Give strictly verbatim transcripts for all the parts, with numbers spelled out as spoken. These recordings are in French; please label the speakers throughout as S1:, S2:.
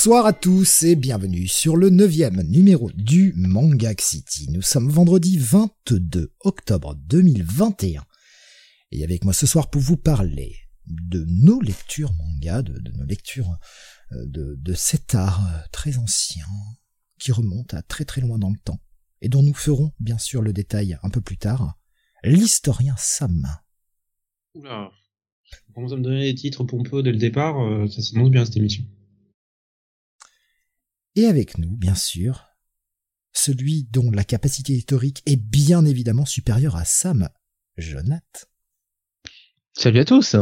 S1: Bonsoir à tous et bienvenue sur le neuvième numéro du Manga City. Nous sommes vendredi vingt-deux octobre deux mille vingt et un. Et avec moi ce soir pour vous parler de nos lectures manga, de, de nos lectures de, de cet art très ancien qui remonte à très très loin dans le temps et dont nous ferons bien sûr le détail un peu plus tard, l'historien Sam.
S2: Oula, on commence à me donner des titres pompeux dès le départ, euh, ça s'annonce bien cette émission.
S1: Et avec nous, bien sûr, celui dont la capacité historique est bien évidemment supérieure à Sam, Jonath.
S3: Salut à tous.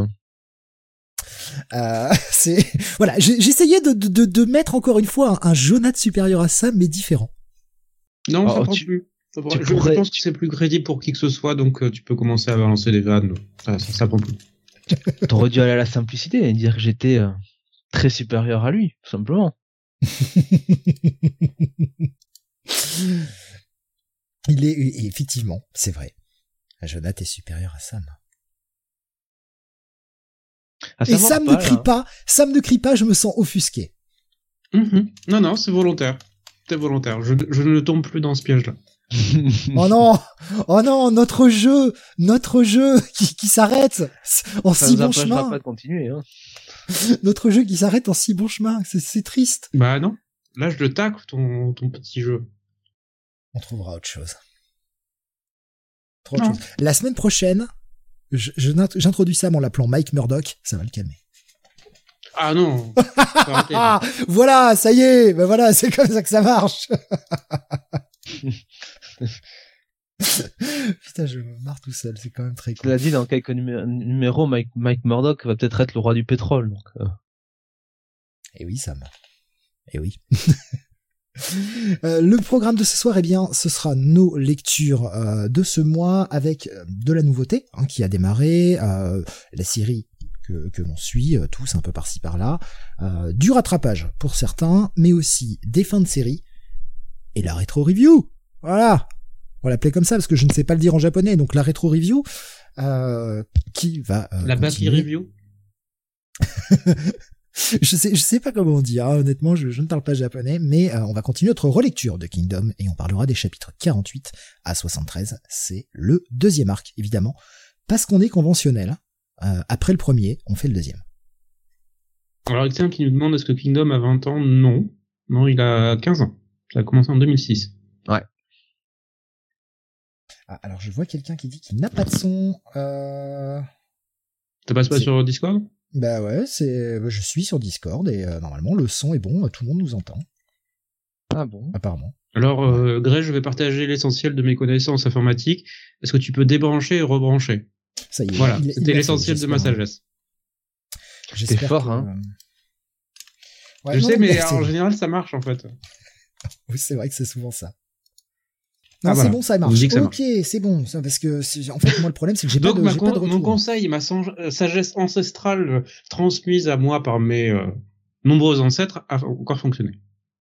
S1: Euh, c'est voilà, j'ai, j'essayais de, de, de mettre encore une fois un, un Jonath supérieur à Sam, mais différent.
S2: Non,
S3: oh,
S2: ça prend
S3: tu,
S2: plus. Ça prend... Je,
S3: pourrais...
S2: je pense que c'est plus crédible pour qui que ce soit, donc euh, tu peux commencer à balancer des vannes. Ça, ça, ça prend plus.
S3: T'aurais dû aller à la simplicité et dire que j'étais euh, très supérieur à lui, tout simplement.
S1: Il est, effectivement, c'est vrai. Jonath est supérieur à Sam.
S3: Ah,
S1: et Sam pas, ne crie là. pas, Sam ne crie pas, je me sens offusqué.
S2: Mm-hmm. Non, non, c'est volontaire. C'est volontaire. Je, je ne tombe plus dans ce piège-là.
S1: oh non, oh non, notre jeu, notre jeu qui, qui s'arrête en
S3: ça
S1: si
S3: bon
S1: chemin.
S3: Ça pas de continuer, hein.
S1: Notre jeu qui s'arrête en si bon chemin, c'est, c'est triste.
S2: Bah non, là je le tacle ton, ton petit jeu.
S1: On trouvera autre chose. Autre chose. La semaine prochaine, je, je, j'introduis Sam en l'appelant Mike Murdoch, ça va le calmer.
S2: Ah non. Arrêter,
S1: voilà, ça y est, ben voilà, c'est comme ça que ça marche. Putain, je me marre tout seul, c'est quand même très cool.
S3: Tu l'as dit, dans quelques numé- numéros, Mike, Mike Murdoch va peut-être être le roi du pétrole. Donc, euh...
S1: Et oui, Sam. Et oui. euh, le programme de ce soir, eh bien, ce sera nos lectures euh, de ce mois avec de la nouveauté hein, qui a démarré, euh, la série que, que l'on suit euh, tous un peu par-ci par-là, euh, du rattrapage pour certains, mais aussi des fins de série et la rétro-review. Voilà. On va l'appeler comme ça parce que je ne sais pas le dire en japonais, donc la rétro-review euh, qui va euh,
S2: la batterie review.
S1: je sais je sais pas comment on dit, hein, honnêtement je, je ne parle pas japonais, mais euh, on va continuer notre relecture de Kingdom et on parlera des chapitres quarante-huit à soixante-treize, c'est le deuxième arc évidemment, parce qu'on est conventionnel, euh, après le premier on fait le deuxième.
S2: Alors il y a qui nous demande est-ce que Kingdom a vingt ans? Non, non il a quinze ans, ça a commencé en deux mille six.
S3: Ouais.
S1: Ah, alors je vois quelqu'un qui dit qu'il n'a pas de son. Euh...
S2: Ça passe pas c'est... sur Discord?
S1: Bah ouais, c'est. Je suis sur Discord et euh, normalement le son est bon, tout le monde nous entend.
S3: Ah bon?
S1: Apparemment.
S2: Alors euh, Greg, je vais partager l'essentiel de mes connaissances informatiques. Est-ce que tu peux débrancher et rebrancher?
S1: Ça y est.
S2: Voilà,
S1: il,
S2: c'était
S1: il
S2: l'essentiel de ma sagesse.
S3: J'espère T'es fort,
S1: que,
S3: hein.
S1: Euh... Ouais,
S2: je
S1: non,
S2: sais, mais, mais
S1: c'est...
S2: en général ça marche en fait.
S1: Oui, c'est vrai que c'est souvent ça. Non,
S2: ah,
S1: c'est
S2: voilà.
S1: bon, ça marche.
S2: Ça
S1: ok,
S2: marche.
S1: C'est bon, ça, parce que c'est, en fait, moi, le problème, c'est que j'ai
S2: Donc,
S1: pas de, j'ai
S2: con-
S1: pas de retour.
S2: mon conseil, ma sang- sagesse ancestrale euh, transmise à moi par mes euh, nombreux ancêtres a encore fonctionné.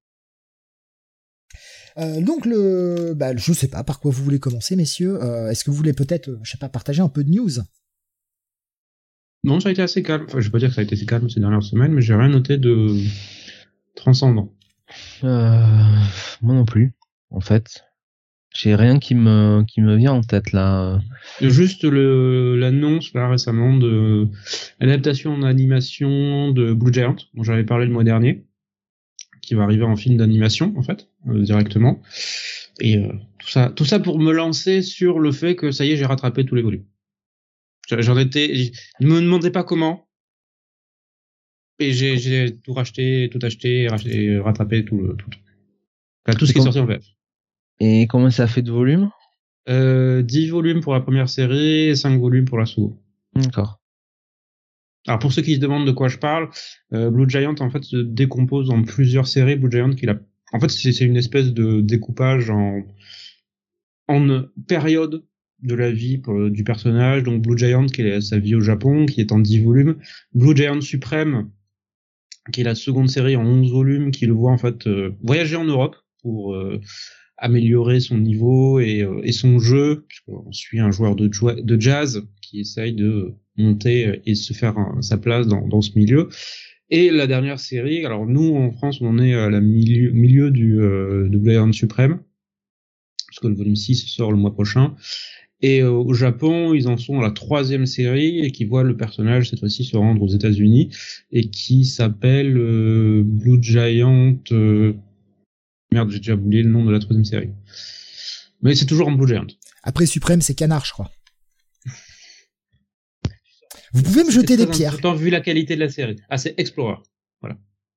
S1: Euh, donc le, bah, je sais pas par quoi vous voulez commencer, messieurs. Euh, est-ce que vous voulez peut-être, je sais pas, partager un peu de news?
S2: Non, ça a été assez calme. Enfin, je vais pas dire que ça a été assez calme ces dernières semaines, mais j'ai rien noté de transcendant.
S3: Euh, moi non plus, en fait. J'ai rien qui me qui me vient en tête là.
S2: Juste le l'annonce là récemment de l'adaptation en animation de Blue Giant dont j'avais parlé le mois dernier, qui va arriver en film d'animation en fait euh, directement. Et euh, tout ça tout ça pour me lancer sur le fait que ça y est j'ai rattrapé tous les volumes. J'en étais, ne me demandez pas comment. Et j'ai j'ai tout racheté, tout acheté, racheté, rattrapé tout le tout. Enfin, tout ce qui est sorti en V F.
S3: Et combien ça fait de volume?
S2: euh, dix volumes pour la première série et cinq volumes pour la seconde.
S3: D'accord.
S2: Alors pour ceux qui se demandent de quoi je parle, euh, Blue Giant en fait se décompose en plusieurs séries. Blue Giant qu'il a, en fait c'est, c'est une espèce de découpage en en période de la vie pour, du personnage. Donc Blue Giant qui est sa vie au Japon, qui est en dix volumes. Blue Giant Suprême qui est la seconde série en onze volumes, qui le voit en fait euh, voyager en Europe pour euh, améliorer son niveau et, euh, et son jeu, puisqu'on suit un joueur de, jo- de jazz qui essaye de monter et se faire un, sa place dans, dans ce milieu. Et la dernière série, alors nous en France on est à la milieu, milieu du euh, de Blue Iron Supreme, parce que le volume six sort le mois prochain. Et euh, au Japon, ils en sont à la troisième série et qui voit le personnage cette fois-ci se rendre aux États-Unis et qui s'appelle euh, Blue Giant. Euh... Merde, j'ai déjà oublié le nom de la troisième série. Mais c'est toujours en Blue Giant.
S1: Après Suprême, c'est Canard, je crois. Vous pouvez me jeter des pierres.
S2: J'ai vu la qualité de la série. Ah, c'est Explorer. Voilà.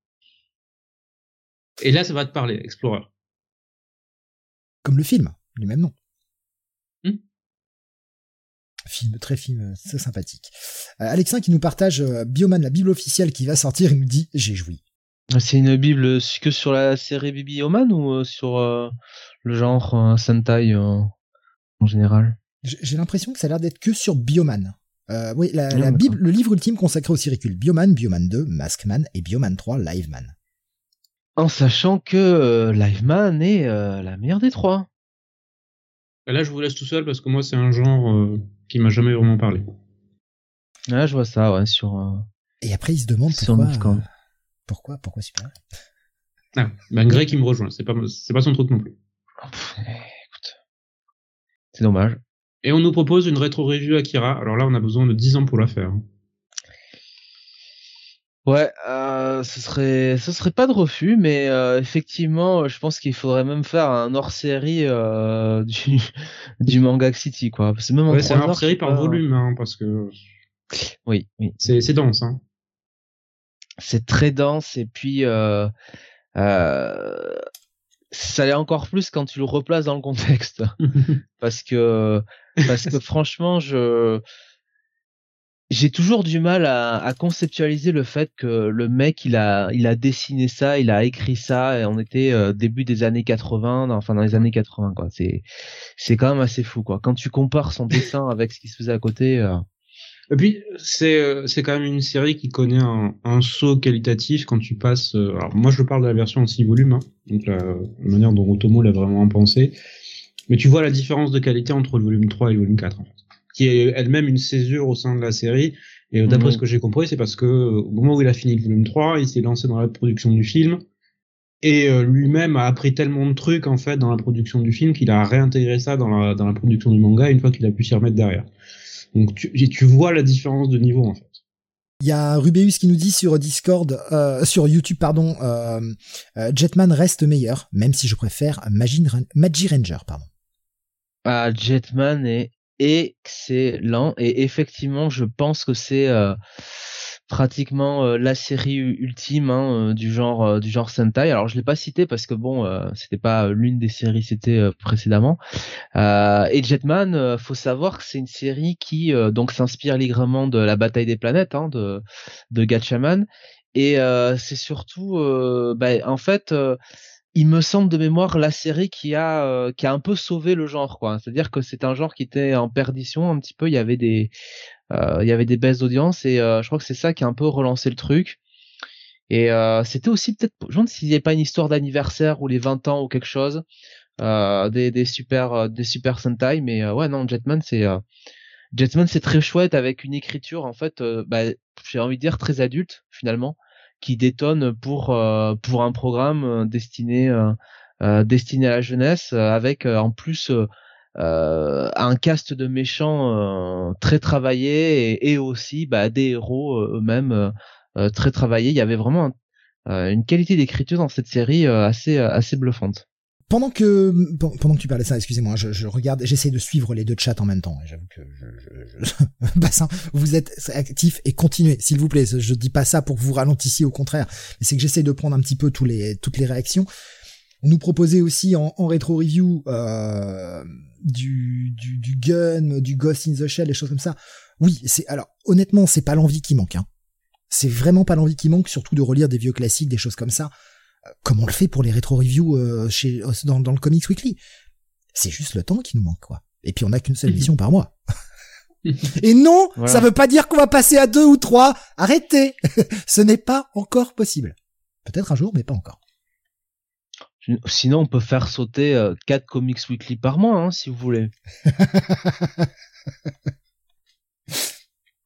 S2: Et là, ça va te parler, Explorer.
S1: Comme le film, du même nom.
S2: Hmm.
S1: Film, très film, c'est sympathique. Euh, Alexin qui nous partage euh, Bioman, la bible officielle qui va sortir, il nous dit « J'ai joui ».
S3: C'est une bible que sur la série Bioman ou euh, sur euh, le genre euh, Sentai euh, en général?
S1: J'ai l'impression que ça a l'air d'être que sur Bioman. Euh, oui, la, la bible, le livre ultime consacré au Syricule. Bioman, Bioman deux, Maskman et Bioman trois, Liveman.
S3: En sachant que euh, Liveman est euh, la meilleure des trois.
S2: Et là, je vous laisse tout seul parce que moi, c'est un genre euh, qui m'a jamais vraiment parlé.
S3: Ah, je vois ça, ouais, sur. Euh,
S1: et après, il se demande pourquoi. Euh, pourquoi, pourquoi super.
S2: Ah, ben Grey qui me rejoint, c'est pas, c'est pas son truc non plus.
S3: Pff, écoute, c'est dommage.
S2: Et on nous propose une rétro-review Akira. Alors là, on a besoin de dix ans pour la faire.
S3: Ouais, euh, ce serait, ce serait pas de refus, mais euh, effectivement, je pense qu'il faudrait même faire un hors-série euh, du, du Manga City, quoi. Parce que même
S2: ouais,
S3: en
S2: c'est un hors-série par pas... volume, hein, parce que.
S3: Oui, oui.
S2: C'est, c'est dense, hein.
S3: C'est très dense et puis euh, euh, ça l'est encore plus quand tu le replaces dans le contexte, parce que parce que franchement, je j'ai toujours du mal à, à conceptualiser le fait que le mec il a il a dessiné ça, il a écrit ça, et on était euh, début des années quatre-vingts, enfin dans les années quatre-vingts quoi. C'est c'est quand même assez fou quoi. Quand tu compares son dessin avec ce qui se faisait à côté. Euh...
S2: Et puis c'est c'est quand même une série qui connaît un, un saut qualitatif quand tu passes. Euh, alors moi je parle de la version en six volumes, hein, donc la, la manière dont Otomo l'a vraiment pensé. Mais tu vois la différence de qualité entre le volume trois et le volume quatre en fait, qui est elle-même une césure au sein de la série. Et d'après mmh. ce que j'ai compris, c'est parce que au moment où il a fini le volume trois, il s'est lancé dans la production du film. Et euh, lui-même a appris tellement de trucs en fait dans la production du film qu'il a réintégré ça dans la, dans la production du manga une fois qu'il a pu s'y remettre derrière. Donc tu, tu vois la différence de niveau en fait.
S1: Il y a Rubeus qui nous dit sur Discord, euh, sur YouTube pardon, euh, euh, Jetman reste meilleur, même si je préfère Magi, Magi Ranger pardon.
S3: Ah, Jetman est excellent et effectivement je pense que c'est euh, pratiquement euh, la série ultime hein, du genre euh, du genre Sentai. Alors je l'ai pas cité parce que bon euh, c'était pas l'une des séries c'était euh, précédemment. Euh, et Jetman, euh, faut savoir que c'est une série qui euh, donc s'inspire allègrement de la bataille des planètes hein, de de Gatchaman et euh, c'est surtout euh, bah, en fait euh, il me semble de mémoire la série qui a euh, qui a un peu sauvé le genre quoi. C'est-à-dire que c'est un genre qui était en perdition un petit peu, il y avait des euh, il y avait des baisses d'audience et euh, je crois que c'est ça qui a un peu relancé le truc. Et euh, c'était aussi peut-être je me demande s'il n'y avait pas une histoire d'anniversaire ou les vingt ans ou quelque chose euh, des des super euh, des super Sentai mais euh, ouais non Jetman c'est euh, Jetman c'est très chouette avec une écriture en fait euh, bah, j'ai envie de dire très adulte finalement, qui détonne pour euh, pour un programme destiné euh, euh, destiné à la jeunesse euh, avec euh, en plus euh, euh, un cast de méchants euh, très travaillé et, et aussi bah, des héros euh, eux-mêmes euh, très travaillés. Il y avait vraiment un, euh, une qualité d'écriture dans cette série euh, assez assez bluffante.
S1: Pendant que pendant que tu parlais de ça, excusez-moi, je, je regarde, j'essaie de suivre les deux chats en même temps. Et j'avoue que je, je, je... Bassin, vous êtes actifs et continuez, s'il vous plaît. Je dis pas ça pour que vous ralentissiez, au contraire, mais c'est que j'essaie de prendre un petit peu tous les toutes les réactions. On nous proposait aussi en, en rétro review euh, du, du du Gun, du Ghost in the Shell, des choses comme ça. Oui, c'est alors honnêtement, c'est pas l'envie qui manque. Hein. C'est vraiment pas l'envie qui manque, surtout de relire des vieux classiques, des choses comme ça. Comme on le fait pour les rétro-reviews euh, chez dans, dans le Comics Weekly. C'est juste le temps qui nous manque, quoi. Et puis on n'a qu'une seule émission par mois. Et non, voilà. Ça veut pas dire qu'on va passer à deux ou trois. Arrêtez. Ce n'est pas encore possible. Peut-être un jour, mais pas encore.
S3: Sinon, on peut faire sauter euh, quatre Comics Weekly par mois, hein, si vous voulez.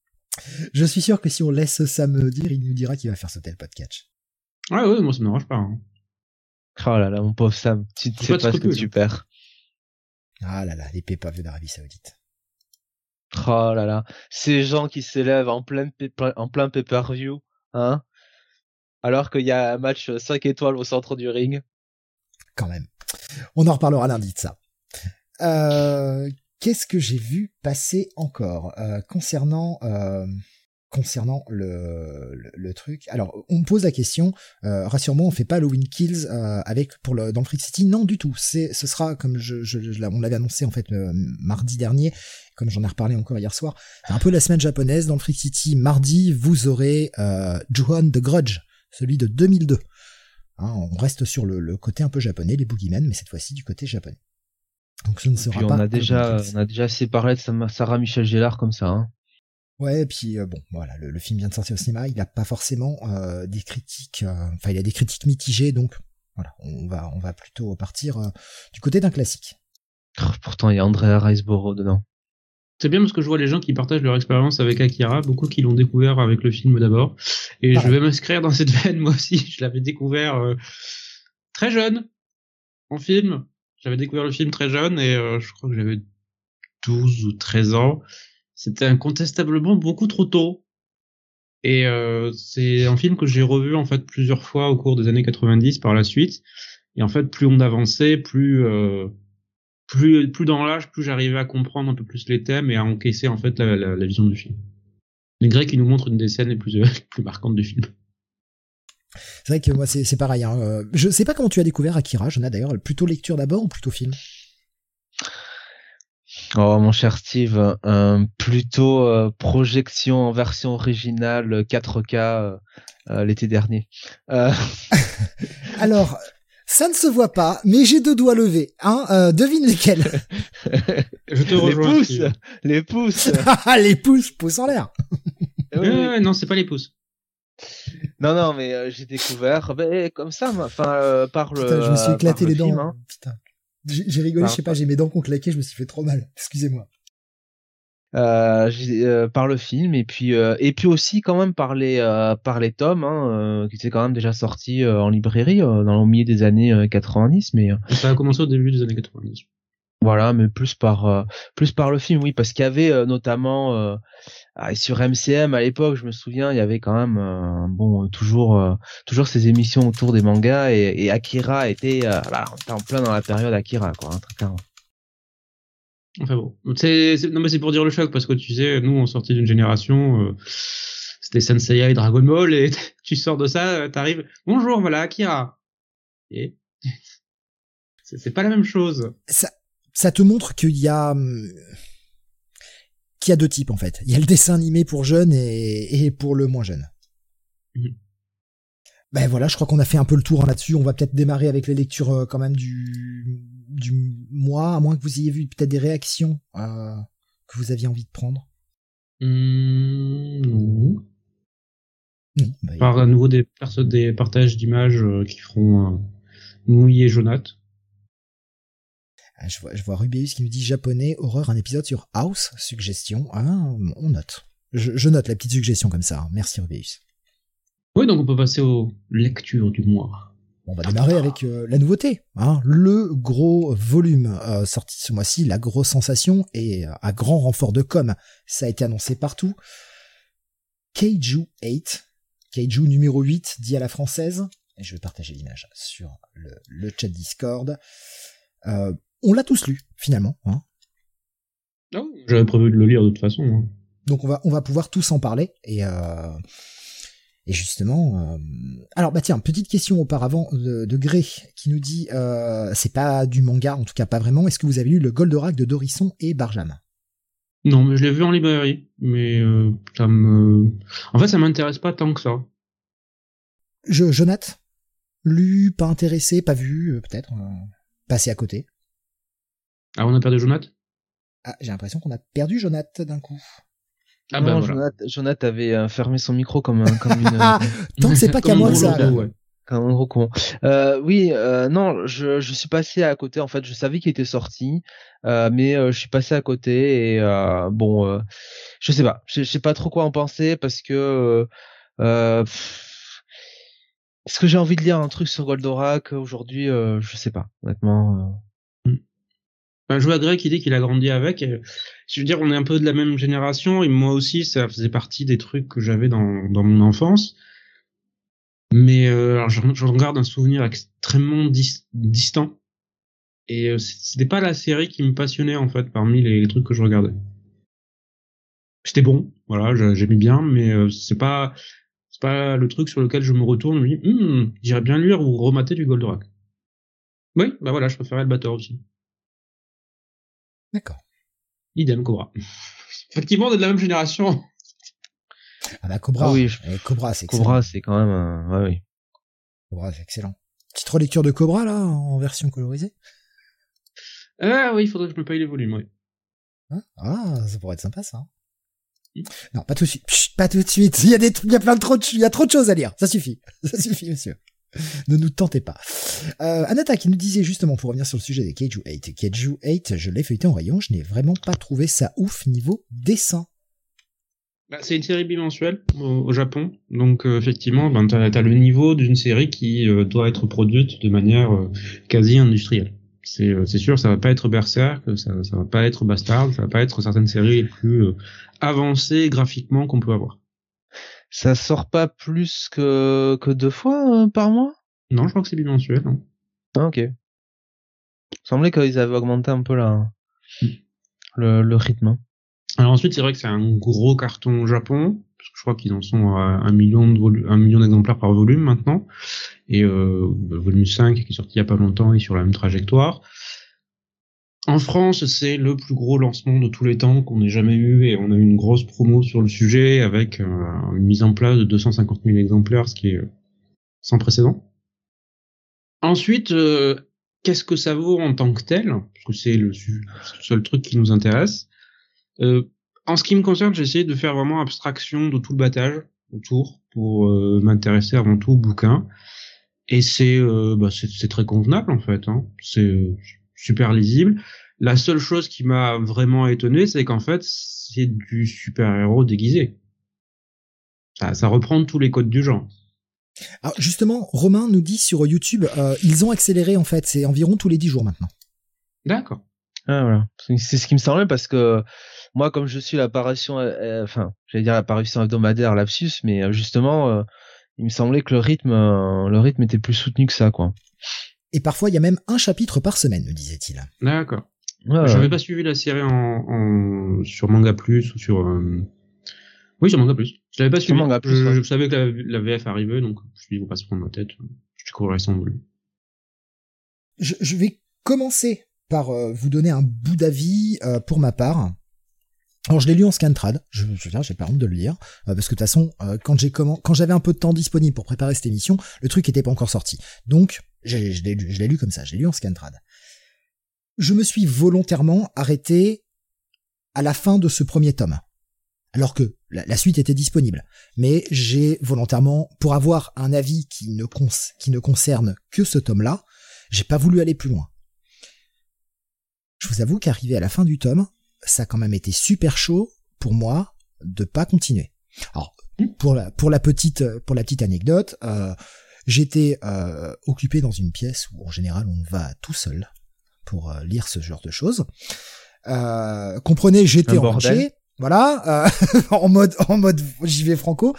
S1: Je suis sûr que si on laisse Sam dire, il nous dira qu'il va faire sauter le podcast.
S2: Ouais, ouais, moi ça me dérange pas. Hein.
S3: Oh là là, mon pauvre Sam, tu ne sais pas, pas ce que tu perds.
S1: Ah là là, les pépaves d'Arabie Saoudite.
S3: Oh là là, ces gens qui s'élèvent en plein, en plein pay-per-view, hein, alors qu'il y a un match cinq étoiles au centre du ring.
S1: Quand même. On en reparlera lundi de ça. Euh, qu'est-ce que j'ai vu passer encore euh, concernant euh, concernant le, le le truc. Alors, on me pose la question. Euh, rassure-moi, on fait pas Halloween Kills euh, avec pour le dans le Freak City. Non, du tout. C'est ce sera comme je, je, je on l'avait annoncé en fait euh, mardi dernier. Comme j'en ai reparlé encore hier soir. C'est un peu la semaine japonaise dans le Freak City. Mardi, vous aurez euh, Ju-On the Grudge, celui de deux mille deux. Hein, on reste sur le, le côté un peu japonais, les boogeymen, mais cette fois-ci du côté japonais. Donc ce ne sera
S3: puis
S1: pas.
S3: On a déjà, on a déjà assez parlé de Sarah Michelle Gellar comme ça. Hein.
S1: Ouais, et puis euh, bon, voilà, le, le film vient de sortir au cinéma, il n'a pas forcément euh, des critiques, enfin euh, il a des critiques mitigées, donc voilà, on va, on va plutôt partir euh, du côté d'un classique.
S3: Oh, pourtant il y a Andrea Riseborough dedans.
S2: C'est bien parce que je vois les gens qui partagent leur expérience avec Akira, beaucoup qui l'ont découvert avec le film d'abord, et Pareil. Je vais m'inscrire dans cette veine, moi aussi, je l'avais découvert euh, très jeune, en film, j'avais découvert le film très jeune, et euh, je crois que j'avais douze ou treize ans, c'était incontestablement beaucoup trop tôt, et euh, c'est un film que j'ai revu en fait plusieurs fois au cours des années quatre-vingt-dix par la suite, et en fait plus on avançait, plus... Euh, Plus, plus dans l'âge, plus j'arrivais à comprendre un peu plus les thèmes et à encaisser en fait la, la, la vision du film. Les Grecs, ils nous montrent une des scènes les plus, euh, les plus marquantes du film.
S1: C'est vrai que moi c'est, c'est pareil. Hein. Je sais pas comment tu as découvert Akira, Jonah d'ailleurs. Plutôt lecture d'abord ou plutôt film?
S3: Oh mon cher Steve, euh, plutôt euh, projection en version originale quatre K euh, euh, l'été dernier. Euh...
S1: Alors. Ça ne se voit pas, mais j'ai deux doigts levés. Hein, euh, devine lesquels.
S2: Je te rejoins.
S3: Les pouces, les pouces.
S1: les pouces, pouces en l'air.
S2: Oui, euh, non, c'est pas les pouces.
S3: Non, non, mais euh, j'ai découvert, bah, comme ça, enfin, euh, par le.
S1: Putain, je me suis éclaté les dents.
S3: Film, hein.
S1: Putain. J'ai, j'ai rigolé, par, je sais pas, j'ai mes dents qui ont claqué, je me suis fait trop mal. Excusez-moi.
S3: Euh, euh, par le film et puis euh, et puis aussi quand même par les euh, par les tomes hein, euh, qui étaient quand même déjà sortis euh, en librairie euh, dans le milieu des années euh, quatre-vingt-dix, mais euh,
S2: ça a commencé au début des années quatre-vingt-dix.
S3: Voilà, mais plus par euh, plus par le film, oui, parce qu'il y avait euh, notamment euh, sur M C M à l'époque, je me souviens, il y avait quand même euh, bon toujours euh, toujours ces émissions autour des mangas et, et Akira était euh, là, on était en plein dans la période Akira quoi, hein, très clairement.
S2: Enfin bon, c'est, c'est, non mais c'est pour dire le choc parce que tu sais, nous on sortit d'une génération, euh, c'était Senseiya et Dragon Ball et tu sors de ça, t'arrives, bonjour voilà Akira, et c'est, c'est pas la même chose.
S1: Ça, ça te montre qu'il y a qu'il y a deux types en fait. Il y a le dessin animé pour jeunes et, et pour le moins jeune. Mmh. Ben voilà, je crois qu'on a fait un peu le tour hein, là-dessus. On va peut-être démarrer avec les lectures euh, quand même du du mois, à moins que vous ayez vu peut-être des réactions euh, que vous aviez envie de prendre.
S2: Mmh, non.
S1: non bah,
S2: Par à nouveau des, perso- des partages d'images euh, qui feront euh, mouiller Jonathan.
S1: Ah, je vois, je vois Rubius qui nous dit japonais, horreur, un épisode sur House, suggestion. Ah, on note. Je, je note la petite suggestion comme ça. Merci Rubius.
S2: Oui, donc on peut passer aux lectures du mois.
S1: On va démarrer avec euh, la nouveauté, hein, le gros volume euh, sorti ce mois-ci, la grosse sensation et euh, à grand renfort de com, ça a été annoncé partout. Kaiju huit, Kaiju numéro huit, dit à la française, et je vais partager l'image sur le, le chat Discord. Euh, on l'a tous lu finalement. Hein.
S2: Ah oui, j'avais prévu de le lire de toute façon. Hein.
S1: Donc on va on va pouvoir tous en parler et euh, Et justement, euh... alors bah tiens, petite question auparavant de, de Grey qui nous dit, euh, c'est pas du manga, en tout cas pas vraiment. Est-ce que vous avez lu le Goldorak de Dorisson et Barjam?
S2: Non, mais je l'ai vu en librairie, mais euh, ça me, en fait, ça m'intéresse pas tant que ça.
S1: Je, Jonathan, lu, pas intéressé, pas vu, euh, peut-être, euh, passé à côté.
S2: Ah, on a perdu Jonathan?
S1: Ah, j'ai l'impression qu'on a perdu Jonathan d'un coup.
S3: Ah non, bah, voilà. Jonathan, Jonathan avait euh, fermé son micro comme, un, comme une...
S1: Tant que c'est pas qu'à moi que ça.
S2: Lourdeau, ouais.
S3: Comme un gros con. Euh, oui, euh, non, je, je suis passé à côté. En fait, je savais qu'il était sorti, euh, mais euh, je suis passé à côté et euh, bon, euh, je sais pas, je, je sais pas trop quoi en penser parce que euh, pff, est-ce que j'ai envie de lire un truc sur Goldorak aujourd'hui? euh, Je sais pas, honnêtement.
S2: euh. Enfin, je vois Greg qui dit qu'il a grandi avec. Et, je veux dire, on est un peu de la même génération et moi aussi, ça faisait partie des trucs que j'avais dans dans mon enfance. Mais euh, alors, je, je regarde un souvenir extrêmement dis- distant. Et euh, c'était pas la série qui me passionnait en fait parmi les, les trucs que je regardais. C'était bon, voilà, je- j'aimais bien, mais euh, c'est pas c'est pas le truc sur lequel je me retourne et me dis hm, j'irais bien lire ou remater du Goldorak. Oui, bah voilà, je préférais le batteur aussi.
S1: D'accord.
S2: Idem Cobra. Effectivement, on est de la même génération.
S1: Ah bah Cobra,
S3: Ah oui, je-
S1: eh, Cobra, c'est excellent.
S3: Cobra, c'est quand même, euh, ouais, oui.
S1: Cobra, c'est excellent. Petite relecture de Cobra là, en version colorisée.
S2: Ah oui, il faudrait que je me paye les volumes, oui.
S1: Hein ah, ça pourrait être sympa ça.
S2: Mm.
S1: Non, pas tout de suite. Chut, pas tout de suite. Il y a des, il y a plein de trop de, il y a trop de choses à lire. Ça suffit. Ça suffit, monsieur. Ne nous tentez pas. Euh, Anata qui nous disait justement, pour revenir sur le sujet des Keiju huit. Keiju huit, je l'ai feuilleté en rayon, je n'ai vraiment pas trouvé ça ouf niveau dessin.
S2: Bah, c'est une série bimensuelle au, au Japon, donc euh, effectivement, ben, t'as, t'as le niveau d'une série qui euh, doit être produite de manière euh, quasi industrielle. C'est, euh, c'est sûr, ça va pas être Berserk, ça, ça va pas être Bastard, ça va pas être certaines séries les plus euh, avancées graphiquement qu'on peut avoir.
S3: Ça sort pas plus que que deux fois euh, par mois?
S2: Non, je crois que c'est bimensuel. Non.
S3: Ah, ok. Il semblait qu'ils avaient augmenté un peu la
S2: Mm.
S3: le, le rythme.
S2: Alors ensuite, c'est vrai que c'est un gros carton au Japon, parce que je crois qu'ils en sont à un million de volu- un million d'exemplaires par volume maintenant, et euh, le volume cinq qui est sorti il y a pas longtemps est sur la même trajectoire. En France, c'est le plus gros lancement de tous les temps qu'on ait jamais eu, et on a eu une grosse promo sur le sujet avec euh, une mise en place de deux cent cinquante mille exemplaires, ce qui est euh, sans précédent. Ensuite, euh, qu'est-ce que ça vaut en tant que tel? Parce que c'est le, su- le seul truc qui nous intéresse. Euh, en ce qui me concerne, j'ai essayé de faire vraiment abstraction de tout le battage autour pour euh, m'intéresser avant tout au bouquin. Et c'est, euh, bah, c'est, c'est très convenable en fait. Hein. C'est euh, super lisible. La seule chose qui m'a vraiment étonné, c'est qu'en fait, c'est du super-héros déguisé. Ça, ça reprend tous les codes du genre.
S1: Alors justement, Romain nous dit sur YouTube, euh, ils ont accéléré en fait, c'est environ tous les dix jours maintenant.
S2: D'accord.
S3: Ah, voilà. C'est ce qui me semblait parce que moi, comme je suis l'apparition, euh, enfin, j'allais dire l'apparition hebdomadaire, lapsus, mais euh, justement, euh, il me semblait que le rythme, euh, le rythme était plus soutenu que ça, quoi.
S1: Et parfois, il y a même un chapitre par semaine, me disait-il.
S2: D'accord.
S3: Ouais,
S2: J'avais
S3: ouais.
S2: pas suivi la série en, en sur Manga Plus ou sur euh... oui sur Manga Plus. Je l'avais pas
S3: Sur
S2: suivi.
S3: Manga Plus,
S2: je,
S3: ouais.
S2: je savais que la, la V F arrivait, donc je me suis dit, faut pas se prendre ma tête. Je découvrirai sans volume.
S1: Je, je vais commencer par euh, vous donner un bout d'avis euh, pour ma part. Alors je l'ai lu en scantrad, je, je veux dire, j'ai pas honte de le lire, euh, parce que de toute façon, euh, quand j'ai comment, quand j'avais un peu de temps disponible pour préparer cette émission, le truc était pas encore sorti. Donc, j'ai, je l'ai lu, je l'ai lu comme ça, je l'ai lu en scantrad. Je me suis volontairement arrêté à la fin de ce premier tome, alors que la, la suite était disponible. Mais j'ai volontairement, pour avoir un avis qui ne, cons, qui ne concerne que ce tome-là, j'ai pas voulu aller plus loin. Je vous avoue qu'arrivé à la fin du tome, ça a quand même été super chaud pour moi de pas continuer. Alors pour la pour la petite pour la petite anecdote, euh, j'étais euh, occupé dans une pièce où en général on va tout seul pour euh, lire ce genre de choses. Euh, comprenez, j'étais en rangée, voilà, euh, en mode en mode j'y vais franco.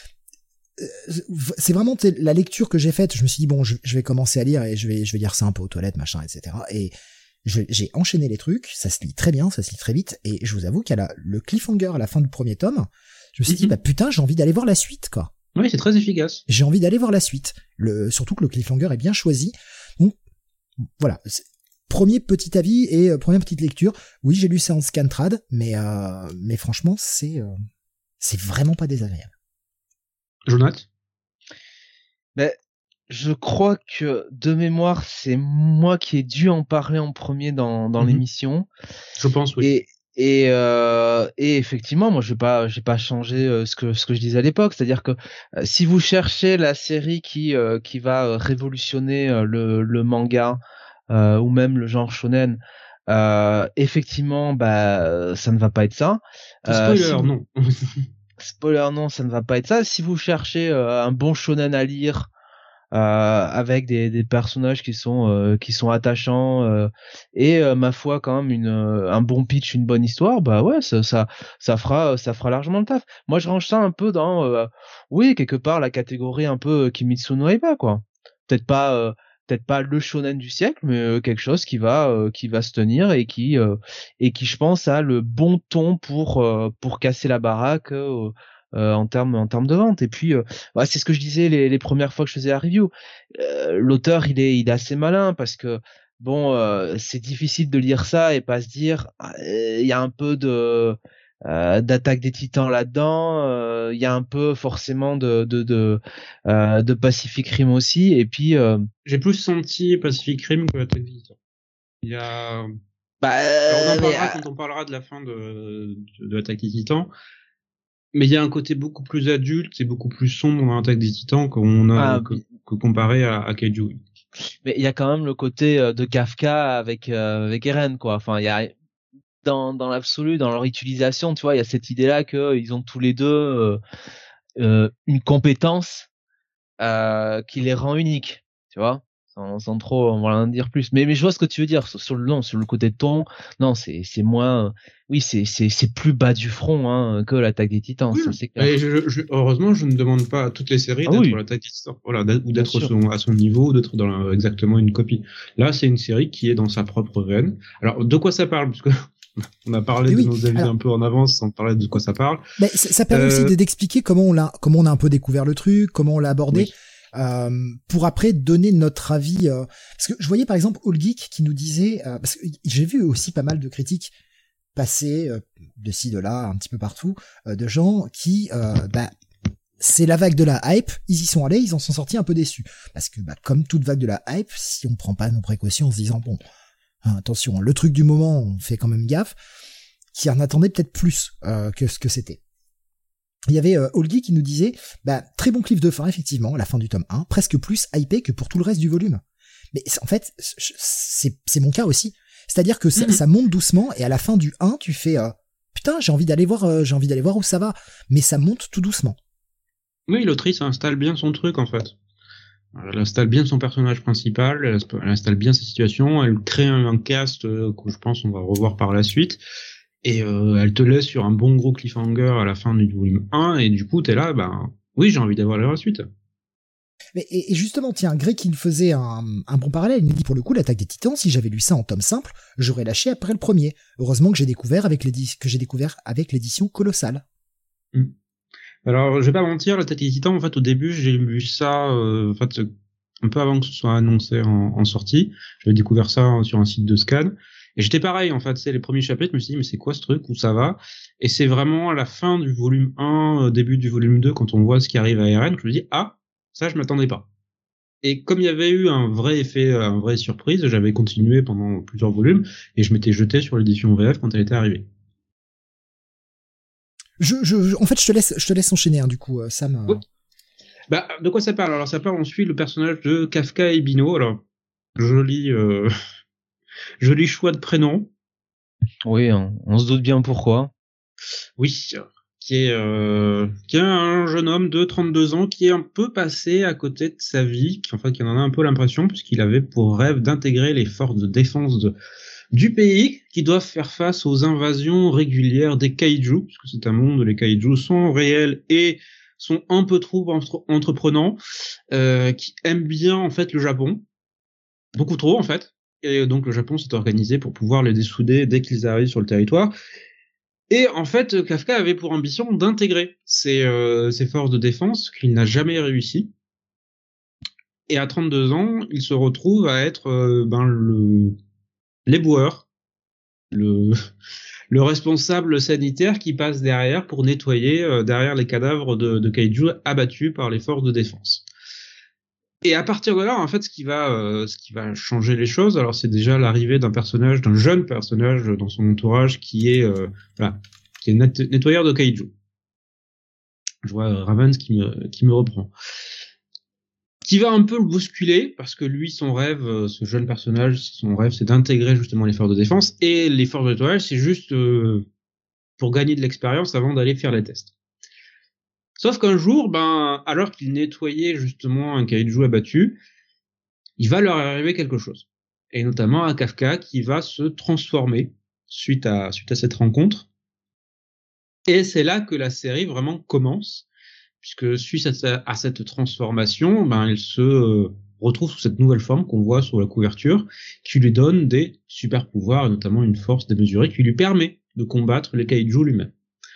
S1: C'est vraiment la lecture que j'ai faite. Je me suis dit bon, je, je vais commencer à lire et je vais je vais lire ça un peu aux toilettes, machin, et cetera. Et Je, j'ai enchaîné les trucs, ça se lit très bien, ça se lit très vite, et je vous avoue qu'à la, le cliffhanger à la fin du premier tome, je me suis mm-hmm. dit, bah putain, j'ai envie d'aller voir la suite, quoi.
S2: Oui, c'est très efficace.
S1: J'ai envie d'aller voir la suite. Le, surtout que le cliffhanger est bien choisi. Donc, voilà. Premier petit avis et euh, première petite lecture. Oui, j'ai lu ça en scantrad, mais, euh, mais franchement, c'est, euh, c'est vraiment pas désagréable.
S2: Jonathan?
S3: Ben, je crois que de mémoire, c'est moi qui ai dû en parler en premier dans, dans mmh. l'émission.
S2: Je pense, oui.
S3: Et, Et, euh, et effectivement, moi, je vais pas, j'ai pas changé euh, ce que ce que je disais à l'époque, c'est-à-dire que euh, si vous cherchez la série qui euh, qui va euh, révolutionner euh, le le manga euh, ou même le genre shonen, euh, effectivement, bah ça ne va pas être ça. Euh,
S2: Spoiler,
S3: si vous...
S2: non.
S3: Spoiler, non, ça ne va pas être ça. Si vous cherchez euh, un bon shonen à lire, euh, avec des, des personnages qui sont euh, qui sont attachants euh, et euh, ma foi quand même une euh, un bon pitch, une bonne histoire, bah ouais, ça ça ça fera ça fera largement le taf. Moi je range ça un peu dans euh, oui, quelque part la catégorie un peu Kimetsu no Yaiba, quoi. Peut-être pas euh, peut-être pas le shonen du siècle, mais euh, quelque chose qui va euh, qui va se tenir et qui euh, et qui je pense a le bon ton pour euh, pour casser la baraque euh, euh, en termes en termes de vente. Et puis euh, ouais, c'est ce que je disais les, les premières fois que je faisais la review. Euh, l'auteur il est il est assez malin parce que bon euh, c'est difficile de lire ça et pas se dire il euh, y a un peu de euh, d'attaque des Titans là-dedans, il euh, y a un peu forcément de de de, euh, de Pacific Rim aussi, et puis euh,
S2: j'ai plus senti Pacific Rim que l'attaque des Titans. Il y a
S3: bah,
S2: alors on en parlera
S3: mais,
S2: quand on parlera de la fin de de, de l'attaque des Titans. Mais il y a un côté beaucoup plus adulte et beaucoup plus sombre dans l'attaque des Titans qu'on a
S3: ah,
S2: que, que comparé à, à Kaiju.
S3: Mais il y a quand même le côté de Kafka avec euh, avec Eren, quoi. Enfin, il y a dans dans l'absolu, dans leur utilisation, tu vois, il y a cette idée-là que ils ont tous les deux euh, euh, une compétence euh, qui les rend uniques, tu vois. Sans, sans trop on va en dire plus, mais mais je vois ce que tu veux dire sur, sur le non sur le côté de ton non c'est c'est moins oui c'est c'est c'est plus bas du front hein, que l'attaque des Titans,
S2: oui,
S3: ça c'est clair.
S2: Et je, je, heureusement je ne demande pas à toutes les séries
S3: Ah
S2: d'être
S3: oui.
S2: l'attaque des Titans, voilà, ou d'être son, à son niveau ou d'être dans la, exactement une copie. Là c'est une série qui est dans sa propre veine. Alors de quoi ça parle, parce que on a parlé
S1: oui,
S2: de nos avis
S1: alors,
S2: un peu en avance sans parler de quoi ça parle.
S1: Mais ça, ça permet
S2: euh...
S1: aussi d'expliquer comment on l'a comment on a un peu découvert le truc, comment on l'a abordé.
S2: Oui.
S1: Euh, pour après donner notre avis, euh, parce que je voyais par exemple All Geek qui nous disait, euh, parce que j'ai vu aussi pas mal de critiques passer euh, de ci de là, un petit peu partout, euh, de gens qui, euh, bah, c'est la vague de la hype, ils y sont allés, ils en sont sortis un peu déçus, parce que bah, comme toute vague de la hype, si on prend pas nos précautions en se disant bon, hein, attention, le truc du moment, on fait quand même gaffe, qui en attendait peut-être plus euh, que ce que c'était. Il y avait euh, Olgi qui nous disait, bah, très bon cliff de fin, effectivement, à la fin du tome un, presque plus hypé que pour tout le reste du volume. Mais en fait, c'est, c'est mon cas aussi. C'est-à-dire que ça, mm-hmm. ça monte doucement, et à la fin du un, tu fais, euh, putain, j'ai envie d'aller voir, euh, j'ai envie d'aller voir où ça va. Mais ça monte tout doucement.
S2: Oui, l'autrice installe bien son truc, en fait. Elle installe bien son personnage principal, elle installe bien sa situation, elle crée un, un cast euh, que je pense on va revoir par la suite. Et euh, elle te laisse sur un bon gros cliffhanger à la fin du volume un, et du coup, t'es là, ben, oui, j'ai envie d'avoir la suite.
S1: Mais, et, et justement, tiens, Greg qui nous faisait un, un bon parallèle, il nous dit, pour le coup, l'attaque des Titans, si j'avais lu ça en tome simple, j'aurais lâché après le premier. Heureusement que j'ai découvert avec l'édition, que j'ai découvert avec l'édition colossale.
S2: Mmh. Alors, je vais pas mentir, l'attaque des Titans, en fait, au début, j'ai lu ça, euh, en fait, un peu avant que ce soit annoncé en, en sortie. J'avais découvert ça sur un site de scan. Et j'étais pareil, en fait, c'est les premiers chapitres, je me suis dit, mais c'est quoi ce truc, où ça va? Et c'est vraiment à la fin du volume un, début du volume deux, quand on voit ce qui arrive à Eren, que je me dis, ah, ça, je m'attendais pas. Et comme il y avait eu un vrai effet, un vrai surprise, j'avais continué pendant plusieurs volumes, et je m'étais jeté sur l'édition V F quand elle était arrivée.
S1: Je, je, en fait, je te laisse, je te laisse enchaîner, hein, du coup, Sam.
S2: Oui. Bah, de quoi ça parle? Alors, ça parle, on suit le personnage de Kafka Ebino, alors, joli, euh... joli choix de prénom.
S3: Oui, on, on se doute bien pourquoi.
S2: Oui, qui est, euh, qui est un jeune homme de trente-deux ans qui est un peu passé à côté de sa vie, qui, enfin, qui en a un peu l'impression, puisqu'il avait pour rêve d'intégrer les forces de défense de, du pays, qui doivent faire face aux invasions régulières des kaiju, parce que c'est un monde où les kaiju sont réels et sont un peu trop entre- entreprenants, euh, qui aiment bien, en fait, le Japon. Beaucoup trop, en fait. Et donc le Japon s'est organisé pour pouvoir les dessouder dès qu'ils arrivent sur le territoire. Et en fait, Kafka avait pour ambition d'intégrer ces, euh, ces forces de défense qu'il n'a jamais réussi. Et à trente-deux ans, il se retrouve à être euh, ben le l'éboueur, le le responsable sanitaire qui passe derrière pour nettoyer euh, derrière les cadavres de, de kaiju abattus par les forces de défense. Et à partir de là, en fait, ce qui va, euh, ce qui va changer les choses, alors c'est déjà l'arrivée d'un personnage, d'un jeune personnage dans son entourage qui est, euh, voilà, qui est net- nettoyeur de kaiju. Je vois Ravens qui me, qui me reprend. Qui va un peu le bousculer, parce que lui, son rêve, ce jeune personnage, son rêve, c'est d'intégrer justement les forces de défense, et les forces de nettoyage, c'est juste euh, pour gagner de l'expérience avant d'aller faire les tests. Sauf qu'un jour, ben, alors qu'il nettoyait justement un kaiju abattu, il va leur arriver quelque chose. Et notamment à Kafka qui va se transformer suite à, suite à cette rencontre. Et c'est là que la série vraiment commence, puisque suite à, à cette transformation, ben, elle se euh, retrouve sous cette nouvelle forme qu'on voit sur la couverture, qui lui donne des super pouvoirs, et notamment une force démesurée qui lui permet de combattre les kaiju lui-même.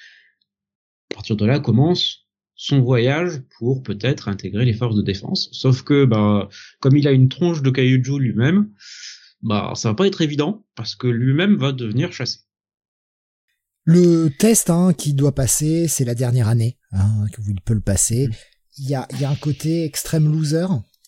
S2: À partir de là commence son voyage pour peut-être intégrer les forces de défense. Sauf que, bah, comme il a une tronche de kaiju lui-même, bah, ça va pas être évident, parce que lui-même va devenir chassé.
S1: Le test hein, qui doit passer, c'est la dernière année, hein, que il peut le passer.
S2: Mmh.
S1: Il y a, il y a un côté extrême loser.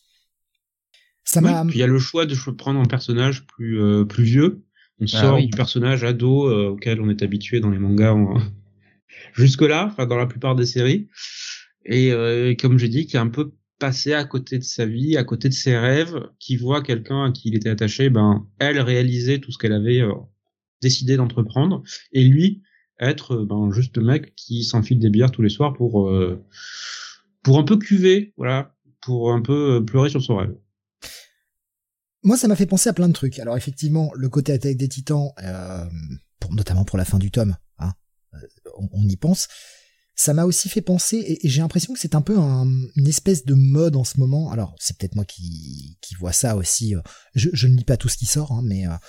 S1: Ça
S2: Oui,
S1: m'a...
S2: puis il y a le choix de prendre un personnage plus, euh, plus vieux. On
S3: Ah
S2: sort
S3: oui.
S2: du personnage ado euh, auquel on est habitué dans les mangas en... jusque-là, enfin dans la plupart des séries. Et euh, comme j'ai dit, qui est un peu passé à côté de sa vie, à côté de ses rêves, qui voit quelqu'un à qui il était attaché, ben elle réaliser tout ce qu'elle avait euh, décidé d'entreprendre, et lui être ben juste le mec qui s'enfile des bières tous les soirs pour euh, pour un peu cuver, voilà, pour un peu pleurer sur son rêve.
S1: Moi, ça m'a fait penser à plein de trucs. Alors effectivement, le côté Attaque des Titans, euh, pour, notamment pour la fin du tome, hein, on, on y pense. Ça m'a aussi fait penser, et, et j'ai l'impression que c'est un peu un, une espèce de mode en ce moment. Alors, c'est peut-être moi qui, qui vois ça aussi. Je, je ne lis pas tout ce qui sort, hein, mais euh,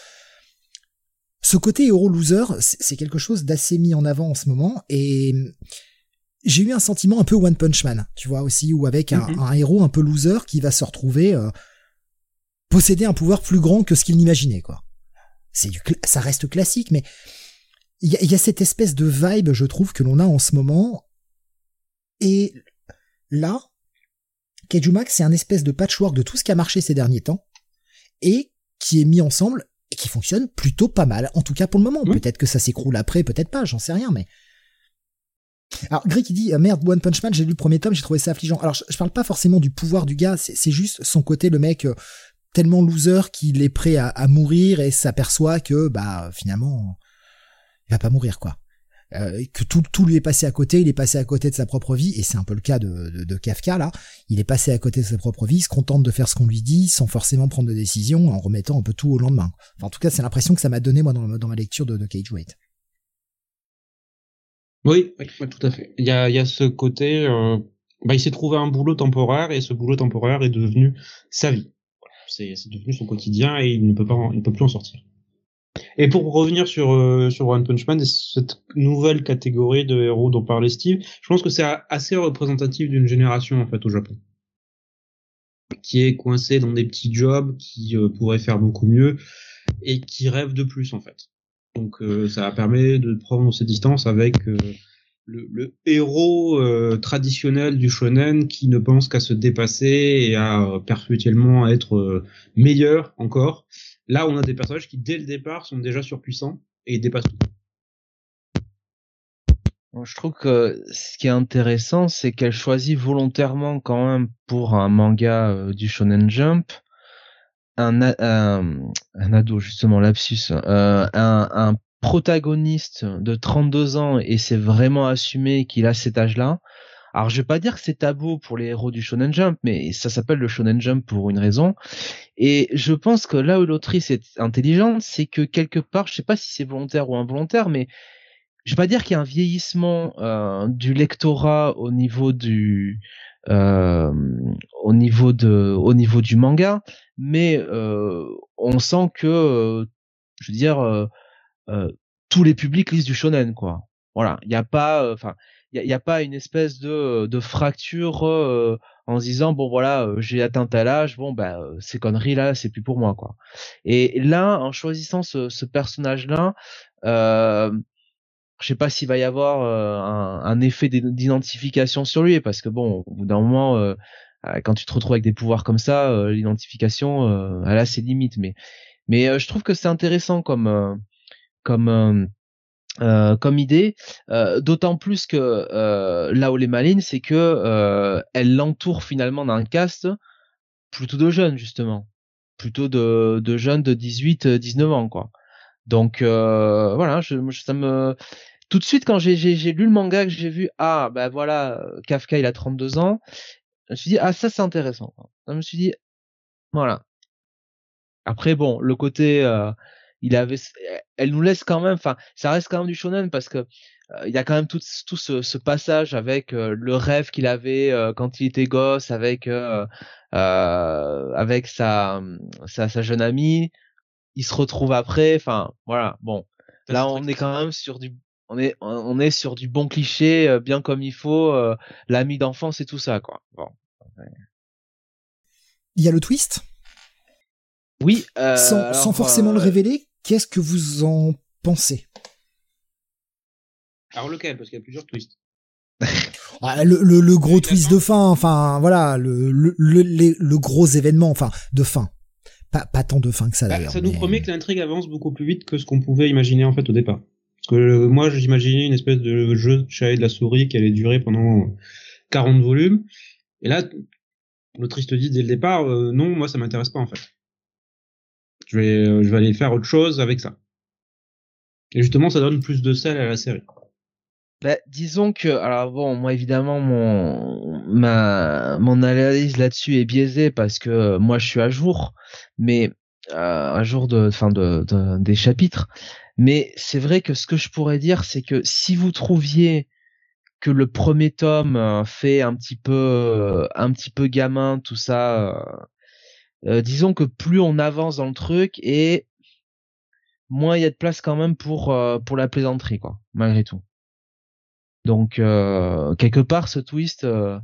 S1: ce côté héros loser, c'est, c'est quelque chose d'assez mis en avant en ce moment. Et j'ai eu un sentiment un peu One Punch Man, tu vois aussi, où avec un, mm-hmm. un héros un peu loser qui va se retrouver euh, posséder un pouvoir plus grand que ce qu'il n'imaginait, quoi. C'est du, ça reste classique, mais il y a, y a cette espèce de vibe, je trouve, que l'on a en ce moment. Et là, Kaiju Max, c'est un espèce de patchwork de tout ce qui a marché ces derniers temps et qui est mis ensemble et qui fonctionne plutôt pas mal. En tout cas pour le moment. Mmh. Peut-être que ça s'écroule après, peut-être pas, j'en sais rien, mais... Alors, Greg, il dit, merde, One Punch Man, j'ai lu le premier tome, j'ai trouvé ça affligeant. Alors, je, je parle pas forcément du pouvoir du gars, c'est, c'est juste son côté, le mec... Euh, tellement loser qu'il est prêt à, à mourir et s'aperçoit que bah finalement il va pas mourir, quoi. Euh, que tout, tout lui est passé à côté, il est passé à côté de sa propre vie, et c'est un peu le cas de, de, de Kafka là. Il est passé à côté de sa propre vie, il se contente de faire ce qu'on lui dit sans forcément prendre de décision, en remettant un peu tout au lendemain. Enfin, en tout cas, c'est l'impression que ça m'a donné moi dans, dans ma lecture de, de Cage Weight.
S2: Oui, oui, oui, tout à fait. Il y a, il y a ce côté, euh, bah il s'est trouvé un boulot temporaire et ce boulot temporaire est devenu sa vie. C'est, c'est devenu son quotidien et il ne peut pas, il ne peut plus en sortir. Et pour revenir sur euh, sur One Punch Man et cette nouvelle catégorie de héros dont parlait Steve, je pense que c'est assez représentatif d'une génération en fait au Japon, qui est coincée dans des petits jobs, qui euh, pourrait faire beaucoup mieux et qui rêve de plus en fait. Donc euh, ça permet de prendre ses distances avec euh, le, le héros euh, traditionnel du shonen qui ne pense qu'à se dépasser et à euh, perpétuellement être euh, meilleur encore. Là, on a des personnages qui, dès le départ, sont déjà surpuissants et dépassent tout.
S3: Je trouve que ce qui est intéressant, c'est qu'elle choisit volontairement quand même pour un manga euh, du Shonen Jump un, un, un ado, justement, lapsus, euh, un, un protagoniste de trente-deux ans, et c'est vraiment assumé qu'il a cet âge-là. Alors, je vais pas dire que c'est tabou pour les héros du Shonen Jump, mais ça s'appelle le Shonen Jump pour une raison. Et je pense que là où l'autrice est intelligente, c'est que quelque part, je sais pas si c'est volontaire ou involontaire, mais je vais pas dire qu'il y a un vieillissement euh, du lectorat au niveau du euh, au niveau de au niveau du manga, mais euh, on sent que euh, je veux dire euh, euh, tous les publics lisent du shonen, quoi. Voilà, il y a pas enfin il y a, y a pas une espèce de de fracture euh, en se disant bon voilà, euh, j'ai atteint tel âge, bon bah euh, ces conneries là, c'est plus pour moi, quoi. Et là, en choisissant ce, ce personnage là, euh, je sais pas s'il va y avoir euh, un, un effet d'identification sur lui, parce que bon, au bout d'un moment, euh, euh, quand tu te retrouves avec des pouvoirs comme ça, euh, l'identification, euh, elle a ses limites. Mais, mais euh, je trouve que c'est intéressant comme, euh, comme, euh, euh, comme idée. Euh, d'autant plus que euh, là où elle est maligne, c'est que euh, elle l'entoure finalement d'un cast plutôt de jeunes justement, plutôt de, de jeunes de dix-huit dix-neuf ans quoi. Donc euh, voilà, je, ça me tout de suite quand j'ai, j'ai, j'ai lu le manga, que j'ai vu ah ben voilà Kafka il a trente-deux ans, je me suis dit ah ça c'est intéressant. Je me suis dit voilà. Après bon le côté euh, il avait, elle nous laisse quand même, enfin ça reste quand même du shonen parce que euh, il y a quand même tout, tout ce, ce passage avec euh, le rêve qu'il avait euh, quand il était gosse avec euh, euh, avec sa, sa sa jeune amie. Il se retrouve après, enfin voilà bon.
S2: Ça,
S3: Là
S2: c'est
S3: on
S2: très
S3: est quand
S2: classique.
S3: même sur du on est on est sur du bon cliché euh, bien comme il faut, euh, l'ami d'enfance et tout ça quoi. Bon.
S1: Il y a le twist.
S3: Oui, euh,
S1: Sans,
S3: alors,
S1: sans forcément le
S3: euh,
S1: révéler, qu'est-ce que vous en pensez?
S2: Alors lequel? Parce qu'il y a plusieurs twists.
S1: Ah, le, le, le gros
S2: Celui de la
S1: twist
S2: fin
S1: de fin, enfin voilà, le, le, le, les- le gros événement, enfin de fin. Pas, pas tant de fin que ça
S2: Bah,
S1: d'ailleurs.
S2: ça nous
S1: mais-
S2: promet que l'intrigue avance beaucoup plus vite que ce qu'on pouvait imaginer en fait au départ. Parce que euh, moi j'imaginais une espèce de jeu de chat et de la souris qui allait durer pendant quarante volumes. Et là, l'autrice te dit dès le départ, euh, non, moi ça m'intéresse pas en fait. Je vais, euh, je vais aller faire autre chose avec ça. Et justement, ça donne plus de sel à la série.
S3: bah, disons que alors bon moi évidemment mon ma mon analyse là-dessus est biaisée parce que euh, moi je suis à jour, mais euh, à jour de enfin de, de des chapitres. Mais c'est vrai que ce que je pourrais dire c'est que si vous trouviez que le premier tome euh, fait un petit peu euh, un petit peu gamin tout ça, euh, euh, disons que plus on avance dans le truc et moins il y a de place quand même pour euh, pour la plaisanterie quoi malgré tout. Donc euh, quelque part ce twist euh,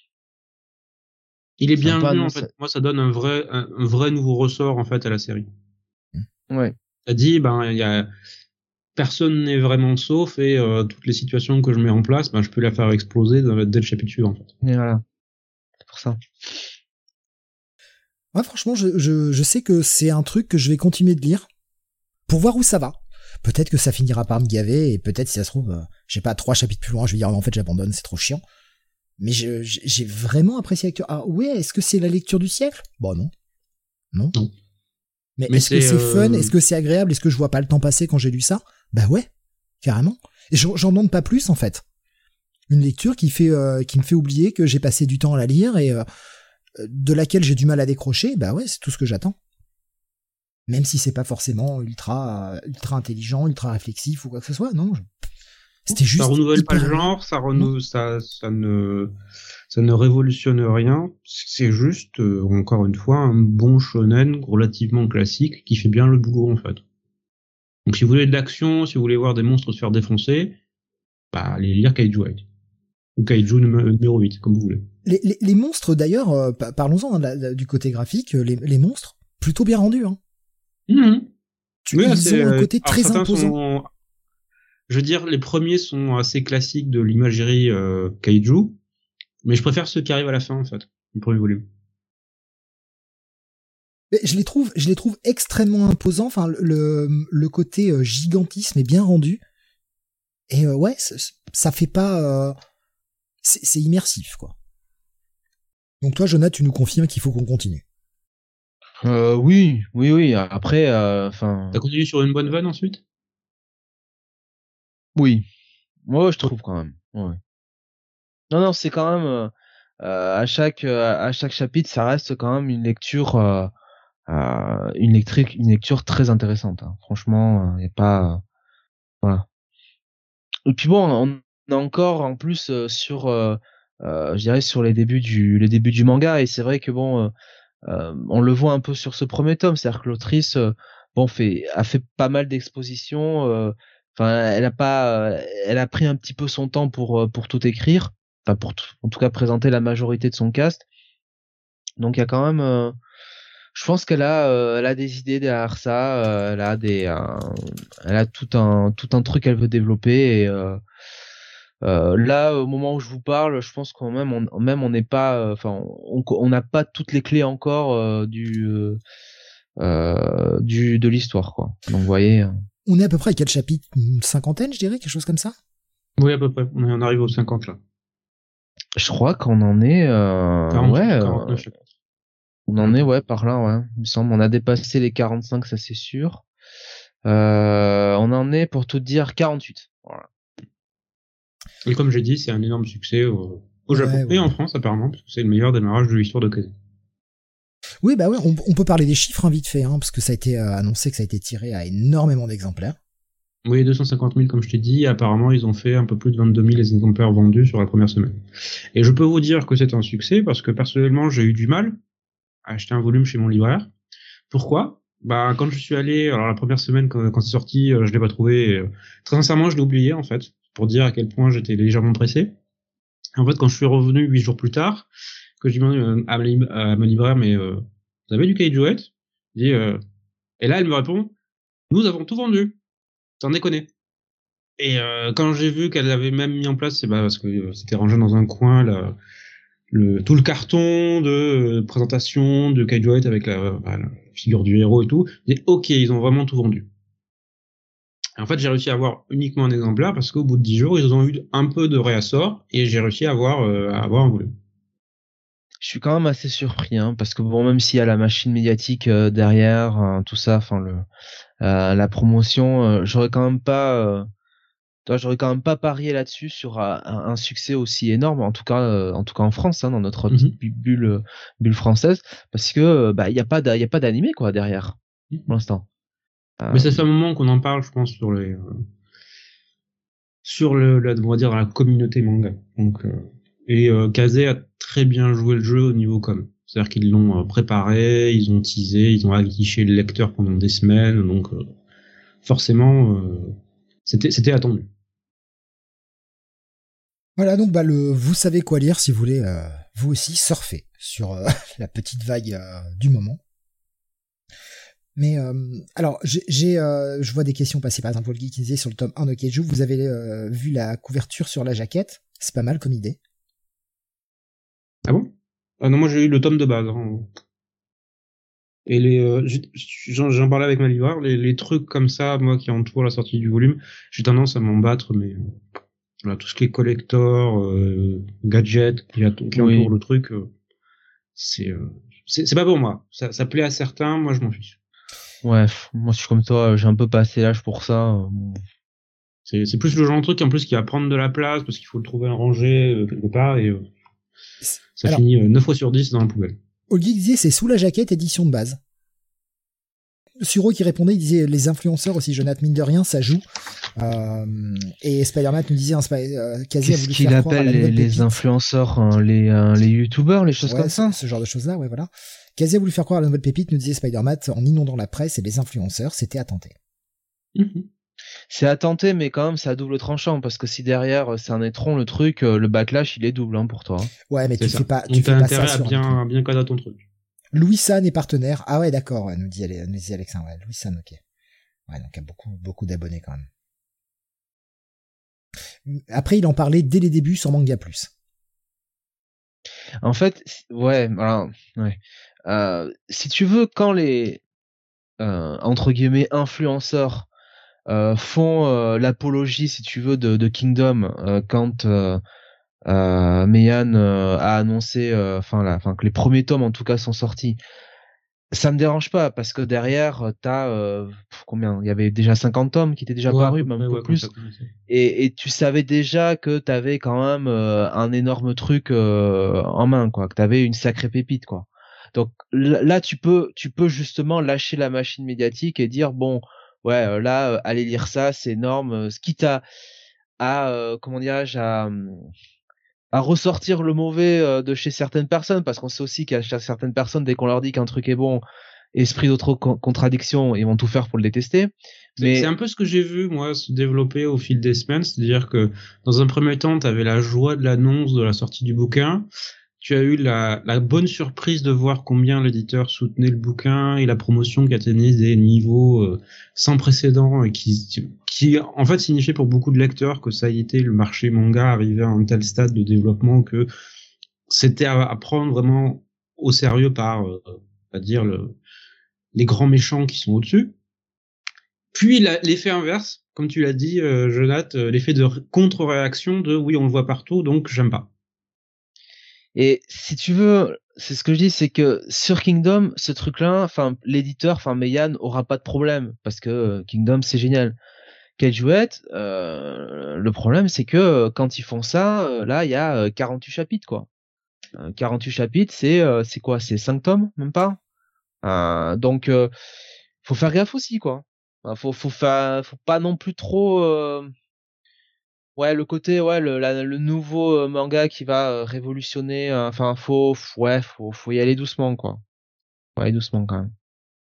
S2: Il est
S3: c'est un peu
S2: bienvenu en
S3: annoncé.
S2: fait. Moi, ça donne un vrai, un, un vrai nouveau ressort en fait à la série.
S3: Ouais.
S2: Ça dit, ben, il y a personne n'est vraiment sauf et euh, toutes les situations que je mets en place, ben, je peux la faire exploser dans le, dès le chapitre suivant en fait.
S3: Et voilà. C'est pour ça.
S1: Ouais, franchement, je, je, je sais que c'est un truc que je vais continuer de lire pour voir où ça va. Peut-être que ça finira par me gaver et peut-être si ça se trouve, euh, je sais pas, trois chapitres plus loin, je vais dire en fait j'abandonne, c'est trop chiant. Mais je, j'ai vraiment apprécié la lecture. Ah ouais, est-ce que c'est la lecture du siècle? Bon non, non.
S2: Non.
S1: Mais,
S2: Mais
S1: est-ce que
S2: c'est,
S1: c'est
S2: euh,
S1: fun? Est-ce que c'est agréable? Est-ce que je vois pas le temps passer quand j'ai lu ça? Bah ouais, carrément. Et j'en j'en demande pas plus en fait. Une lecture qui fait, euh, qui me fait oublier que j'ai passé du temps à la lire et euh, de laquelle j'ai du mal à décrocher. Bah ouais, c'est tout ce que j'attends. Même si c'est pas forcément ultra, euh, ultra intelligent, ultra réflexif ou quoi que ce soit. Non, je... c'était juste
S2: ça renouvelle pas
S1: hyper
S2: le
S1: agréable.
S2: genre, ça, renou ça, ça ne, ça ne révolutionne rien. C'est juste, euh, encore une fois, un bon shonen relativement classique qui fait bien le boulot en fait. Donc si vous voulez de l'action, si vous voulez voir des monstres se faire défoncer, bah allez lire Kaiju huit. Ou Kaiju numé- numéro huit, comme vous voulez.
S1: Les, les, les monstres d'ailleurs, euh, pa- parlons-en hein, la- la- du côté graphique, les, les monstres plutôt bien rendus. Hein.
S2: Mmh.
S1: Tu,
S2: Oui,
S1: ils
S2: assez,
S1: ont un
S2: euh,
S1: côté
S2: alors
S1: très
S2: certains
S1: imposant.
S2: sont, je veux dire, les premiers sont assez classiques de l'imagerie euh, Kaiju, mais je préfère ceux qui arrivent à la fin en fait, du premier volume.
S1: Mais je les trouve, je les trouve extrêmement imposants. Enfin, le, le, le côté euh, gigantisme est bien rendu. Et euh, ouais, c- c- ça fait pas, euh, c'est c'est immersif quoi. Donc toi, Jonathan, tu nous confirmes qu'il faut qu'on continue.
S3: Euh, oui, oui, oui. Après, enfin,
S2: T'as continué sur une bonne vanne ensuite?
S3: oui. Moi, je trouve quand même. Ouais. Non, non, c'est quand même euh, euh, à chaque euh, à chaque chapitre, ça reste quand même une lecture, euh, euh, une lecture, une lecture très intéressante. Hein. Franchement, il y a pas, euh, voilà. Et puis bon, on est encore en plus euh, sur, euh, euh, je dirais sur les débuts du les débuts du manga et c'est vrai que bon. Euh, Euh, on le voit un peu sur ce premier tome, c'est-à-dire que l'autrice, euh, bon, fait, a fait pas mal d'expositions. euh, Enfin, elle a pas, euh, elle a pris un petit peu son temps pour euh, pour tout écrire, enfin pour tout- en tout cas présenter la majorité de son cast. Donc il y a quand même, euh, je pense qu'elle a, euh, elle a des idées derrière ça, euh, elle a des, euh, elle a tout un tout un truc qu'elle veut développer et euh, Euh, là, au moment où je vous parle, je pense quand même, on, même on n'est pas, enfin, on on n'a pas toutes les clés encore euh, du, euh, euh, du de l'histoire, quoi. Donc, vous voyez. euh,
S1: On est à peu près à quel chapitre? Une cinquantaine, je dirais, quelque chose comme ça?
S2: Oui, à peu près. On en arrive aux cinquante là.
S3: Je crois qu'on en est, euh,
S2: quarante-huit,
S3: ouais, euh,
S2: quarante-neuf chapitres.
S3: on en est, ouais, par là, ouais. Il me semble, on a dépassé les quarante-cinq, ça c'est sûr. Euh, on en est, pour tout dire, quarante-huit. Voilà.
S2: Et comme j'ai dit, c'est un énorme succès au, au
S1: Ouais,
S2: Japon
S1: ouais,
S2: et en
S1: ouais.
S2: France apparemment, parce que c'est le meilleur démarrage de l'histoire de Kaze.
S1: Oui, bah ouais, on, on peut parler des chiffres hein, vite fait, hein, parce que ça a été euh, annoncé que ça a été tiré à énormément d'exemplaires.
S2: Oui, deux cent cinquante mille comme je t'ai dit, et apparemment ils ont fait un peu plus de vingt-deux mille exemplaires vendus sur la première semaine. Et je peux vous dire que c'est un succès parce que personnellement j'ai eu du mal à acheter un volume chez mon libraire. Pourquoi? Bah quand je suis allé, alors la première semaine quand, quand c'est sorti, euh, je l'ai pas trouvé. Et, euh, très sincèrement, je l'ai oublié en fait, pour dire à quel point j'étais légèrement pressé. En fait, quand je suis revenu huit jours plus tard, que je dis euh, à, ma lib- à ma libraire, mais euh, vous avez du Kaijuet? Je dis, euh, et là elle me répond, nous avons tout vendu. Sans déconner. Et euh, quand j'ai vu qu'elle avait même mis en place, c'est bah, parce que euh, c'était rangé dans un coin là, le tout le carton de euh, présentation de Kaijuet avec la, bah, la figure du héros et tout. J'ai dit ok, ils ont vraiment tout vendu. Et en fait, j'ai réussi à avoir uniquement un exemplaire parce qu'au bout de dix jours, ils ont eu un peu de réassort et j'ai réussi à avoir euh, à avoir un volume.
S3: Je suis quand même assez surpris, hein, parce que bon, même s'il y a la machine médiatique euh, derrière, hein, tout ça, enfin le, euh, la promotion, euh, j'aurais quand même pas, euh, toi, j'aurais quand même pas parié là-dessus sur euh, un, un succès aussi énorme, en tout cas, euh, en tout cas en France, hein, dans notre petite
S2: Mm-hmm.
S3: bu- bulle, euh, bulle française, parce que euh, bah il y a pas, d'a- il y a pas d'animé quoi derrière, pour l'instant.
S2: Mais
S3: Euh,
S2: ça fait un moment qu'on en parle, je pense, sur les euh, sur le, la, on va dire dans la communauté manga. Donc euh, et euh, Kaze a très bien joué le jeu au niveau com. C'est-à-dire qu'ils l'ont euh, préparé, ils ont teasé, ils ont aguiché le lecteur pendant des semaines, donc euh, forcément euh, c'était c'était attendu.
S1: Voilà, donc bah le, vous savez quoi lire si vous voulez, euh, vous aussi surfer sur euh, la petite vague euh, du moment. Mais euh, alors, j'ai, j'ai euh, je vois des questions passer, par exemple, Olgi qui disait sur le tome un de Keiju, vous avez euh, vu la couverture sur la jaquette, c'est pas mal comme idée.
S2: Ah bon? Ah non, moi j'ai eu le tome de base. Hein. Et les, euh, j'ai- j'en, j'en parlais avec ma libraire, les, les trucs comme ça, moi qui entourent la sortie du volume, j'ai tendance à m'en battre, mais euh, voilà, tout ce qui est collector, euh, gadget, qui, a- qui
S3: oui.
S2: entoure le truc, euh, c'est, euh, c'est c'est pas pour moi. Ça, ça plaît à certains, moi je m'en fiche.
S3: Ouais, pff, moi je suis comme toi, j'ai un peu passé l'âge pour ça. euh, bon.
S2: C'est c'est plus le genre de truc en plus qui va prendre de la place parce qu'il faut le trouver rangé euh, quelque part et euh, ça
S1: Alors,
S2: finit euh, neuf fois sur dix dans la poubelle.
S1: Olgi disait c'est sous la jaquette édition de base. Suro qui répondait, il disait les influenceurs aussi, Jonathan, mine de rien, ça joue. Euh, et Spider-Man nous disait, hein, Sp- euh, Kazi a
S3: Qu'est-ce
S1: voulu
S3: qu'il
S1: faire croire à
S3: appelle
S1: la
S3: les,
S1: nouvelle
S3: les
S1: pépite.
S3: influenceurs, hein, les, euh, les youtubeurs, les choses
S1: Ouais,
S3: comme ça?
S1: ce, ce genre de choses-là, ouais, voilà. Kazi a voulu faire croire à la nouvelle pépite, nous disait Spider-Man, en inondant la presse et les influenceurs, c'était à tenter.
S2: Mm-hmm.
S3: C'est à tenter, mais quand même, c'est à double tranchant, parce que si derrière, c'est un étron, le truc, euh, le backlash, il est double, hein, pour toi.
S1: Ouais, mais
S2: C'est
S1: tu
S2: ça.
S1: fais pas, tu
S2: Donc
S1: fais
S2: t'as
S1: pas
S2: intérêt
S1: ça
S2: à
S1: sur un
S2: bien,
S1: truc.
S2: à bien cadrer ton truc.
S1: Louis San est partenaire. Ah ouais, d'accord, ouais, nous dit, nous dit Alexandre, ouais, Louis San, ok. Ouais, donc il y a beaucoup, beaucoup d'abonnés quand même. Après, il en parlait dès les débuts sur Manga Plus.
S3: En fait, ouais, alors, ouais. Euh, si tu veux, quand les, euh, entre guillemets, influenceurs euh, font euh, l'apologie, si tu veux, de, de Kingdom, euh, quand euh, euh, Meian euh, a annoncé, enfin, euh, enfin, que les premiers tomes, en tout cas, sont sortis, ça me dérange pas parce que derrière t'as euh, combien, il y avait déjà cinquante tomes qui étaient déjà
S2: Ouais,
S3: parus,
S2: près,
S3: même un peu
S2: ouais,
S3: plus, et, et tu savais déjà que t'avais quand même euh, un énorme truc euh, en main, quoi, que t'avais une sacrée pépite, quoi. Donc là tu peux tu peux justement lâcher la machine médiatique et dire bon ouais euh, là euh, allez lire ça, c'est énorme, ce qui t'a à euh, comment dirais-je à à ressortir le mauvais euh, de chez certaines personnes, parce qu'on sait aussi qu'il y a certaines personnes, dès qu'on leur dit qu'un truc est bon, esprit d'autre contradiction, ils vont tout faire pour le détester. Mais
S2: c'est un peu ce que j'ai vu moi se développer au fil des semaines, c'est-à-dire que dans un premier temps, tu avais la joie de l'annonce de la sortie du bouquin, tu as eu la, la bonne surprise de voir combien l'éditeur soutenait le bouquin et la promotion qui atteignait des niveaux euh, sans précédent et qui, qui en fait signifiait pour beaucoup de lecteurs que ça y était, le marché manga arrivait à un tel stade de développement que c'était à, à prendre vraiment au sérieux par, euh, on va dire, le, les grands méchants qui sont au-dessus. Puis la, l'effet inverse, comme tu l'as dit, euh, Jonathan, euh, l'effet de contre-réaction de oui, on le voit partout, donc j'aime pas.
S3: Et si tu veux, c'est ce que je dis, c'est que sur Kingdom, ce truc-là, enfin l'éditeur, enfin Meian aura pas de problème parce que Kingdom c'est génial. Cageouette, euh, le problème c'est que quand ils font ça, euh, là il y a euh, quarante-huit chapitres quoi. Euh, quarante-huit chapitres, c'est euh, c'est quoi, c'est cinq tomes, même pas. Euh, donc euh, faut faire gaffe aussi quoi. Enfin, faut faut faire, faut pas non plus trop. Euh, Ouais, le côté, ouais, le, la- le nouveau euh, manga qui va euh, révolutionner. euh, Enfin, faut, f- ouais, faut, faut y aller doucement, quoi. Faut y aller doucement quand même.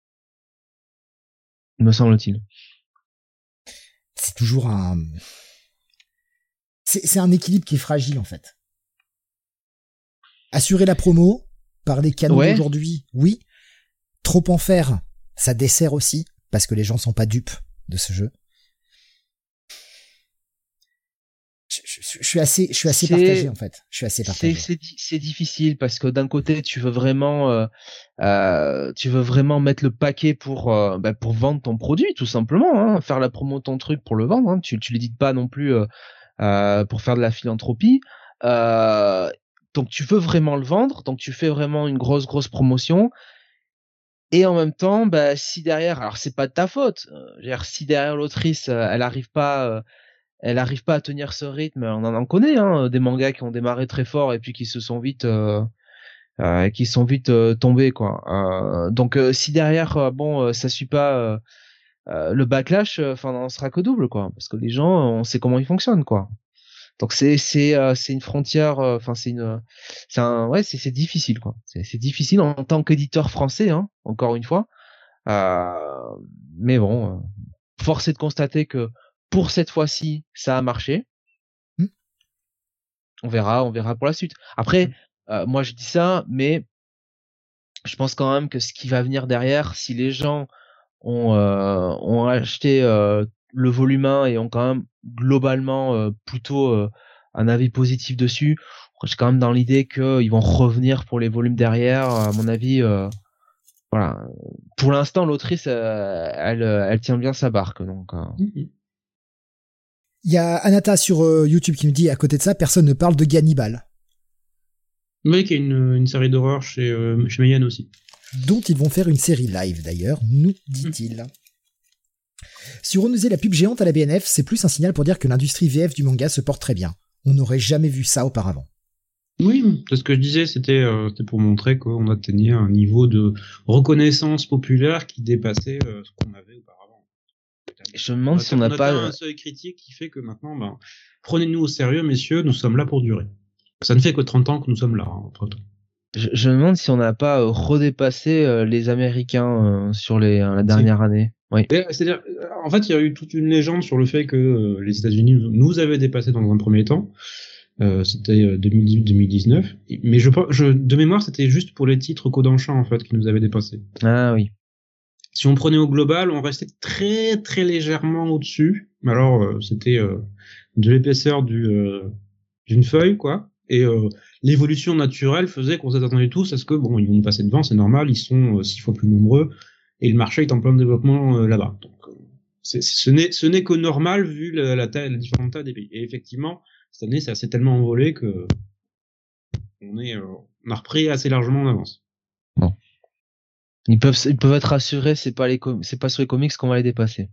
S3: Me semble-t-il.
S1: C'est toujours un, c'est, c'est un équilibre qui est fragile, en fait. Assurer la promo par les canaux
S3: Ouais.
S1: d'aujourd'hui, oui. Trop en faire, ça dessert aussi, parce que les gens sont pas dupes de ce jeu. Je, je- je suis assez, je suis assez
S3: C'est-
S1: partagé, en fait. Je suis assez
S3: C'est,
S1: partagé.
S3: c'est, di- c'est difficile parce que d'un côté, tu veux vraiment, euh, euh, tu veux vraiment mettre le paquet pour, euh, bah, pour vendre ton produit, tout simplement, hein, faire la promo de ton truc pour le vendre. Hein, tu, tu l'édites pas non plus euh, euh, pour faire de la philanthropie. Euh, donc tu veux vraiment le vendre, donc tu fais vraiment une grosse grosse promotion. Et en même temps, bah, si derrière, alors c'est pas de ta faute, euh, je veux dire, si derrière l'autrice, euh, elle arrive pas, euh, elle arrive pas à tenir ce rythme, on en en connaît, hein, des mangas qui ont démarré très fort et puis qui se sont vite, euh, euh, qui sont vite euh, tombés, quoi. Euh, donc euh, si derrière, euh, bon, euh, ça suit pas euh, euh, le backlash, enfin, on sera que double, quoi, parce que les gens, on sait comment ils fonctionnent, quoi. Donc c'est c'est euh, c'est une frontière, enfin c'est une, c'est un, ouais, c'est c'est difficile, quoi. C'est c'est difficile en tant qu'éditeur français, hein, encore une fois. Euh, mais bon, euh, force est de constater que pour cette fois-ci, ça a marché.
S1: Hmm.
S3: On verra, on verra pour la suite. Après, euh, moi je dis ça, mais je pense quand même que ce qui va venir derrière, si les gens ont euh, ont acheté euh, le volume un et ont quand même globalement euh, plutôt euh, un avis positif dessus, je suis quand même dans l'idée qu'ils vont revenir pour les volumes derrière. À mon avis, euh, voilà. Pour l'instant, l'autrice, euh, elle, elle tient bien sa barque. Donc, euh...
S2: Mm-hmm.
S1: Il y a Anata sur euh, YouTube qui me dit, à côté de ça, personne ne parle de Gannibal.
S2: Oui, qui a une, une série d'horreur chez, euh, chez Meian aussi.
S1: Dont ils vont faire une série live, d'ailleurs, nous dit-il. Mmh. Si on osait la pub géante à la B N F, c'est plus un signal pour dire que l'industrie V F du manga se porte très bien. On n'aurait jamais vu ça auparavant.
S2: Oui, c'est ce que je disais, c'était, euh, c'était pour montrer qu'on atteignait un niveau de reconnaissance populaire qui dépassait euh, ce qu'on avait auparavant.
S3: Je me demande
S2: on
S3: si on n'a pas...
S2: un seuil critique qui fait que maintenant, ben, prenez-nous au sérieux, messieurs, nous sommes là pour durer. Ça ne fait que trente ans que nous sommes là, hein, entre-temps.
S3: Je, je me demande si on n'a pas euh, redépassé euh, les Américains euh, sur les, euh, la dernière si. année. Oui.
S2: C'est-à-dire, en fait, il y a eu toute une légende sur le fait que euh, les États-Unis nous avaient dépassé dans un premier temps. Euh, c'était deux mille dix-huit deux mille dix-neuf. Mais je, je, de mémoire, c'était juste pour les titres Kodansha, en fait, qui nous avaient dépassé.
S3: Ah oui.
S2: Si on prenait au global, on restait très très légèrement au-dessus. Mais alors, euh, c'était euh, de l'épaisseur du, euh, d'une feuille, quoi. Et euh, l'évolution naturelle faisait qu'on s'attendait tous à ce que, bon, ils vont nous passer devant, c'est normal, ils sont euh, six fois plus nombreux, et le marché est en plein développement euh, là-bas. Donc, euh, c'est, ce, n'est, ce n'est que normal vu la, la, taille, la différente taille des pays. Et effectivement, cette année, ça s'est tellement envolé que on, est, euh, on a repris assez largement en avance.
S3: Bon. Ils peuvent, ils peuvent être rassurés, c'est pas les, com- c'est pas sur les comics qu'on va les dépasser.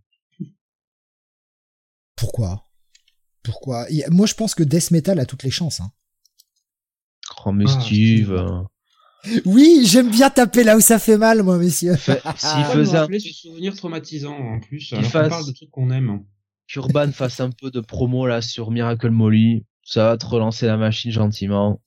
S1: Pourquoi Pourquoi a, Moi, je pense que Death Metal a toutes les chances. Hein.
S3: Oh, mais ah, Steve. Euh...
S1: Oui, j'aime bien taper là où ça fait mal, moi, messieurs.
S3: Fait, s'il faisait un...
S2: ce souvenir traumatisant en plus. Alors fasse... on parle de trucs qu'on aime.
S3: Qu'Urban fasse un peu de promo là sur Miracle Molly, ça va te relancer la machine gentiment.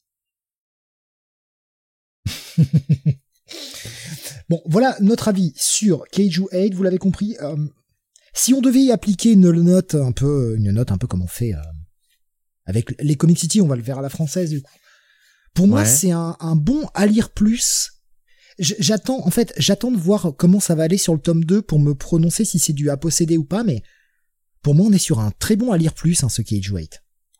S1: Bon, voilà notre avis sur Kaiju eight. Vous l'avez compris. Euh, si on devait y appliquer une note un peu, une note un peu comme on fait euh, avec les Comic City, on va le faire à la française du coup. Pour moi,
S3: Ouais.
S1: c'est un, un bon à lire plus. J- J'attends, en fait, j'attends de voir comment ça va aller sur le tome deux pour me prononcer si c'est du à posséder ou pas, mais pour moi, on est sur un très bon à lire plus, hein, ce Cage Weight.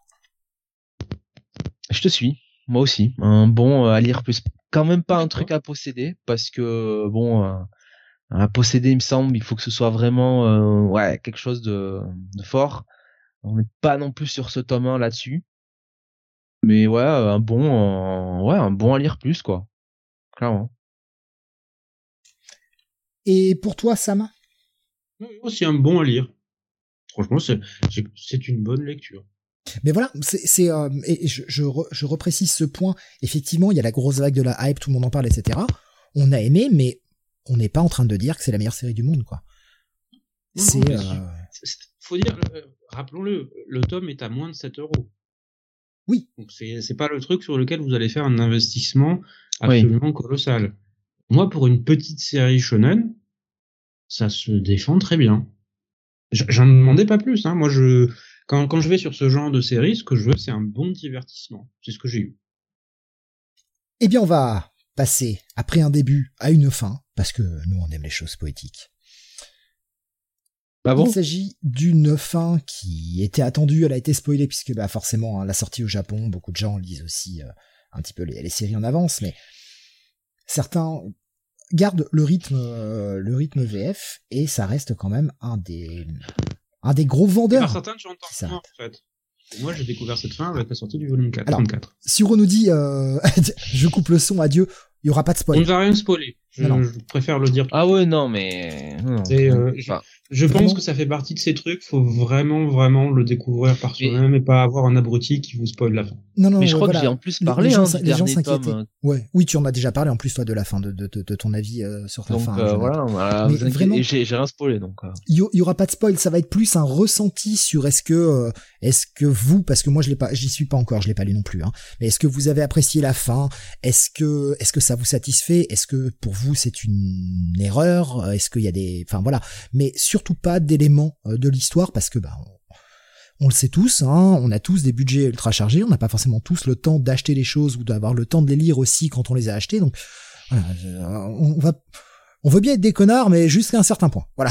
S3: Je te suis. Moi aussi. Un bon euh, à lire plus. Quand même pas un
S2: D'accord.
S3: truc à posséder parce que bon, euh, à posséder, il me semble, il faut que ce soit vraiment euh, ouais quelque chose de, de fort. On n'est pas non plus sur ce tome un là-dessus. Mais ouais, un bon, euh, ouais, un bon à lire plus quoi. Clairement.
S1: Et pour toi, Sam?
S2: Moi, c'est un bon à lire. Franchement, c'est, c'est, c'est une bonne lecture.
S1: Mais voilà, c'est, c'est euh, et je, je, re- je reprécise ce point. Effectivement, il y a la grosse vague de la hype, tout le monde en parle, et cetera. On a aimé, mais on n'est pas en train de dire que c'est la meilleure série du monde, quoi.
S2: Non,
S1: C'est,
S2: non, mais
S1: euh,
S2: c'est- c'est- faut dire, euh, rappelons-le, le tome est à moins de sept euros.
S1: oui,
S2: Donc c'est, c'est pas le truc sur lequel vous allez faire un investissement
S3: Oui.
S2: absolument colossal. Moi, pour une petite série shonen, ça se défend très bien. J- J'en demandais pas plus, hein. Moi, je, quand, quand je vais sur ce genre de série, ce que je veux, c'est un bon divertissement. C'est ce que j'ai eu.
S1: eh bien, on va passer, après un début, à une fin, parce que nous, on aime les choses poétiques.
S3: Bah bon.
S1: Il s'agit d'une fin qui était attendue, elle a été spoilée, puisque bah, forcément, hein, la sortie au Japon, beaucoup de gens lisent aussi euh, un petit peu les, les séries en avance, mais certains gardent le rythme, euh, le rythme V F, et ça reste quand même un des, un des gros
S2: Et par
S1: vendeurs.
S2: certains, tu entends
S1: qui s'arrête.
S2: moins, en fait. Et moi, j'ai découvert cette fin avec la sortie du volume quatre,
S1: Alors,
S2: trente-quatre.
S1: Si on nous dit, euh, je coupe le son, adieu, il y aura pas de
S2: On
S1: spoil.
S2: ne va rien spoiler. Je,
S1: Non, non.
S2: je préfère le dire.
S3: Ah ouais, non, mais non,
S2: C'est,
S3: non,
S2: euh,
S3: enfin,
S2: Je
S1: Vraiment.
S2: pense que ça fait partie de ces trucs, faut vraiment, vraiment le découvrir par soi-même et pas avoir un abruti qui vous spoil la fin.
S1: Non, non,
S3: mais je
S1: ouais,
S3: crois
S1: voilà.
S3: que j'ai en plus
S1: Les-
S3: parlé
S1: les gens,
S3: hein,
S1: s-
S3: du
S1: les gens
S3: dernier
S1: s'inquiétaient.
S3: tome.
S1: Ouais, oui, tu en as déjà parlé en plus toi de la fin, de, de, de, de ton avis euh, sur la
S3: Donc
S1: fin.
S3: euh,
S1: Jonathan.
S3: voilà, voilà,
S1: Mais
S3: vous inquiétez-
S1: vraiment-
S3: et j'ai j'ai rien spoilé donc. euh.
S1: Il y, il y aura pas de spoil, ça va être plus un ressenti sur est-ce que euh, est-ce que vous, parce que moi je l'ai pas, j'y suis pas encore, je l'ai pas lu non plus, hein. Mais est-ce que vous avez apprécié la fin? Est-ce que est-ce que ça vous satisfait? Est-ce que pour vous c'est une erreur? Est-ce qu'il y a des, enfin voilà, mais surtout pas d'éléments euh, de l'histoire parce que bah on, on le sait tous, hein, on a tous des budgets ultra chargés, on n'a pas forcément tous le temps d'acheter les choses ou d'avoir le temps de les lire aussi quand on les a achetées, donc voilà, je- on va on veut bien être des connards, mais jusqu'à un certain point. Voilà.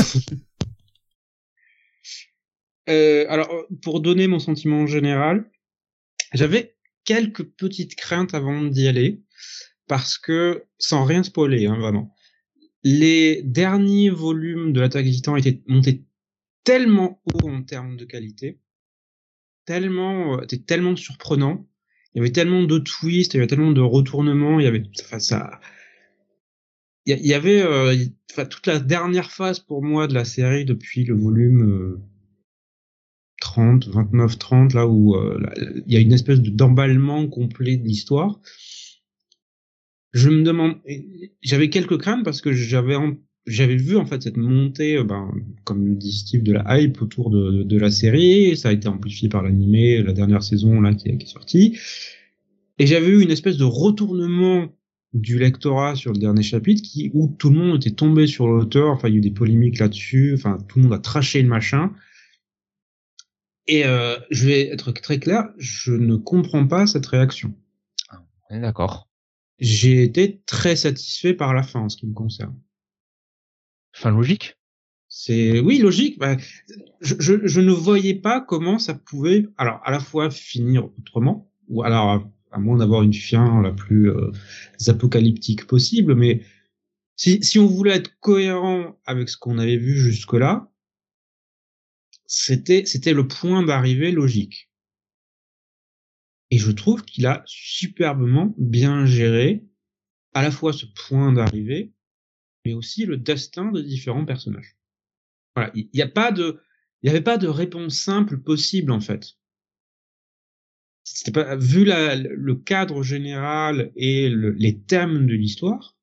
S2: Euh, alors, pour donner mon sentiment général, j'avais quelques petites craintes avant d'y aller, parce que, sans rien spoiler, hein, vraiment, les derniers volumes de l'Attaque des Titans étaient montés tellement haut en termes de qualité, tellement, euh, étaient tellement surprenants, il y avait tellement de twists, il y avait tellement de retournements, il y avait, enfin, ça, il y, y avait, euh, y, enfin, toute la dernière phase pour moi de la série depuis le volume euh, trente, vingt-neuf, trente, là où euh, il y a une espèce de d'emballement complet de l'histoire. Je me demande, j'avais quelques craintes parce que j'avais en, j'avais vu en fait cette montée, ben, comme dit Steve, de la hype autour de, de, de la série. Ça a été amplifié par l'animé, la dernière saison là qui, qui est sortie. Et j'avais eu une espèce de retournement du lectorat sur le dernier chapitre qui, où tout le monde était tombé sur l'auteur. Enfin, il y a eu des polémiques là-dessus. Enfin, tout le monde a traché le machin. Et euh, je vais être très clair, je ne comprends pas cette réaction.
S3: On est d'accord.
S2: J'ai été très satisfait par la fin en ce qui me concerne.
S3: Fin logique.
S2: C'est oui logique. Bah, je, je, je ne voyais pas comment ça pouvait, alors à la fois finir autrement, ou alors à moins d'avoir une fin la plus euh, apocalyptique possible, mais si, si on voulait être cohérent avec ce qu'on avait vu jusque-là, c'était c'était le point d'arrivée logique. Et je trouve qu'il a superbement bien géré à la fois ce point d'arrivée, mais aussi le destin de différents personnages. Voilà, il n'y a pas de, il n'y avait pas de réponse simple possible en fait. C'était pas vu la, le cadre général et le, les thèmes de l'histoire,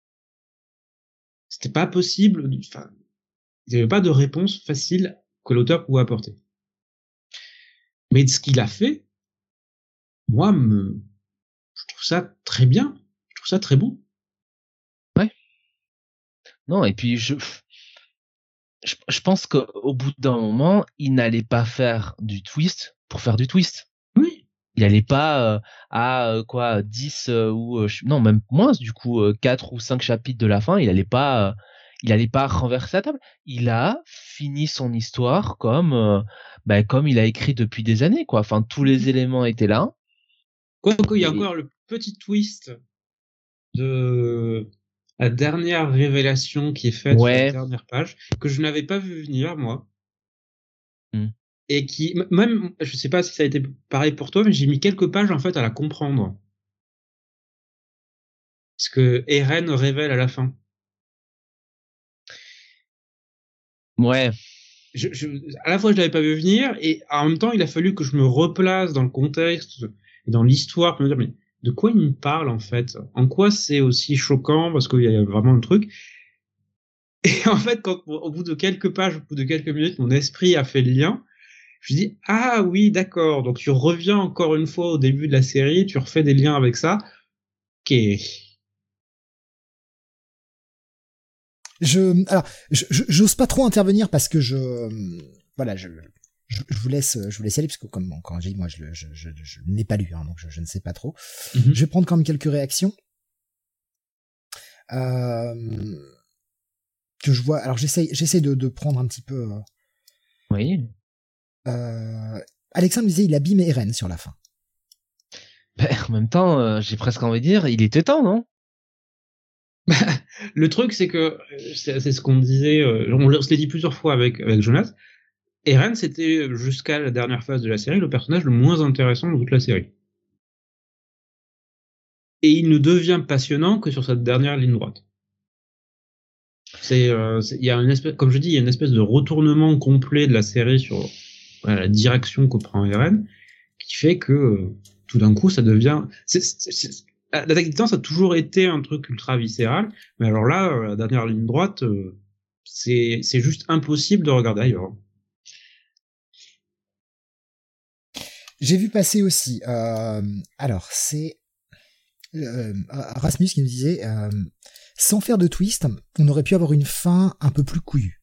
S2: c'était pas possible. Enfin, il n'y avait pas de réponse facile que l'auteur pouvait apporter. Mais ce qu'il a fait, moi, me, je trouve ça très bien. Je trouve ça très bon.
S3: Ouais. Non, et puis je, je, je pense qu'au bout d'un moment, il n'allait pas faire du twist pour faire du twist.
S2: Oui.
S3: Il allait pas euh, à euh, quoi dix euh, ou euh, non même moins du coup euh, quatre ou cinq chapitres de la fin, il allait pas euh, il allait pas renverser la table. Il a fini son histoire comme euh, bah, comme il a écrit depuis des années quoi. Enfin tous les éléments étaient là.
S2: Quoique il y a
S3: Et...
S2: encore le petit twist de la dernière révélation qui est faite
S3: ouais.
S2: sur la dernière page que je n'avais pas vu venir moi.
S3: Hmm.
S2: Et qui, même, je sais pas si ça a été pareil pour toi, mais j'ai mis quelques pages en fait à la comprendre. Ce que Eren révèle à la fin.
S3: Ouais.
S2: Je, je, à la fois je l'avais pas vu venir et en même temps il a fallu que je me replace dans le contexte et dans l'histoire pour me dire mais de quoi il me parle en fait? En quoi c'est aussi choquant parce qu'il y a vraiment un truc. Et en fait quand au bout de quelques pages, au bout de quelques minutes, mon esprit a fait le lien. Je dis ah oui d'accord, donc tu reviens encore une fois au début de la série, tu refais des liens avec ça. Ok.
S1: Je, alors, je, je- j'ose pas trop intervenir parce que je, voilà, je, je, je vous laisse, je vous laisse aller parce que comme quand j'ai dit, moi, je, je, je, je ne l'ai pas lu, hein, donc je, je ne sais pas trop.
S2: Mm-hmm.
S1: Je vais prendre quand même quelques réactions. Euh, que je vois. Alors j'essaie, j'essaie de, de prendre un petit peu. Euh,
S3: Oui.
S1: euh, Alexandre disait il abîme Eren sur la fin.
S3: Ben, en même temps, euh, j'ai presque envie de dire, il était temps, non?
S2: Le truc, c'est que c'est, c'est ce qu'on disait, euh, on, on se l'est dit plusieurs fois avec, avec Jonas. Eren, c'était jusqu'à la dernière phase de la série le personnage le moins intéressant de toute la série. Et il ne devient passionnant que sur cette dernière ligne droite. C'est, euh, c'est, il y a une espèce, comme je dis, il y a une espèce de retournement complet de la série sur voilà, la direction que prend Eren, qui fait que euh, tout d'un coup, ça devient. C'est, c'est, c'est, L'attaque des Titans, ça a toujours été un truc ultra viscéral, mais alors là, la dernière ligne droite, euh, c'est, c'est juste impossible de regarder ailleurs.
S1: J'ai vu passer aussi. Euh, alors c'est euh, Rasmus qui nous disait, euh, sans faire de twist, on aurait pu avoir une fin un peu plus couillue.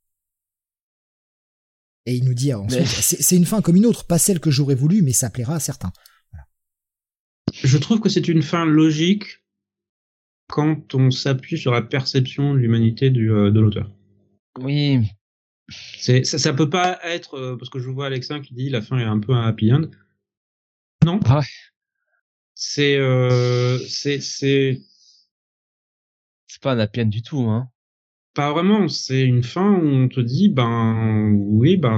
S1: Et il nous dit ensuite, mais... c'est, c'est une fin comme une autre, pas celle que j'aurais voulu, mais ça plaira à certains. Voilà.
S2: Je trouve que c'est une fin logique quand on s'appuie sur la perception de l'humanité du, euh, de l'auteur.
S3: Oui.
S2: C'est, ça, ça peut pas être, euh, parce que je vois Alexin qui dit la fin est un peu un happy end. Non.
S3: Ouais.
S2: C'est, euh, c'est, c'est.
S3: C'est pas un happy end du tout, hein.
S2: Pas vraiment. C'est une fin où on te dit, ben, oui, ben,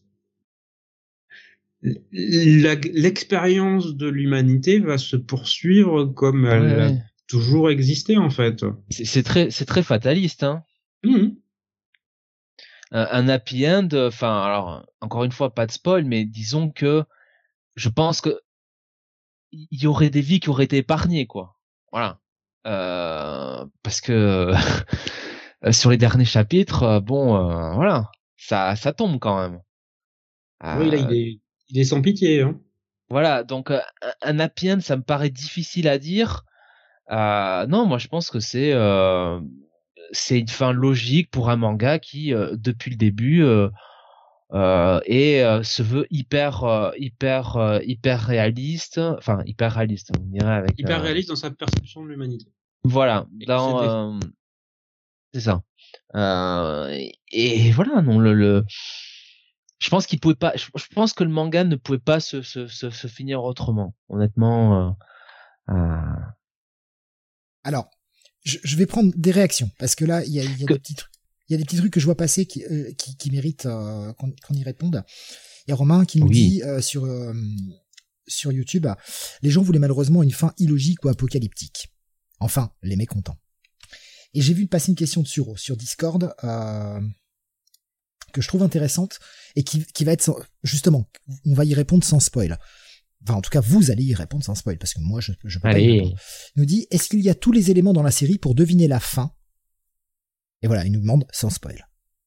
S2: la, l'expérience de l'humanité va se poursuivre comme elle ouais, a ouais. toujours existé, en fait.
S3: C'est, c'est très, c'est très fataliste, hein.
S2: Mmh.
S3: Un, un happy end, enfin, alors, encore une fois, pas de spoil, mais disons que je pense que il y aurait des vies qui auraient été épargnées, quoi. Voilà. Euh, parce que sur les derniers chapitres, bon, euh, voilà, ça, ça tombe quand même.
S2: Oui, euh, là, il est, il est sans pitié, hein.
S3: Voilà, donc euh, un happy end, ça me paraît difficile à dire. Euh, non, moi, je pense que c'est, euh, c'est une fin logique pour un manga qui, euh, depuis le début, euh, euh, et euh, se veut hyper, euh, hyper, euh, hyper réaliste, enfin hyper réaliste, on dirait avec.
S2: Hyper
S3: euh,
S2: réaliste dans sa perception de l'humanité.
S3: Voilà, et dans, euh, c'est ça. Euh, et, et voilà, non, le, le, je pense qu'il pouvait pas, je, je pense que le manga ne pouvait pas se, se, se, se finir autrement, honnêtement. Euh, euh...
S1: Alors, je, je vais prendre des réactions parce que là, il y a, y a que... des petits trucs. Il y a des petits trucs que je vois passer qui, euh, qui, qui méritent euh, qu'on, qu'on y réponde. Il y a Romain qui nous oui. dit euh, sur, euh, sur YouTube, les gens voulaient malheureusement une fin illogique ou apocalyptique. Enfin, les mécontents. Et j'ai vu passer une question de Suro sur Discord euh, que je trouve intéressante et qui, qui va être, sans, justement, on va y répondre sans spoil. Enfin, en tout cas, vous allez y répondre sans spoil parce que moi, je, je peux
S3: allez.
S1: pas y répondre. Il nous dit, est-ce qu'il y a tous les éléments dans la série pour deviner la fin? Et voilà, il nous demande sans spoil.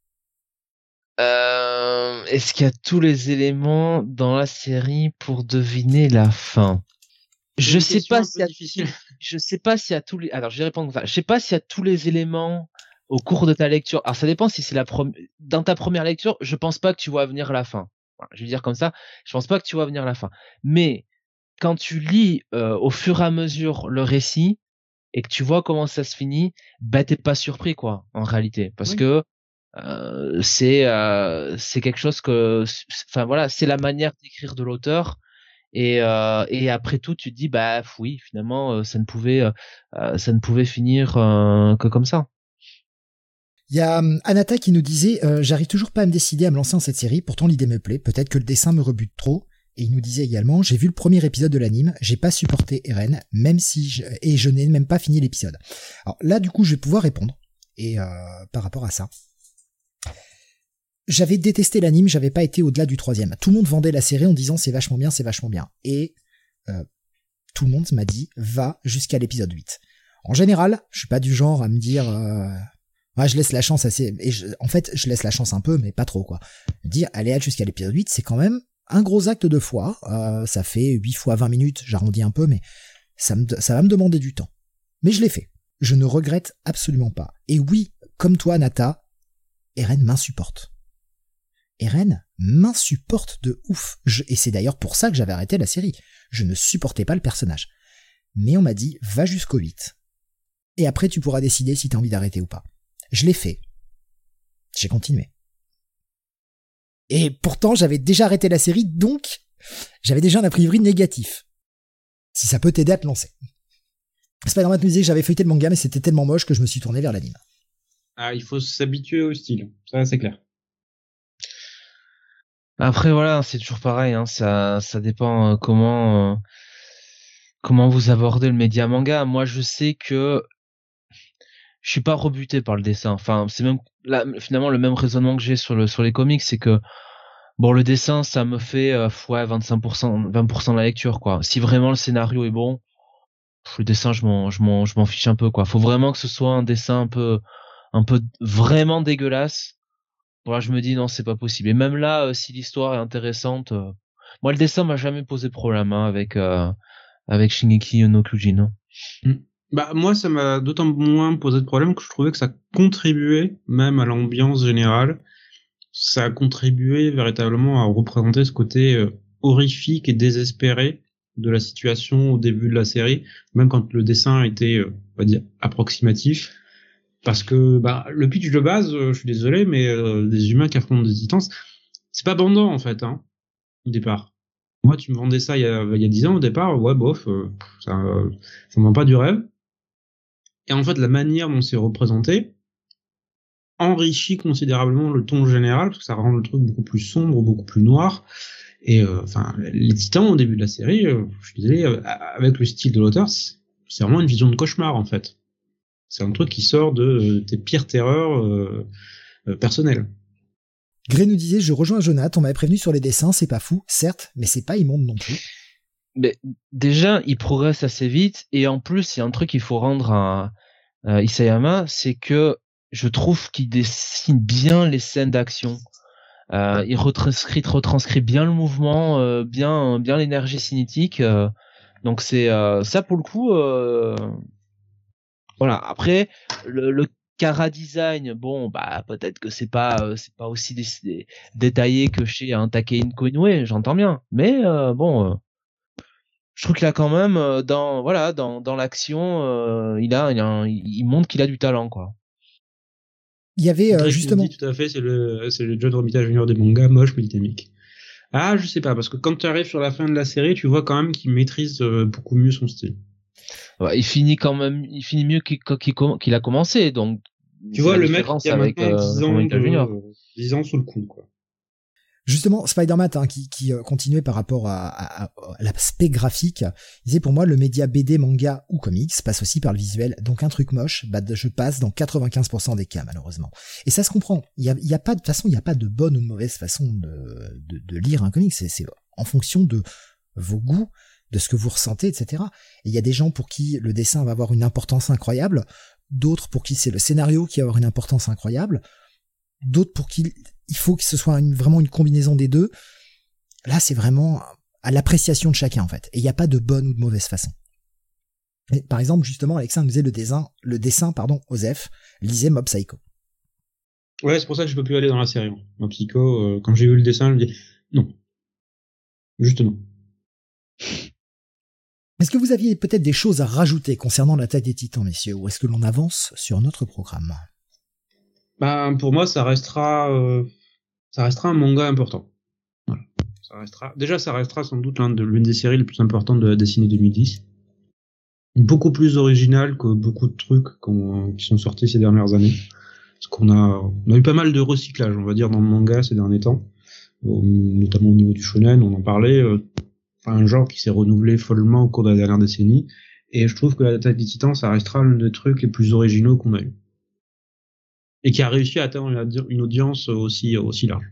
S3: Euh, est-ce qu'il y a tous les éléments dans la série pour deviner la fin? Je sais pas s'il y a, difficile. je sais pas s'il y a tous les, alors je vais répondre comme ça. Je sais pas s'il y a tous les éléments au cours de ta lecture. Alors ça dépend si c'est la première, dans ta première lecture, je pense pas que tu vois venir la fin. Voilà, je vais dire comme ça, je pense pas que tu vois venir la fin. Mais quand tu lis euh, au fur et à mesure le récit et que tu vois comment ça se finit, bah t'es pas surpris quoi en réalité, parce oui. que euh, c'est euh, c'est quelque chose que, enfin voilà, c'est la manière d'écrire de l'auteur. Et, euh, et après tout, tu te dis bah oui, finalement, euh, ça ne pouvait, euh, ça ne pouvait finir euh, que comme ça.
S1: Il y a um, Anata qui nous disait euh, j'arrive toujours pas à me décider à me lancer dans cette série. Pourtant l'idée me plaît. Peut-être que le dessin me rebute trop. Et il nous disait également j'ai vu le premier épisode de l'anime, j'ai pas supporté Eren, même si je, et je n'ai même pas fini l'épisode. Alors là, du coup, je vais pouvoir répondre. Et euh, par rapport à ça. J'avais détesté l'anime, j'avais pas été au-delà du troisième. Tout le monde vendait la série en disant c'est vachement bien, c'est vachement bien. Et euh, tout le monde m'a dit va jusqu'à l'épisode huit. En général, je suis pas du genre à me dire euh, ouais, je laisse la chance assez. Et je, en fait, je laisse la chance un peu, mais pas trop quoi. Dire allez jusqu'à l'épisode huit, c'est quand même un gros acte de foi. Euh, ça fait huit fois vingt minutes, j'arrondis un peu, mais ça, me, ça va me demander du temps. Mais je l'ai fait. Je ne regrette absolument pas. Et oui, comme toi, Nata, Eren m'insupporte. Eren m'insupporte de ouf. Je, et c'est d'ailleurs pour ça que j'avais arrêté la série. Je ne supportais pas le personnage. Mais on m'a dit, va jusqu'au huit. Et après, tu pourras décider si t'as envie d'arrêter ou pas. Je l'ai fait. J'ai continué. Et pourtant, j'avais déjà arrêté la série, donc j'avais déjà un a priori négatif. Si ça peut t'aider à te lancer. Spider-Man me disait que j'avais feuilleté le manga, mais c'était tellement moche que je me suis tourné vers l'anime.
S2: Ah, il faut s'habituer au style. Ça, c'est clair.
S3: Après voilà, c'est toujours pareil, hein, ça ça dépend euh, comment euh, comment vous abordez le média manga. Moi, je sais que je suis pas rebuté par le dessin. Enfin, c'est même là, finalement le même raisonnement que j'ai sur le sur les comics, c'est que bon, le dessin, ça me fait euh, ouais vingt-cinq pour cent, vingt pour cent de la lecture quoi. Si vraiment le scénario est bon, le dessin, je m'en je m'en je m'en fiche un peu quoi. Faut vraiment que ce soit un dessin un peu un peu vraiment dégueulasse. Voilà, je me dis non, c'est pas possible. Et même là, euh, si l'histoire est intéressante, euh... moi le dessin m'a jamais posé problème hein, avec euh, avec Shingeki no Kyojin. Hein.
S2: Mm. Bah moi, ça m'a d'autant moins posé de problème que je trouvais que ça contribuait même à l'ambiance générale. Ça a contribué véritablement à représenter ce côté euh, horrifique et désespéré de la situation au début de la série, même quand le dessin était, euh, on va dire, approximatif. Parce que bah le pitch de base, euh, je suis désolé, mais euh, des humains qui affrontent des titans, c'est pas bandant en fait, hein, au départ. Moi, tu me vendais ça il y a il y a dix ans au départ, ouais bof, euh, ça euh, ça me vend pas du rêve. Et en fait, la manière dont c'est représenté enrichit considérablement le ton général, parce que ça rend le truc beaucoup plus sombre, beaucoup plus noir. Et enfin, euh, les titans au début de la série, euh, je suis désolé, euh, avec le style de l'auteur, c'est vraiment une vision de cauchemar en fait. C'est un truc qui sort de euh, tes pires terreurs euh, euh, personnelles.
S1: Grey nous disait, je rejoins Jonathan, on m'avait prévenu sur les dessins, c'est pas fou, certes, mais c'est pas immonde non plus.
S3: Mais déjà, il progresse assez vite, et en plus, il y a un truc qu'il faut rendre à, à Isayama, c'est que je trouve qu'il dessine bien les scènes d'action. Euh, il retranscrit, retranscrit bien le mouvement, euh, bien, bien l'énergie cinétique. Euh, donc c'est euh, ça pour le coup. Euh, voilà. Après, le, le Chara design, bon, bah peut-être que c'est pas, euh, c'est pas aussi dé- dé- détaillé que chez un Takehiko Inoue, j'entends bien. Mais euh, bon, euh, je trouve qu'il a quand même euh, dans, voilà, dans, dans l'action, euh, il a, il, a un- il montre qu'il a du talent, quoi.
S1: Il y avait euh, justement.
S2: Dit, tout à fait, c'est le, c'est le John Romita Junior des mangas, moche mais dynamique. Ah, je sais pas, parce que quand tu arrives sur la fin de la série, tu vois quand même qu'il maîtrise euh, beaucoup mieux son style.
S3: Ouais, il finit quand même, il finit mieux qu'il, qu'il, qu'il a commencé, donc.
S2: Tu vois, le mec qui a avec, maintenant dix, euh, ans de, dix ans sous le coup, quoi.
S1: Justement, Spider-Man hein, qui, qui euh, continuait par rapport à, à, à l'aspect graphique, il disait pour moi le média B D, manga ou comics passe aussi par le visuel, donc un truc moche, bah je passe dans quatre-vingt-quinze pour cent des cas malheureusement. Et ça se comprend. Il y a, il y a pas de façon, il y a pas de bonne ou de mauvaise façon de, de, de lire un comics. C'est, c'est en fonction de vos goûts, de ce que vous ressentez, et cetera. Et il y a des gens pour qui le dessin va avoir une importance incroyable, d'autres pour qui c'est le scénario qui va avoir une importance incroyable, d'autres pour qui il faut que ce soit une, vraiment une combinaison des deux. Là, c'est vraiment à l'appréciation de chacun, en fait. Et il n'y a pas de bonne ou de mauvaise façon. Et, par exemple, justement, Alexandre nous disait le dessin, le dessin, pardon, Osef, lisait Mob Psycho.
S2: Ouais, c'est pour ça que je peux plus aller dans la série. Mob Psycho, euh, quand j'ai vu le dessin, je me dis, non. Juste non.
S1: Est-ce que vous aviez peut-être des choses à rajouter concernant l'attaque des Titans, messieurs, ou est-ce que l'on avance sur notre programme?
S2: Ben, pour moi, ça restera, euh, ça restera un manga important. Voilà. Ça restera, déjà, ça restera sans doute l'un de, l'une des séries les plus importantes de la décennie deux mille dix. Beaucoup plus original que beaucoup de trucs qu'on, qui sont sortis ces dernières années. Parce qu'on a, on a eu pas mal de recyclage, on va dire, dans le manga ces derniers temps. Notamment au niveau du shonen, on en parlait. Euh, enfin, un genre qui s'est renouvelé follement au cours de la dernière décennie. Et je trouve que l'attaque des Titans, ça restera l'un des trucs les plus originaux qu'on a eu. Et qui a réussi à atteindre une audience aussi, aussi large.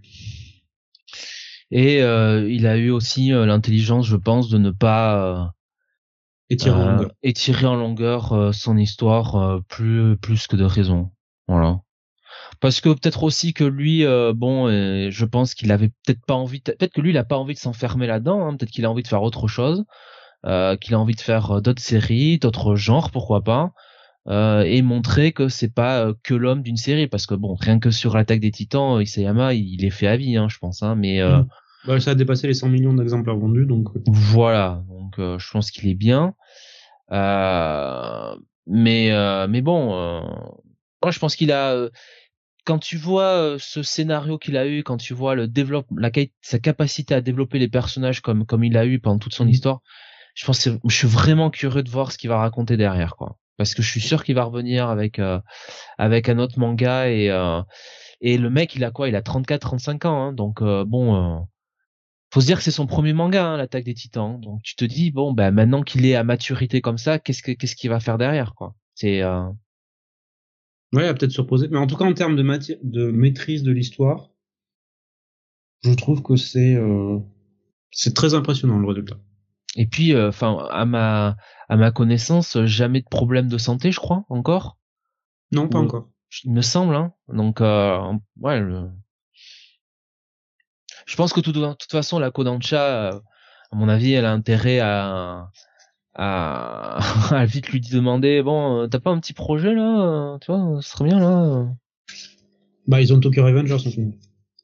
S3: Et euh, il a eu aussi euh, l'intelligence, je pense, de ne pas... Euh...
S2: Étirer en longueur,
S3: euh, étirer en longueur euh, son histoire euh, plus plus que de raison. Voilà. Parce que peut-être aussi que lui, euh, bon, euh, je pense qu'il avait peut-être pas envie, de... peut-être que lui, il a pas envie de s'enfermer là-dedans. Hein. Peut-être qu'il a envie de faire autre chose, euh, qu'il a envie de faire euh, d'autres séries, d'autres genres, pourquoi pas, euh, et montrer que c'est pas euh, que l'homme d'une série. Parce que bon, rien que sur l'attaque des Titans, Isayama, il est fait à vie, hein, je pense. Hein, mais euh,
S2: mmh. Bah, ça a dépassé les cent millions d'exemplaires vendus, donc.
S3: Voilà, donc euh, je pense qu'il est bien. Euh, mais euh, mais bon, euh, moi je pense qu'il a. Euh, quand tu vois euh, ce scénario qu'il a eu, quand tu vois le développe, la sa capacité à développer les personnages comme comme il a eu pendant toute son mmh. histoire, je pense que je suis vraiment curieux de voir ce qu'il va raconter derrière, quoi. Parce que je suis sûr qu'il va revenir avec euh, avec un autre manga et euh, et le mec il a quoi, il a trente-quatre trente-cinq ans, hein, donc euh, bon. Euh, Faut se dire que c'est son premier manga, hein, l'attaque des Titans. Donc tu te dis bon, ben maintenant qu'il est à maturité comme ça, qu'est-ce que qu'est-ce qu'il va faire derrière, quoi. C'est. Euh...
S2: Ouais, il va peut-être se reposer. Mais en tout cas, en termes de, mati- de maîtrise de l'histoire, je trouve que c'est euh, c'est très impressionnant le résultat.
S3: Et puis, enfin, euh, à ma à ma connaissance, jamais de problème de santé, je crois, encore.
S2: Non, pas
S3: Ou,
S2: encore.
S3: Il me semble, hein. Donc, euh, ouais. Le... Je pense que tout, de toute façon, la Kodansha, euh, à mon avis, elle a intérêt à à, à vite lui demander, bon, t'as pas un petit projet là, tu vois, ce serait bien là.
S2: Bah, ils ont Tokyo Revengers en ce moment.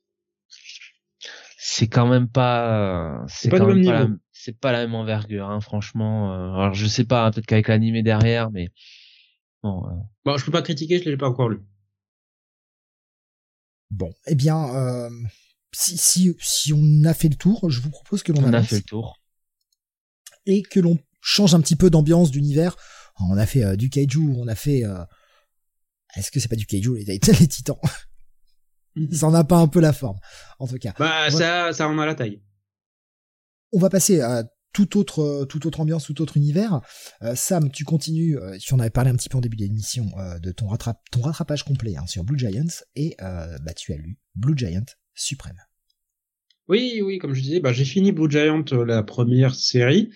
S3: C'est quand même pas, c'est,
S2: c'est pas
S3: quand
S2: du
S3: même
S2: même
S3: pas
S2: niveau.
S3: la, c'est pas la même envergure, hein, franchement. Alors je sais pas, hein, peut-être qu'avec l'animé derrière, mais bon. Euh...
S2: Bon, je peux pas critiquer, je l'ai pas encore lu.
S1: Bon, eh bien, euh, si, si, si on a fait le tour, je vous propose que l'on
S3: on
S1: avance.
S3: a fait le tour.
S1: Et que l'on change un petit peu d'ambiance, d'univers. On a fait euh, du kaiju, on a fait... Euh... Est-ce que c'est pas du kaiju, les, les titans? Ça en a pas un peu la forme, en tout cas.
S2: Bah, ça, ça en a la taille.
S1: On va passer à toute autre, euh, toute autre ambiance, tout autre univers. Euh, Sam, tu continues, euh, tu en avais parlé un petit peu en début d'émission, euh, de ton, rattrape, ton rattrapage complet hein, sur Blue Giants, et euh, bah, tu as lu Blue Giant Suprême.
S2: Oui, oui, comme je disais, bah, j'ai fini Blue Giant, euh, la première série,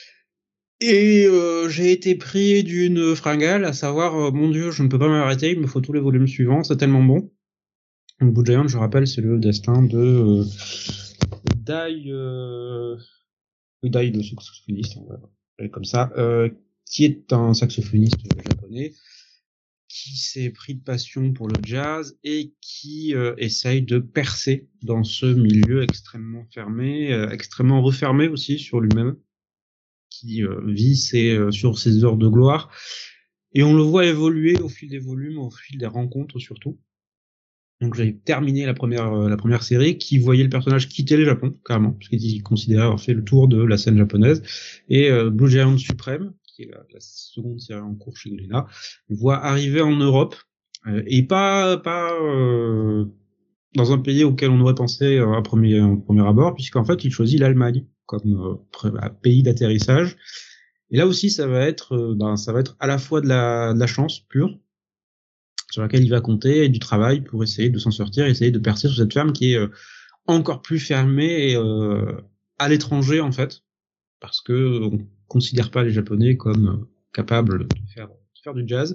S2: et euh, j'ai été pris d'une fringale, à savoir, euh, mon Dieu, je ne peux pas m'arrêter, il me faut tous les volumes suivants, c'est tellement bon. Donc, Blue Giant, je rappelle, c'est le destin de euh, Dai, euh... oui, Dai, le saxophoniste, on va comme ça, euh, qui est un saxophoniste japonais, qui s'est pris de passion pour le jazz et qui euh, essaye de percer dans ce milieu extrêmement fermé, euh, extrêmement refermé aussi sur lui-même, qui euh, vit ses, euh, sur ses heures de gloire. Et on le voit évoluer au fil des volumes, au fil des rencontres surtout. Donc j'ai terminé la première euh, la première série qui voyait le personnage quitter le Japon carrément parce qu'il considérait avoir fait le tour de la scène japonaise et euh, Blue Giant Suprême qui est la, la seconde série en cours chez Glénat voit arriver en Europe euh, et pas pas euh, dans un pays auquel on aurait pensé euh, à premier à premier abord puisqu'en fait il choisit l'Allemagne comme euh, pays d'atterrissage et là aussi ça va être euh, ben ça va être à la fois de la de la chance pure sur laquelle il va compter et du travail pour essayer de s'en sortir, essayer de percer sur cette ferme qui est euh, encore plus fermée et, euh, à l'étranger en fait, parce que on considère pas les Japonais comme euh, capables de faire, de faire du jazz.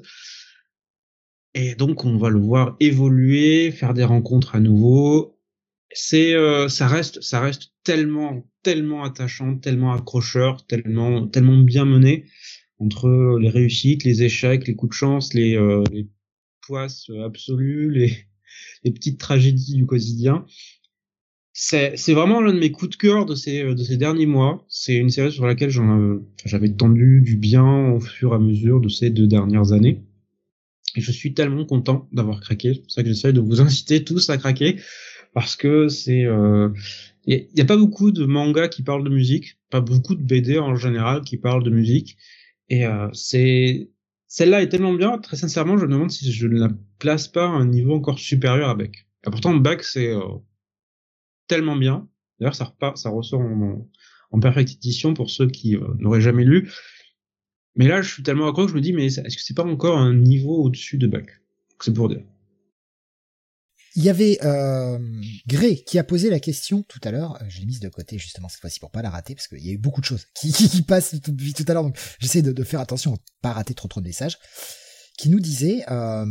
S2: Et donc on va le voir évoluer, faire des rencontres à nouveau. C'est, euh, ça reste, ça reste tellement, tellement attachant, tellement accrocheur, tellement, tellement bien mené entre les réussites, les échecs, les coups de chance, les, euh, les poisse absolue, les, les petites tragédies du quotidien. C'est, c'est vraiment l'un de mes coups de cœur de ces, de ces derniers mois. C'est une série sur laquelle j'en, j'avais entendu du bien au fur et à mesure de ces deux dernières années. Et je suis tellement content d'avoir craqué. C'est pour ça que j'essaie de vous inciter tous à craquer. Parce que c'est... Il euh, y, y a pas beaucoup de mangas qui parlent de musique. Pas beaucoup de B D en général qui parlent de musique. Et euh, c'est... Celle-là est tellement bien. Très sincèrement, je me demande si je ne la place pas à un niveau encore supérieur à Beck. Et pourtant, Beck, c'est euh, tellement bien. D'ailleurs, ça, repart, ça ressort en, en perfecte édition pour ceux qui euh, n'auraient jamais lu. Mais là, je suis tellement accro que je me dis, mais est-ce que c'est pas encore un niveau au-dessus de Beck? C'est pour dire.
S1: Il y avait euh, Grey qui a posé la question tout à l'heure. Je l'ai mise de côté justement cette fois-ci pour pas la rater parce qu'il y a eu beaucoup de choses qui, qui, qui passent depuis tout à l'heure. Donc j'essaie de, de faire attention à pas rater trop trop de messages. Qui nous disait, euh,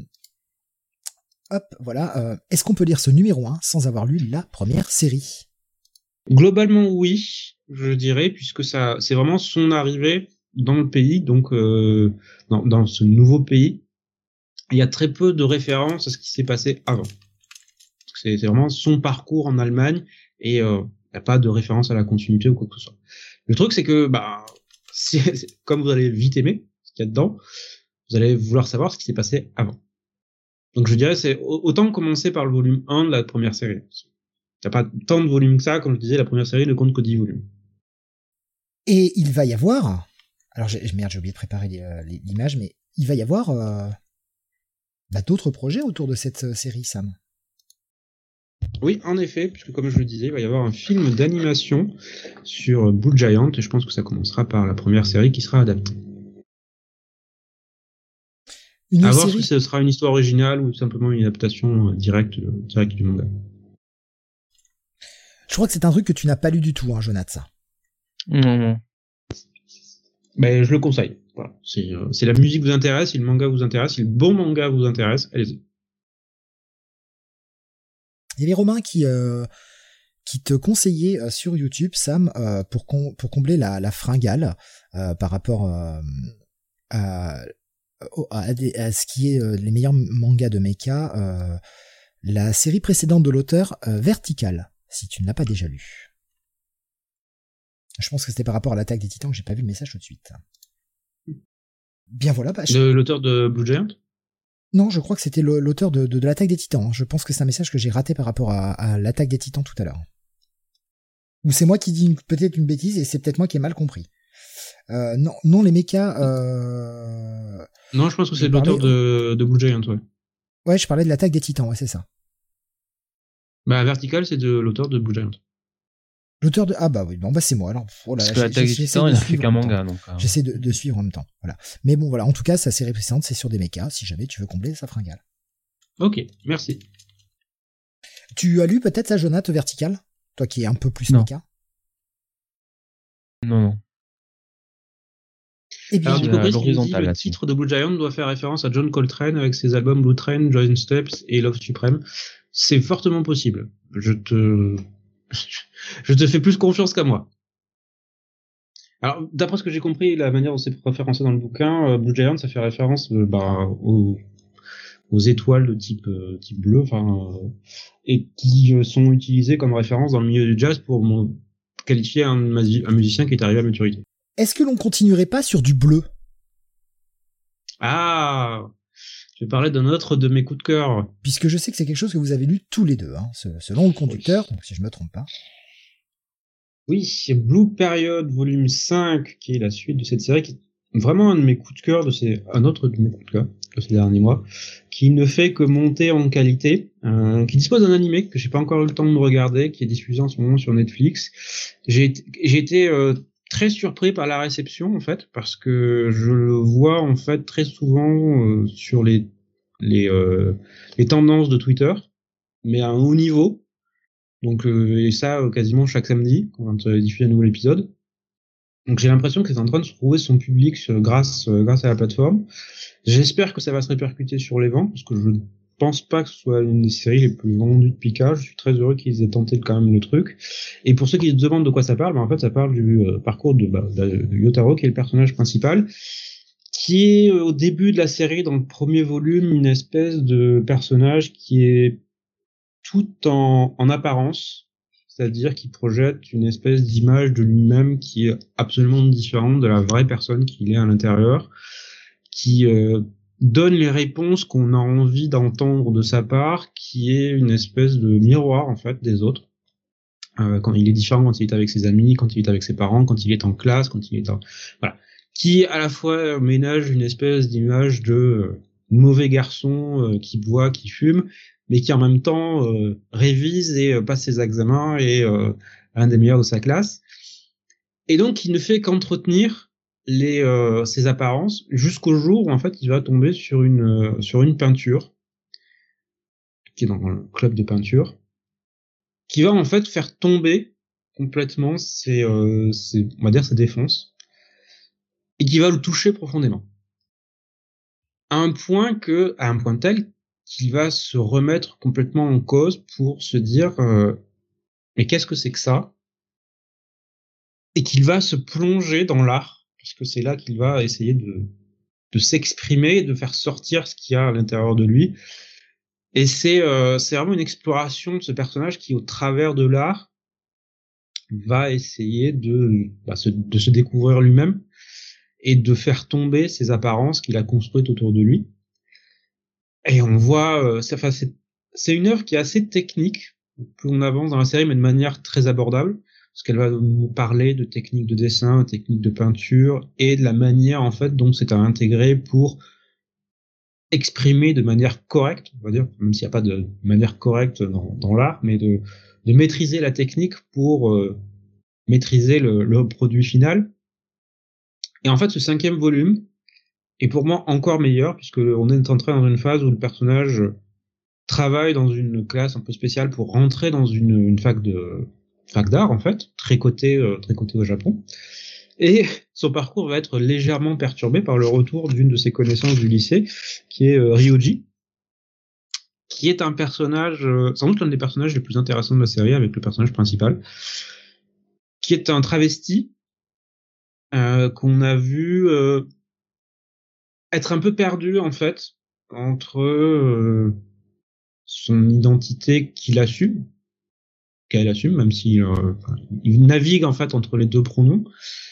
S1: hop, voilà, euh, est-ce qu'on peut lire ce numéro un sans avoir lu la première série?
S2: Globalement, oui, je dirais, puisque ça, c'est vraiment son arrivée dans le pays, donc euh, dans, dans ce nouveau pays. Il y a très peu de références à ce qui s'est passé avant. C'est, c'est vraiment son parcours en Allemagne et euh, il n'y a pas de référence à la continuité ou quoi que ce soit. Le truc, c'est que, bah, si, comme vous allez vite aimer ce qu'il y a dedans, vous allez vouloir savoir ce qui s'est passé avant. Donc je dirais, c'est autant commencer par le volume un de la première série. Il n'y a pas tant de volumes que ça, comme je disais, la première série ne compte que dix volumes.
S1: Et il va y avoir, alors j'ai, merde, j'ai oublié de préparer l'image, mais il va y avoir euh, bah, d'autres projets autour de cette série, Sam.
S2: Oui, en effet, puisque comme je le disais, il va y avoir un film d'animation sur Blue Giant, et je pense que ça commencera par la première série qui sera adaptée. Une à série... voir si ce sera une histoire originale ou simplement une adaptation directe, directe du manga.
S1: Je crois que c'est un truc que tu n'as pas lu du tout, hein, Jonathan.
S3: Non, non.
S2: Ben, je le conseille. Voilà. Si, euh, si la musique vous intéresse, si le manga vous intéresse, si le bon manga vous intéresse, allez-y.
S1: Il y avait Romain qui, euh, qui te conseillait euh, sur YouTube, Sam, euh, pour, com- pour combler la, la fringale euh, par rapport euh, à, à, des, à ce qui est euh, les meilleurs mangas de mecha, euh, la série précédente de l'auteur, euh, Vertical, si tu ne l'as pas déjà lu. Je pense que c'était par rapport à l'attaque des Titans que j'ai pas vu le message tout de suite. Bien voilà. Bah, je...
S2: L'auteur de Blue Giant ?
S1: Non, je crois que c'était l'auteur de, de, de l'attaque des Titans. Je pense que c'est un message que j'ai raté par rapport à, à l'attaque des Titans tout à l'heure. Ou c'est moi qui dis une, peut-être une bêtise et c'est peut-être moi qui ai mal compris. Euh, non, non, les mechas... Euh...
S2: Non, je pense que c'est l'auteur de, de Blue Giant, ouais.
S1: Ouais, je parlais de l'attaque des Titans, ouais, c'est ça.
S2: Bah, Vertical, c'est de l'auteur de Blue Giant.
S1: L'auteur de... Ah bah oui, bon bah c'est moi alors.
S3: Oh là, Parce que l'attaque des Titans, il a fait qu'un manga, donc... Euh...
S1: J'essaie de, de suivre en même temps, voilà. Mais bon, voilà, en tout cas, sa série précédente, c'est sur des mechas, si jamais tu veux combler sa fringale.
S2: Ok, merci.
S1: Tu as lu peut-être ça, Jonathan, Vertical? Toi qui es un peu plus
S3: non.
S1: mecha?
S3: Non, non.
S2: Eh bien, alors, du coup, le titre de Blue Giant doit faire référence à John Coltrane avec ses albums Blue Train, Joy Steps et Love Supreme. C'est fortement possible. Je te... Je te fais plus confiance qu'à moi. Alors, d'après ce que j'ai compris, la manière dont c'est référencé dans le bouquin, euh, Blue Giant, ça fait référence euh, bah, aux, aux étoiles de type, euh, type bleu, enfin, euh, et qui euh, sont utilisées comme référence dans le milieu du jazz pour mon, qualifier un, un musicien qui est arrivé à maturité.
S1: Est-ce que l'on continuerait pas sur du bleu?
S2: Ah, je vais parler d'un autre de mes coups de cœur.
S1: Puisque je sais que c'est quelque chose que vous avez lu tous les deux, hein, selon le conducteur, oui. Donc si je me trompe pas.
S2: Oui, c'est Blue Period volume cinq, qui est la suite de cette série, qui est vraiment un de mes coups de cœur, de ces, un autre de mes coups de cœur de ces derniers mois, qui ne fait que monter en qualité, euh, qui dispose d'un animé que j'ai pas encore eu le temps de regarder, qui est diffusé en ce moment sur Netflix. J'ai, j'ai été euh, très surpris par la réception, en fait, parce que je le vois, en fait, très souvent euh, sur les, les, euh, les tendances de Twitter, mais à un haut niveau. Donc, euh, et ça, euh, quasiment chaque samedi, quand euh, diffuse un nouvel épisode. Donc, j'ai l'impression que c'est en train de se trouver son public euh, grâce, euh, grâce à la plateforme. J'espère que ça va se répercuter sur les ventes, parce que je ne pense pas que ce soit une des séries les plus vendues de Pika. Je suis très heureux qu'ils aient tenté quand même le truc. Et pour ceux qui se demandent de quoi ça parle, bah, en fait, ça parle du euh, parcours de, bah, de Yotaro, qui est le personnage principal, qui est euh, au début de la série, dans le premier volume, une espèce de personnage qui est tout en, en apparence, c'est-à-dire qu'il projette une espèce d'image de lui-même qui est absolument différente de la vraie personne qu'il est à l'intérieur, qui euh, donne les réponses qu'on a envie d'entendre de sa part, qui est une espèce de miroir en fait des autres. Euh, quand il est différent quand il est avec ses amis, quand il est avec ses parents, quand il est en classe, quand il est en... Voilà. Qui à la fois ménage une espèce d'image de euh, mauvais garçon euh, qui boit, qui fume, mais qui en même temps euh, révise et euh, passe ses examens et euh, un des meilleurs de sa classe. Et donc il ne fait qu'entretenir les euh, ses apparences jusqu'au jour où en fait il va tomber sur une euh, sur une peinture qui est dans un club de peinture, qui va en fait faire tomber complètement ses, euh, ses on va dire ses défenses, et qui va le toucher profondément. À un point que, à un point tel qu'il va se remettre complètement en cause pour se dire euh, mais qu'est-ce que c'est que ça? Et qu'il va se plonger dans l'art, parce que c'est là qu'il va essayer de, de s'exprimer, de faire sortir ce qu'il y a à l'intérieur de lui. Et c'est, euh, c'est vraiment une exploration de ce personnage qui, au travers de l'art, va essayer de, bah, se, de se découvrir lui-même et de faire tomber ses apparences qu'il a construites autour de lui. Et on voit, euh, c'est, enfin, c'est, c'est une œuvre qui est assez technique, plus on avance dans la série, mais de manière très abordable, parce qu'elle va nous parler de techniques de dessin, de techniques de peinture, et de la manière, en fait, dont c'est à intégrer pour exprimer de manière correcte, on va dire, même s'il n'y a pas de manière correcte dans, dans l'art, mais de, de maîtriser la technique pour euh, maîtriser le, le produit final. Et en fait, ce cinquième volume est pour moi encore meilleur, puisque on est entré dans une phase où le personnage travaille dans une classe un peu spéciale pour rentrer dans une, une fac de fac d'art, en fait, très cotée, euh, très cotée au Japon. Et son parcours va être légèrement perturbé par le retour d'une de ses connaissances du lycée, qui est euh, Ryoji, qui est un personnage, euh, sans doute l'un des personnages les plus intéressants de la série, avec le personnage principal, qui est un travesti euh, qu'on a vu euh, être un peu perdu, en fait, entre euh, son identité qu'il assume, qu'elle assume, même si euh, il navigue en fait entre les deux pronoms,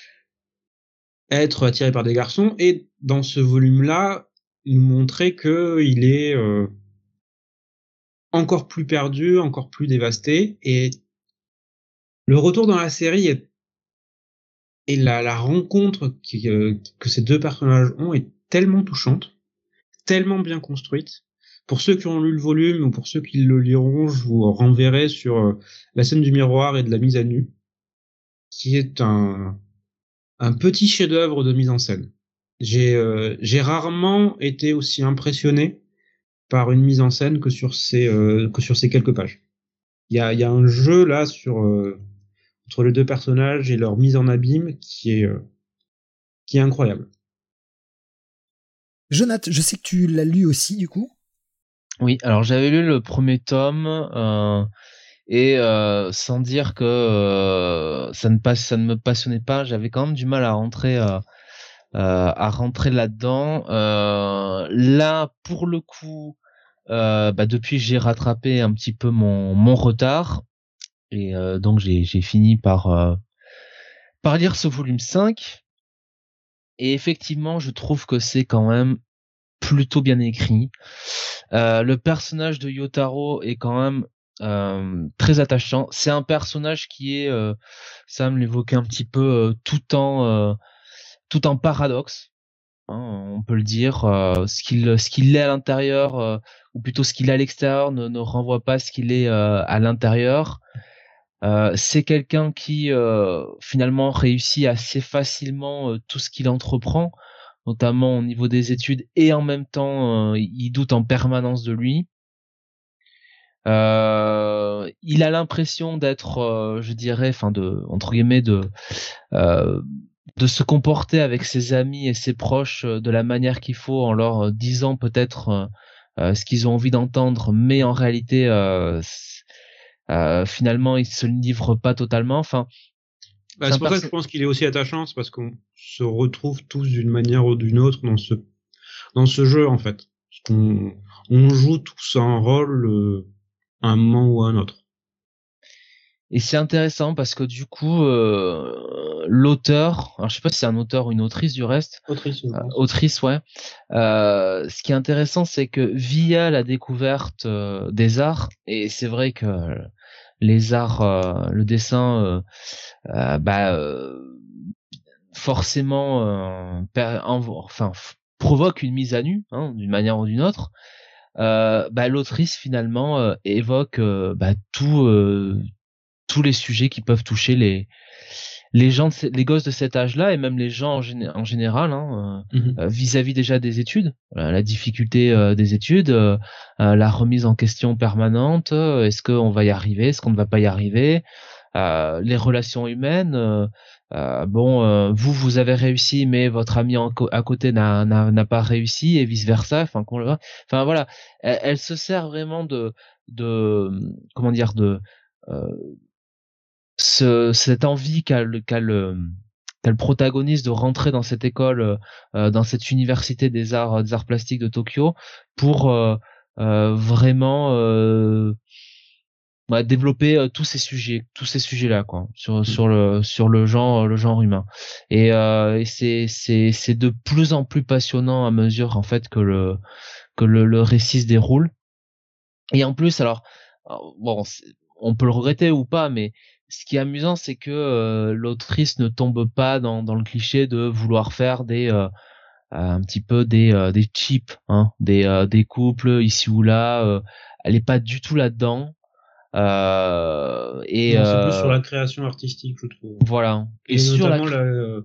S2: être attiré par des garçons, et dans ce volume-là, nous montrer que il est euh, encore plus perdu, encore plus dévasté, et le retour dans la série est, et la, la rencontre qui, euh, que ces deux personnages ont est tellement touchante, tellement bien construite. Pour ceux qui ont lu le volume, ou pour ceux qui le liront, je vous renverrai sur euh, la scène du miroir et de la mise à nu, qui est un un petit chef-d'œuvre de mise en scène. J'ai euh, j'ai rarement été aussi impressionné par une mise en scène que sur ces euh, que sur ces quelques pages. Il y a il y a un jeu là sur euh, entre les deux personnages et leur mise en abîme qui est euh, qui est incroyable.
S1: Jonathan, je sais que tu l'as lu aussi du coup.
S3: Oui, alors j'avais lu le premier tome euh, et euh, sans dire que euh, ça ne passe, ça ne me passionnait pas, j'avais quand même du mal à rentrer euh, euh, à rentrer là-dedans. Euh, là, pour le coup, euh, bah, depuis j'ai rattrapé un petit peu mon mon retard et euh, donc j'ai j'ai fini par euh, par lire ce volume cinq. Et effectivement, je trouve que c'est quand même plutôt bien écrit. Euh, le personnage de Yotaro est quand même euh, très attachant. C'est un personnage qui est, euh, Sam l'évoquait un petit peu, euh, tout en euh, tout en paradoxe. Hein, on peut le dire. Euh, ce qu'il ce qu'il est à l'intérieur, euh, ou plutôt ce qu'il est à l'extérieur, ne, ne renvoie pas ce qu'il est euh, à l'intérieur. Euh, c'est quelqu'un qui euh, finalement réussit assez facilement euh, tout ce qu'il entreprend, notamment au niveau des études, et en même temps euh, il doute en permanence de lui. Euh, il a l'impression d'être, euh, je dirais, enfin de entre guillemets de euh, de se comporter avec ses amis et ses proches de la manière qu'il faut, en leur disant peut-être euh, euh, ce qu'ils ont envie d'entendre, mais en réalité euh, Euh, finalement, il se livre pas totalement. Enfin,
S2: bah, c'est, c'est pour perso- ça que je pense qu'il est aussi attachant, c'est parce qu'on se retrouve tous d'une manière ou d'une autre dans ce dans ce jeu en fait. Parce qu'on on joue tous un rôle euh, à un moment ou à un autre.
S3: et c'est intéressant parce que du coup, euh, l'auteur, alors je sais pas si c'est un auteur ou une autrice du reste,
S2: Autrice,
S3: euh, autrice, ouais. Euh, ce qui est intéressant, c'est que via la découverte euh, des arts, et c'est vrai que les arts, euh, le dessin, euh, euh, bah euh, forcément, euh, per, en, enfin, f- provoque une mise à nu, hein, d'une manière ou d'une autre. Euh, bah, l'autrice finalement euh, évoque euh, bah, tout. Euh, tous les sujets qui peuvent toucher les les gens de ce- les gosses de cet âge-là et même les gens en, gén- en général hein, euh,
S2: Mhm.
S3: euh, vis-à-vis déjà des études, voilà, la difficulté euh, des études, euh, euh, la remise en question permanente, euh, est-ce qu'on va y arriver, est-ce qu'on ne va pas y arriver, euh, les relations humaines, euh, euh, bon, euh, vous vous avez réussi mais votre ami en co- à côté n'a n'a n'a pas réussi et vice versa, enfin qu'on le voit. Enfin voilà, elle, elle se sert vraiment de de comment dire de euh, ce, cette envie qu'a le, qu'a le, qu'a le protagoniste de rentrer dans cette école, euh, dans cette université des arts, des arts plastiques de Tokyo, pour euh, euh, vraiment euh, ouais, développer euh, tous ces sujets, tous ces sujets-là, quoi, sur sur le sur le genre le genre humain. Et, euh, et c'est c'est c'est de plus en plus passionnant à mesure en fait que le que le, le récit se déroule. Et en plus, alors, alors, bon, c'est- on peut le regretter ou pas, mais ce qui est amusant, c'est que euh, l'autrice ne tombe pas dans, dans le cliché de vouloir faire des euh, un petit peu des euh, des cheap, hein, des euh, des couples ici ou là. Euh, elle est pas du tout là-dedans. Euh, et
S2: Non, c'est plus sur
S3: euh,
S2: la création artistique, je trouve.
S3: voilà. Et
S2: Et
S3: sur la,
S2: notamment
S3: cré-
S2: la, euh,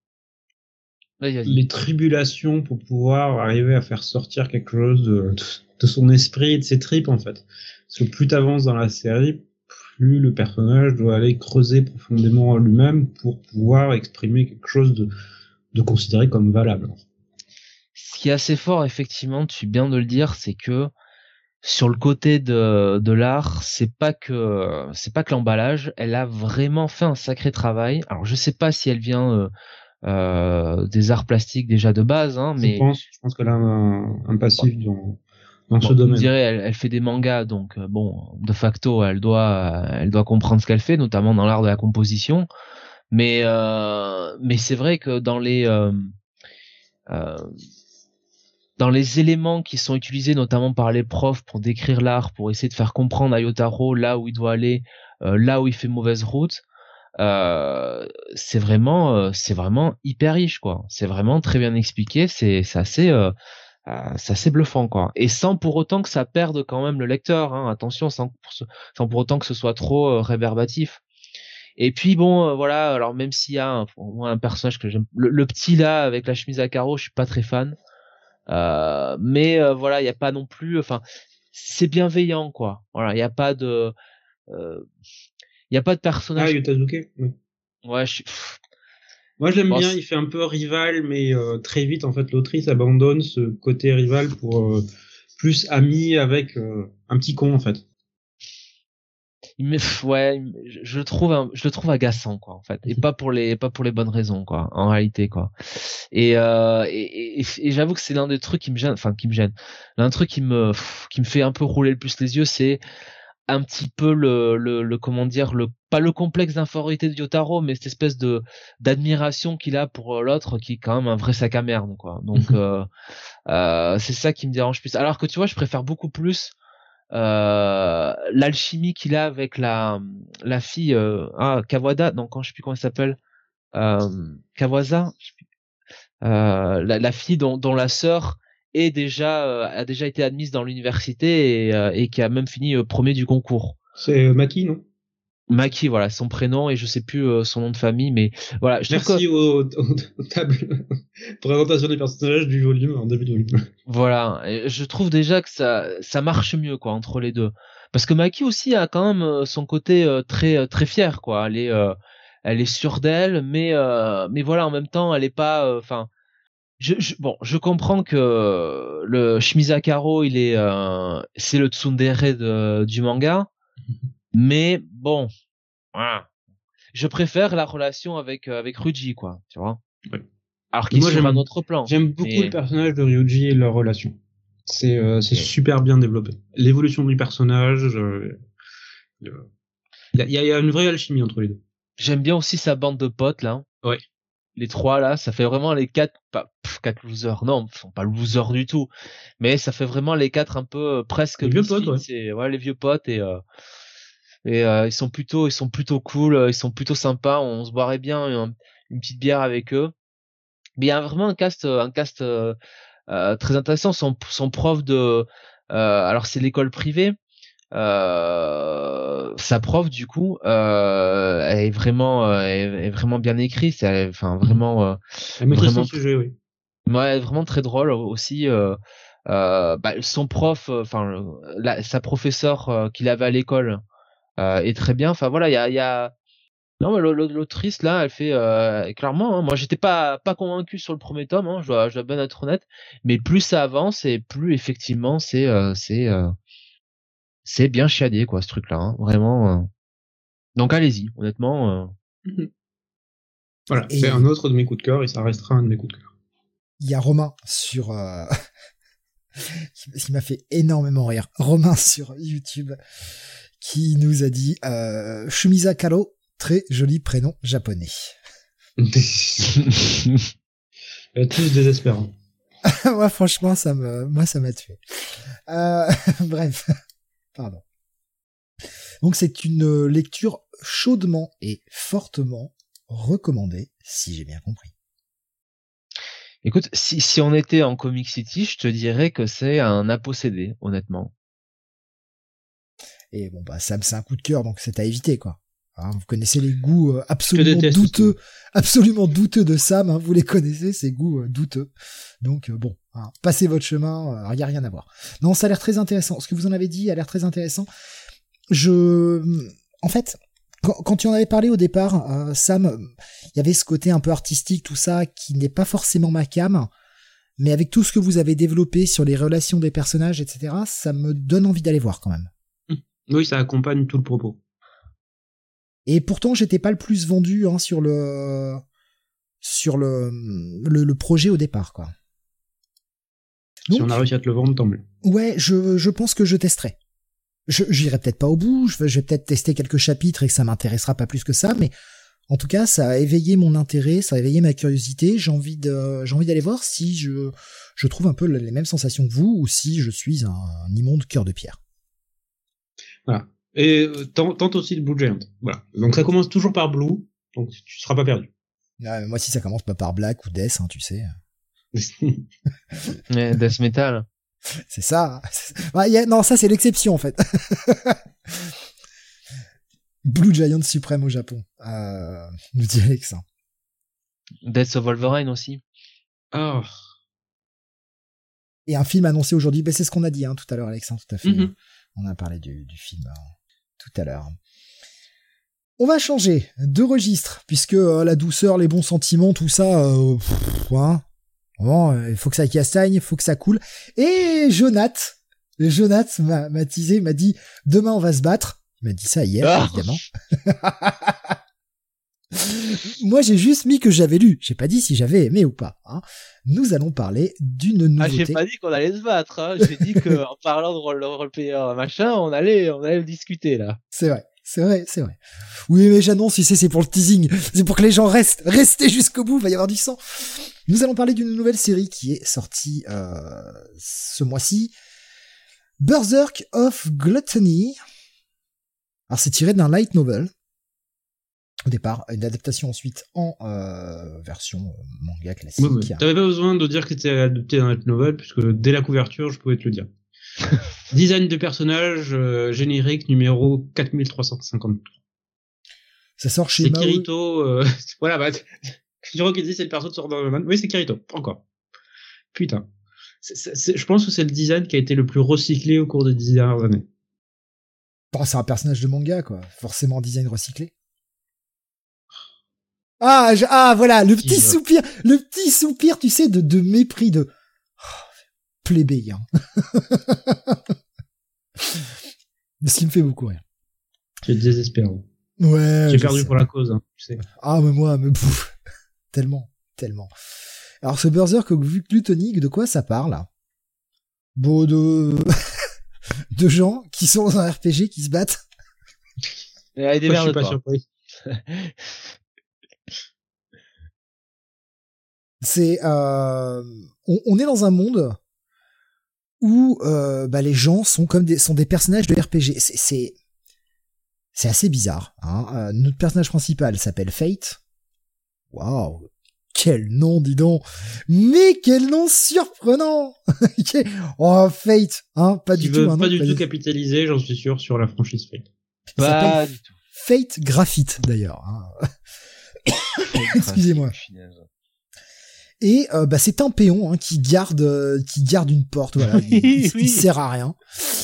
S3: vas-y, vas-y.
S2: les tribulations pour pouvoir arriver à faire sortir quelque chose de, de son esprit et de ses tripes, en fait. Parce que plus t'avances dans la série, plus le personnage doit aller creuser profondément en lui-même pour pouvoir exprimer quelque chose de, de considéré comme valable.
S3: Ce qui est assez fort, effectivement, tu viens de le dire, c'est que sur le côté de, de l'art, c'est pas que c'est pas que l'emballage, elle a vraiment fait un sacré travail. Alors je sais pas si elle vient euh, euh, des arts plastiques déjà de base, hein,
S2: Je
S3: mais
S2: pense, je pense qu'elle a un, un passif dans, dans ce
S3: bon, vous me
S2: domaine.
S3: direz, elle, elle fait des mangas, donc euh, bon, de facto, elle doit elle doit comprendre ce qu'elle fait, notamment dans l'art de la composition. Mais euh, mais c'est vrai que dans les euh, euh, dans les éléments qui sont utilisés notamment par les profs pour décrire l'art, pour essayer de faire comprendre à Yotaro là où il doit aller, euh, là où il fait mauvaise route, euh, c'est vraiment, euh, c'est vraiment hyper riche quoi. C'est vraiment très bien expliqué, c'est, c'est assez, euh, euh, c'est assez bluffant quoi. Et sans pour autant que ça perde quand même le lecteur, hein, attention, sans pour, ce- sans pour autant que ce soit trop euh, réverbatif. Et puis bon, euh, voilà, alors même s'il y a un, moi, un personnage que j'aime, le, le petit là avec la chemise à carreaux, je suis pas très fan. Euh, mais euh, voilà, il n'y a pas non plus, enfin, c'est bienveillant quoi. Voilà, il n'y a pas de, euh, il y a pas de
S2: Ah,
S3: personnage.
S2: Yotazuke? Oui.
S3: Ouais, je suis. Pff,
S2: Moi, j'aime
S3: bon,
S2: bien,
S3: c'est-
S2: il fait un peu rival, mais euh, très vite, en fait, l'autrice abandonne ce côté rival pour euh, plus ami avec euh, un petit con, en fait.
S3: il me, pff, ouais, il me- je, je le trouve, un- je le trouve agaçant quoi en fait, et pas pour les, pas pour les bonnes raisons quoi, en réalité quoi. Et euh, et, et, et j'avoue que c'est l'un des trucs qui me gêne, enfin qui me gêne, l'un des trucs qui me, pff, qui me fait un peu rouler le plus les yeux, c'est un petit peu le, le, le comment dire le pas le complexe d'infériorité de Yotaro, mais cette espèce de d'admiration qu'il a pour l'autre qui est quand même un vrai sac à merde quoi. Donc euh, euh, c'est ça qui me dérange plus, alors que tu vois je préfère beaucoup plus euh, l'alchimie qu'il a avec la la fille euh, ah Kawada, non quand je sais plus comment elle s'appelle, euh, Kawasa, je sais plus. Euh, la, la fille dont, dont la sœur est déjà euh, a déjà été admise dans l'université et, euh, et qui a même fini euh, premier du concours.
S2: C'est euh, Maki, non?
S3: Maki, voilà, son prénom et je sais plus euh, son nom de famille, mais voilà, je trouve que
S2: Merci au, au, au table présentation des personnages du volume, en début de volume.
S3: voilà, et je trouve déjà que ça ça marche mieux quoi entre les deux, parce que Maki aussi a quand même euh, son côté euh, très euh, très fier quoi. Elle est euh, elle est sûre d'elle, mais euh, mais voilà en même temps elle est pas, enfin. Je, je, bon, je comprends que le Shimizakaro, il est, euh, c'est le tsundere de, du manga, mais bon, voilà. Je préfère la relation avec euh, avec Ruji, quoi, tu vois.
S2: Ouais.
S3: Alors
S2: Et
S3: qu'il est
S2: moi,
S3: sur un
S2: j'aime,
S3: autre plan.
S2: j'aime beaucoup le
S3: Mais
S2: personnage de Ryuji et leur relation. C'est, euh, c'est
S3: et,
S2: super bien développé. L'évolution du personnage, euh, le- Il y a, il y a une vraie alchimie entre les deux.
S3: J'aime bien aussi sa bande de potes là.
S2: Ouais.
S3: Les trois là, ça fait vraiment les quatre, pas pff, quatre losers. Non, ils sont pas losers du tout, mais ça fait vraiment les quatre un peu euh, presque
S2: les vieux potes, ouais.
S3: Et, ouais, les vieux potes et euh, et euh, ils sont plutôt, ils sont plutôt cool, ils sont plutôt sympas. On se boirait bien une, une petite bière avec eux. Mais il y a vraiment un cast, un cast euh, euh, très intéressant. Son, son prof de, euh, alors c'est l'école privée. Euh, sa prof du coup euh, elle est vraiment euh, est, est vraiment bien écrit, c'est enfin vraiment euh,
S2: elle maîtrise
S3: vraiment
S2: son sujet, oui.
S3: Ouais, vraiment très drôle aussi. Euh, euh, bah, son prof, enfin euh, sa professeure euh, qu'il avait à l'école euh, est très bien. Enfin voilà, il y a, y a non mais l'autrice là, elle fait euh, clairement. Hein, moi j'étais pas pas convaincu sur le premier tome, hein, je dois je dois bien être honnête. Mais plus ça avance et plus effectivement c'est euh, c'est euh, c'est bien chiadé quoi ce truc là, hein, vraiment. Euh... Donc allez-y, honnêtement. Euh...
S2: Mm-hmm. Voilà, et... c'est un autre de mes coups de cœur et ça restera un de mes coups de cœur.
S1: Il y a Romain sur euh... qui m'a fait énormément rire. Romain sur YouTube qui nous a dit euh, Shumisa Karo, très joli prénom japonais.
S2: Tous désespérants.
S1: Moi franchement ça me moi ça m'a tué. Euh... Bref. Pardon. Donc c'est une lecture chaudement et fortement recommandée, si j'ai bien compris.
S3: Écoute, si, si on était en Comic City, je te dirais que c'est un à posséder, honnêtement.
S1: Et bon bah Sam c'est un coup de cœur, donc c'est à éviter quoi. Hein, vous connaissez les goûts absolument douteux, aussi. absolument douteux de Sam, hein, vous les connaissez, ces goûts euh, douteux. Donc euh, bon, hein, passez votre chemin, il euh, y a rien à voir. Non, ça a l'air très intéressant. Ce que vous en avez dit a l'air très intéressant. Je, en fait, quand, quand tu en avais parlé au départ, euh, Sam, il y avait ce côté un peu artistique, tout ça, qui n'est pas forcément ma cam, mais avec tout ce que vous avez développé sur les relations des personnages, et cetera, ça me donne envie d'aller voir quand même.
S2: Oui, ça accompagne tout le propos.
S1: Et pourtant, j'étais pas le plus vendu hein, sur le sur le, le le projet au départ, quoi.
S2: Donc, si on a réussi à te le vendre, tant mieux.
S1: Ouais, je je pense que je testerai. Je j'irai peut-être pas au bout, je vais, je vais peut-être tester quelques chapitres et que ça m'intéressera pas plus que ça, mais en tout cas, ça a éveillé mon intérêt, ça a éveillé ma curiosité. J'ai envie de j'ai envie d'aller voir si je je trouve un peu les mêmes sensations que vous ou si je suis un, un immonde cœur de pierre.
S2: Voilà. Et tente, tente aussi de Blue Giant. Voilà. Donc ça commence toujours par Blue, donc tu seras pas perdu.
S1: Ouais, moi si ça commence pas par Black ou Death, hein, tu sais.
S3: Ouais, Death Metal.
S1: C'est ça. Ouais, y a, non, ça c'est l'exception en fait. Blue Giant suprême au Japon, euh, nous dit Alex.
S3: Death of Wolverine aussi.
S2: Oh.
S1: Et un film annoncé aujourd'hui, ben c'est ce qu'on a dit hein, tout à l'heure, Alex, hein, tout à fait.
S2: Mm-hmm.
S1: On a parlé du, du film hein, tout à l'heure. On va changer de registre, puisque euh, la douceur, les bons sentiments, tout ça, euh, pff, hein, bon, il faut que ça castagne, il faut que ça coule. Et Jonath, Jonath m'a, m'a teasé, m'a dit, demain on va se battre. Il m'a dit ça hier, oh. évidemment. Moi, j'ai juste mis que j'avais lu. J'ai pas dit si j'avais aimé ou pas. Hein. Nous allons parler d'une nouveauté.
S3: Ah, j'ai pas dit qu'on allait se battre. Hein. J'ai dit qu'en parlant de role, roleplayer machin, on allait, on allait le discuter là.
S1: C'est vrai, c'est vrai, c'est vrai. Oui, mais j'annonce, tu sais, c'est pour le teasing. C'est pour que les gens restent, restez jusqu'au bout. Il va y avoir du sang. Nous allons parler d'une nouvelle série qui est sortie euh, ce mois-ci. Berserk of Gluttony. Alors, c'est tiré d'un light novel. Au départ, une adaptation ensuite en euh, version euh, manga classique.
S2: Oui, oui. T'avais pas besoin de dire que c'était adapté dans light novel, puisque dès la couverture, je pouvais te le dire. Design de personnage, euh, générique numéro quatre mille trois cent cinquante-trois.
S1: Ça sort chez
S2: c'est
S1: Mao.
S2: Kirito, euh, voilà, bah, Kirito qui dit c'est le perso de Sword Art Online. Oui, c'est Kirito, encore. Putain. C'est, c'est, c'est, je pense que c'est le design qui a été le plus recyclé au cours des dix dernières années.
S1: Bon, c'est un personnage de manga, quoi. Forcément design recyclé. Ah, je, ah, voilà, le petit soupir, le petit soupir, tu sais, de, de mépris, de oh, plébéien. Ce qui me fait beaucoup rire.
S2: C'est désespérant.
S1: Ouais.
S2: J'ai perdu sais. pour la cause, hein, tu sais.
S1: Ah, mais moi, mais pouf, tellement, tellement. Alors, ce Berserk Gluttonique, de quoi ça parle? Bon, de, de gens qui sont dans un R P G qui se battent.
S3: Allez,
S2: Je suis pas
S3: démerde-toi.
S2: surpris.
S1: C'est, euh, on, on est dans un monde où euh, bah, les gens sont comme des, sont des personnages de R P G. C'est, c'est, c'est assez bizarre. Hein. Euh, notre personnage principal s'appelle Fate. Waouh, quel nom, dis donc. Mais quel nom surprenant. Oh, Fate, hein, pas
S2: Qui
S1: du
S2: veut
S1: tout. Un
S2: pas
S1: nom
S2: du
S1: très-
S2: tout capitaliser, j'en suis sûr, sur la franchise Fate.
S1: Il s'appelle
S3: Pas du tout.
S1: Fate Graphite d'ailleurs. Hein. Excusez-moi.
S3: Finesse.
S1: Et euh, bah, c'est un péon hein, qui garde euh, qui garde une porte. Voilà, il, il,
S3: Oui.
S1: il sert à rien.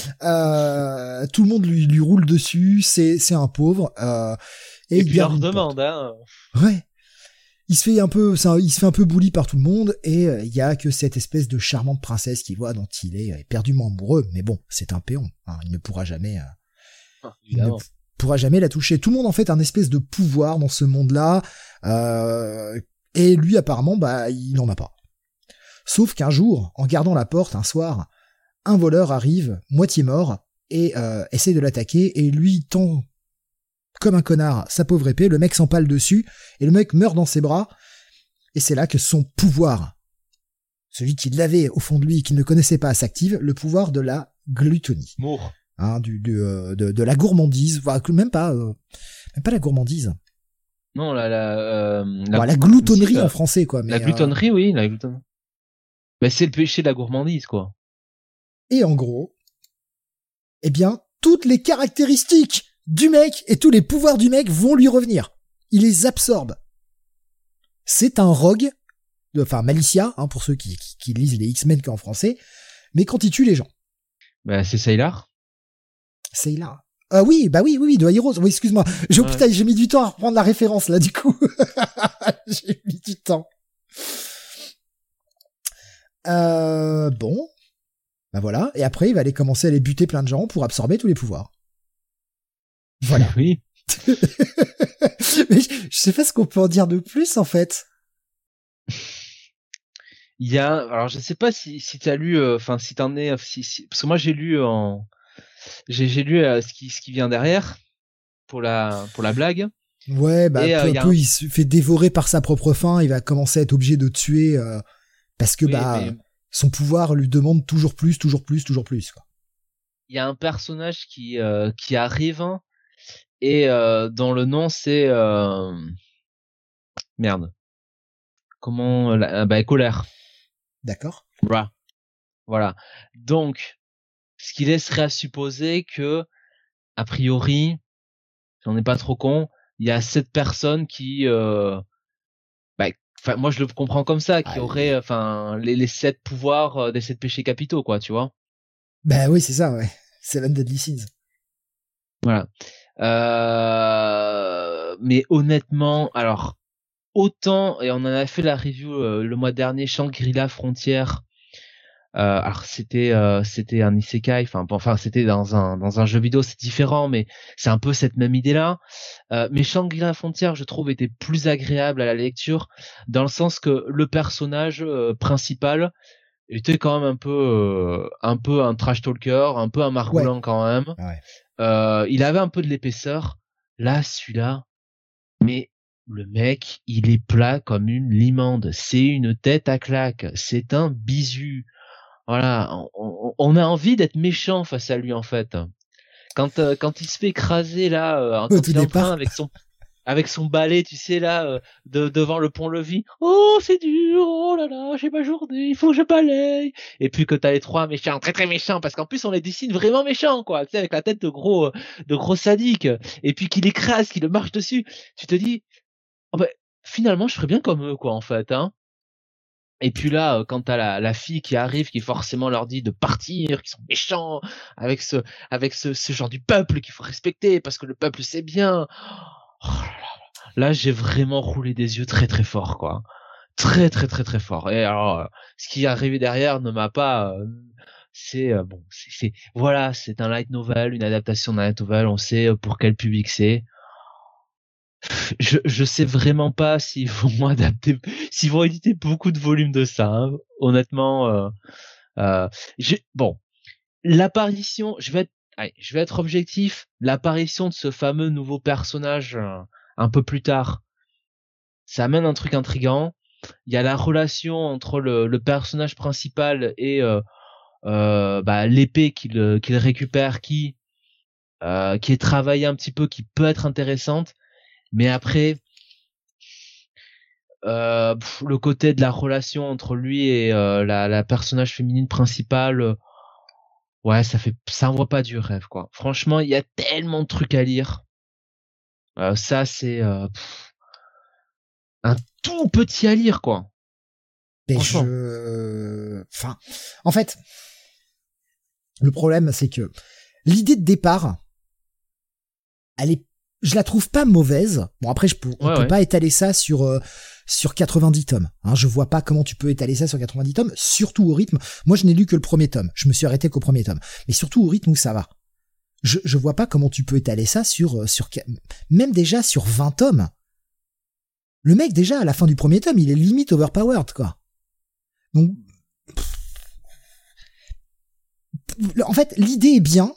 S1: Euh, tout le monde lui, lui roule dessus. C'est c'est un pauvre. Euh, et,
S3: Et
S1: il
S3: puis
S1: garde
S3: leur
S1: une
S3: demande, hein.
S1: porte. Ouais. Il se fait un peu, c'est un- il se fait un peu bully par tout le monde et euh, il y a que cette espèce de charmante princesse qui voit dont il est éperdument amoureux. Mais bon, c'est un péon. Hein, il ne pourra jamais. Euh,
S3: Ah,
S1: il ne
S3: évidemment.
S1: pourra jamais la toucher. Tout le monde en fait a un espèce de pouvoir dans ce monde-là. Euh, et lui apparemment, bah, il n'en a pas. Sauf qu'un jour, en gardant la porte, un soir, un voleur arrive, moitié mort, et euh, essaie de l'attaquer, et lui tend comme un connard sa pauvre épée, le mec s'empale dessus, et le mec meurt dans ses bras, et c'est là que son pouvoir, celui qui l'avait au fond de lui, qui ne connaissait pas, s'active, le pouvoir de la glutonie.
S3: Mour.
S1: Hein, du, du, euh, de, de la gourmandise, enfin, même pas, euh, même pas la gourmandise.
S3: Non, la la euh,
S1: La, bon, la gloutonnerie
S3: si, la,
S1: en français, quoi. Mais,
S3: la gloutonnerie, euh... oui, la gloutonnerie. Ben, c'est le péché de la gourmandise, quoi.
S1: Et en gros, eh bien, toutes les caractéristiques du mec et tous les pouvoirs du mec vont lui revenir. Il les absorbe. C'est un rogue, enfin Malicia, hein, pour ceux qui, qui, qui lisent les X-Men qu'en français, mais quand il tue les gens.
S3: Ben, c'est Sailor.
S1: Sailor. Ah oui, bah oui, oui, oui, de Heroes. Oui, excuse-moi. Je, ouais. Putain, j'ai mis du temps à reprendre la référence, là, du coup. J'ai mis du temps. Euh, bon. Bah voilà. Et après, il va aller commencer à aller buter plein de gens pour absorber tous les pouvoirs. Voilà.
S3: Oui.
S1: Mais je, je sais pas ce qu'on peut en dire de plus, en fait.
S3: Il y a, alors je sais pas si, si t'as lu, enfin, euh, si t'en es, si, si, parce que moi j'ai lu en, J'ai, j'ai lu euh, ce qui ce qui vient derrière pour la pour la blague.
S1: Ouais, bah
S3: et,
S1: peu
S3: euh,
S1: à peu
S3: un...
S1: il se fait dévorer par sa propre faim, il va commencer à être obligé de tuer euh, parce que oui, bah mais... son pouvoir lui demande toujours plus, toujours plus, toujours plus quoi.
S3: Il y a un personnage qui euh, qui arrive et euh, dont le nom c'est euh... merde. Comment la... bah colère.
S1: D'accord.
S3: Voilà. Voilà. Donc ce qui laisserait à supposer que, a priori, j'en ai pas trop con, il y a cette personne qui, euh, bah, enfin, moi je le comprends comme ça, qui ah, aurait, enfin, les, les sept pouvoirs euh, des sept péchés capitaux, quoi, tu vois.
S1: Bah oui, c'est ça, ouais. Seven Deadly Sins.
S3: Voilà. Euh, mais honnêtement, alors, autant, et on en a fait la review euh, le mois dernier, Shangri-La Frontière. Euh, alors c'était euh, c'était un isekai, enfin enfin c'était dans un dans un jeu vidéo, c'est différent, mais c'est un peu cette même idée là. Euh, mais Shangri-La Frontière, je trouve, était plus agréable à la lecture dans le sens que le personnage euh, principal était quand même un peu euh, un peu un trash talker, un peu un margoulant ouais. quand même.
S1: Ouais.
S3: Euh, il avait un peu de l'épaisseur. Là, celui-là, mais le mec, il est plat comme une limande. C'est une tête à claque. C'est un bisu. Voilà, on, on a envie d'être méchant face à lui en fait. Quand euh, quand il se fait écraser là, euh, quand il est en train avec son avec son balai, tu sais là, euh, de, devant le pont-levis. Oh c'est dur, oh là là, j'ai ma journée, il faut que je balaye. Et puis que t'as les trois méchants, très très méchants, parce qu'en plus on les dessine vraiment méchants quoi, tu sais avec la tête de gros de gros sadique. Et puis qu'il écrase, qu'il le marche dessus. Tu te dis, oh ben finalement je ferais bien comme eux quoi en fait hein. Et puis là, quand t'as la, la fille qui arrive, qui forcément leur dit de partir, qui sont méchants, avec ce, avec ce, ce genre du peuple qu'il faut respecter, parce que le peuple c'est bien. Oh là, là, là, j'ai vraiment roulé des yeux très très fort, quoi. Très très très très fort. Et alors, ce qui est arrivé derrière ne m'a pas... Euh, c'est euh, bon, c'est, c'est voilà, c'est un light novel, une adaptation d'un light novel, on sait pour quel public c'est. Je, je sais vraiment pas s'ils vont adapter, s'ils vont éditer beaucoup de volumes de ça. Hein. Honnêtement, euh, euh, j'ai, bon, l'apparition, je vais être, allez, je vais être objectif, l'apparition de ce fameux nouveau personnage euh, un peu plus tard, ça amène un truc intriguant. Il y a la relation entre le, le personnage principal et euh, euh, bah, l'épée qu'il qu'il récupère, qui euh, qui est travaillée un petit peu, qui peut être intéressante, mais après euh, pff, le côté de la relation entre lui et euh, la, la personnage féminine principale, euh, ouais, ça fait, ça envoie pas du rêve, quoi. Franchement, il y a tellement de trucs à lire. Euh, ça, c'est euh, pff, un tout petit à lire, quoi.
S1: Mais
S3: Franchement.
S1: je, enfin, en fait, le problème, c'est que l'idée de départ, elle est, je la trouve pas mauvaise. Bon, après, je peux, on
S3: Ouais,
S1: peut
S3: ouais.
S1: pas étaler ça sur euh, sur quatre-vingt-dix tomes. Hein, je vois pas comment tu peux étaler ça sur quatre-vingt-dix tomes, surtout au rythme. Moi, je n'ai lu que le premier tome. Je me suis arrêté qu'au premier tome, mais surtout au rythme où ça va. Je, je vois pas comment tu peux étaler ça sur sur même déjà sur vingt tomes. Le mec, déjà, à la fin du premier tome, il est limite overpowered, quoi. Donc, en fait, l'idée est bien,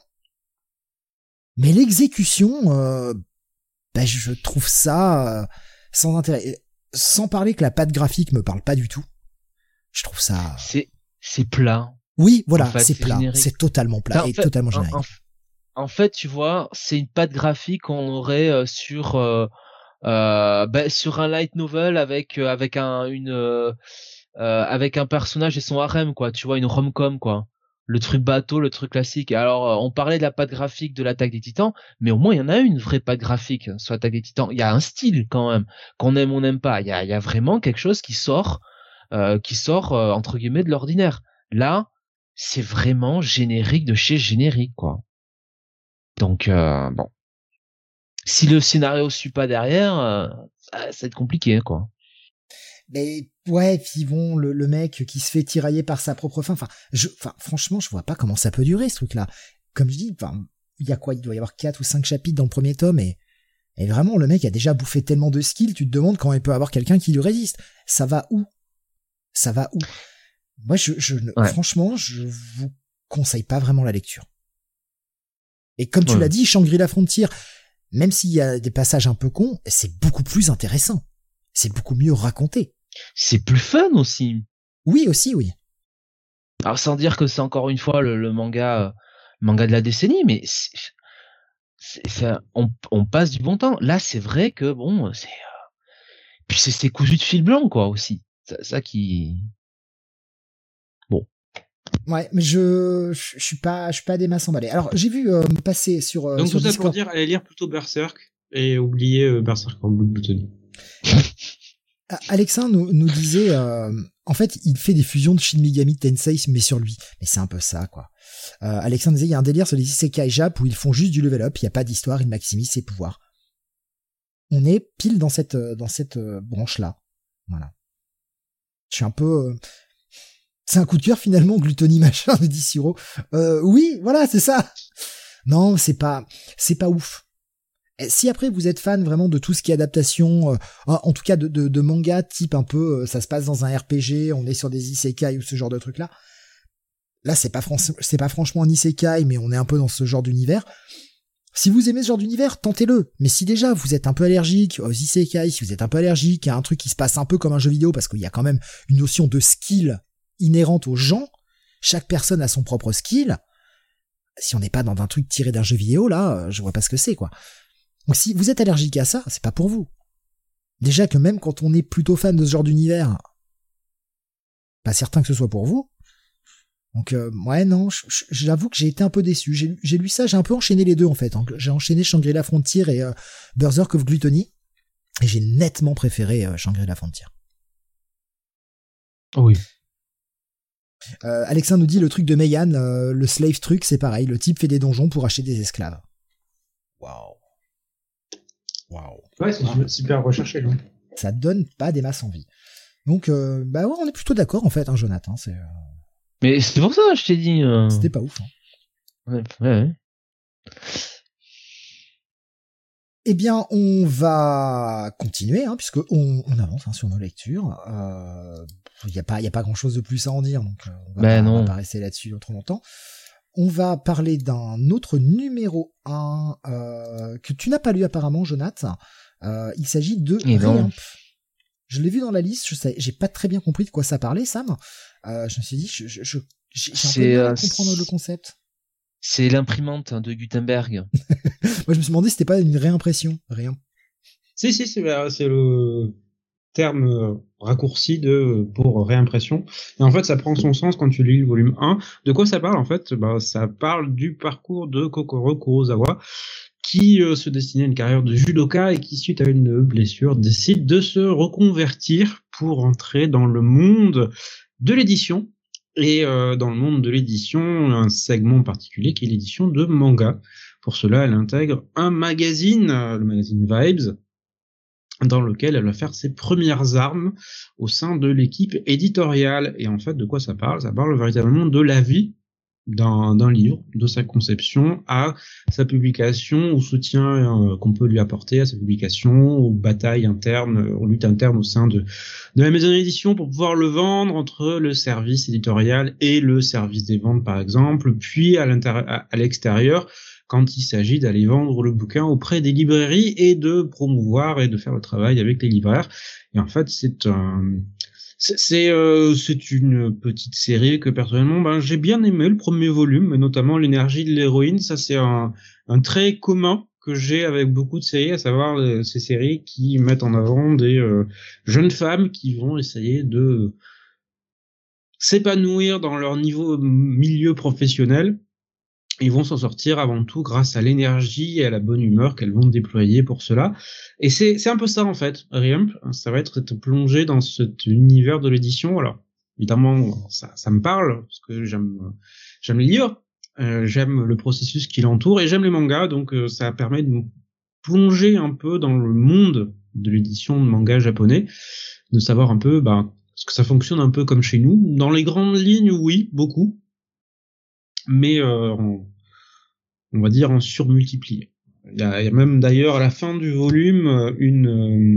S1: mais l'exécution, euh, bah, je trouve ça euh, sans intérêt. Sans parler que la patte graphique me parle pas du tout. Je trouve ça...
S3: C'est, c'est plat.
S1: Oui, voilà,
S3: En fait,
S1: c'est
S3: c'est
S1: plat.
S3: générique.
S1: C'est totalement plat
S3: Enfin, en
S1: et
S3: fait,
S1: totalement
S3: en,
S1: générique.
S3: en, en fait, tu vois, c'est une patte graphique qu'on aurait euh, sur euh, euh, bah, sur un light novel avec euh, avec un une euh, euh, avec un personnage et son harem, quoi. Tu vois, une rom-com, quoi. Le truc bateau, le truc classique. Alors, euh, on parlait de la patte graphique de l'Attaque des Titans, mais au moins il y en a une vraie patte graphique sur l'Attaque des Titans. Il y a un style quand même, qu'on aime ou n'aime pas. Il y a il y a vraiment quelque chose qui sort euh, qui sort euh, entre guillemets de l'ordinaire. Là, c'est vraiment générique de chez générique, quoi. Donc euh, bon, si le scénario suit pas derrière, euh, ça, ça va être compliqué, quoi.
S1: Mais ouais, puis bon, le, le mec qui se fait tirailler par sa propre fin. Enfin, je, enfin, franchement, je vois pas comment ça peut durer ce truc-là. Comme je dis, enfin, il y a quoi? Il doit y avoir quatre ou cinq chapitres dans le premier tome et et vraiment, le mec a déjà bouffé tellement de skills, tu te demandes quand il peut avoir quelqu'un qui lui résiste. Ça va où? Ça va où? Moi, je, je,
S3: Ouais.
S1: franchement, je vous conseille pas vraiment la lecture. Et comme tu
S3: Ouais.
S1: l'as dit, Shangri-La Frontier, même s'il y a des passages un peu cons, c'est beaucoup plus intéressant. C'est beaucoup mieux raconté.
S3: C'est plus fun aussi.
S1: Oui, aussi, oui.
S3: Alors sans dire que c'est encore une fois le, le manga, euh, manga de la décennie, mais c'est, c'est, c'est- on, on passe du bon temps. Là, c'est vrai que bon, c'est, euh, puis c'est, c'est cousu de fil blanc, quoi, aussi. Ça, ça qui, bon.
S1: Ouais, mais je, je, je suis pas, je suis pas des masses emballées. Alors, j'ai vu euh, passer sur, euh,
S2: Donc
S1: sur
S2: tout ça
S1: Discord.
S2: pour dire, allez lire plutôt Berserk et oublier euh, Berserk en Blue Button.
S1: Alexin nous, nous disait, euh, en fait, il fait des fusions de Shin Megami Tensei, mais sur lui. Mais c'est un peu ça, quoi. Euh, Alexin disait, il y a un délire sur les isekai Jap où ils font juste du level up, il y a pas d'histoire, ils maximisent ses pouvoirs. On est pile dans cette, dans cette euh, branche-là. Voilà. Je suis un peu... Euh... C'est un coup de cœur, finalement, Gluttony machin, de Dissiro. Euh, oui, voilà, c'est ça. Non, c'est pas, c'est pas ouf. Et si après vous êtes fan vraiment de tout ce qui est adaptation, euh, en tout cas de, de, de manga type un peu, euh, ça se passe dans un R P G, on est sur des isekai ou ce genre de trucs là. Là c'est pas fran- c'est pas franchement un isekai, mais on est un peu dans ce genre d'univers. Si vous aimez ce genre d'univers, tentez-le. Mais si déjà vous êtes un peu allergique aux isekai, si vous êtes un peu allergique à un truc qui se passe un peu comme un jeu vidéo, parce qu'il y a quand même une notion de skill inhérente aux gens, chaque personne a son propre skill. Si on n'est pas dans un truc tiré d'un jeu vidéo, là, je vois pas ce que c'est, quoi. Donc si vous êtes allergique à ça, c'est pas pour vous. Déjà que même quand on est plutôt fan de ce genre d'univers, pas certain que ce soit pour vous. Donc euh, ouais non, j'avoue que j'ai été un peu déçu. J'ai, j'ai lu ça, j'ai un peu enchaîné les deux en fait. J'ai enchaîné Shangri-La Frontier et euh, Berserk of Gluttony, et j'ai nettement préféré euh, Shangri-La Frontier.
S3: Oui.
S1: Euh, Alexin nous dit le truc de Meian, euh, le slave truc, c'est pareil. Le type fait des donjons pour acheter des esclaves. Waouh. Waouh.
S2: Ouais, c'est wow. super recherché, là.
S1: Ça donne pas des masses envie. Donc, euh, bah ouais, on est plutôt d'accord, en fait, hein, Jonathan, c'est... Euh...
S3: Mais c'est pour ça, je t'ai dit... Euh...
S1: C'était pas ouf, hein.
S3: Ouais, ouais.
S1: Eh bien, on va continuer, hein, puisque on, on avance hein, sur nos lectures. Il euh, y a pas, il y a pas grand-chose de plus à en dire, donc euh, on va,
S3: ben
S1: pas,
S3: non.
S1: on va pas rester là-dessus trop longtemps. on va parler d'un autre numéro un euh, que tu n'as pas lu apparemment, Jonathan. Euh, il s'agit de Réimp. Je l'ai vu dans la liste, je sais, j'ai pas très bien compris de quoi ça parlait, Sam. Euh, je me suis dit, je, je, je, j'ai un peu de mal à comprendre euh, le concept.
S3: C'est l'imprimante de Gutenberg.
S1: Moi, je me suis demandé si c'était pas une réimpression, rien.
S2: Si, si, c'est, c'est le terme raccourci de pour réimpression. Et en fait, ça prend son sens quand tu lis le volume un. De quoi ça parle, en fait? Bah, ça parle du parcours de Kokoro Kurosawa, qui euh, se destinait à une carrière de judoka et qui, suite à une blessure, décide de se reconvertir pour entrer dans le monde de l'édition. Et euh, dans le monde de l'édition, un segment particulier qui est l'édition de manga. Pour cela, elle intègre un magazine, euh, le magazine Vibes, dans lequel elle va faire ses premières armes au sein de l'équipe éditoriale. Et en fait, de quoi ça parle? Ça parle véritablement de la vie d'un, d'un livre, de sa conception à sa publication, au soutien euh, qu'on peut lui apporter à sa publication, aux batailles internes, aux luttes internes au sein de, de la maison d'édition pour pouvoir le vendre entre le service éditorial et le service des ventes, par exemple, puis à, à, à l'extérieur, quand il s'agit d'aller vendre le bouquin auprès des librairies et de promouvoir et de faire le travail avec les libraires. Et en fait, c'est un... C'est c'est, euh, c'est une petite série que personnellement ben j'ai bien aimé le premier volume, mais notamment l'énergie de l'héroïne. Ça c'est un, un trait commun que j'ai avec beaucoup de séries, à savoir euh, ces séries qui mettent en avant des euh, jeunes femmes qui vont essayer de s'épanouir dans leur niveau milieu professionnel. Ils vont s'en sortir avant tout grâce à l'énergie et à la bonne humeur qu'elles vont déployer pour cela. Et c'est, c'est un peu ça, en fait, Réimp. Ça va être cette plongée dans cet univers de l'édition. Alors, évidemment, ça, ça me parle, parce que j'aime, j'aime les livres, euh, j'aime le processus qui l'entoure, et j'aime les mangas, donc euh, ça permet de me plonger un peu dans le monde de l'édition de manga japonais, de savoir un peu, bah, est-ce que ça fonctionne un peu comme chez nous? Dans les grandes lignes, oui, beaucoup. Mais euh, on, on va dire en surmultiplié. Il y a, il y a même d'ailleurs à la fin du volume une euh,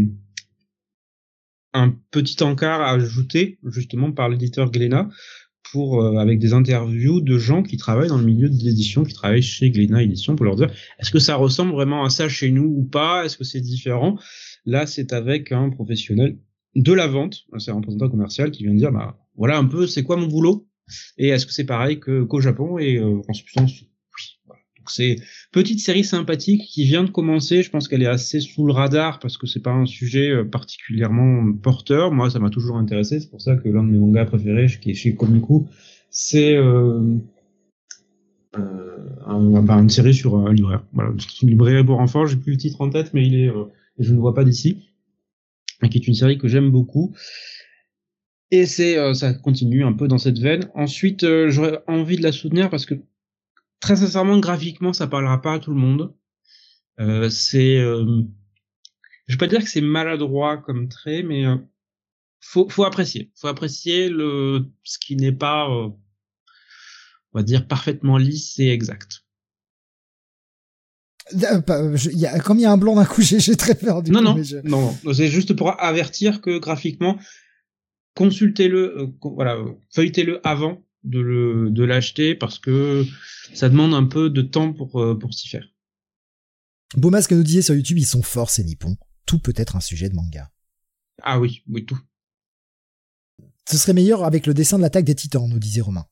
S2: un petit encart ajouté justement par l'éditeur Glénat pour euh, avec des interviews de gens qui travaillent dans le milieu de l'édition, qui travaillent chez Glénat Édition, pour leur dire est-ce que ça ressemble vraiment à ça chez nous ou pas, est-ce que c'est différent. Là, c'est avec un professionnel de la vente, c'est un représentant commercial qui vient de dire bah voilà un peu c'est quoi mon boulot. Et est-ce que c'est pareil que, qu'au Japon? Et euh, en substance, oui. Voilà. Donc c'est petite série sympathique qui vient de commencer. Je pense qu'elle est assez sous le radar parce que c'est pas un sujet particulièrement porteur. Moi, ça m'a toujours intéressé. C'est pour ça que l'un de mes mangas préférés, qui est chez Komiku, c'est euh, euh, un, bah, une série sur un libraire. Voilà, une librairie pour enfants. J'ai plus le titre en tête, mais il est, euh, je ne le vois pas d'ici. Et qui est une série que j'aime beaucoup. Et c'est euh, ça continue un peu dans cette veine. Ensuite, euh, j'aurais envie de la soutenir parce que très sincèrement, graphiquement, ça parlera pas à tout le monde. Euh, c'est, euh, je vais pas dire que c'est maladroit comme trait, mais euh, faut faut apprécier, faut apprécier le ce qui n'est pas, euh, on va dire parfaitement lisse et exact.
S1: Euh, je, y a, comme il y a un blanc d'un coup, j'ai, j'ai très peur du
S2: non
S1: coup.
S2: Non,
S1: mais je...
S2: non, non, c'est juste pour avertir que graphiquement. Consultez-le, euh, voilà, feuilletez-le avant de le de l'acheter parce que ça demande un peu de temps pour euh, pour s'y faire.
S1: Beaumasque nous disait sur YouTube, ils sont forts ces nippons. Tout peut être un sujet de manga.
S2: Ah oui, oui tout.
S1: Ce serait meilleur avec le dessin de l'attaque des Titans, nous disait Romain.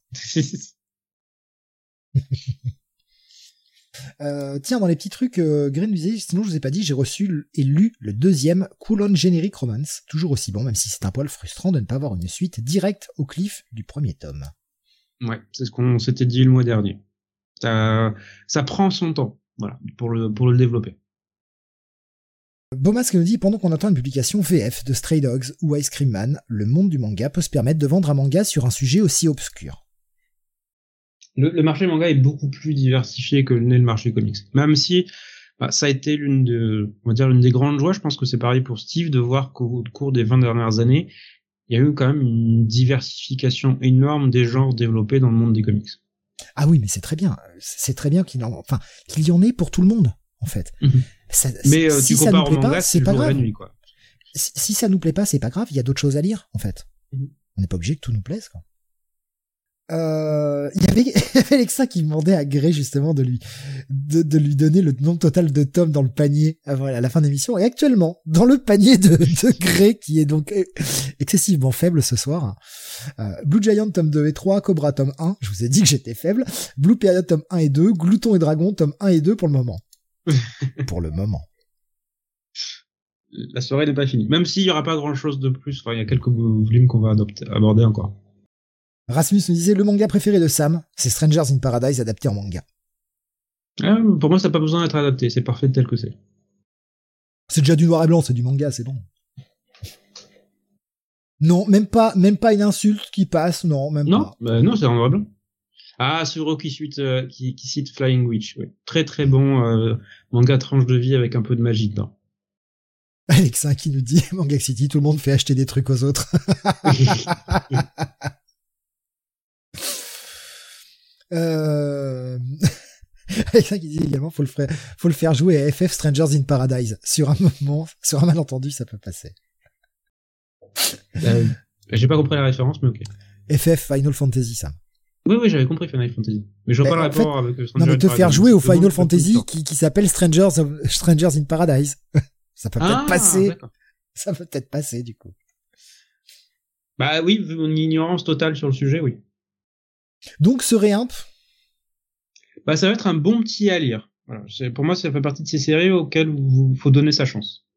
S1: Euh, tiens, dans les petits trucs, euh, Green nous disait, sinon je vous ai pas dit, j'ai reçu et lu le deuxième Coulon Generic Romance, toujours aussi bon, même si c'est un poil frustrant de ne pas avoir une suite directe au cliff du premier tome.
S2: Ouais, c'est ce qu'on s'était dit le mois dernier. Ça, ça prend son temps, voilà, pour le pour le développer.
S1: Beaumasque nous dit, pendant qu'on attend une publication V F de Stray Dogs ou Ice Cream Man, le monde du manga peut se permettre de vendre un manga sur un sujet aussi obscur.
S2: Le, le marché manga est beaucoup plus diversifié que n'est le marché comics. Même si bah, ça a été l'une de, on va dire l'une des grandes joies. Je pense que c'est pareil pour Steve de voir qu'au cours des vingt dernières années, il y a eu quand même une diversification énorme des genres développés dans le monde des comics.
S1: Ah oui, mais c'est très bien. C'est très bien qu'il en, enfin, qu'il y en ait pour tout le monde, en fait.
S2: Mm-hmm.
S1: Ça,
S2: mais euh,
S1: si
S2: tu
S1: ça
S2: compares
S1: nous plaît
S2: au manga,
S1: pas,
S2: c'est
S1: pas
S2: jour
S1: grave.
S2: et la nuit, quoi.
S1: Si, si ça nous plaît pas, c'est pas grave. Il y a d'autres choses à lire, en fait.
S2: Mm-hmm.
S1: On n'est pas obligé que tout nous plaise, quoi. Euh, il y avait, il y avait Alexa qui demandait à Grey justement de lui, de, de lui donner le nombre total de tomes dans le panier avant à la fin de l'émission. Et actuellement, dans le panier de, de Grey, qui est donc excessivement faible ce soir, euh, Blue Giant tome deux et trois, Cobra tome un, je vous ai dit que j'étais faible, Blue Period tome un et deux, Glouton et Dragon tome un et deux pour le moment. Pour le moment.
S2: La soirée n'est pas finie. Même s'il y aura pas grand chose de plus, enfin, il y a quelques volumes qu'on va adopter, aborder encore.
S1: Rasmus nous disait, le manga préféré de Sam, c'est Strangers in Paradise adapté en manga.
S2: Ah, pour moi, ça n'a pas besoin d'être adapté, c'est parfait tel que c'est.
S1: C'est déjà du noir et blanc, c'est du manga, c'est bon. Non, même pas, même pas une insulte qui passe, non, même
S2: non,
S1: pas.
S2: Bah non, c'est en noir et blanc. Ah, Suro qui cite, euh, qui, qui cite Flying Witch, oui. Très très bon euh, manga tranche de vie avec un peu de magie dedans.
S1: Alexa qui nous dit, Manga City, tout le monde fait acheter des trucs aux autres. euh... Alexa qui dit également, faut le faire, faut le faire jouer à F F Strangers in Paradise. Sur un moment, sur un malentendu, ça peut passer.
S2: Euh, j'ai pas compris la référence, mais ok.
S1: F F Final Fantasy, ça.
S2: Oui, oui, j'avais compris Final Fantasy. Mais je vois pas le rapport
S1: fait,
S2: avec Strangers
S1: non, mais te
S2: in
S1: faire
S2: Paradise.
S1: jouer au Final Fantasy qui, qui s'appelle Strangers, Strangers in Paradise. Ça peut peut-être
S2: ah,
S1: passer.
S2: D'accord.
S1: Ça peut peut-être passer, du coup.
S2: Bah oui, vu mon ignorance totale sur le sujet, oui.
S1: Donc, ce réimp.
S2: Bah ça va être un bon petit à lire. Voilà. C'est, pour moi, ça fait partie de ces séries auxquelles il faut donner sa chance.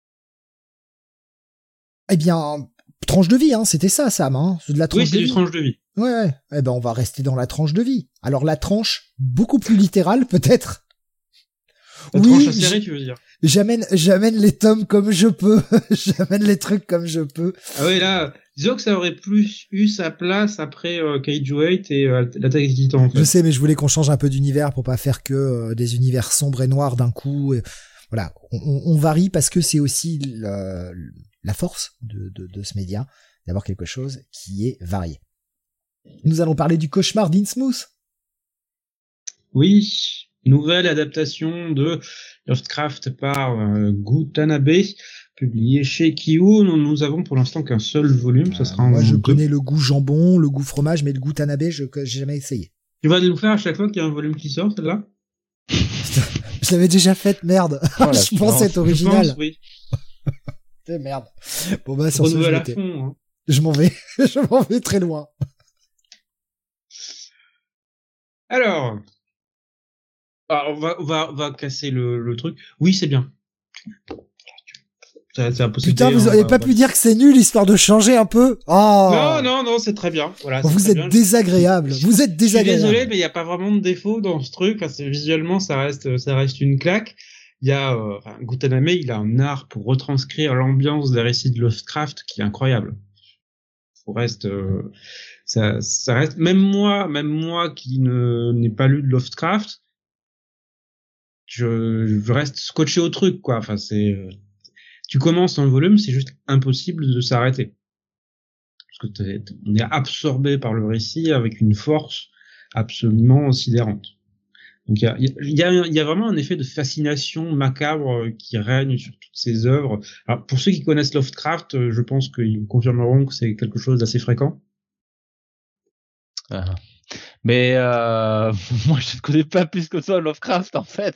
S1: Eh bien, tranche de vie, hein, c'était ça, Sam, hein. C'est de la tranche
S2: oui,
S1: de
S2: c'est
S1: vie.
S2: du tranche de vie.
S1: Ouais, ouais. Eh ben, on va rester dans la tranche de vie. Alors, la tranche, beaucoup plus littérale, peut-être.
S2: La
S1: oui,
S2: tranche à série, tu veux dire?
S1: J'amène, j'amène les tomes comme je peux. J'amène les trucs comme je peux.
S2: Ah oui, là, disons que ça aurait plus eu sa place après euh, Kaiju huit et euh, l'attaque des Titans, en fait.
S1: Je sais, mais je voulais qu'on change un peu d'univers pour pas faire que euh, des univers sombres et noirs d'un coup. Et, voilà, on, on, on varie parce que c'est aussi le, la force de, de, de ce média, d'avoir quelque chose qui est varié. Nous allons parler du cauchemar d'Innsmouth.
S2: Oui, nouvelle adaptation de Lovecraft par euh, Gutanabe, publié chez Kiun. Nous avons pour l'instant qu'un seul volume, ça sera
S1: euh,
S2: en
S1: Moi, je
S2: deux.
S1: connais le goût jambon, le goût fromage, mais le goût Tanabe, je j'ai jamais essayé.
S2: Tu vas nous faire à chaque fois qu'il y a un volume qui sort, celle-là?
S1: Je l'avais déjà faite, merde.
S3: Oh,
S1: je pense être original.
S2: Je pense, oui.
S1: C'est merde. Bon bah sur ce, je,
S2: à fond, hein.
S1: je m'en vais, je m'en vais très loin.
S2: Alors, alors on va, on va, on va casser le, le truc. Oui, c'est bien. Ça, ça
S1: Putain, vous auriez
S2: on,
S1: pas
S2: on,
S1: pu dire que c'est nul, histoire de changer un peu? Oh.
S2: Non, non, non, c'est très bien. Voilà.
S1: Vous
S2: très
S1: êtes
S2: bien.
S1: désagréable. Vous êtes désagréable.
S2: Je suis désolé, mais il y a pas vraiment de défaut dans ce truc, parce que visuellement, ça reste, ça reste une claque. Il y a, euh, enfin, Gutanabe, il a un art pour retranscrire l'ambiance des récits de Lovecraft qui est incroyable. Au reste, euh, ça, ça reste, même moi, même moi qui ne, n'ai pas lu de Lovecraft, je, je reste scotché au truc, quoi. Enfin, c'est, euh, tu commences un volume, c'est juste impossible de s'arrêter. Parce que t'es, on est absorbé par le récit avec une force absolument sidérante. Donc il y a, il y, a, il y a vraiment un effet de fascination macabre qui règne sur toutes ces œuvres. Alors pour ceux qui connaissent Lovecraft, je pense qu'ils me confirmeront que c'est quelque chose d'assez fréquent.
S3: Ah. Mais euh, moi je ne connais pas plus que toi Lovecraft en fait.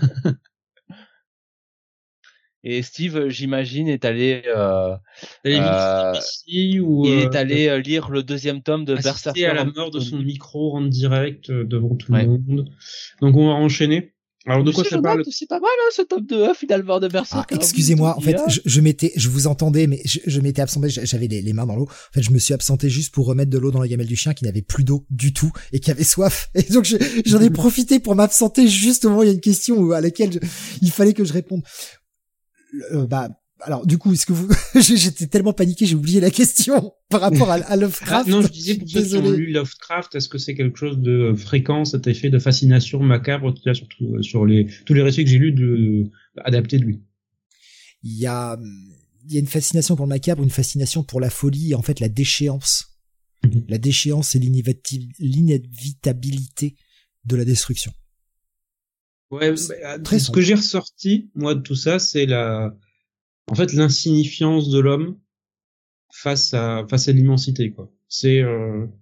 S3: Et Steve, j'imagine, est allé, euh,
S2: euh, ici, ou,
S3: il
S2: euh,
S3: est allé euh, lire le deuxième tome de Berserker
S2: à la mort de son micro en direct devant tout ouais. le monde. Donc on va enchaîner. Alors de quoi ça parle?
S3: C'est pas mal hein, ce tome deux finalement de Berserker.
S1: Ah, excusez-moi, en fait, je, je m'étais, je vous entendais, mais je, je m'étais absenté, j'avais les, les mains dans l'eau. En fait, je me suis absenté juste pour remettre de l'eau dans la gamelle du chien qui n'avait plus d'eau du tout et qui avait soif. Et donc je, j'en ai profité pour m'absenter juste au moment où il y a une question à laquelle je, il fallait que je réponde. Euh, bah alors du coup est-ce que vous j'étais tellement paniqué j'ai oublié la question par rapport à, à Lovecraft.
S2: Ah, non je disais pour ceux qui ont lu Lovecraft, est-ce que c'est quelque chose de fréquent cet effet de fascination macabre qu'il y a surtout sur les tous les récits que j'ai lus de adaptés de lui?
S1: Il y a il y a une fascination pour le macabre, une fascination pour la folie et en fait la déchéance. Mm-hmm. La déchéance et l'inévitabilité de la destruction.
S2: Ouais, bah, très ce que j'ai ressorti, moi, de tout ça, c'est la, en fait, l'insignifiance de l'homme face à, face à l'immensité, quoi. C'est, euh,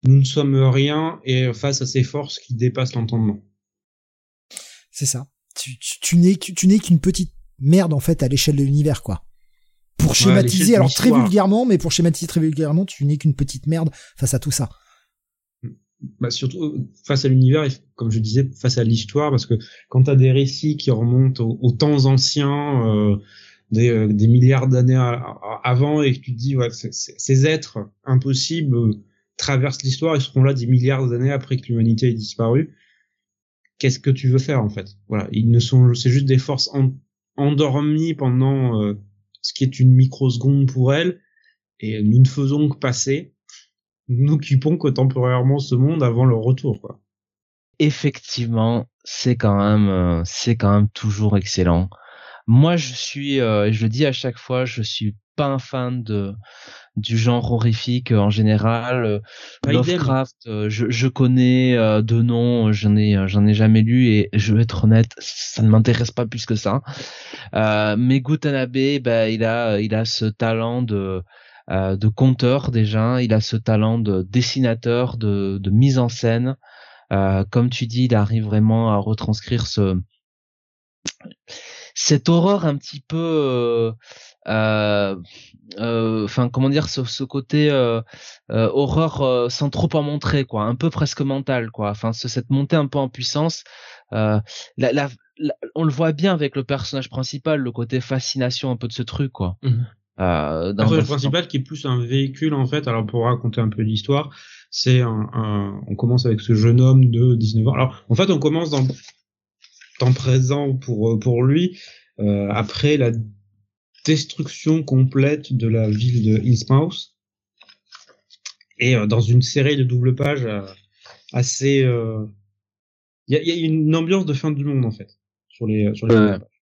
S2: nous ne sommes rien et face à ces forces qui dépassent l'entendement.
S1: C'est ça. Tu, tu, tu n'es, tu, tu n'es qu'une petite merde en fait à l'échelle de l'univers, quoi. Pour
S2: Ouais,
S1: schématiser, alors très
S2: l'histoire.
S1: vulgairement, mais pour schématiser très vulgairement, tu n'es qu'une petite merde face à tout ça.
S2: Bah surtout face à l'univers, comme je disais, face à l'histoire, parce que quand t'as des récits qui remontent aux, aux temps anciens, euh, des, euh, des milliards d'années à, à, avant, et que tu te dis, ouais, c'est, c'est, ces êtres impossibles euh, traversent l'histoire et seront là des milliards d'années après que l'humanité ait disparu. Qu'est-ce que tu veux faire en fait? Voilà, ils ne sont, c'est juste des forces en, endormies pendant euh, ce qui est une microseconde pour elles, et nous ne faisons que passer. Nous n'occupons que temporairement ce monde avant leur retour, quoi.
S3: Effectivement, c'est quand même, euh, c'est quand même toujours excellent. Moi, je suis, euh, et je le dis à chaque fois, je suis pas un fan de du genre horrifique euh, en général. Euh,
S2: Ah, idem.
S3: Lovecraft, euh, je, je connais euh, de nom, j'en ai, euh, j'en ai jamais lu et je vais être honnête, ça ne m'intéresse pas plus que ça. Euh, mais Gutanabe, bah, il a, il a ce talent de euh, de conteur déjà, il a ce talent de dessinateur, de, de mise en scène. Euh, comme tu dis, il arrive vraiment à retranscrire ce cette horreur un petit peu, euh, euh, euh, enfin comment dire, ce, ce côté euh, euh, horreur euh, sans trop en montrer, quoi, un peu presque mental, quoi. Enfin, ce, cette montée un peu en puissance. Euh, la, la, la- on le voit bien avec le personnage principal, le côté fascination un peu de ce truc, quoi.
S2: Mmh.
S3: Euh,
S2: Le
S3: dans, dans,
S2: personnage
S3: dans-
S2: principal qui est plus un véhicule en fait. Alors pour raconter un peu l'histoire, c'est un, un, on commence avec ce jeune homme de dix-neuf ans. Alors en fait on commence dans temps présent pour pour lui euh, après la destruction complète de la ville de Innsmouth et euh, dans une série de double pages euh, assez, il euh, y, a, y a une ambiance de fin du monde en fait sur les sur les
S3: Ouais.
S2: double pages.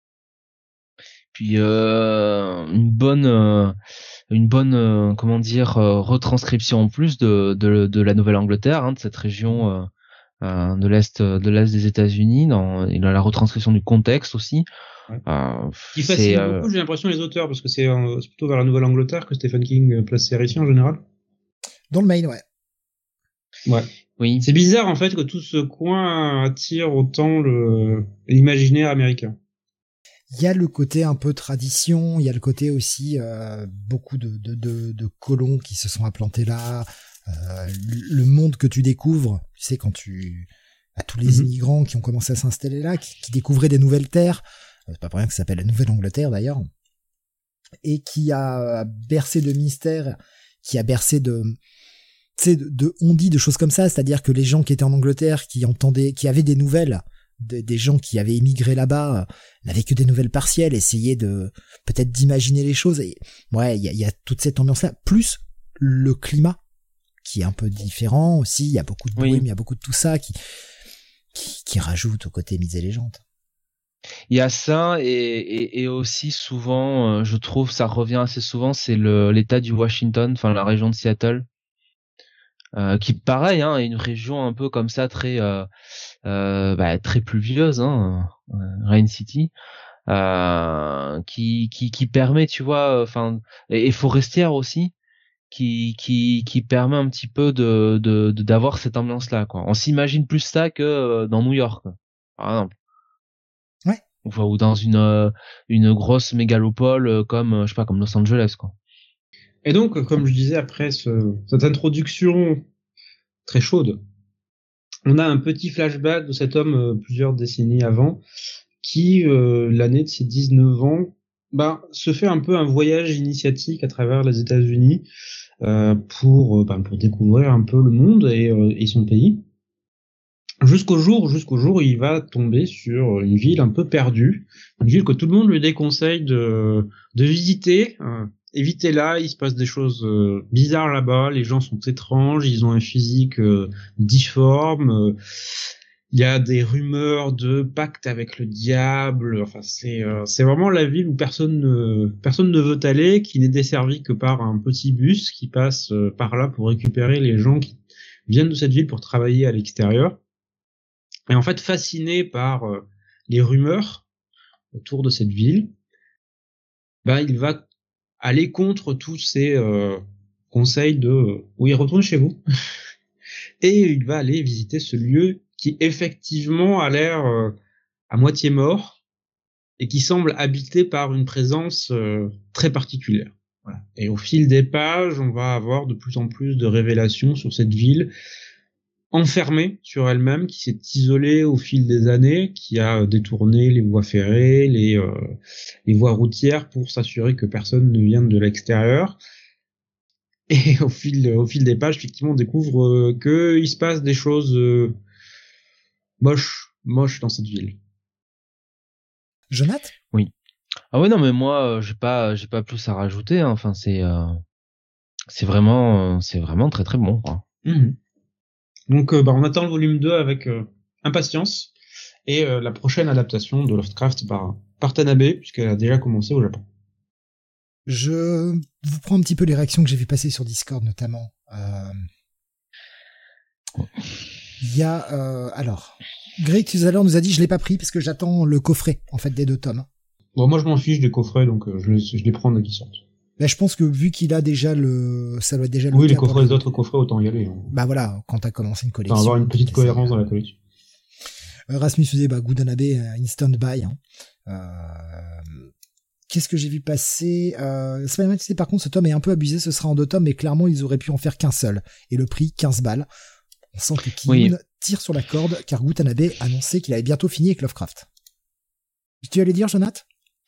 S3: Puis euh, une bonne, euh, une bonne, euh, comment dire, euh, retranscription en plus de de, de la Nouvelle-Angleterre, hein, de cette région euh, euh, de l'est de l'est des États-Unis, dans, il a la retranscription du contexte aussi.
S2: Ouais.
S3: Euh,
S2: Qui
S3: c'est
S2: fascine
S3: euh,
S2: beaucoup, j'ai l'impression, les auteurs, parce que c'est, euh, c'est plutôt vers la Nouvelle-Angleterre que Stephen King place ses récits en général.
S1: Dans le main, ouais.
S2: Ouais.
S3: oui.
S2: C'est bizarre en fait que tout ce coin attire autant le l'imaginaire américain.
S1: Il y a le côté un peu tradition, il y a le côté aussi euh, beaucoup de, de, de, de colons qui se sont implantés là, euh, le monde que tu découvres, tu sais, quand tu... à tous les
S2: Mm-hmm.
S1: immigrants qui ont commencé à s'installer là, qui, qui découvraient des nouvelles terres, euh, c'est pas pour rien que ça s'appelle la Nouvelle-Angleterre d'ailleurs, et qui a bercé de mystères, qui a bercé de... tu sais, de, de on-dit, de choses comme ça, c'est-à-dire que les gens qui étaient en Angleterre, qui entendaient, qui avaient des nouvelles, de, des gens qui avaient émigré là-bas, euh, n'avaient que des nouvelles partielles, essayaient de peut-être d'imaginer les choses. Et ouais, il y a, y a toute cette ambiance-là, plus le climat qui est un peu différent aussi. Il y a beaucoup de bruit,
S3: Oui.
S1: mais il y a beaucoup de tout ça qui qui, qui rajoute au côté mythes et légendes.
S3: Il y a ça et, et, et aussi souvent, euh, je trouve, ça revient assez souvent, c'est le l'État du Washington, enfin la région de Seattle, euh, qui pareil, hein, est une région un peu comme ça, très euh, euh, bah, très pluvieuse, hein, euh, Rain City, euh, qui qui qui permet, tu vois, enfin et, et forestière aussi, qui qui qui permet un petit peu de de de- d'avoir cette ambiance là, quoi. On s'imagine plus ça que euh, dans New York, quoi, par exemple.
S1: Ouais.
S3: Enfin, ou dans une euh, une grosse mégalopole euh, comme euh, je sais pas, comme Los Angeles, quoi.
S2: Et donc, comme je disais après ce, cette introduction très chaude, on a un petit flashback de cet homme euh, plusieurs décennies avant, qui, euh, l'année de ses dix-neuf ans, bah, se fait un peu un voyage initiatique à travers les États-Unis euh, pour, euh, bah, pour découvrir un peu le monde et, euh, et son pays. Jusqu'au jour, jusqu'au jour où il va tomber sur une ville un peu perdue, une ville que tout le monde lui déconseille de, de visiter. Euh, évitez-la, il se passe des choses euh, bizarres là-bas, les gens sont étranges, ils ont un physique euh, difforme, euh, il y a des rumeurs de pacte avec le diable. Enfin, c'est euh, c'est vraiment la ville où personne ne personne ne veut aller, qui n'est desservie que par un petit bus qui passe euh, par là pour récupérer les gens qui viennent de cette ville pour travailler à l'extérieur. Et en fait, fasciné par euh, les rumeurs autour de cette ville, bah, il va aller contre tous ces euh, conseils de euh, oui, retournez chez vous. et il va aller visiter ce lieu qui effectivement a l'air euh, à moitié mort et qui semble habité par une présence euh, très particulière. Voilà. Et au fil des pages, on va avoir de plus en plus de révélations sur cette ville enfermée sur elle-même, qui s'est isolée au fil des années, qui a détourné les voies ferrées, les, euh, les voies routières pour s'assurer que personne ne vienne de l'extérieur. Et au fil, au fil des pages, effectivement, on découvre euh, que il se passe des choses euh, moches, moches dans cette ville.
S1: Jonathan ?
S3: Oui. Ah ouais, non, mais moi, euh, j'ai pas, j'ai pas plus à rajouter. Hein. Enfin, c'est, euh, c'est vraiment, euh, c'est vraiment très très bon. Quoi.
S2: Mmh. Donc, euh, bah, on attend le volume deux avec euh, impatience et euh, la prochaine adaptation de Lovecraft par, par Tanabe, puisqu'elle a déjà commencé au Japon.
S1: Je vous prends un petit peu les réactions que j'ai vu passer sur Discord, notamment. Euh... Il y a... Euh... Alors, Greg, tout à l'heure, nous a dit « Je l'ai pas pris parce que j'attends le coffret, en fait, des deux tomes. »
S2: Bon, moi, je m'en fiche des coffrets, donc euh, je, les, je les prends dès qu'ils sortent.
S1: Là, je pense que vu qu'il a déjà le... Ça doit être déjà le
S2: Oui, les
S1: cas
S2: coffrets,
S1: pour
S2: les autres coffrets, autant y aller. Hein.
S1: Bah voilà, quand t'as commencé une collection...
S2: Enfin, avoir une petite cohérence dans la collection.
S1: Euh, Rasmus faisait bah, Gudanabe, euh, instant buy. Hein. Euh... Qu'est-ce que j'ai vu passer euh, Spider-Man, par contre, ce tome est un peu abusé, ce sera en deux tomes, mais clairement, ils auraient pu en faire qu'un seul. Et le prix, quinze balles. On sent que Kiyun oui. tire sur la corde, car Watanabe annonçait qu'il avait bientôt fini avec Lovecraft. Tu allais dire, Jonathan ?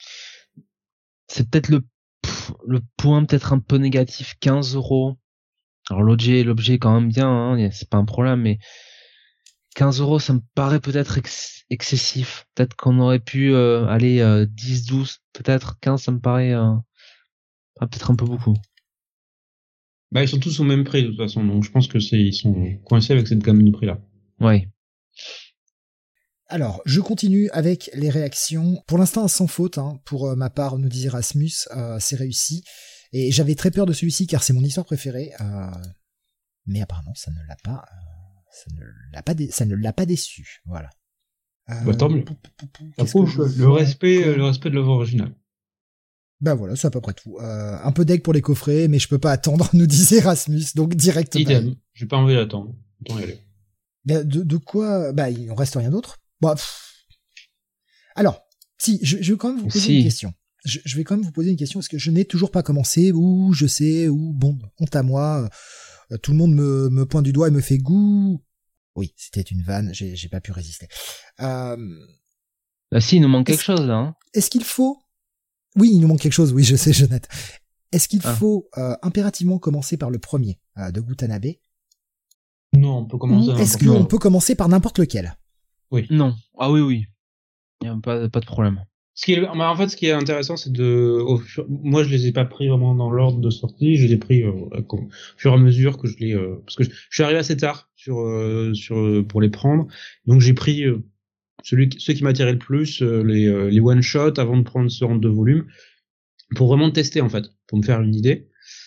S3: C'est peut-être le, pff, le point peut-être un peu négatif, quinze euros. Alors l'objet, l'objet est quand même bien, hein, c'est pas un problème, mais quinze euros, ça me paraît peut-être ex- excessif. Peut-être qu'on aurait pu euh, aller euh, dix, douze, peut-être quinze, ça me paraît euh, ah, peut-être un peu beaucoup.
S2: Bah, ils sont tous au même prix, de toute façon, donc je pense que c'est, ils sont coincés avec cette gamme de prix-là.
S3: Ouais.
S1: Alors, je continue avec les réactions. Pour l'instant, sans faute, hein, pour euh, ma part, nous disait Rasmus, euh, c'est réussi. Et j'avais très peur de celui-ci, car c'est mon histoire préférée. Euh, mais apparemment, ça ne l'a pas, euh, ça ne l'a pas, dé- ça ne l'a pas déçu. Voilà.
S2: Euh, bah, tant mieux. Ça prouve le respect, euh, le respect de l'œuvre originale.
S1: Bah voilà, c'est à peu près tout. Euh, un peu d'aigle pour les coffrets, mais je peux pas attendre, nous disait Rasmus, donc direct.
S2: Idem, j'ai pas envie d'attendre. Autant y aller.
S1: De, de quoi Bah, il ne reste rien d'autre. Bah, alors, si, je, je vais quand même vous poser si. une question. Je, je vais quand même vous poser une question parce que je n'ai toujours pas commencé, ou je sais, ou bon, honte à moi. Euh, tout le monde me, me pointe du doigt et me fait goût. Oui, c'était une vanne, j'ai, j'ai pas pu résister. Euh,
S3: bah si, il nous manque quelque chose là. Hein.
S1: Est-ce qu'il faut Oui, il nous manque quelque chose, oui, je sais, Jonathan. Est-ce qu'il ah. faut euh, impérativement commencer par le premier euh, de Watanabe ?
S2: Non, on peut commencer.
S1: Ou est-ce qu'on peut commencer par n'importe lequel ?
S3: Oui. Non. Ah oui, oui. Il y a pas, pas de problème.
S2: Ce qui est, en fait, ce qui est intéressant, c'est de, au, moi, je les ai pas pris vraiment dans l'ordre de sortie. Je les ai pris euh, au fur et à mesure que je les, euh, parce que je, je suis arrivé assez tard sur, euh, sur, pour les prendre. Donc j'ai pris euh, celui, ceux qui m'attiraient le plus, euh, les, euh, les one shot avant de prendre ce rang de volume, pour vraiment tester en fait, pour me faire une idée.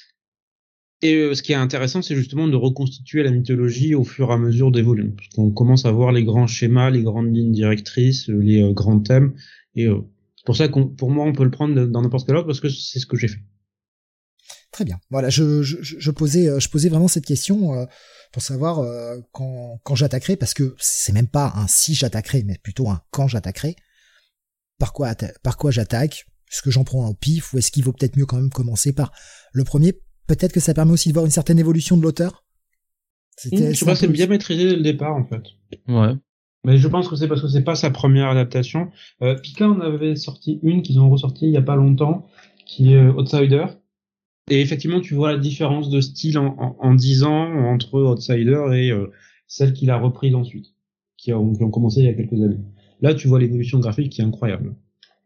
S2: Et euh, ce qui est intéressant, c'est justement de reconstituer la mythologie au fur et à mesure des volumes, parce qu'on commence à voir les grands schémas, les grandes lignes directrices, les euh, grands thèmes, et euh, c'est pour ça qu'on, pour moi, on peut le prendre dans n'importe quel ordre, parce que c'est ce que j'ai fait.
S1: Très bien. Voilà, je, je, je posais, je posais vraiment cette question euh, pour savoir euh, quand, quand j'attaquerai, parce que c'est même pas un si j'attaquerai, mais plutôt un quand j'attaquerai. Par quoi, atta- par quoi j'attaque ? Est-ce que j'en prends un au pif, ou est-ce qu'il vaut peut-être mieux quand même commencer par le premier ? Peut-être que ça permet aussi de voir une certaine évolution de l'auteur.
S2: C'était, mmh, je sais pas, c'est bien maîtrisé dès le départ, en fait.
S3: Ouais.
S2: Mais je pense que c'est parce que c'est pas sa première adaptation. Euh, Pika en avait sorti une qu'ils ont ressorti il y a pas longtemps, qui est euh, Outsider. Et effectivement, tu vois la différence de style en, en, en dix ans entre Outsider et euh, celle qu'il a reprise ensuite, qui ont, qui ont commencé il y a quelques années. Là, tu vois l'évolution graphique qui est incroyable.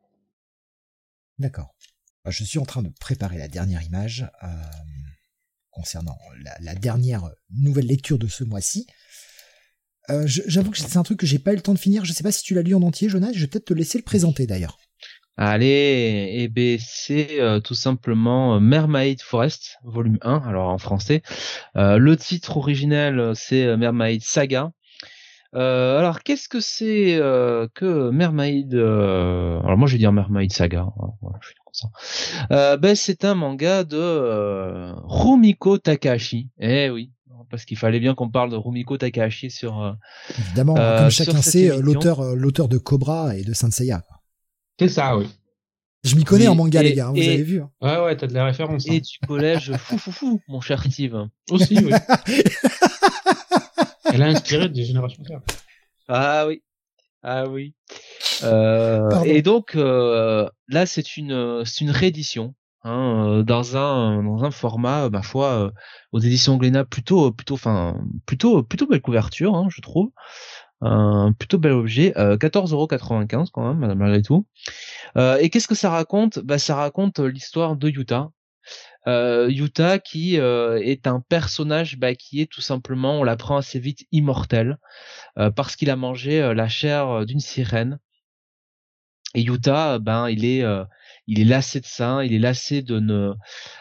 S1: D'accord. Je suis en train de préparer la dernière image euh, concernant la, la dernière nouvelle lecture de ce mois-ci. Euh, je, j'avoue que c'est un truc que j'ai pas eu le temps de finir. Je sais pas si tu l'as lu en entier, Jonas. Je vais peut-être te laisser le présenter d'ailleurs.
S3: Allez, eh ben c'est euh, tout simplement Mermaid Forest, volume un, alors en français. Euh, le titre originel, c'est Mermaid Saga. Euh, alors, qu'est-ce que c'est euh, que Mermaid euh... Alors, moi, je vais dire Mermaid Saga. Hein, voilà, je suis comme ça. Euh, ben, c'est un manga de euh, Rumiko Takahashi. Eh oui, parce qu'il fallait bien qu'on parle de Rumiko Takahashi sur. Euh,
S1: Évidemment, euh, comme chacun sait, l'auteur, euh, l'auteur de Cobra et de Saint Seiya.
S2: C'est ça, oui.
S1: Je m'y connais
S3: oui,
S1: en manga,
S3: et,
S1: les gars, hein, vous
S3: et,
S1: avez vu. Hein.
S2: Ouais, ouais, t'as de la référence.
S3: Et
S2: hein.
S3: du collège, fou, fou, fou, mon cher Steve.
S2: Aussi, oui. Elle a inspiré des générations claires.
S3: Ah oui. Ah oui. Euh, et donc, euh, là, c'est une, c'est une réédition. Hein, dans un dans un format ma foi euh, aux éditions Glénat plutôt plutôt enfin plutôt plutôt belle couverture hein, je trouve un plutôt bel objet euh, quatorze euros quatre-vingt-quinze quand même malgré tout euh, et qu'est-ce que ça raconte bah ça raconte l'histoire de Yuta euh, Yuta qui euh, est un personnage bah, qui est tout simplement on l'apprend assez vite immortel euh, parce qu'il a mangé euh, la chair d'une sirène. Et Yuta, ben, il est, euh, il est lassé de ça, il est lassé de ne,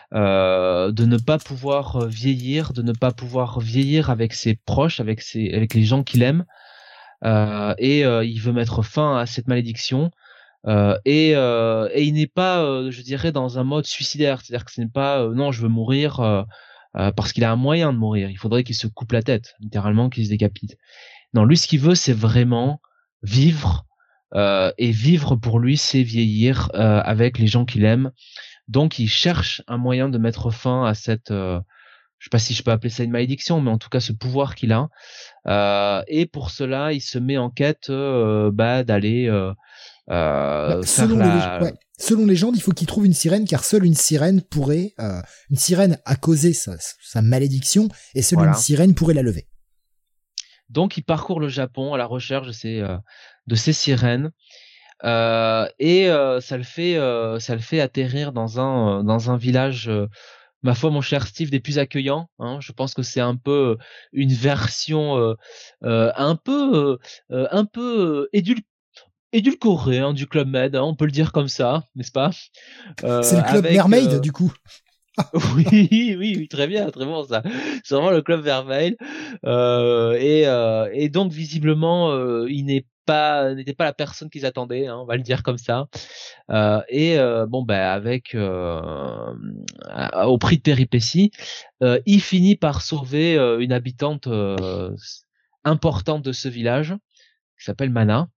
S3: euh, de ne pas pouvoir vieillir, de ne pas pouvoir vieillir avec ses proches, avec ses, avec les gens qu'il aime, euh, et euh, il veut mettre fin à cette malédiction. Euh, et, euh, et il n'est pas, euh, je dirais, dans un mode suicidaire, c'est-à-dire que ce n'est pas, euh, non, je veux mourir euh, euh, parce qu'il a un moyen de mourir. Il faudrait qu'il se coupe la tête, littéralement, qu'il se décapite. Non, lui, ce qu'il veut, c'est vraiment vivre. Euh, et vivre pour lui, c'est vieillir euh, avec les gens qu'il aime. Donc, il cherche un moyen de mettre fin à cette, euh, je sais pas si je peux appeler ça une malédiction, mais en tout cas ce pouvoir qu'il a. Euh, et pour cela, il se met en quête euh, bah, d'aller euh, euh,
S1: bah, selon,
S3: la...
S1: les, ouais. selon les légendes, il faut qu'il trouve une sirène, car seule une sirène pourrait, euh, une sirène a causé sa, sa malédiction, et seule voilà. une sirène pourrait la lever.
S3: Donc, il parcourt le Japon à la recherche de ces, euh, de ces sirènes. Euh, et euh, ça le fait, euh, ça le fait atterrir dans un, euh, dans un village, euh, ma foi, mon cher Steve, des plus accueillants. Hein. Je pense que c'est un peu une version, euh, euh, un peu, euh, un peu édul édulcorée hein, du Club Med. Hein, on peut le dire comme ça, n'est-ce pas
S1: euh, C'est le Club avec, Mermaid, euh... du coup.
S3: oui, oui, oui, très bien, très bon ça. C'est vraiment le Club Mermaid. Euh, et, euh, et donc visiblement, euh, il n'est pas, n'était pas la personne qu'ils attendaient, hein, on va le dire comme ça. Euh, et euh, bon, ben avec euh, au prix de péripéties, euh, il finit par sauver euh, une habitante euh, importante de ce village, qui s'appelle Mana,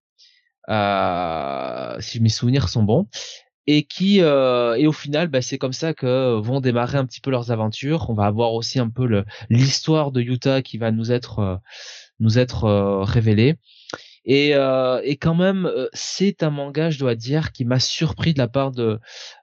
S3: euh, si mes souvenirs sont bons. Et qui euh, et au final bah, c'est comme ça que vont démarrer un petit peu leurs aventures. On va avoir aussi un peu le l'histoire de Yuta qui va nous être euh, nous être euh, révélée et euh, et quand même euh, c'est un manga je dois dire qui m'a surpris de la part de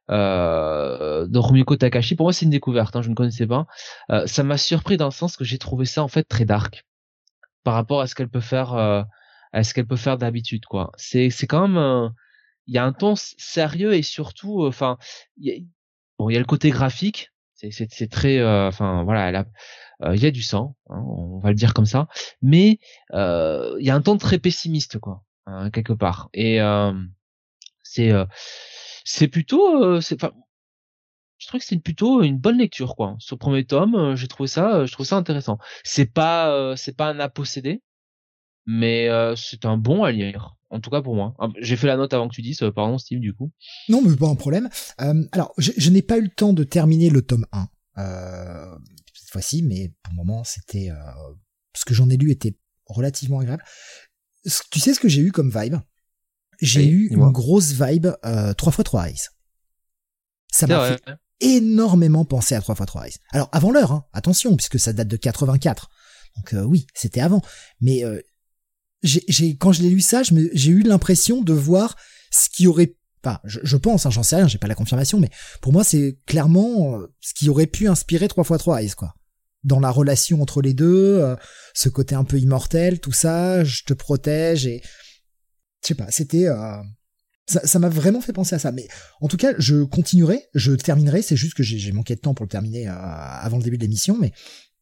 S3: euh, de Rumiko Takahashi. Pour moi c'est une découverte hein, je ne connaissais pas. Euh, ça m'a surpris dans le sens que j'ai trouvé ça en fait très dark par rapport à ce qu'elle peut faire euh, à ce qu'elle peut faire d'habitude quoi. C'est c'est quand même euh, il y a un ton sérieux et surtout, enfin, euh, il y a, bon, il y a le côté graphique, c'est, c'est, c'est très, enfin, euh, voilà, elle a, euh, il y a du sang, hein, on va le dire comme ça, mais euh, il y a un ton très pessimiste, quoi, hein, quelque part. Et euh, c'est, euh, c'est plutôt, euh, c'est, enfin, je trouve que c'est plutôt une bonne lecture, quoi. Ce premier tome, euh, j'ai trouvé ça, je trouve ça intéressant. C'est pas, euh, c'est pas un à-posséder, mais euh, c'est un bon à lire. En tout cas pour moi. J'ai fait la note avant que tu dises, euh, pardon Steve du coup.
S1: Non mais pas un problème. Euh, alors je, je n'ai pas eu le temps de terminer le tome un euh, cette fois-ci, mais pour le moment c'était... Euh, ce que j'en ai lu était relativement agréable. Tu sais ce que j'ai eu comme vibe ? J'ai oui, eu une grosse vibe euh, trois fois trois Eyes. Ça m'a fait énormément penser à trois fois trois Eyes. Alors avant l'heure, hein, attention, puisque ça date de quatre-vingt-quatre. Donc euh, oui, c'était avant. Mais... Euh, J'ai, j'ai, quand je l'ai lu ça, je me, j'ai eu l'impression de voir ce qui aurait, enfin, je, je pense, hein, j'en sais rien, j'ai pas la confirmation, mais pour moi, c'est clairement euh, ce qui aurait pu inspirer trois fois trois Eyes, quoi. Dans la relation entre les deux, euh, ce côté un peu immortel, tout ça, je te protège et, je sais pas, c'était, euh, ça, ça m'a vraiment fait penser à ça. Mais en tout cas, je continuerai, je terminerai, c'est juste que j'ai, j'ai manqué de temps pour le terminer euh, avant le début de l'émission, mais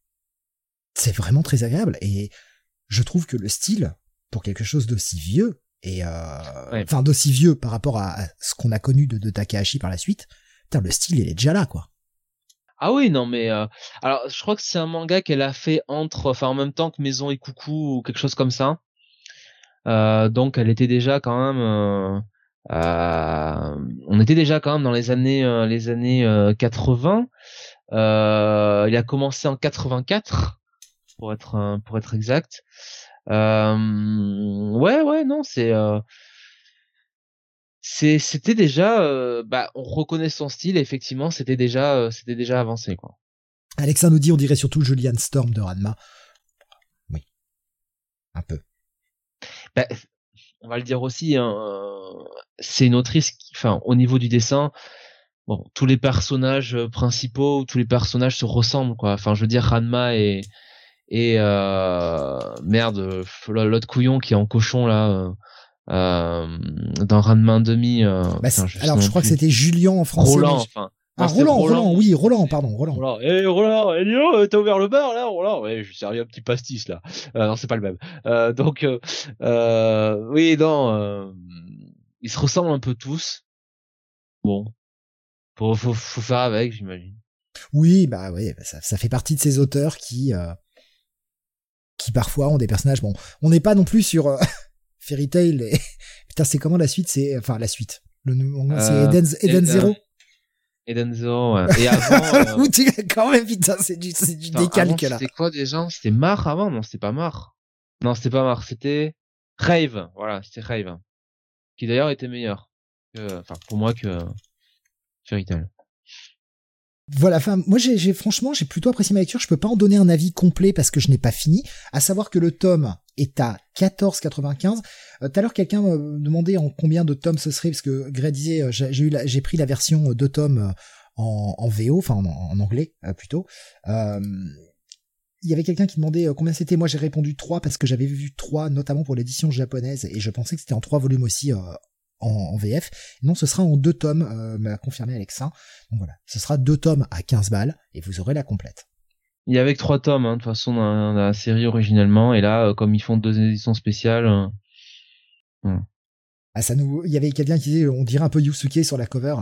S1: c'est vraiment très agréable et je trouve que le style, pour quelque chose d'aussi vieux, et euh, ouais. enfin d'aussi vieux par rapport à, à ce qu'on a connu de, de Takahashi par la suite, putain, le style il est déjà là quoi.
S3: Ah oui non mais euh, alors je crois que c'est un manga qu'elle a fait entre, enfin en même temps que Maison et Coucou ou quelque chose comme ça. Euh, donc elle était déjà quand même, euh, euh, on était déjà quand même dans les années euh, les années euh, quatre-vingts. Euh, il a commencé en quatre-vingt-quatre. pour être euh, pour être exact. Euh, ouais, ouais, non, c'est euh, c'est c'était déjà, euh, bah, on reconnaît son style. Et effectivement, c'était déjà euh, c'était déjà avancé, quoi.
S1: Alexa nous dit, on dirait surtout Julian Storm de Ranma. Oui, un peu.
S3: Bah, on va le dire aussi, hein, euh, c'est une autrice qui, enfin, au niveau du dessin, bon, tous les personnages principaux, tous les personnages se ressemblent, quoi. Enfin, je veux dire, Ranma et et euh, merde, l'autre couillon qui est en cochon là, euh, dans Ranma demi. Euh,
S1: bah,
S3: putain, je
S1: alors, je crois
S3: plus.
S1: que c'était Julien en français.
S3: Roland,
S1: je...
S3: enfin.
S1: Ah,
S3: Non,
S1: Roland,
S3: Roland,
S1: Roland, oui, Roland, pardon, Roland.
S3: Roland. Eh, hey, Roland, eh, dis donc, t'as ouvert le bar, là, Roland? Ouais, je suis servi un petit pastis, là. Euh, non, c'est pas le même. Euh, donc, euh, euh, oui, non, euh, ils se ressemblent un peu tous. Bon. Faut, faut, faut faire avec, j'imagine.
S1: Oui, bah oui, ça, ça fait partie de ces auteurs qui, euh, qui parfois ont des personnages, bon, on n'est pas non plus sur euh, Fairy Tail et... Putain, c'est comment la suite? C'est, enfin, la suite. Le, euh, c'est Eden, Eden
S3: et,
S1: Zero.
S3: Euh, Eden Zero, ouais. Et avant,
S1: euh... tu, quand même, putain, c'est du, c'est du
S3: enfin,
S1: décalque,
S3: avant,
S1: là.
S3: C'était quoi, déjà? C'était Mar avant? Non, c'était pas Mar. Non, c'était pas Mar, c'était Rave. Voilà, c'était Rave. Qui d'ailleurs était meilleur. Que, enfin, pour moi que Fairy Tail.
S1: Voilà, enfin, moi, j'ai, j'ai, franchement, j'ai plutôt apprécié ma lecture. Je peux pas en donner un avis complet parce que je n'ai pas fini. À savoir que le tome est à quatorze quatre-vingt-quinze. Euh, tout à l'heure, quelqu'un me demandait en combien de tomes ce serait, parce que Greg disait, euh, j'ai, j'ai eu la, j'ai pris la version deux tomes euh, en, en V O, enfin, en, en anglais, euh, plutôt. Euh, il y avait quelqu'un qui demandait euh, combien c'était. Moi, j'ai répondu trois parce que j'avais vu trois, notamment pour l'édition japonaise, et je pensais que c'était en trois volumes aussi, euh, En, en V F. Non, ce sera en deux tomes, euh, m'a confirmé Alexa. Donc voilà, ce sera deux tomes à quinze balles et vous aurez la complète.
S3: Il y avait que trois tomes, hein, de toute façon, dans, dans la série originellement. Et là, euh, comme ils font deux éditions spéciales, euh... ouais.
S1: Ah, ça nous, il y avait quelqu'un qui disait, on dirait un peu Yusuke sur la cover.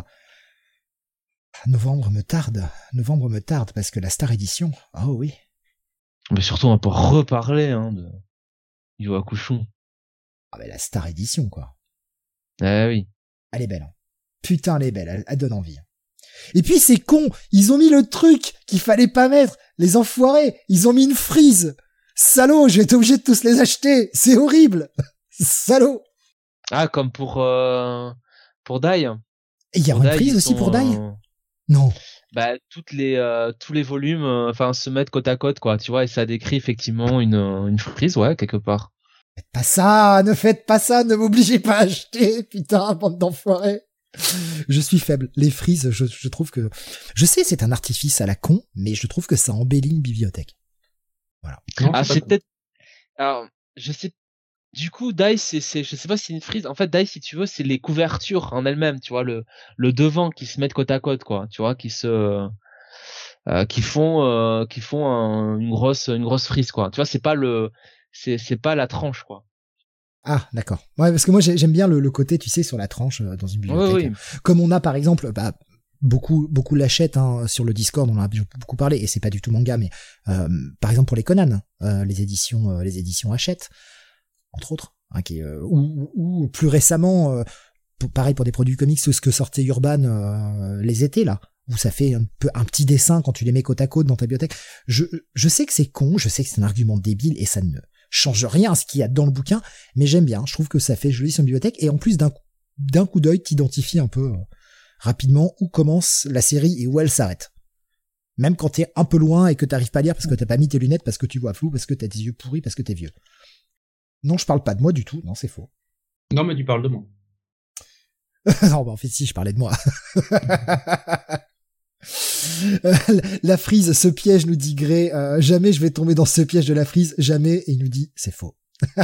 S1: Novembre me tarde, novembre me tarde parce que la Star Edition, oh oui.
S3: Mais surtout, on peut reparler hein, de Yu Hakusho.
S1: Ah ben la Star Edition quoi.
S3: Ah oui.
S1: Elle est belle. Hein. Putain, elle est belle, elle, elle donne envie. Et puis c'est con, ils ont mis le truc qu'il fallait pas mettre, les enfoirés, ils ont mis une frise. Salaud, je vais être obligé de tous les acheter, c'est horrible. Salaud.
S3: Ah, comme pour euh, pour Dai.
S1: Et il y a une frise aussi sont, pour Dai euh... Non.
S3: Bah toutes les euh, tous les volumes, enfin euh, se mettent côte à côte quoi, tu vois, et ça décrit effectivement une une frise, ouais, quelque part.
S1: Faites pas ça, ne faites pas ça, ne m'obligez pas à acheter, putain, bande d'enfoirés. Je suis faible. Les frises, je, je trouve que... Je sais, c'est un artifice à la con, mais je trouve que ça embellit une bibliothèque. Voilà.
S3: Non, ah, c'est peut-être... Alors, je sais... Du coup, Dai, c'est, c'est, je sais pas si c'est une frise. En fait, Dai, si tu veux, c'est les couvertures en elles-mêmes, tu vois, le, le devant qui se mettent côte à côte, quoi, tu vois, qui se... Euh, qui font, euh, qui font un, une grosse, une grosse frise, quoi. Tu vois, c'est pas le... C'est, c'est pas la tranche, quoi.
S1: Ah, d'accord. Ouais, parce que moi, j'aime bien le, le côté, tu sais, sur la tranche euh, dans une bibliothèque.
S3: Oui, oui.
S1: Comme on a, par exemple, bah, beaucoup, beaucoup l'achètent hein, sur le Discord, on en a beaucoup parlé, et c'est pas du tout manga, mais euh, par exemple pour les Conan, euh, les éditions, euh, les éditions Hachette, entre autres, hein, qui, euh, ou, ou plus récemment, euh, pour, pareil pour des produits comics, ce que sortait Urban euh, les étés là, où ça fait un peu un petit dessin quand tu les mets côte à côte dans ta bibliothèque. Je, je sais que c'est con, je sais que c'est un argument débile et ça ne change rien à ce qu'il y a dans le bouquin, mais j'aime bien. Je trouve que ça fait joli sur une bibliothèque et en plus d'un coup, d'un coup d'œil, t'identifies un peu euh, rapidement où commence la série et où elle s'arrête. Même quand t'es un peu loin et que t'arrives pas à lire parce que t'as pas mis tes lunettes, parce que tu vois flou, parce que t'as des yeux pourris, parce que t'es vieux. Non, je parle pas de moi du tout. Non, c'est faux.
S2: Non, mais tu parles de moi.
S1: non, bah en fait si, je parlais de moi. La frise, ce piège, nous dit Grey, euh, jamais je vais tomber dans ce piège de la frise, jamais, et il nous dit, c'est faux.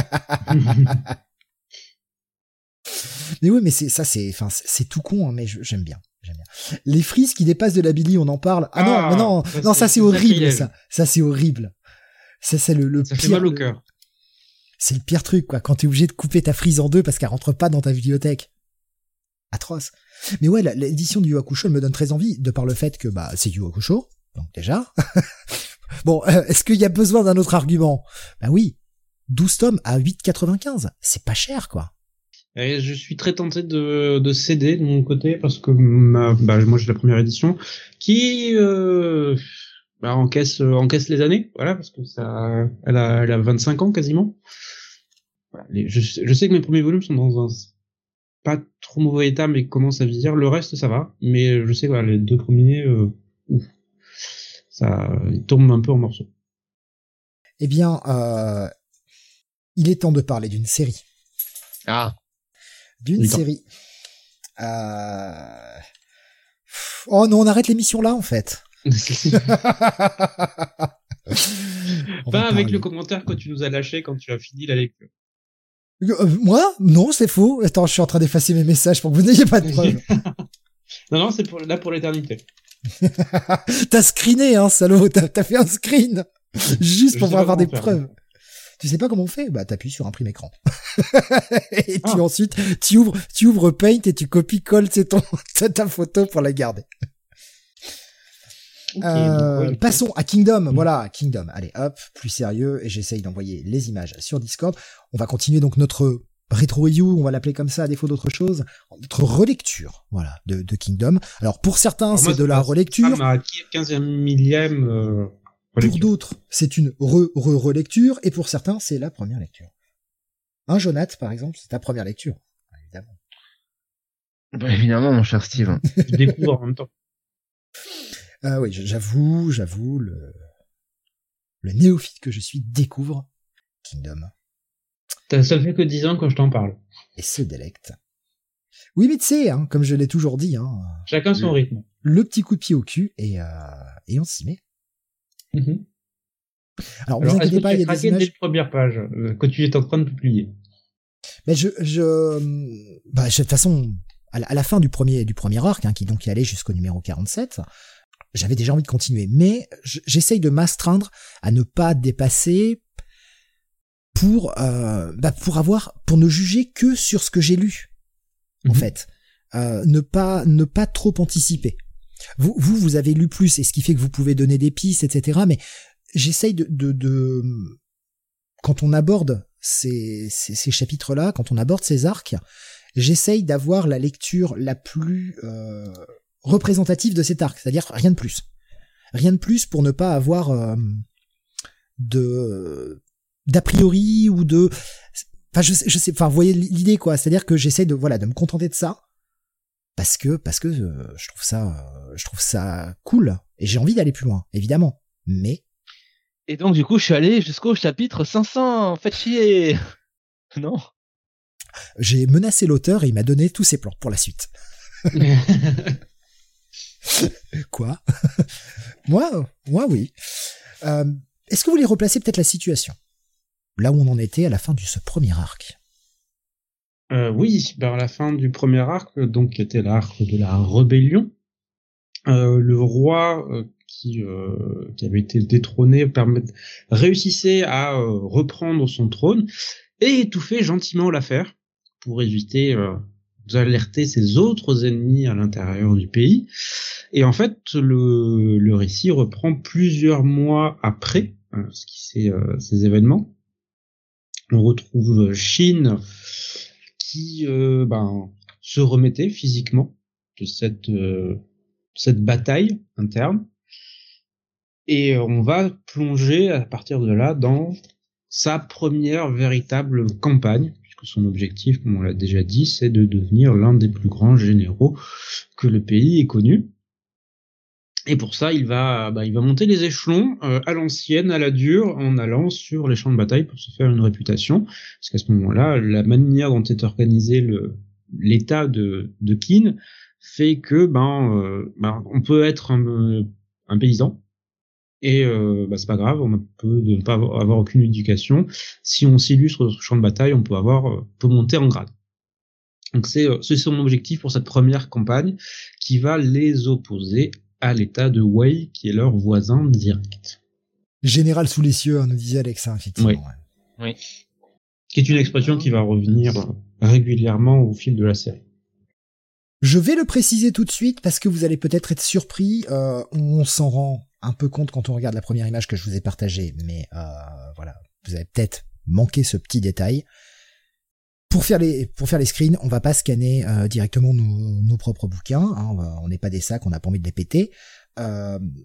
S1: Mais oui, mais c'est ça, c'est, enfin, c'est tout con, hein, mais je, j'aime bien, j'aime bien. Les frises qui dépassent de la Billy, on en parle. Ah, ah non, mais non, ça, non, ça c'est, c'est horrible, ça, ça c'est horrible. Ça c'est le, le
S2: ça
S1: pire.
S2: Ça fait mal au cœur.
S1: C'est le pire truc, quoi, quand t'es obligé de couper ta frise en deux parce qu'elle rentre pas dans ta bibliothèque. Atroce. Mais ouais, la, l'édition du Yu Hakusho me donne très envie, de par le fait que bah c'est Yu Hakusho, donc déjà. Bon, euh, est-ce qu'il y a besoin d'un autre argument? Bah oui, douze tomes à huit quatre-vingt-quinze, c'est pas cher quoi.
S2: Et je suis très tenté de, de céder de mon côté parce que ma, bah, moi j'ai la première édition qui, euh, bah, encaisse euh, encaisse les années, voilà, parce que ça, elle a, elle a vingt-cinq ans quasiment. Voilà, les, je, je sais que mes premiers volumes sont dans un pas trop mauvais état, mais commencent à vieillir. Le reste, ça va, mais je sais que voilà, les deux premiers, euh, ouf, ça, ils tombent un peu en morceaux.
S1: Eh bien, euh, il est temps de parler d'une série.
S3: Ah.
S1: D'une série. Euh... Oh non, on arrête l'émission là, en fait.
S2: Pas avec le commentaire que tu nous as lâché quand tu as fini la lecture.
S1: Euh, moi? Non, c'est faux. Attends, je suis en train d'effacer mes messages pour que vous n'ayez pas de preuves.
S2: non, non, c'est pour, là pour l'éternité.
S1: T'as screené, hein, salaud. T'as, t'as fait un screen. Juste pour avoir des
S2: faire,
S1: preuves. Hein. Tu sais pas comment on fait? Bah, t'appuies sur imprime écran. et tu ah. ensuite, tu ouvres, tu ouvres Paint et tu copies-colles, c'est ton, ta photo pour la garder. Okay, euh, donc, ouais, passons à Kingdom. Mmh. Voilà, Kingdom. Allez, hop, plus sérieux. Et j'essaye d'envoyer les images sur Discord. On va continuer donc notre rétro review, on va l'appeler comme ça à défaut d'autre chose. Notre relecture, voilà, de, de Kingdom. Alors pour certains, Alors moi, c'est de la relecture.
S2: Ma quinzième millième. Euh,
S1: pour d'autres, c'est une re-re-relecture. Et pour certains, c'est la première lecture. Hein, Jonath, par exemple, c'est ta première lecture, évidemment.
S3: Bah, évidemment, mon cher Steve.
S2: Je découvre en même temps.
S1: Ah oui, j'avoue, j'avoue, le, le néophyte que je suis découvre Kingdom.
S2: T'as ça fait que dix ans quand je t'en parle.
S1: Et se délecte. Oui, mais tu sais, hein, comme je l'ai toujours dit, hein.
S2: Chacun son
S1: le,
S2: rythme.
S1: Le petit coup de pied au cul et, euh, et on s'y met.
S2: Mm-hmm.
S1: Alors, vous inquiétez pas, il y a des images.
S2: Dès la première page euh, que tu es en train de publier.
S1: Mais je, je, bah, de toute façon, à la, à la fin du premier, du premier arc, hein, qui donc y allait jusqu'au numéro quarante-sept, j'avais déjà envie de continuer, mais j'essaye de m'astreindre à ne pas dépasser pour euh, bah pour avoir pour ne juger que sur ce que j'ai lu en mmh. fait, euh, ne pas ne pas trop anticiper. Vous vous vous avez lu plus et ce qui fait que vous pouvez donner des pistes, et cetera. Mais j'essaye de de, de quand on aborde ces ces, ces chapitres là, quand on aborde ces arcs, j'essaye d'avoir la lecture la plus euh, représentatif de cet arc, c'est-à-dire rien de plus. Rien de plus pour ne pas avoir euh, de d'a priori ou de enfin je sais je sais enfin vous voyez l'idée quoi, c'est-à-dire que j'essaie de voilà de me contenter de ça parce que parce que euh, je trouve ça euh, je trouve ça cool et j'ai envie d'aller plus loin, évidemment. Mais
S3: et donc du coup, je suis allé jusqu'au chapitre cinq cents, faites chier. Non.
S1: J'ai menacé l'auteur et il m'a donné tous ses plans pour la suite. Quoi? Moi, moi oui. Euh, est-ce que vous voulez replacer peut-être la situation là où on en était à la fin de ce premier arc?
S2: euh, Oui, ben à la fin du premier arc, donc qui était l'arc de la rébellion, euh, le roi euh, qui, euh, qui avait été détrôné permet, réussissait à euh, reprendre son trône et étouffer gentiment l'affaire pour éviter euh, d'alerter ses autres ennemis à l'intérieur du pays. Et en fait, le, le récit reprend plusieurs mois après euh, ce qui c'est, euh, ces événements. On retrouve Shin qui euh, ben, se remettait physiquement de cette, euh, cette bataille interne. Et on va plonger à partir de là dans sa première véritable campagne, puisque son objectif, comme on l'a déjà dit, c'est de devenir l'un des plus grands généraux que le pays ait connu. Et pour ça, il va, bah, il va monter les échelons euh, à l'ancienne, à la dure, en allant sur les champs de bataille pour se faire une réputation. Parce qu'à ce moment-là, la manière dont est organisé le, l'état de, de Qin fait que, ben, euh, ben, on peut être un, un paysan. Et euh, bah, c'est pas grave, on peut ne pas avoir, avoir aucune éducation. Si on s'illustre sur le champ de bataille, on peut avoir, euh, peut monter en grade. Donc c'est, euh, c'est son objectif pour cette première campagne qui va les opposer à l'état de Wei, qui est leur voisin direct.
S1: Général sous les cieux, hein, nous disait Alexa, effectivement.
S2: Oui.
S3: Oui.
S2: Qui est une expression qui va revenir régulièrement au fil de la série.
S1: Je vais le préciser tout de suite parce que vous allez peut-être être surpris. Euh, on s'en rend un peu compte quand on regarde la première image que je vous ai partagée, mais euh, voilà, vous avez peut-être manqué ce petit détail. Pour faire les pour faire les screens, on va pas scanner euh, directement nos, nos propres bouquins. Hein, on n'est pas des sacs, on n'a pas envie de les péter. Euh,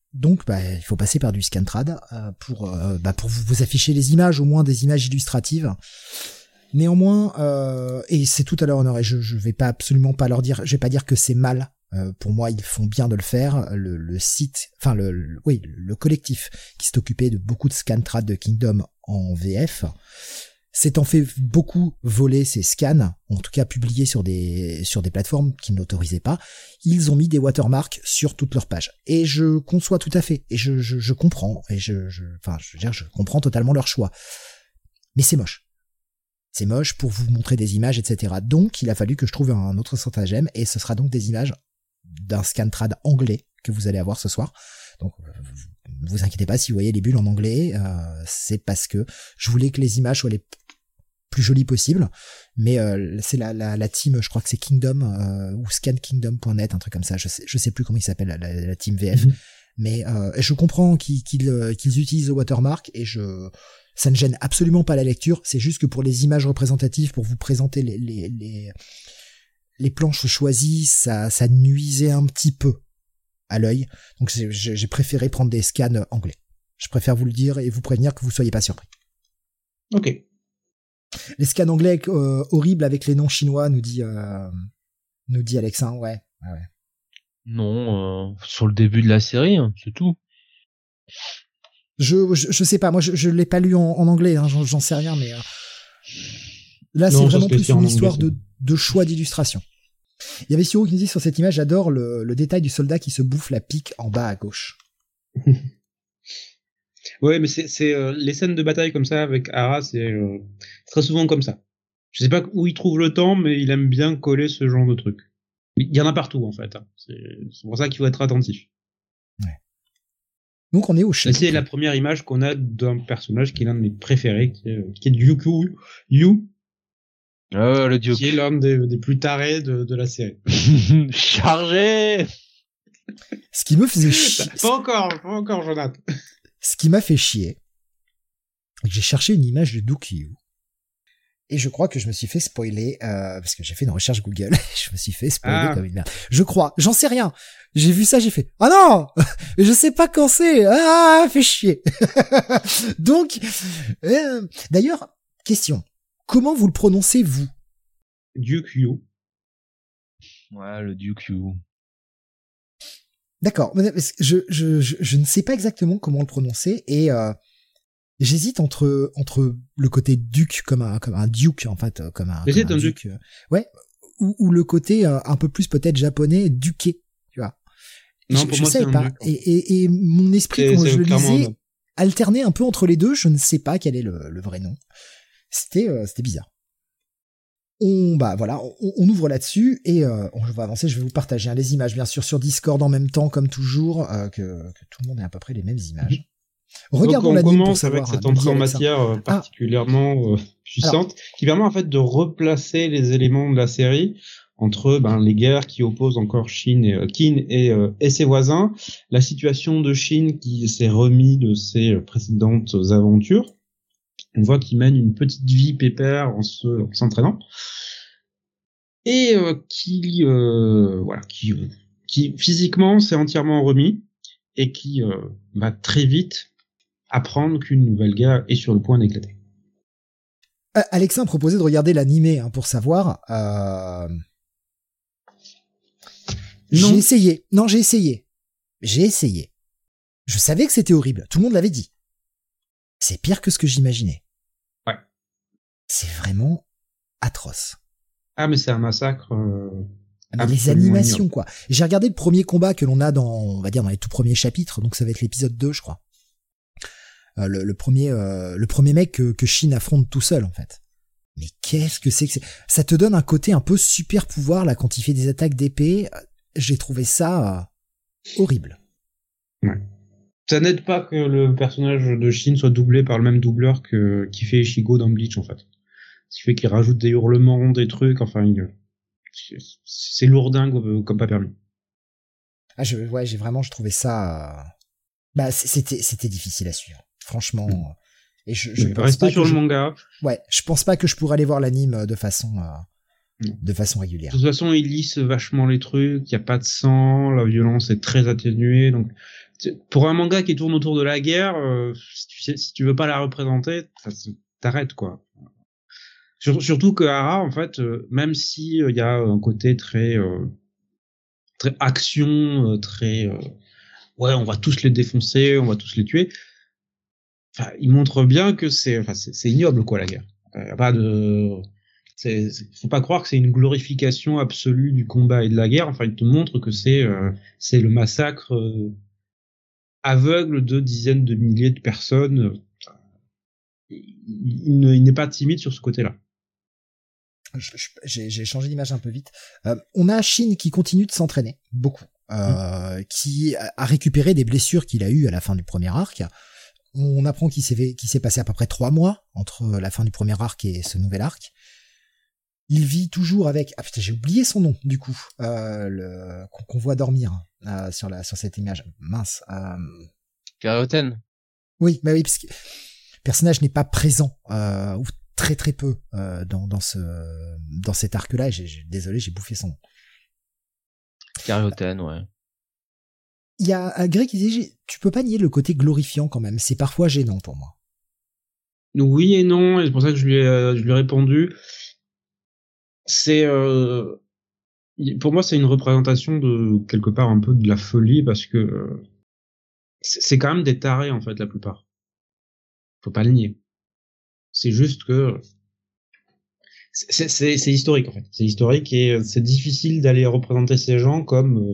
S1: Donc, bah, il faut passer par du Scantrad euh, pour, euh, bah, pour vous, vous afficher les images, au moins des images illustratives. Néanmoins, euh, et c'est tout à leur honneur, et je, je vais pas absolument pas leur dire, je vais pas dire que c'est mal. Euh, pour moi, ils font bien de le faire. Le, le site, enfin le, le, oui, le collectif qui s'est occupé de beaucoup de Scantrad de Kingdom en V F, s'est en fait beaucoup voler ces scans, en tout cas publiés sur des sur des plateformes qui n'autorisaient pas. Ils ont mis des watermarks sur toutes leurs pages, et je conçois tout à fait, et je je, je comprends, et je je, enfin, je veux dire, je comprends totalement leur choix. Mais c'est moche. C'est moche pour vous montrer des images, et cetera. Donc, il a fallu que je trouve un autre stratagème, et ce sera donc des images d'un Scantrad anglais que vous allez avoir ce soir. Donc, vous, vous inquiétez pas si vous voyez les bulles en anglais, euh, c'est parce que je voulais que les images soient les plus jolies possibles. Mais euh, c'est la, la, la team, je crois que c'est Kingdom euh, ou scan kingdom point net, un truc comme ça. Je sais, je sais plus comment il s'appelle la, la, la team V F. Mm-hmm. Mais euh, je comprends qu'ils, qu'ils, qu'ils utilisent le watermark, et je ça ne gêne absolument pas la lecture. C'est juste que pour les images représentatives, pour vous présenter les les les, les planches choisies, ça ça nuisait un petit peu à l'œil. Donc j'ai, j'ai préféré prendre des scans anglais. Je préfère vous le dire et vous prévenir que vous soyez pas surpris.
S2: Ok.
S1: Les scans anglais euh, horribles avec les noms chinois, nous dit euh, nous dit Alexin. Ouais. ouais, ouais.
S3: Non, euh, sur le début de la série, hein, c'est tout.
S1: Je, je je sais pas, moi je je l'ai pas lu en, en anglais, hein, j'en, j'en sais rien, mais euh, là non, c'est vraiment plus une histoire anglais, de de choix d'illustration. Il y avait Siro qui nous dit sur cette image, j'adore le, le détail du soldat qui se bouffe la pique en bas à gauche.
S2: Ouais, mais c'est c'est euh, les scènes de bataille comme ça avec Hera, c'est euh, très souvent comme ça. Je sais pas où il trouve le temps, mais il aime bien coller ce genre de truc. Il y en a partout en fait. Hein. C'est, c'est pour ça qu'il faut être attentif. Ouais.
S1: Donc on est au chapitre.
S2: C'est la première image qu'on a d'un personnage qui est l'un de mes préférés, qui est, qui est Dooku Yu.
S3: Oh, le Duke.
S2: Qui est l'un des, des plus tarés de, de la série.
S3: Chargé.
S1: Ce qui me faisait chier.
S2: Pas encore, pas encore, Jonathan.
S1: Ce qui m'a fait chier, j'ai cherché une image de Dooku Yu. Et je crois que je me suis fait spoiler, euh, parce que j'ai fait une recherche Google, je me suis fait spoiler ah. comme une merde. Je crois, j'en sais rien. J'ai vu ça, j'ai fait, ah non, je sais pas quand c'est, ah, fait chier. Donc, euh, d'ailleurs, question, comment vous le prononcez, vous?
S2: Duke Yu.
S3: Ouais, le Duke Yu.
S1: D'accord, je, je, je, je ne sais pas exactement comment le prononcer, et euh, j'hésite entre entre le côté duc comme un comme un duke en fait, comme un, comme
S2: un, un
S1: duc, euh, ouais, ou, ou le côté euh, un peu plus peut-être japonais, duqué, tu vois.
S2: Non,
S1: je,
S2: pour
S1: je
S2: moi,
S1: sais
S2: c'est
S1: pas.
S2: Un duc,
S1: et, et et mon esprit
S2: c'est,
S1: quand
S2: c'est
S1: je le lisais
S2: un...
S1: alternait un peu entre les deux. Je ne sais pas quel est le, le vrai nom. C'était euh, c'était bizarre. On bah voilà, on, on ouvre là-dessus et euh, on va avancer. Je vais vous partager hein, les images bien sûr sur Discord en même temps comme toujours, euh, que, que tout le monde ait à peu près les mêmes images.
S2: Regardons la pour savoir. Avec cette entrée en matière euh, particulièrement ah. euh, puissante, Alors, qui permet en fait de replacer les éléments de la série entre ben, les guerres qui opposent encore Shin et euh, Qin et, euh, et ses voisins, la situation de Shin qui s'est remis de ses précédentes aventures. On voit qu'il mène une petite vie pépère en, se, en s'entraînant et euh, qui euh, voilà qui euh, qui physiquement s'est entièrement remis et qui euh, va très vite apprendre qu'une nouvelle guerre est sur le point d'éclater.
S1: Euh, Alexin proposait de regarder l'animé hein, pour savoir. Euh... J'ai essayé. Non, j'ai essayé. J'ai essayé. Je savais que c'était horrible. Tout le monde l'avait dit. C'est pire que ce que j'imaginais.
S2: Ouais.
S1: C'est vraiment atroce.
S2: Ah, mais c'est un massacre. Euh,
S1: mais les animations, ignoble. Quoi. J'ai regardé le premier combat que l'on a dans, on va dire, dans les tout premiers chapitres, donc ça va être l'épisode deux, je crois. Euh, le, le premier, euh, le premier mec que, que Shin affronte tout seul, en fait. Mais qu'est-ce que c'est que c'est? Ça te donne un côté un peu super pouvoir, là, quand il fait des attaques d'épée. J'ai trouvé ça euh, horrible.
S2: Ouais. Ça n'aide pas que le personnage de Shin soit doublé par le même doubleur que qui fait Ichigo dans Bleach en fait. Ce qui fait qu'il rajoute des hurlements, des trucs, enfin il, c'est lourdingue comme pas permis.
S1: Ah je ouais, j'ai vraiment je trouvais ça euh... bah c'était c'était difficile à suivre. Franchement mmh. et je je pense
S2: rester
S1: pas
S2: sur
S1: que
S2: le
S1: je...
S2: manga.
S1: Ouais, je pense pas que je pourrais aller voir l'anime de façon euh... de façon régulière.
S2: De toute façon, ils lissent vachement les trucs, il y a pas de sang, la violence est très atténuée, donc pour un manga qui tourne autour de la guerre, euh, si, tu sais, si tu veux pas la représenter, t'arrêtes quoi. Surtout que Hara, en fait, euh, même si il euh, y a un côté très euh, très action, euh, très euh, ouais, on va tous les défoncer, on va tous les tuer. Enfin, il montre bien que c'est enfin c'est, c'est ignoble quoi la guerre. Il y a pas de c'est, c'est faut pas croire que c'est une glorification absolue du combat et de la guerre. Enfin, il te montre que c'est euh, c'est le massacre euh, aveugle de dizaines de milliers de personnes. Il, il, il n'est pas timide sur ce côté-là.
S1: Je, je, j'ai, j'ai changé d'image un peu vite. Euh, on a Shin qui continue de s'entraîner beaucoup, euh, mmh. qui a récupéré des blessures qu'il a eues à la fin du premier arc. On apprend qu'il s'est, qu'il s'est passé à peu près trois mois entre la fin du premier arc et ce nouvel arc. Il vit toujours avec, ah putain, j'ai oublié son nom, du coup, euh, le, qu'on, qu'on voit dormir, euh, sur la, sur cette image. Mince, euh.
S3: Karaoten.
S1: Oui, bah oui, parce que le personnage n'est pas présent, euh, ou très très peu, euh, dans, dans ce, dans cet arc-là, et j'ai, j'ai, désolé, j'ai bouffé son nom.
S3: Karaoten, ouais.
S1: Il y a Greg qui dit, tu peux pas nier le côté glorifiant quand même, c'est parfois gênant pour moi.
S2: Oui et non, et c'est pour ça que je lui ai, je lui ai répondu. C'est, euh, pour moi, c'est une représentation de, quelque part, un peu de la folie, parce que euh, c'est, c'est quand même des tarés, en fait, la plupart. Faut pas le nier. C'est juste que c'est, c'est, c'est historique, en fait. C'est historique et c'est difficile d'aller représenter ces gens comme euh,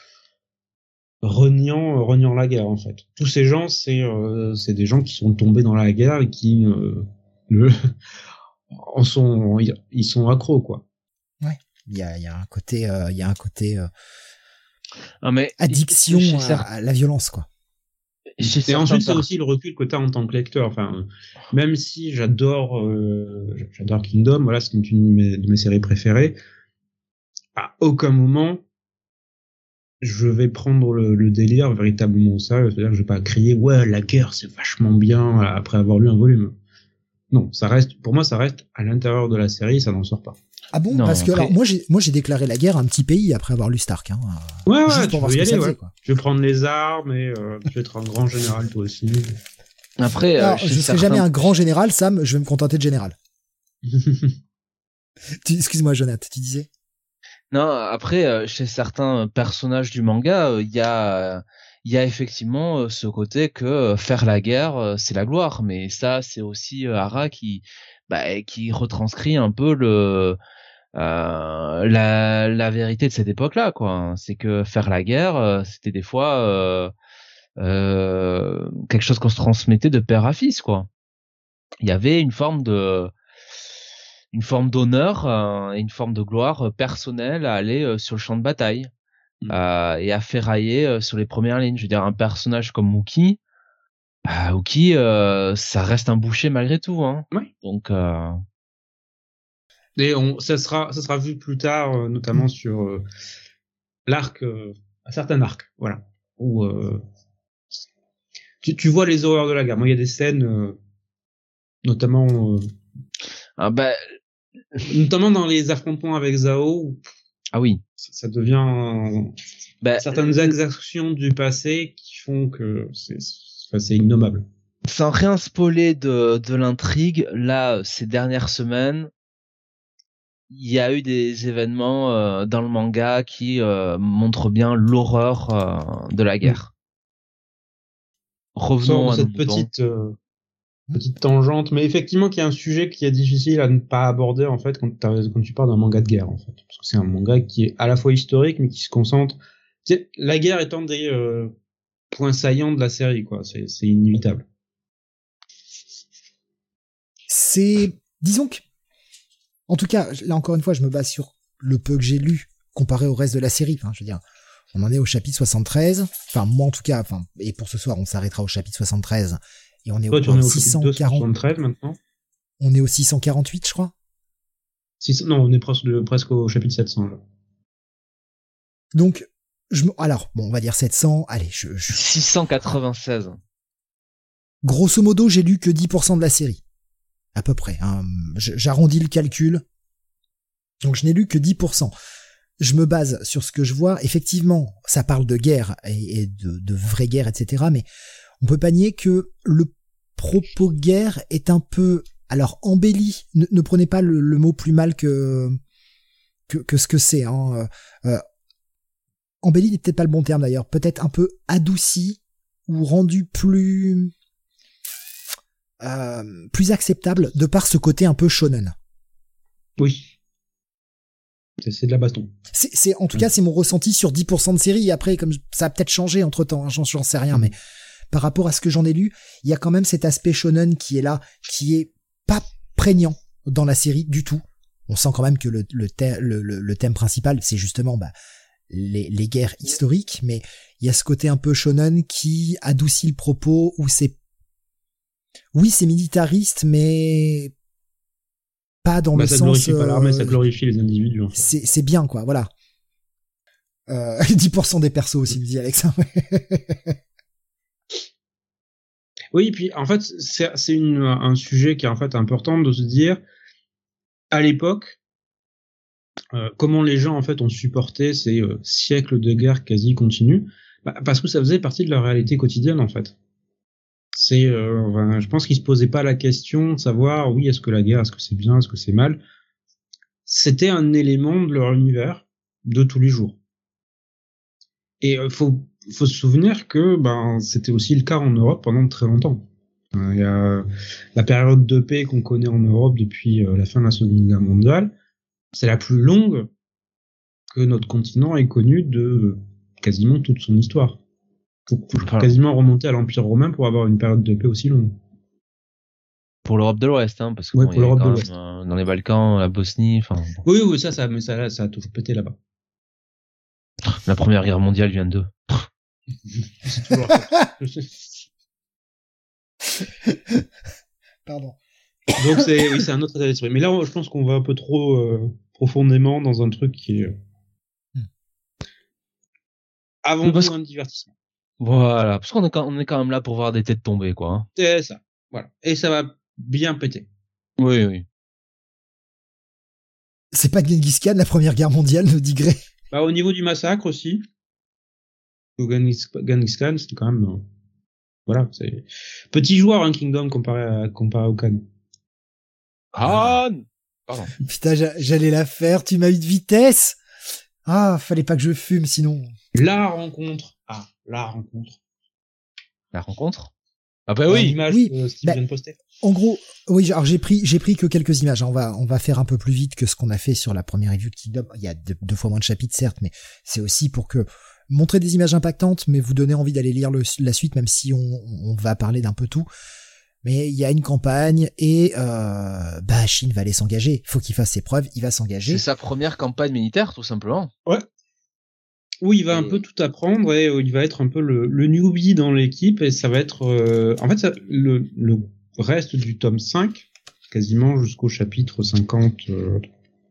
S2: reniant, reniant la guerre, en fait. Tous ces gens, c'est, euh, c'est des gens qui sont tombés dans la guerre et qui euh, le, en sont, ils sont accros, quoi.
S1: Ouais. Il y a, il y a un côté, il euh, y a un côté euh,
S3: ah, mais
S1: addiction à, à la violence, quoi.
S2: Et ensuite, c'est aussi le recul que t'as en tant que lecteur. Enfin, même si j'adore, euh, j'adore Kingdom, voilà, c'est une de mes, de mes séries préférées. À aucun moment, je vais prendre le, le délire véritablement au sérieux. C'est-à-dire que je vais pas crier, ouais, la guerre, c'est vachement bien, après avoir lu un volume. Non, ça reste, pour moi, ça reste à l'intérieur de la série, ça n'en sort pas.
S1: Ah bon?
S3: Non,
S1: Parce que
S3: après...
S1: alors, moi j'ai moi j'ai déclaré la guerre à un petit pays après avoir lu Stark. Hein,
S2: ouais, ouais, tu peux y aller, ouais.
S1: Faisait, quoi.
S2: Je vais prendre les armes et euh, tu vas être un grand général toi aussi.
S1: Après, alors, euh, je serai certains... jamais un grand général, Sam. Je vais me contenter de général. tu, excuse-moi, Jonathan, tu disais?
S3: Non, après, euh, chez certains personnages du manga, il euh, y a, il y a effectivement euh, ce côté que euh, faire la guerre, euh, c'est la gloire. Mais ça, c'est aussi euh, Hara qui, bah, qui retranscrit un peu le Euh, la, la vérité de cette époque-là, quoi. C'est que faire la guerre, euh, c'était des fois euh, euh, quelque chose qu'on se transmettait de père à fils, quoi. Il y avait une forme de, une forme d'honneur euh, et une forme de gloire personnelle à aller euh, sur le champ de bataille mmh. euh, et à ferrailler euh, sur les premières lignes. Je veux dire, un personnage comme Wookie, bah, Wookie, euh, ça reste un boucher malgré tout, hein.
S2: Oui.
S3: Donc euh...
S2: Et on, ça sera, ça sera vu plus tard, euh, notamment mmh. sur euh, l'arc, euh, un certain arc, voilà, où euh, tu, tu vois les horreurs de la guerre. Moi, il y a des scènes, euh, notamment, euh,
S3: ah bah,
S2: notamment dans les affrontements avec Zhao. Où,
S3: ah oui,
S2: ça, ça devient bah, certaines exactions du passé qui font que c'est, c'est, c'est innommable.
S3: Sans rien spoiler de, de l'intrigue, là, ces dernières semaines. Il y a eu des événements euh, dans le manga qui euh, montrent bien l'horreur euh, de la guerre.
S2: Mmh. Revenons à cette petite euh, petite tangente, mais effectivement qu'il y a un sujet qui est difficile à ne pas aborder en fait quand, quand tu parles d'un manga de guerre en fait, parce que c'est un manga qui est à la fois historique mais qui se concentre. Tu sais, la guerre étant des euh, points saillants de la série, quoi. C'est, c'est inévitable.
S1: C'est, disons que en tout cas, là encore une fois, je me base sur le peu que j'ai lu comparé au reste de la série. Enfin, je veux dire, on en est au chapitre soixante-treize. Enfin, moi en tout cas, enfin, et pour ce soir, on s'arrêtera au chapitre soixante-treize. Et on est
S2: Toi,
S1: au,
S2: tu en es au
S1: six cent quarante...
S2: soixante-treize maintenant.
S1: On est au six cent quarante-huit, je crois.
S2: six... Non, on est presque, presque au chapitre sept cents. Là.
S1: Donc, je me... alors, bon, on va dire sept cents. Allez, je, je...
S3: six cent quatre-vingt-seize.
S1: Grosso modo, j'ai lu que dix pour cent de la série. À peu près. Hein. J'arrondis le calcul. Donc je n'ai lu que dix pour cent. Je me base sur ce que je vois. Effectivement, ça parle de guerre et, et de, de vraie guerre, et cetera. Mais on peut pas nier que le propos guerre est un peu, alors embelli. Ne, ne prenez pas le, le mot plus mal que que, que ce que c'est. Hein. Euh, embelli n'est peut-être pas le bon terme d'ailleurs. Peut-être un peu adouci ou rendu plus euh, plus acceptable de par ce côté un peu shonen.
S2: Oui. C'est, c'est de la baston.
S1: C'est, c'est, en tout mmh. cas, c'est mon ressenti sur dix pour cent de série. Et après, comme ça a peut-être changé entre temps, hein, j'en, j'en sais rien, mmh. mais par rapport à ce que j'en ai lu, il y a quand même cet aspect shonen qui est là, qui est pas prégnant dans la série du tout. On sent quand même que le, le, thème, le, le, le thème principal, c'est justement bah, les, les guerres historiques, mais il y a ce côté un peu shonen qui adoucit le propos, où c'est, oui, c'est militariste, mais pas dans
S2: bah,
S1: le
S2: ça
S1: sens.
S2: Glorifie
S1: euh,
S2: pas l'armée, ça glorifie les individus. En fait.
S1: C'est, c'est bien, quoi, voilà. Euh, dix pour cent des persos aussi, me dit Alex.
S2: Oui, et puis en fait, c'est, c'est une, un sujet qui est en fait important de se dire, à l'époque, euh, comment les gens en fait ont supporté ces euh, siècles de guerre quasi continue, bah, parce que ça faisait partie de leur réalité quotidienne en fait. C'est, euh, enfin, je pense qu'ils se posaient pas la question de savoir, oui, est-ce que la guerre, est-ce que c'est bien, est-ce que c'est mal. C'était un élément de leur univers de tous les jours. Et il euh, faut, faut se souvenir que ben, c'était aussi le cas en Europe pendant très longtemps. Il euh, y a la période de paix qu'on connaît en Europe depuis euh, la fin de la Seconde Guerre mondiale. C'est la plus longue que notre continent ait connue de euh, quasiment toute son histoire. Faut, faut voilà. quasiment remonter à l'Empire romain pour avoir une période de paix aussi longue.
S3: Pour l'Europe de l'Ouest, hein, parce que
S2: ouais,
S3: bon,
S2: pour l'Europe de l'Ouest.
S3: Euh, dans les Balkans, la Bosnie, enfin. Bon.
S2: Oui, oui, ça, ça, mais ça, ça a toujours pété là-bas.
S3: La Première Guerre mondiale vient d'eux.
S2: C'est toujours.
S1: Pardon.
S2: Donc c'est, oui, c'est un autre état d'esprit. Mais là, je pense qu'on va un peu trop euh, profondément dans un truc qui est hmm. avant tout un divertissement.
S3: Voilà, parce qu'on est quand, on est quand même là pour voir des têtes tomber, quoi. Hein.
S2: C'est ça. Voilà. Et ça va bien péter.
S3: Oui, oui.
S1: C'est pas Genghis Khan, la Première Guerre mondiale, nous dit Gray.
S2: Bah, au niveau du massacre aussi. Genghis, Genghis Khan, c'était quand même, euh, voilà, c'est petit joueur, hein, Kingdom comparé à, comparé au Khan.
S3: Khan!
S1: Pardon. Putain, j'allais la faire, tu m'as eu de vitesse! Ah, fallait pas que je fume, sinon.
S2: La rencontre. Ah, la rencontre.
S3: La rencontre? Ah bah oui,
S2: l'image
S1: oui.
S2: que Steve
S1: bah,
S2: vient de poster.
S1: En gros, oui, alors j'ai pris, j'ai pris que quelques images. On va, on va faire un peu plus vite que ce qu'on a fait sur la première review de Kingdom. Il y a deux, deux fois moins de chapitres, certes, mais c'est aussi pour que montrer des images impactantes, mais vous donner envie d'aller lire le, la suite, même si on, on va parler d'un peu tout. Mais il y a une campagne et euh, bah Shin va aller s'engager. Il faut qu'il fasse ses preuves, il va s'engager.
S3: C'est sa première campagne militaire, tout simplement.
S2: Ouais. Où il va et... un peu tout apprendre et il va être un peu le, le newbie dans l'équipe et ça va être euh, en fait ça, le, le reste du tome cinq quasiment jusqu'au chapitre cinquante euh,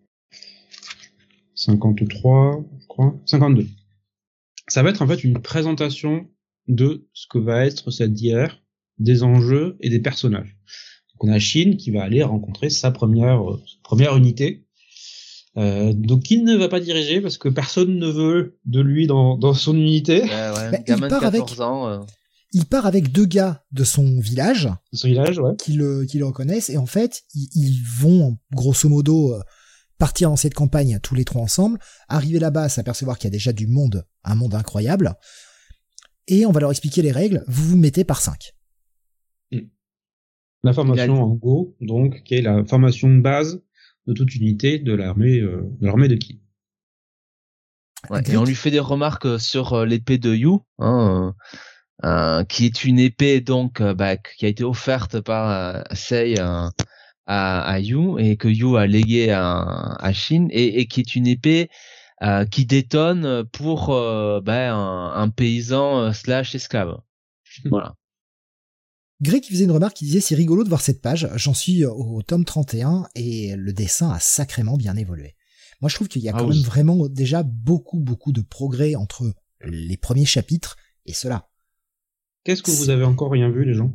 S2: cinquante-trois je crois cinquante-deux ça va être en fait une présentation de ce que va être cette guerre, des enjeux et des personnages. Donc on a Shin qui va aller rencontrer sa première euh, sa première unité. Euh, donc il ne va pas diriger parce que personne ne veut de lui dans, dans son unité.
S3: Ouais, ouais. Bah, gamin de quatorze ans. Euh...
S1: Il part avec deux gars de son village.
S2: De son village, ouais.
S1: Qui le, qui le reconnaissent. Et en fait, ils, ils vont, grosso modo, euh, partir dans cette campagne tous les trois ensemble. Arriver là-bas, s'apercevoir qu'il y a déjà du monde, un monde incroyable. Et on va leur expliquer les règles. Vous vous mettez par cinq.
S2: Mmh. La formation a... en Go, donc, qui est la formation de base de toute unité de l'armée euh, de l'armée de Ki.
S3: Ouais, et on lui fait des remarques sur euh, l'épée de Yu, hein, euh, euh, qui est une épée donc euh, bah, qui a été offerte par euh, Sei euh, à, à Yu et que Yu a légué à, à Shin et, et qui est une épée euh, qui détonne pour euh, bah, un, un paysan euh, slash esclave. Voilà.
S1: Greg qui faisait une remarque qui disait c'est rigolo de voir cette page, j'en suis au tome trente et un et le dessin a sacrément bien évolué. Moi je trouve qu'il y a ah quand oui. même vraiment déjà beaucoup beaucoup de progrès entre les premiers chapitres et ceux-là.
S2: Qu'est-ce que c'est... vous avez encore rien vu les gens?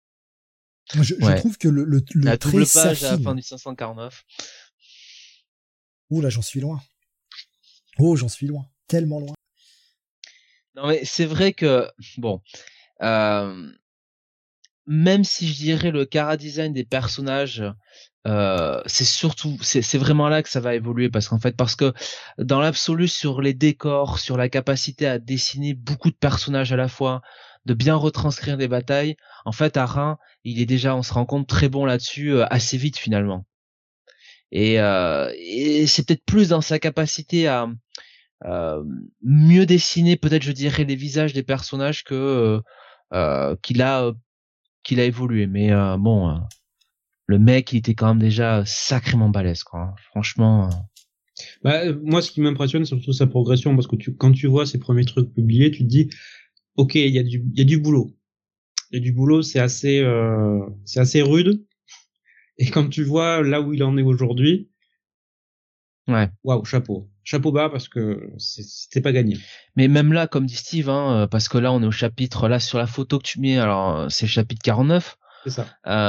S1: Je, ouais. je trouve que le, le, le
S3: la
S1: trait
S3: double page
S1: s'affine.
S3: à la fin du cinq cent quarante-neuf.
S1: Ouh là, j'en suis loin. Oh, j'en suis loin. Tellement loin.
S3: Non, mais c'est vrai que, bon, euh, même si je dirais le chara-design des personnages, euh, c'est surtout, c'est, c'est vraiment là que ça va évoluer, parce qu'en fait, parce que dans l'absolu, sur les décors, sur la capacité à dessiner beaucoup de personnages à la fois, de bien retranscrire des batailles, en fait, Arin, il est déjà, on se rend compte, très bon là-dessus, euh, assez vite finalement. Et, euh, et c'est peut-être plus dans sa capacité à euh, mieux dessiner, peut-être, je dirais, les visages des personnages que euh, euh, qu'il a qu'il a évolué. Mais euh, bon, euh, le mec, il était quand même déjà sacrément balèze, quoi. Hein. Franchement. Euh...
S2: Bah, moi, ce qui m'impressionne, c'est surtout sa progression, parce que tu, quand tu vois ses premiers trucs publiés, tu te dis, ok, il y a du, il y a du boulot. Il y a du boulot, c'est assez, euh, c'est assez rude. Et quand tu vois là où il en est aujourd'hui,
S3: ouais.
S2: Waouh, chapeau, chapeau bas, parce que c'était pas gagné.
S3: Mais même là, comme dit Steve, hein, parce que là, on est au chapitre, là, sur la photo que tu mets, alors c'est le chapitre quarante-neuf.
S2: C'est ça.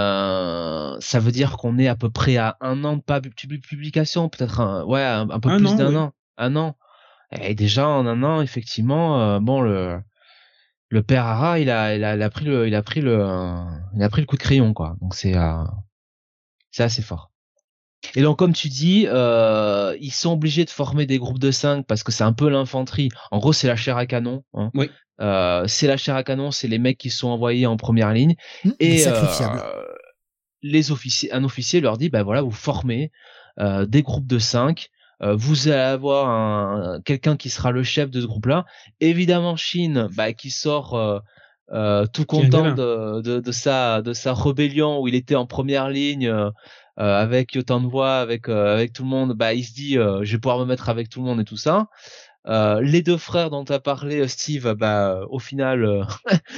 S3: Euh, ça veut dire qu'on est à peu près à un an de pas publication, peut-être un, ouais, un, un peu
S2: un
S3: plus
S2: an,
S3: d'un
S2: oui.
S3: an, un an. Et déjà en un an, effectivement, euh, bon le le père Hara, il a, il a, il a pris le, il a pris le, euh, il a pris le coup de crayon, quoi. Donc c'est, euh, c'est assez fort. Et donc, comme tu dis, euh, ils sont obligés de former des groupes de cinq parce que c'est un peu l'infanterie. En gros, c'est la chair à canon. Hein.
S2: Oui.
S3: Euh, c'est la chair à canon, c'est les mecs qui sont envoyés en première ligne.
S1: Mmh,
S3: et
S1: sacrifiables.
S3: Euh, les officiers, un officier leur dit, ben voilà, vous formez euh, des groupes de cinq. Euh, vous allez avoir un, quelqu'un qui sera le chef de ce groupe-là. Évidemment, Shin, bah, qui sort euh, euh, tout content de, de, de sa de sa rébellion où il était en première ligne euh, euh, avec autant de voix, avec euh, avec tout le monde. Bah, il se dit, euh, je vais pouvoir me mettre avec tout le monde et tout ça. Euh, les deux frères dont tu as parlé, Steve, bah, au final, euh,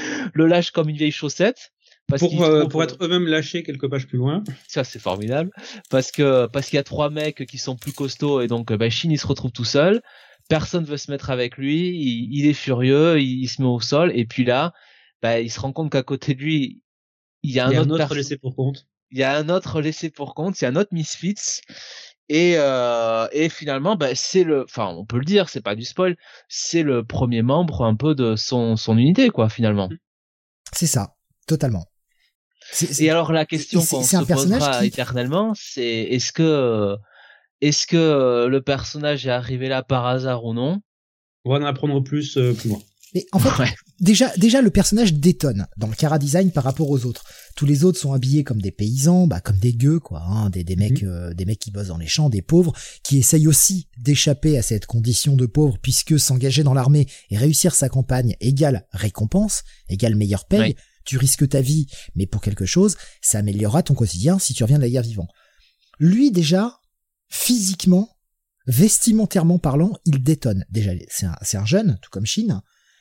S3: le lâche comme une vieille chaussette.
S2: Parce pour, euh, trouve, pour être eux-mêmes lâchés quelques pages plus loin.
S3: Ça, c'est formidable. Parce que, parce qu'il y a trois mecs qui sont plus costauds et donc, bah, Shin, il se retrouve tout seul. Personne veut se mettre avec lui. Il, il est furieux. Il, il se met au sol. Et puis là, bah, il se rend compte qu'à côté de lui, il y a un,
S2: il y a
S3: autre,
S2: un autre
S3: perso-
S2: laissé pour compte.
S3: Il y a un autre laissé pour compte. Il y a un autre Misfits. Et, euh, et finalement, bah, c'est le, enfin, on peut le dire, c'est pas du spoil, c'est le premier membre un peu de son, son unité, quoi, finalement.
S1: C'est ça. Totalement.
S3: C'est, c'est, et alors la question qu'on se posera qui... éternellement, c'est est-ce que est-ce que le personnage est arrivé là par hasard ou non?
S2: On va en apprendre plus euh, plus loin.
S1: Mais en fait, ouais. déjà, déjà le personnage détonne dans le chara design par rapport aux autres. Tous les autres sont habillés comme des paysans, bah comme des gueux quoi, hein, des, des mecs, mmh. euh, des mecs qui bossent dans les champs, des pauvres, qui essayent aussi d'échapper à cette condition de pauvre, puisque s'engager dans l'armée et réussir sa campagne égale récompense, égale meilleure paye. Ouais. Tu risques ta vie, mais pour quelque chose, ça améliorera ton quotidien si tu reviens de la guerre vivant. Lui, déjà, physiquement, vestimentairement parlant, il détonne. Déjà, c'est un, c'est un jeune, tout comme Shin,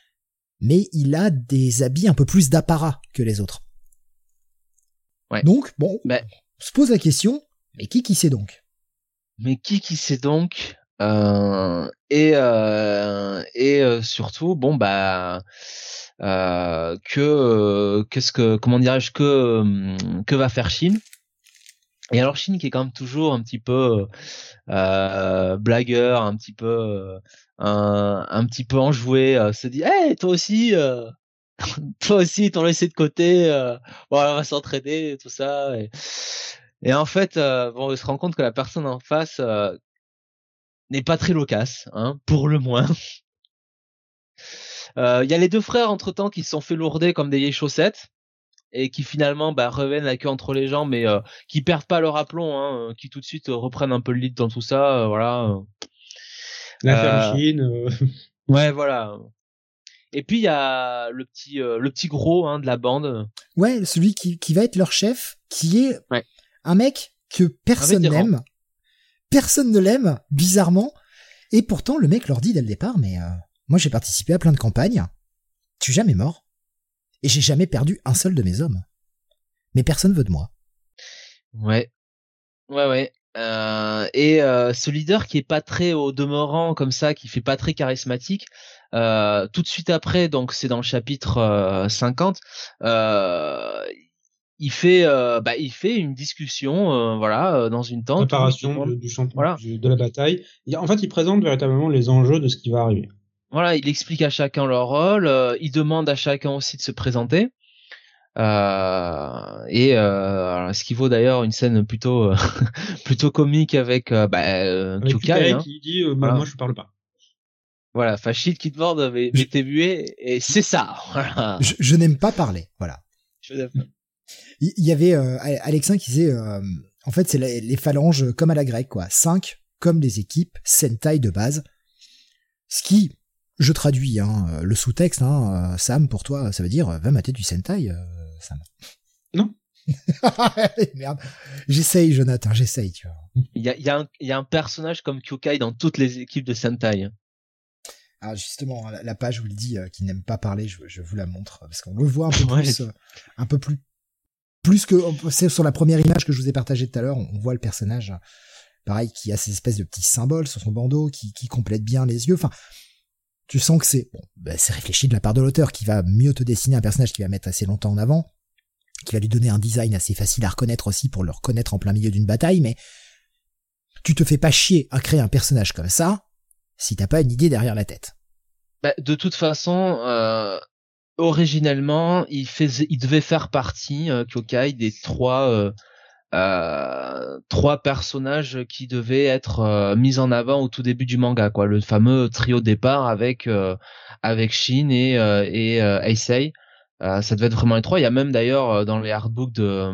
S1: mais il a des habits un peu plus d'apparat que les autres.
S3: Ouais.
S1: Donc, bon,
S3: bah,
S1: on se pose la question, mais qui qui c'est donc?
S3: Mais qui qui c'est donc euh, Et, euh, et euh, surtout, bon, bah... Euh, que euh, qu'est-ce que comment dirais-je que euh, que va faire Shin. Et alors Shin qui est quand même toujours un petit peu euh, blagueur, un petit peu euh, un, un petit peu enjoué, euh, se dit hey, toi aussi euh, toi aussi ils t'ont laissé de côté, euh, bon on va s'entraider tout ça et, et en fait euh, bon on se rend compte que la personne en face euh, n'est pas très loquace, hein, pour le moins. Il euh, y a les deux frères entre-temps qui se sont fait lourder comme des vieilles chaussettes et qui finalement bah, reviennent la queue entre les jambes, mais euh, qui perdent pas leur aplomb, hein, qui tout de suite euh, reprennent un peu le lead dans tout ça, euh, voilà.
S2: L'affaire euh, Chine. Euh...
S3: Ouais, voilà. Et puis il y a le petit, euh, le petit gros hein, de la bande.
S1: Ouais, celui qui, qui va être leur chef, qui est
S3: ouais.
S1: un mec que personne n'aime. Personne ne l'aime, bizarrement. Et pourtant, le mec leur dit dès le départ, mais... Euh... Moi, j'ai participé à plein de campagnes. Je suis jamais mort. Et j'ai jamais perdu un seul de mes hommes. Mais personne veut de moi.
S3: Ouais. Ouais, ouais. Euh, et euh, ce leader qui est pas très au demeurant comme ça, qui fait pas très charismatique, euh, tout de suite après, donc c'est dans le chapitre euh, cinquante, euh, il fait, euh, bah, il fait une discussion, euh, voilà, euh, dans une tente.
S2: Préparation de, du champ, voilà. de, de la bataille. Et en fait, il présente véritablement les enjeux de ce qui va arriver.
S3: Voilà, il explique à chacun leur rôle. Euh, il demande à chacun aussi de se présenter. Euh, et euh, ce qui vaut d'ailleurs une scène plutôt euh, plutôt comique avec euh, bah, euh, Kyokai, hein.
S2: qui dit euh, bah,
S3: voilà.
S2: moi je parle pas.
S3: Voilà, Fashid qui demande mais, mais t'es muet et c'est ça. Voilà.
S1: Je, je n'aime pas parler, voilà.
S3: Je n'aime pas.
S1: Il y avait euh, Alexin qui disait euh, en fait c'est les, les phalanges comme à la grecque quoi, cinq comme les équipes Sentai de base. Ce qui je traduis hein, le sous-texte hein, euh, Sam pour toi ça veut dire va mater du Sentai euh, Sam.
S2: Non.
S1: Merde. J'essaye Jonathan, j'essaye tu vois.
S3: Il y a il y a un il y a un personnage comme Kyokai dans toutes les équipes de Sentai.
S1: Ah justement la, la page où il dit euh, qu'il n'aime pas parler, je, je vous la montre parce qu'on le voit un peu ouais. plus euh, un peu plus plus que c'est sur la première image que je vous ai partagée tout à l'heure, on voit le personnage pareil qui a ces espèces de petits symboles sur son bandeau qui qui complètent bien les yeux. Enfin, tu sens que c'est bon, bah, c'est réfléchi de la part de l'auteur qui va mieux te dessiner un personnage qui va mettre assez longtemps en avant, qui va lui donner un design assez facile à reconnaître aussi pour le reconnaître en plein milieu d'une bataille, mais tu te fais pas chier à créer un personnage comme ça si t'as pas une idée derrière la tête.
S3: Bah, de toute façon, euh, originellement, il faisait, il devait faire partie, euh, Kyokai, des trois, euh, euh, trois personnages qui devaient être euh, mis en avant au tout début du manga, quoi. Le fameux trio départ avec euh, avec Shin et euh, et euh, Eisei. Euh, ça devait être vraiment les trois. Il y a même d'ailleurs dans les artbooks de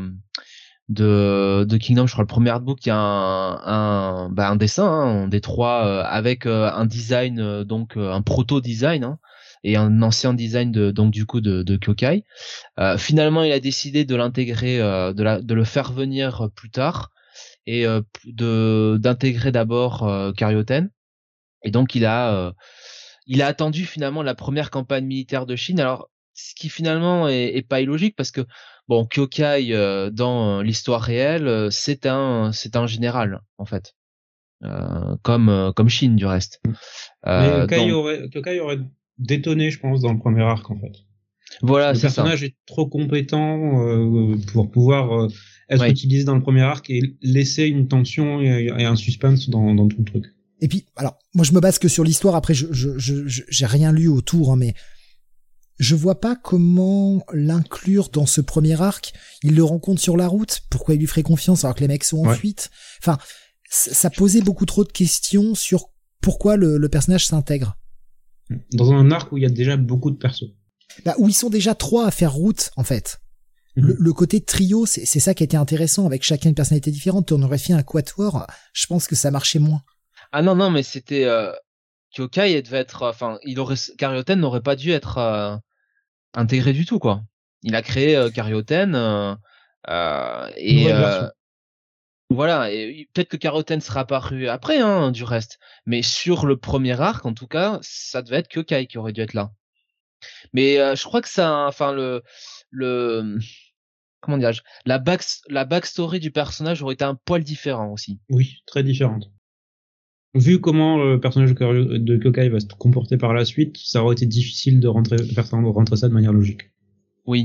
S3: de de Kingdom, je crois le premier artbook, il y a un un bah un dessin hein, des trois euh, avec euh, un design euh, donc euh, un proto design hein, et un ancien design de donc du coup de de Kyokai. Euh, finalement, il a décidé de l'intégrer euh, de la de le faire venir plus tard et euh, de d'intégrer d'abord euh, Karyoten. Et donc il a euh, il a attendu finalement la première campagne militaire de Chine. Alors ce qui finalement est, est pas illogique parce que bon, Kyokai euh, dans l'histoire réelle, euh, c'est un c'est un général en fait, euh, comme euh, comme Shin du reste.
S2: Euh, Mais Kai donc... aurait Kyokai aurait détonné, je pense, dans le premier arc en fait.
S3: Voilà,
S2: le
S3: c'est
S2: personnage
S3: ça.
S2: est trop compétent euh, pour pouvoir euh, être ouais. utilisé dans le premier arc et laisser une tension et, et un suspense dans, dans tout le truc.
S1: Et puis, alors, moi je me base que sur l'histoire. Après, je, je, je, je j'ai rien lu autour, hein, mais je vois pas comment l'inclure dans ce premier arc. Il le rencontre sur la route. Pourquoi il lui ferait confiance alors que les mecs sont en ouais. fuite? Enfin, ça posait beaucoup trop de questions sur pourquoi le, le personnage s'intègre.
S2: Dans un arc où il y a déjà beaucoup de persos.
S1: Bah, où ils sont déjà trois à faire route, en fait. Mmh. Le, le côté trio, c'est, c'est ça qui était intéressant, avec chacun une personnalité différente. On aurait fait un quatuor, je pense que ça marchait moins.
S3: Ah non, non, mais c'était... Euh... Kyokai, il devait être... Enfin, il aurait... Karyoten n'aurait pas dû être euh, intégré du tout, quoi. Il a créé euh, Karyoten, euh, euh, et... Euh, voilà, et peut-être que Karyoten sera apparu après, hein, du reste. Mais sur le premier arc, en tout cas, ça devait être Kyokai qui aurait dû être là. Mais euh, je crois que ça, enfin le le comment dirais-je, la back la backstory du personnage aurait été un poil différent aussi.
S2: Oui, très différente. Vu comment le personnage de Kyokai va se comporter par la suite, ça aurait été difficile de rentrer faire ça, de rentrer ça de manière logique.
S3: Oui.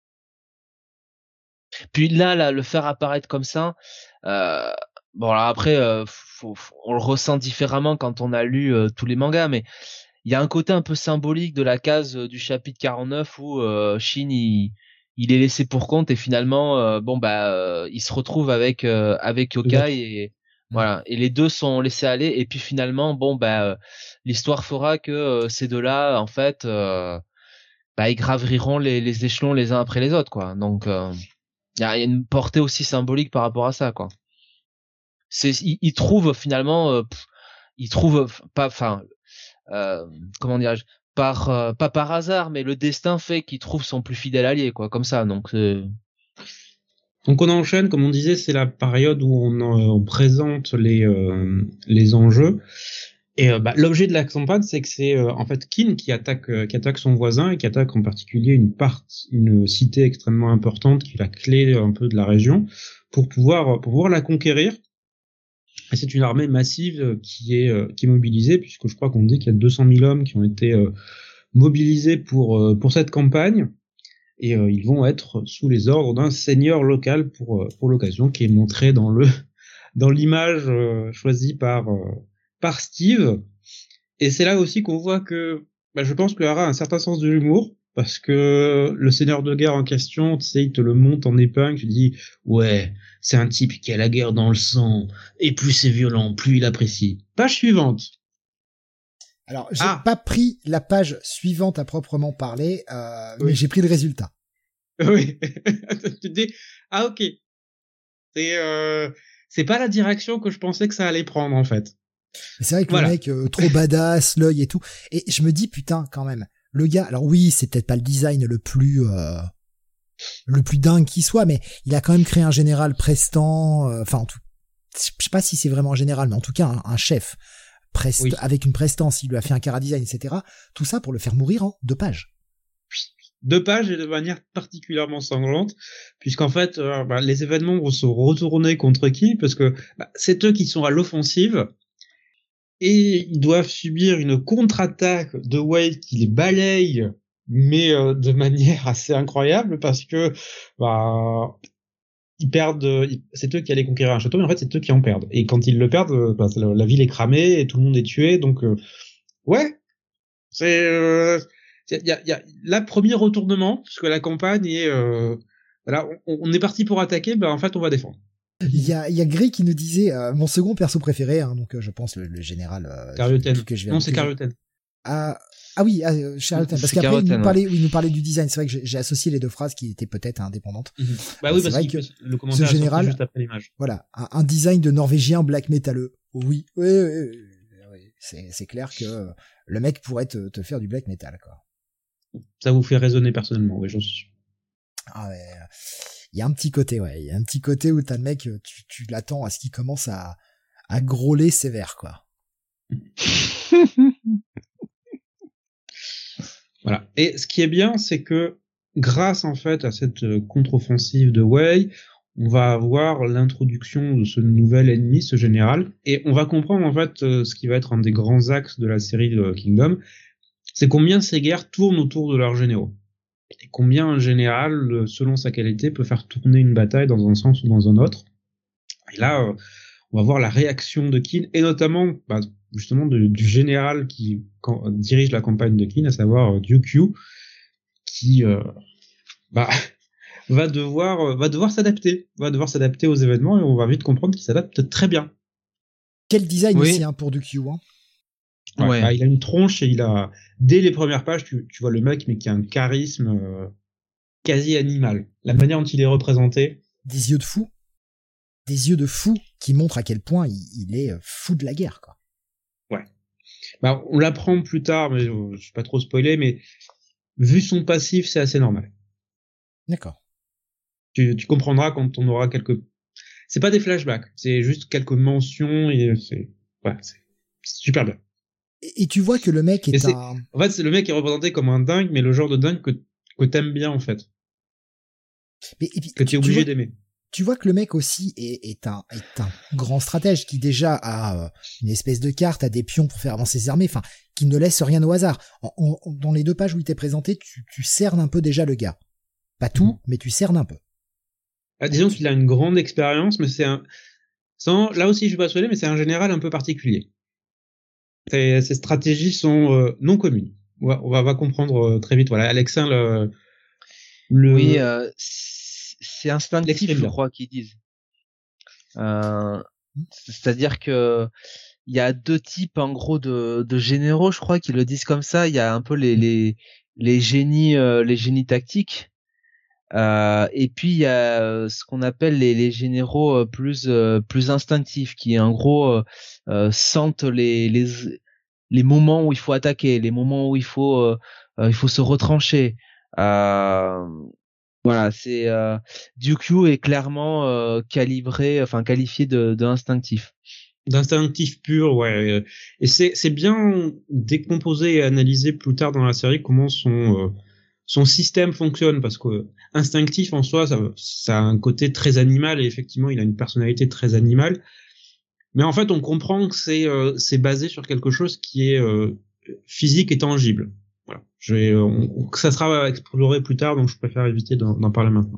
S3: Puis là, là, le faire apparaître comme ça, euh, bon alors après, euh, faut, faut, on le ressent différemment quand on a lu euh, tous les mangas, mais il y a un côté un peu symbolique de la case du chapitre quarante-neuf où euh, Shin il, il est laissé pour compte et finalement euh, bon bah euh, il se retrouve avec euh, avec Kyokai et mmh. voilà, et les deux sont laissés aller et puis finalement bon bah euh, l'histoire fera que euh, ces deux-là en fait euh, bah ils graviront les, les échelons les uns après les autres quoi. Donc euh, il y, a, y a une portée aussi symbolique par rapport à ça quoi. C'est il, il trouve finalement euh, pff, il trouve pas enfin Euh, comment dirais-je, par euh, pas par hasard, mais le destin fait qu'il trouve son plus fidèle allié, quoi, comme ça. Donc, euh...
S2: donc on enchaîne, comme on disait, c'est la période où on, euh, on présente les euh, les enjeux. Et euh, bah, l'objet de la campagne, c'est que c'est euh, en fait Kin qui attaque euh, qui attaque son voisin et qui attaque en particulier une partie, une cité extrêmement importante qui est la clé un peu de la région pour pouvoir pour pouvoir la conquérir. Et c'est une armée massive qui est euh, qui est mobilisée, puisque je crois qu'on dit qu'il y a deux cent mille hommes qui ont été euh, mobilisés pour euh, pour cette campagne. et euh, ils vont être sous les ordres d'un seigneur local pour euh, pour l'occasion, qui est montré dans le dans l'image euh, choisie par euh, par Steve. Et c'est là aussi qu'on voit que bah, je pense que Hara a un certain sens de l'humour, parce que le seigneur de guerre en question, tu sais, il te le monte en épingle, tu te dis ouais, c'est un type qui a la guerre dans le sang, et plus c'est violent, plus il apprécie. Page suivante.
S1: Alors, j'ai
S2: Ah.
S1: pas pris la page suivante à proprement parler, euh,
S2: Oui.
S1: mais j'ai pris le résultat.
S2: Oui. Tu te dis ah ok. C'est euh, c'est pas la direction que je pensais que ça allait prendre en fait.
S1: Mais c'est vrai que
S2: Voilà.
S1: le mec, euh, trop badass, l'œil et tout. Et je me dis, putain, quand même, le gars, alors oui, c'est peut-être pas le design le plus, euh, le plus dingue qui soit, mais il a quand même créé un général prestant, euh, enfin, en tout, je sais pas si c'est vraiment un général, mais en tout cas, un, un chef, prest,
S2: Oui.
S1: avec une prestance, il lui a fait un chara-design, et cetera. Tout ça pour le faire mourir en deux pages.
S2: Deux pages et de manière particulièrement sanglante, puisqu'en fait, euh, bah, les événements vont se retourner contre qui, parce que bah, c'est eux qui sont à l'offensive, et ils doivent subir une contre-attaque de Wade qui les balaye, mais euh, de manière assez incroyable, parce que bah, ils perdent, ils, c'est eux qui allaient conquérir un château, mais en fait c'est eux qui en perdent. Et quand ils le perdent, euh, bah, la, la ville est cramée et tout le monde est tué, donc euh, ouais, c'est euh, il y a, y a là premier retournement, puisque la campagne est euh, voilà, on, on est parti pour attaquer, ben en fait on va défendre.
S1: Il y a, il y a Gray qui nous disait, euh, mon second perso préféré, hein, donc euh, je pense le, le général, euh,
S2: Carioten.
S1: que je viens
S2: Non,
S1: que
S2: c'est
S1: je-
S2: Carioten.
S1: Ah, ah oui, ah, euh, Charlton, parce
S3: C'est
S1: qu'après il
S3: Carroten,
S1: nous
S3: ouais.
S1: parlait, oui, il nous parlait du design. C'est vrai que j'ai j'ai associé les deux phrases qui étaient peut-être indépendantes.
S2: Mm-hmm. Bah
S1: C'est
S2: oui, parce
S1: vrai
S2: que
S1: que
S2: le commentaire
S1: ce
S2: est sorti
S1: général-
S2: juste après l'image.
S1: Voilà, un, un design de Norvégien black métalleux. Oui, oui, oui, oui, oui. C'est c'est clair que euh, le mec pourrait te, te faire du black metal, quoi.
S2: Ça vous fait raisonner personnellement, oui, j'en suis sûr.
S1: Ah ouais, il y a un petit côté, ouais, il y a un petit côté où t'as le mec, tu, tu l'attends à ce qu'il commence à à grôler sévère, quoi.
S2: Voilà. Et ce qui est bien, c'est que grâce en fait à cette euh, contre-offensive de Wei, on va avoir l'introduction de ce nouvel ennemi, ce général, et on va comprendre en fait euh, ce qui va être un des grands axes de la série de Kingdom, c'est combien ces guerres tournent autour de leurs généraux. Et combien un général, euh, selon sa qualité, peut faire tourner une bataille dans un sens ou dans un autre. Et là, euh, on va voir la réaction de Qin, et notamment bah, justement de, du général qui quand, dirige la campagne de Qin, à savoir euh, Ryukyu, qui euh, bah, va devoir euh, va devoir s'adapter, va devoir s'adapter aux événements, et on va vite comprendre qu'il s'adapte très bien.
S1: Quel design
S3: Oui.
S1: aussi, hein, pour Duke Yu, hein.
S2: Ouais,
S3: Ouais.
S2: bah, il a une tronche, et il a dès les premières pages, tu, tu vois le mec, mais qui a un charisme euh, quasi animal. La manière dont il est représenté.
S1: Des yeux de fou. Des yeux de fou qui montrent à quel point il, il est fou de la guerre, quoi.
S2: Bah, on l'apprend plus tard, mais euh, je vais pas trop spoiler, mais vu son passif, c'est assez normal.
S1: D'accord.
S2: Tu, tu comprendras quand on aura quelques. C'est pas des flashbacks, c'est juste quelques mentions, et c'est ouais, c'est c'est super bien.
S1: Et, et tu vois que le mec est,
S2: Et c'est-
S1: un...
S2: En fait, c'est le mec qui est représenté comme un dingue, mais le genre de dingue que que t'aimes bien en fait,
S1: Mais, et puis,
S2: que
S1: tu-
S2: t'es
S1: tu
S2: obligé
S1: vois-
S2: d'aimer.
S1: Tu vois que le mec aussi est, est, un, est un grand stratège qui déjà a euh, une espèce de carte, a des pions pour faire avancer ses armées, enfin, qui ne laisse rien au hasard. En, en- dans les deux pages où il t'est présenté, tu, tu cernes un peu déjà le gars. Pas tout,
S2: Mhm.
S1: mais tu cernes un peu.
S2: Ah, disons qu'il a une grande expérience, mais c'est un. Sans... Là aussi, je suis pas spoilé, mais c'est un général un peu particulier. Ses, ses stratégies sont euh, non communes. On va, on va, va comprendre euh, très vite. Voilà, Alexin le. le...
S3: Oui, euh, c'est c'est instinctif,
S2: l'exprime
S3: je
S2: bien.
S3: crois qu'ils disent. Euh, C'est-à-dire que il y a deux types en gros de, de généraux, je crois, qui le disent comme ça. Il y a un peu les les les génies euh, les génies tactiques, euh, et puis il y a euh, ce qu'on appelle les les généraux euh, plus euh, plus instinctifs, qui en gros euh, euh, sentent les les les moments où il faut attaquer, les moments où il faut euh, euh, il faut se retrancher. Euh, Voilà, c'est euh, Ryukyu est clairement euh, calibré, enfin qualifié de, de instinctif.
S2: D'instinctif pur, ouais. Et c'est c'est bien décomposé et analysé plus tard dans la série comment son euh, son système fonctionne, parce que instinctif en soi, ça, ça a un côté très animal, et effectivement, il a une personnalité très animale. Mais en fait, on comprend que c'est euh, c'est basé sur quelque chose qui est euh, physique et tangible. Voilà. je vais, on, ça sera exploré plus tard, donc je préfère éviter d'en, d'en parler maintenant.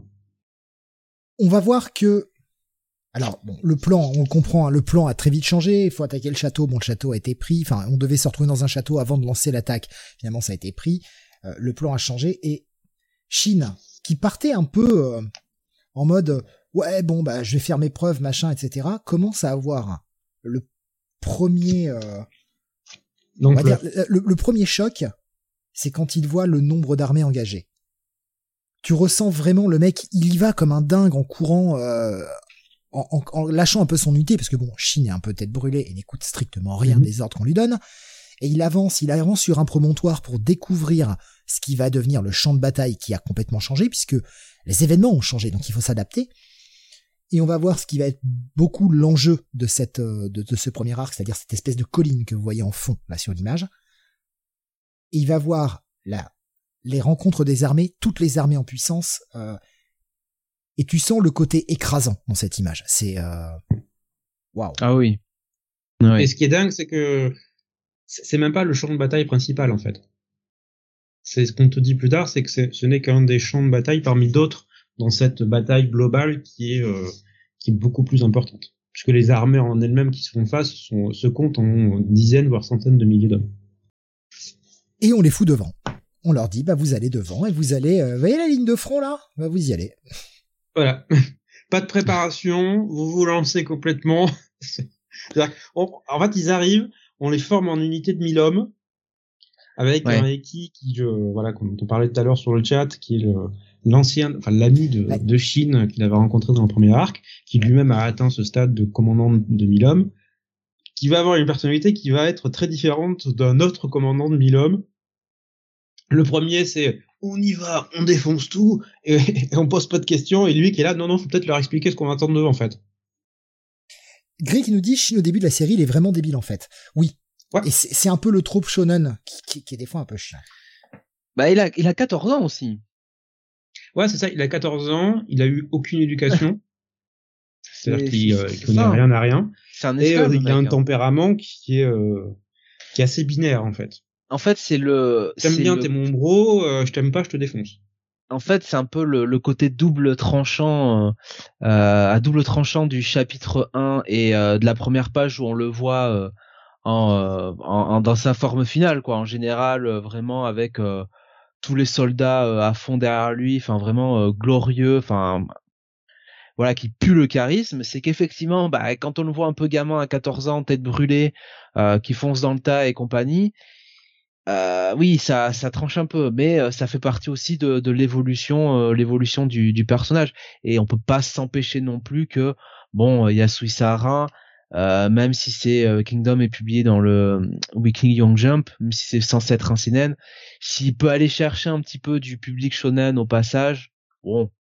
S1: On va voir que, alors bon, le plan, on le comprend, hein, le plan a très vite changé. Il faut attaquer le château. Bon, le château a été pris. Enfin, on devait se retrouver dans un château avant de lancer l'attaque. Finalement, ça a été pris. Euh, le plan a changé et Shin, qui partait un peu euh, en mode ouais bon bah je vais faire mes preuves machin et cetera, commence à avoir le premier euh,
S2: donc
S1: on va dire, le, le premier choc, c'est quand il voit le nombre d'armées engagées. Tu ressens vraiment le mec, il y va comme un dingue en courant, euh, en, en, en lâchant un peu son unité, parce que bon, Shin est un peu tête brûlée et n'écoute strictement rien mm-hmm. des ordres qu'on lui donne. Et il avance, il avance sur un promontoire pour découvrir ce qui va devenir le champ de bataille qui a complètement changé, puisque les événements ont changé, donc il faut s'adapter. Et on va voir ce qui va être beaucoup l'enjeu de cette, de, de ce premier arc, c'est-à-dire cette espèce de colline que vous voyez en fond, là, sur l'image. Et il va voir la, les rencontres des armées, toutes les armées en puissance, euh, et tu sens le côté écrasant dans cette image. C'est, euh, waouh.
S3: Ah oui. Ouais.
S2: Et ce qui est dingue, c'est que c'est même pas le champ de bataille principal, en fait. C'est ce qu'on te dit plus tard, c'est que c'est, ce n'est qu'un des champs de bataille parmi d'autres dans cette bataille globale qui est, euh, qui est beaucoup plus importante. Puisque les armées en elles-mêmes qui se font face sont, se comptent en dizaines, voire centaines de milliers d'hommes.
S1: Et on les fout devant. On leur dit, bah, vous allez devant et vous allez, euh, vous voyez la ligne de front, là? Bah, vous y allez.
S2: Voilà. Pas de préparation, vous vous lancez complètement. C'est-à-dire, on, en fait, ils arrivent, on les forme en unité de mille hommes, avec ouais. un Eki qui, je, voilà, comme on parlait tout à l'heure sur le chat, qui est le, l'ancien, enfin, l'ami de, ouais. de Shin qu'il avait rencontré dans le premier arc, qui lui-même a atteint ce stade de commandant de mille hommes, qui va avoir une personnalité qui va être très différente d'un autre commandant de mille hommes. Le premier, c'est, on y va, on défonce tout, et, et on pose pas de questions, et lui qui est là, non, non, faut peut-être leur expliquer ce qu'on attend d'eux, en fait.
S1: Greg qui nous dit, Shin au début de la série, il est vraiment débile en fait. Oui. Ouais. Et c'est, c'est un peu le trope shonen qui, qui, qui est des fois un peu chiant.
S3: Bah, il a, il a quatorze ans aussi.
S2: Ouais, c'est ça, il a quatorze ans, il a eu aucune éducation. C'est-à-dire c'est, qu'il, euh, il connaît ça, rien à rien.
S3: C'est un
S2: et
S3: esclave,
S2: euh, il
S3: mec,
S2: a un
S3: hein.
S2: tempérament qui est, euh, qui est assez binaire, en fait.
S3: En fait, c'est le...
S2: T'aimes
S3: c'est
S2: bien,
S3: le...
S2: t'es mon bro, euh, je t'aime pas, je te défonce.
S3: En fait, c'est un peu le, le côté double tranchant, euh, à double tranchant du chapitre un et euh, de la première page où on le voit euh, en, euh, en, en dans sa forme finale, quoi. En général, euh, vraiment avec euh, tous les soldats euh, à fond derrière lui, enfin vraiment euh, glorieux, enfin voilà, qui pue le charisme. C'est qu'effectivement, bah quand on le voit un peu gamin à quatorze ans, tête brûlée, euh, qui fonce dans le tas et compagnie. Euh, oui, ça, ça tranche un peu, mais euh, ça fait partie aussi de, de l'évolution, euh, l'évolution du, du personnage. Et on peut pas s'empêcher non plus que, bon, Yasui Sahara, euh, même si c'est euh, Kingdom est publié dans le Weekly Young Jump, même si c'est censé être un seinen, s'il peut aller chercher un petit peu du public shonen au passage, bon, on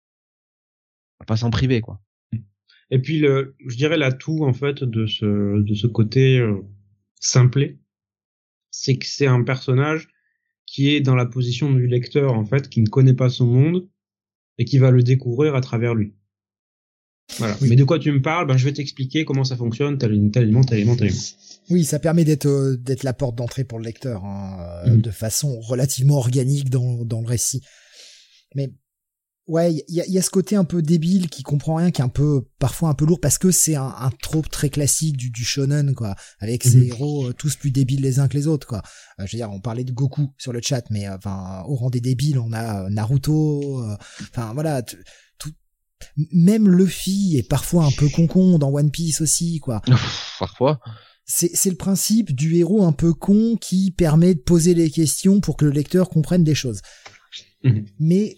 S3: va pas s'en priver, quoi.
S2: Et puis le, je dirais l'atout en fait de ce, de ce côté euh, simplé, c'est que c'est un personnage qui est dans la position du lecteur, en fait, qui ne connaît pas son monde, et qui va le découvrir à travers lui. Voilà. Oui. Mais de quoi tu me parles? Ben, je vais t'expliquer comment ça fonctionne, tel élément, tel élément, tel élément, tel élément.
S1: Oui, ça permet d'être, euh, d'être la porte d'entrée pour le lecteur, hein, euh, mmh. de façon relativement organique dans, dans le récit. Mais, ouais, il y a, y a ce côté un peu débile qui comprend rien, qui est un peu, parfois un peu lourd, parce que c'est un, un trope très classique du, du shonen, quoi, avec ces mmh. héros euh, tous plus débiles les uns que les autres, quoi. Euh, je veux dire, on parlait de Goku sur le chat, mais enfin, euh, au rang des débiles, on a euh, Naruto, enfin, euh, voilà, t- tout, même Luffy est parfois un peu con-con dans One Piece aussi, quoi.
S3: Parfois.
S1: C'est, c'est le principe du héros un peu con qui permet de poser les questions pour que le lecteur comprenne des choses. Mmh. Mais,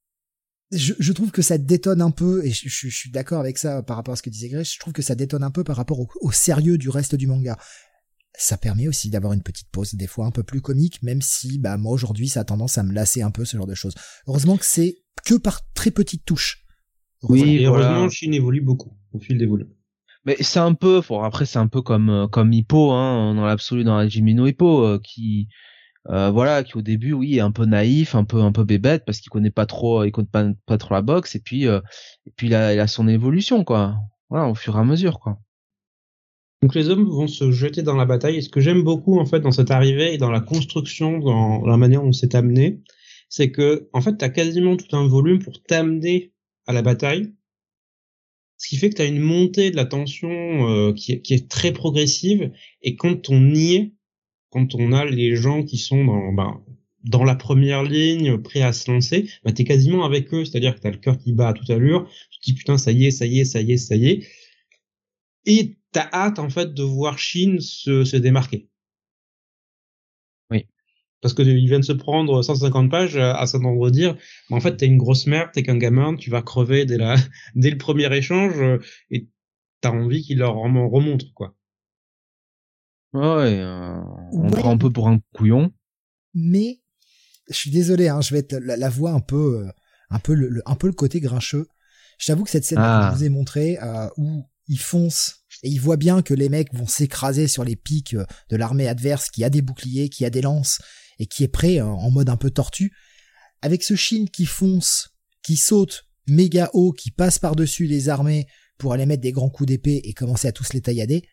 S1: Je, je trouve que ça détonne un peu, et je, je, je suis d'accord avec ça par rapport à ce que disait Greg, je trouve que ça détonne un peu par rapport au, au sérieux du reste du manga. Ça permet aussi d'avoir une petite pause, des fois un peu plus comique, même si, bah, moi aujourd'hui, ça a tendance à me lasser un peu, ce genre de choses. Heureusement que c'est que par très petites touches.
S2: Heureusement. Oui, et heureusement, voilà. Shin évolue beaucoup au fil des volumes.
S3: Mais c'est un peu, bon, après, c'est un peu comme, comme Hippo, hein, dans l'absolu, dans la Jimino Hippo, euh, qui, Euh, voilà, qui au début, oui, est un peu naïf, un peu un peu bébête parce qu'il connaît pas trop, il connaît pas pas trop la boxe et puis euh, et puis il a, il a son évolution, quoi. Voilà, au fur et à mesure, quoi.
S2: Donc les hommes vont se jeter dans la bataille. Et ce que j'aime beaucoup en fait dans cette arrivée et dans la construction, dans la manière dont c'est amené, c'est que en fait t'as quasiment tout un volume pour t'amener à la bataille, ce qui fait que t'as une montée de la tension euh, qui, est, qui est très progressive. Et quand on y est, quand on a les gens qui sont dans, ben, dans la première ligne, prêts à se lancer, ben t'es quasiment avec eux. C'est-à-dire que t'as le cœur qui bat à toute allure. Tu te dis putain ça y est, ça y est, ça y est, ça y est. Et t'as hâte en fait de voir Shin se, se démarquer.
S3: Oui.
S2: Parce que il vient de se prendre cent cinquante pages à s'entendre dire, mais en fait t'es une grosse merde, t'es qu'un gamin, tu vas crever dès la dès le premier échange, et t'as envie qu'il leur remonte quoi.
S3: Ouais, euh, on
S1: Ouais.
S3: prend un peu pour un couillon.
S1: Mais je suis désolé, hein, je vais être la, la voix un peu, euh, un peu le, le- un peu le côté grincheux. Je t'avoue que cette scène
S3: Ah.
S1: que je vous ai montrée, euh, où ils foncent et ils voient bien que les mecs vont s'écraser sur les pics euh, de l'armée adverse, qui a des boucliers, qui a des lances et qui est prêt euh, en mode un peu tortue, avec ce Shin qui fonce, qui saute méga haut, qui passe par-dessus les armées pour aller mettre des grands coups d'épée et commencer à tous les taillader,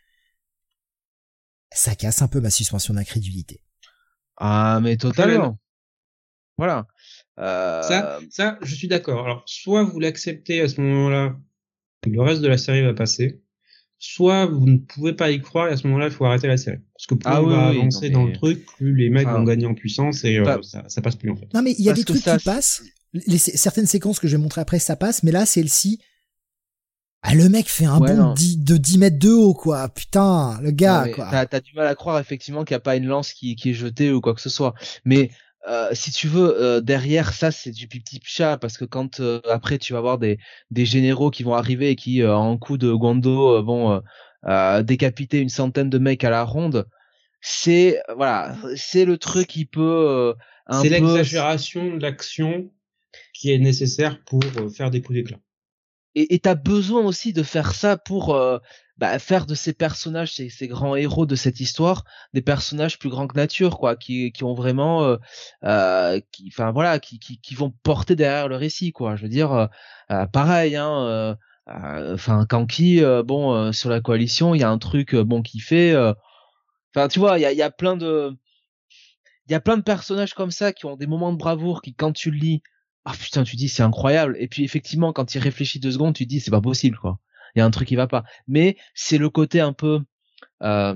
S1: ça casse un peu ma suspension d'incrédulité.
S3: Ah, mais totalement. Voilà. Euh...
S2: Ça, ça, je suis d'accord. Alors, soit vous l'acceptez à ce moment-là, et le reste de la série va passer, soit vous ne pouvez pas y croire, et à ce moment-là, il faut arrêter la série. Parce que plus
S3: Ah
S2: on
S3: oui,
S2: va
S3: oui,
S2: avancer
S3: non, mais-
S2: dans le truc, plus les mecs
S3: Enfin,
S2: vont gagner en puissance, et euh,
S3: pas-
S2: ça, ça passe plus en fait.
S1: Non mais il y a
S3: Parce
S1: des
S3: que
S1: trucs
S3: ça,
S1: qui passent, les, certaines séquences que je vais montrer après ça passe, mais là celle-ci, ah, le mec fait un
S3: Ouais,
S1: bond
S3: non.
S1: de dix, de dix mètres de haut quoi, putain, le gars
S3: Non, mais
S1: quoi.
S3: T'as, t'as du mal à croire effectivement qu'il n'y a pas une lance qui, qui est jetée ou quoi que ce soit. Mais euh, si tu veux, euh, derrière ça, c'est du petit chat parce que quand euh, après tu vas avoir des, des généraux qui vont arriver et qui, euh, en coup de Gwando, euh, vont euh, euh, décapiter une centaine de mecs à la ronde, c'est euh, voilà, c'est le truc qui peut euh, un
S2: C'est
S3: peu.
S2: l'exagération de l'action qui est nécessaire pour euh, faire des coups d'éclat.
S3: Et t'as besoin aussi de faire ça pour euh, bah, faire de ces personnages, ces, ces grands héros de cette histoire, des personnages plus grands que nature, quoi, qui, qui ont vraiment, euh, euh, qui, enfin voilà, qui, qui, qui vont porter derrière le récit, quoi. Je veux dire, euh, euh, pareil, hein. Enfin, euh, Kanki, euh, bon, euh, sur la coalition, il y a un truc, euh, bon, qui fait. Enfin, euh, tu vois, il y a, il y a plein de, il y a plein de personnages comme ça qui ont des moments de bravoure qui, quand tu le lis, ah putain, tu dis c'est incroyable. Et puis effectivement, quand tu y réfléchis deux secondes, tu dis c'est pas possible quoi. Il y a un truc qui va pas. Mais c'est le côté un peu, euh,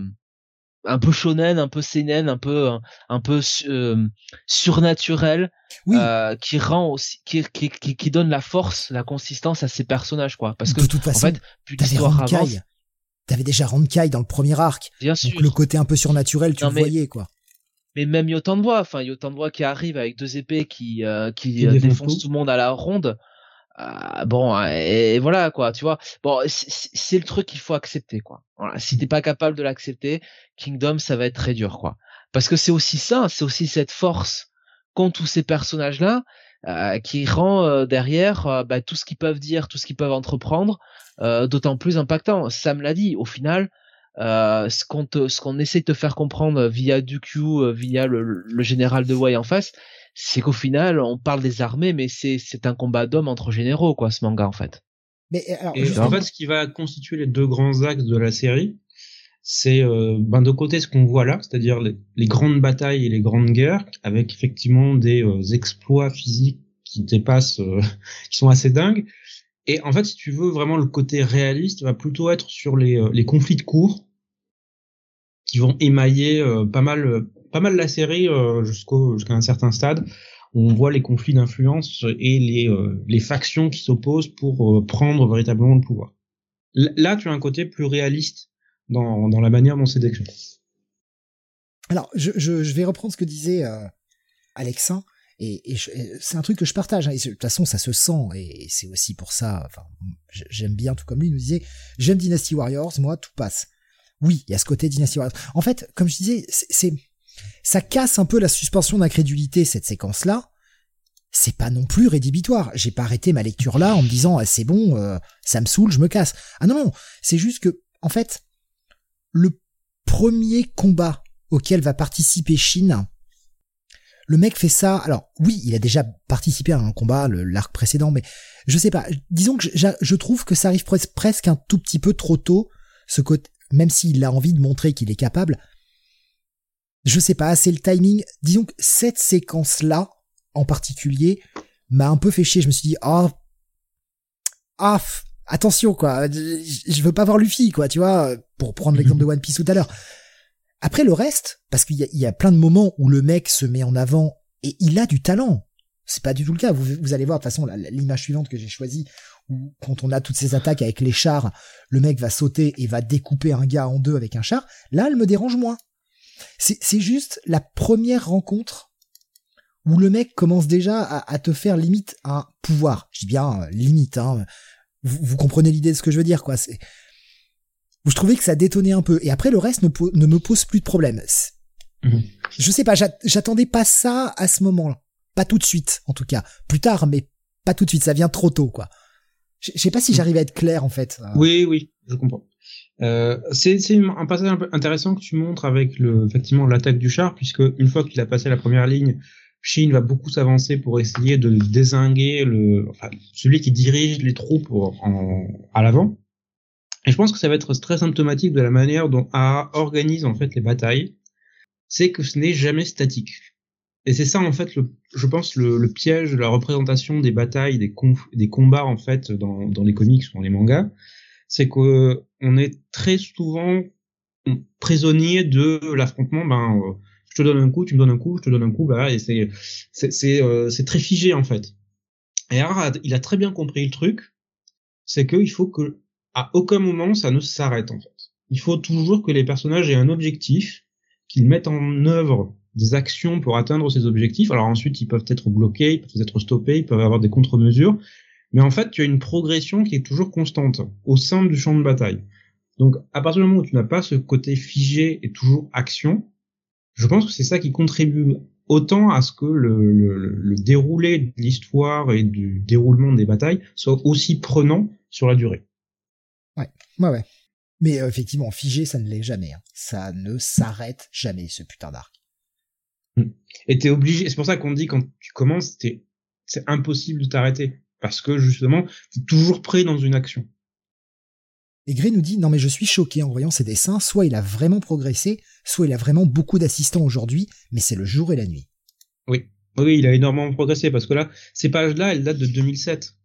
S3: un peu shonen, un peu seinen, un peu, un, un peu euh, surnaturel,
S1: Oui,
S3: euh, qui rend aussi, qui, qui, qui, qui donne la force, la consistance à ces personnages quoi. Parce que
S1: de toute façon,
S3: en fait, plus
S1: t'avais
S3: l'histoire avance,
S1: Rankai, t'avais déjà Rankai dans le premier arc,
S3: bien sûr.
S1: donc le côté un peu surnaturel, tu
S3: Non,
S1: le
S3: mais-
S1: voyais quoi.
S3: Mais même Yotanbois, enfin Yotanbois qui arrive avec deux épées qui euh, qui,
S2: Qui
S3: euh,
S2: défonce
S3: défoncent
S2: tout.
S3: tout le monde à la ronde. Euh, bon, et, et voilà quoi, tu vois. Bon, c'est c'est le truc qu'il faut accepter quoi. Voilà, si t'es pas capable de l'accepter, Kingdom ça va être très dur quoi. Parce que c'est aussi ça, c'est aussi cette force qu'ont tous ces personnages là euh, qui rend euh, derrière euh, bah, tout ce qu'ils peuvent dire, tout ce qu'ils peuvent entreprendre, euh, d'autant plus impactant. Sam l'a dit, au final. Euh, ce qu'on te, ce qu'on essaie de te faire comprendre via Dukyu, euh, via le, le général de Wai en face, c'est qu'au final, on parle des armées, mais c'est, c'est un combat d'hommes entre généraux, quoi, ce manga, en fait.
S1: Mais alors,
S2: Et
S1: justement,
S2: en fait, ce qui va constituer les deux grands axes de la série, c'est euh, ben, de côté ce qu'on voit là, c'est-à-dire les, les grandes batailles et les grandes guerres, avec effectivement des euh, exploits physiques qui dépassent, euh, qui sont assez dingues. Et en fait, si tu veux vraiment le côté réaliste, va plutôt être sur les, euh, les conflits de cours qui vont émailler euh, pas mal, euh, pas mal la série euh, jusqu'au jusqu'à un certain stade. Où on voit les conflits d'influence et les euh, les factions qui s'opposent pour euh, prendre véritablement le pouvoir. L- là, tu as un côté plus réaliste dans dans la manière dont c'est décrit.
S1: alors je, je, je vais reprendre ce que disait euh, Alexin. Et, et, je, et c'est un truc que je partage. Hein, et de toute façon, ça se sent. Et, et c'est aussi pour ça. Enfin, j'aime bien, tout comme lui, il nous disait, j'aime Dynasty Warriors. Moi, tout passe. Oui, il y a ce côté Dynasty Warriors. En fait, comme je disais, c'est, c'est ça casse un peu la suspension d'incrédulité, cette séquence-là. C'est pas non plus rédhibitoire. J'ai pas arrêté ma lecture là en me disant ah, c'est bon, euh, ça me saoule, je me casse. Ah non non, c'est juste que en fait, le premier combat auquel va participer Shin. Le mec fait ça, alors oui, il a déjà participé à un combat, le, l'arc précédent, mais je sais pas, disons que je, je trouve que ça arrive pres- presque un tout petit peu trop tôt, ce côté, même s'il a envie de montrer qu'il est capable, je sais pas, c'est le timing. Disons que cette séquence-là, en particulier, m'a un peu fait chier. Je me suis dit, ah, oh, ah, attention, quoi. Je veux pas voir Luffy, quoi, tu vois, pour prendre l'exemple de One Piece tout à l'heure. Après, le reste, parce qu'il y a, il y a plein de moments où le mec se met en avant et il a du talent. C'est pas du tout le cas. Vous, vous allez voir, de toute façon, la, l'image suivante que j'ai choisie, où quand on a toutes ces attaques avec les chars, le mec va sauter et va découper un gars en deux avec un char. Là, elle me dérange moins. C'est, c'est juste la première rencontre où le mec commence déjà à, à te faire limite un pouvoir. Je dis bien euh, limite, hein. Vous, vous comprenez l'idée de ce que je veux dire, quoi. C'est... Je trouvais que ça détonnait un peu. Et après, le reste ne, po- ne me pose plus de problème. Mmh. Je sais pas, j'a- j'attendais pas ça à ce moment-là. Pas tout de suite, en tout cas. Plus tard, mais pas tout de suite. Ça vient trop tôt, quoi. Je sais pas si j'arrive à être clair, en fait.
S2: Oui, oui, je comprends. Euh, c'est, c'est un passage un peu intéressant que tu montres avec le, effectivement, l'attaque du char, puisque une fois qu'il a passé la première ligne, Shin va beaucoup s'avancer pour essayer de dézinguer le, enfin, celui qui dirige les troupes en, à l'avant. Et je pense que ça va être très symptomatique de la manière dont A A organise, en fait, les batailles. C'est que ce n'est jamais statique. Et c'est ça, en fait, le, je pense, le, le piège de la représentation des batailles, des, conf, des combats, en fait, dans, dans les comics ou dans les mangas. C'est que on est très souvent prisonnier de l'affrontement. Ben, euh, je te donne un coup, tu me donnes un coup, je te donne un coup, bah, et c'est c'est c'est, euh, c'est très figé en fait. Et Arad, il a très bien compris le truc, c'est que il faut que à aucun moment ça ne s'arrête en fait. Il faut toujours que les personnages aient un objectif, qu'ils mettent en œuvre des actions pour atteindre ces objectifs. Alors ensuite, ils peuvent être bloqués, ils peuvent être stoppés, ils peuvent avoir des contre-mesures. Mais en fait, tu as une progression qui est toujours constante au sein du champ de bataille. Donc, à partir du moment où tu n'as pas ce côté figé et toujours action, je pense que c'est ça qui contribue autant à ce que le, le, le déroulé de l'histoire et du déroulement des batailles soit aussi prenant sur la durée.
S1: Ouais, ouais, ouais. Mais euh, effectivement, figé, ça ne l'est jamais. Hein. Ça ne s'arrête jamais, ce putain d'arc.
S2: Et t'es obligé, c'est pour ça qu'on dit quand tu commences, t'es, c'est impossible de t'arrêter. Parce que justement, tu es toujours prêt dans une action.
S1: Et Gray nous dit, non mais je suis choqué en voyant ses dessins, soit il a vraiment progressé, soit il a vraiment beaucoup d'assistants aujourd'hui, mais c'est le jour et la nuit.
S2: Oui, oui, il a énormément progressé, parce que là, ces pages-là, elles datent de deux mille sept.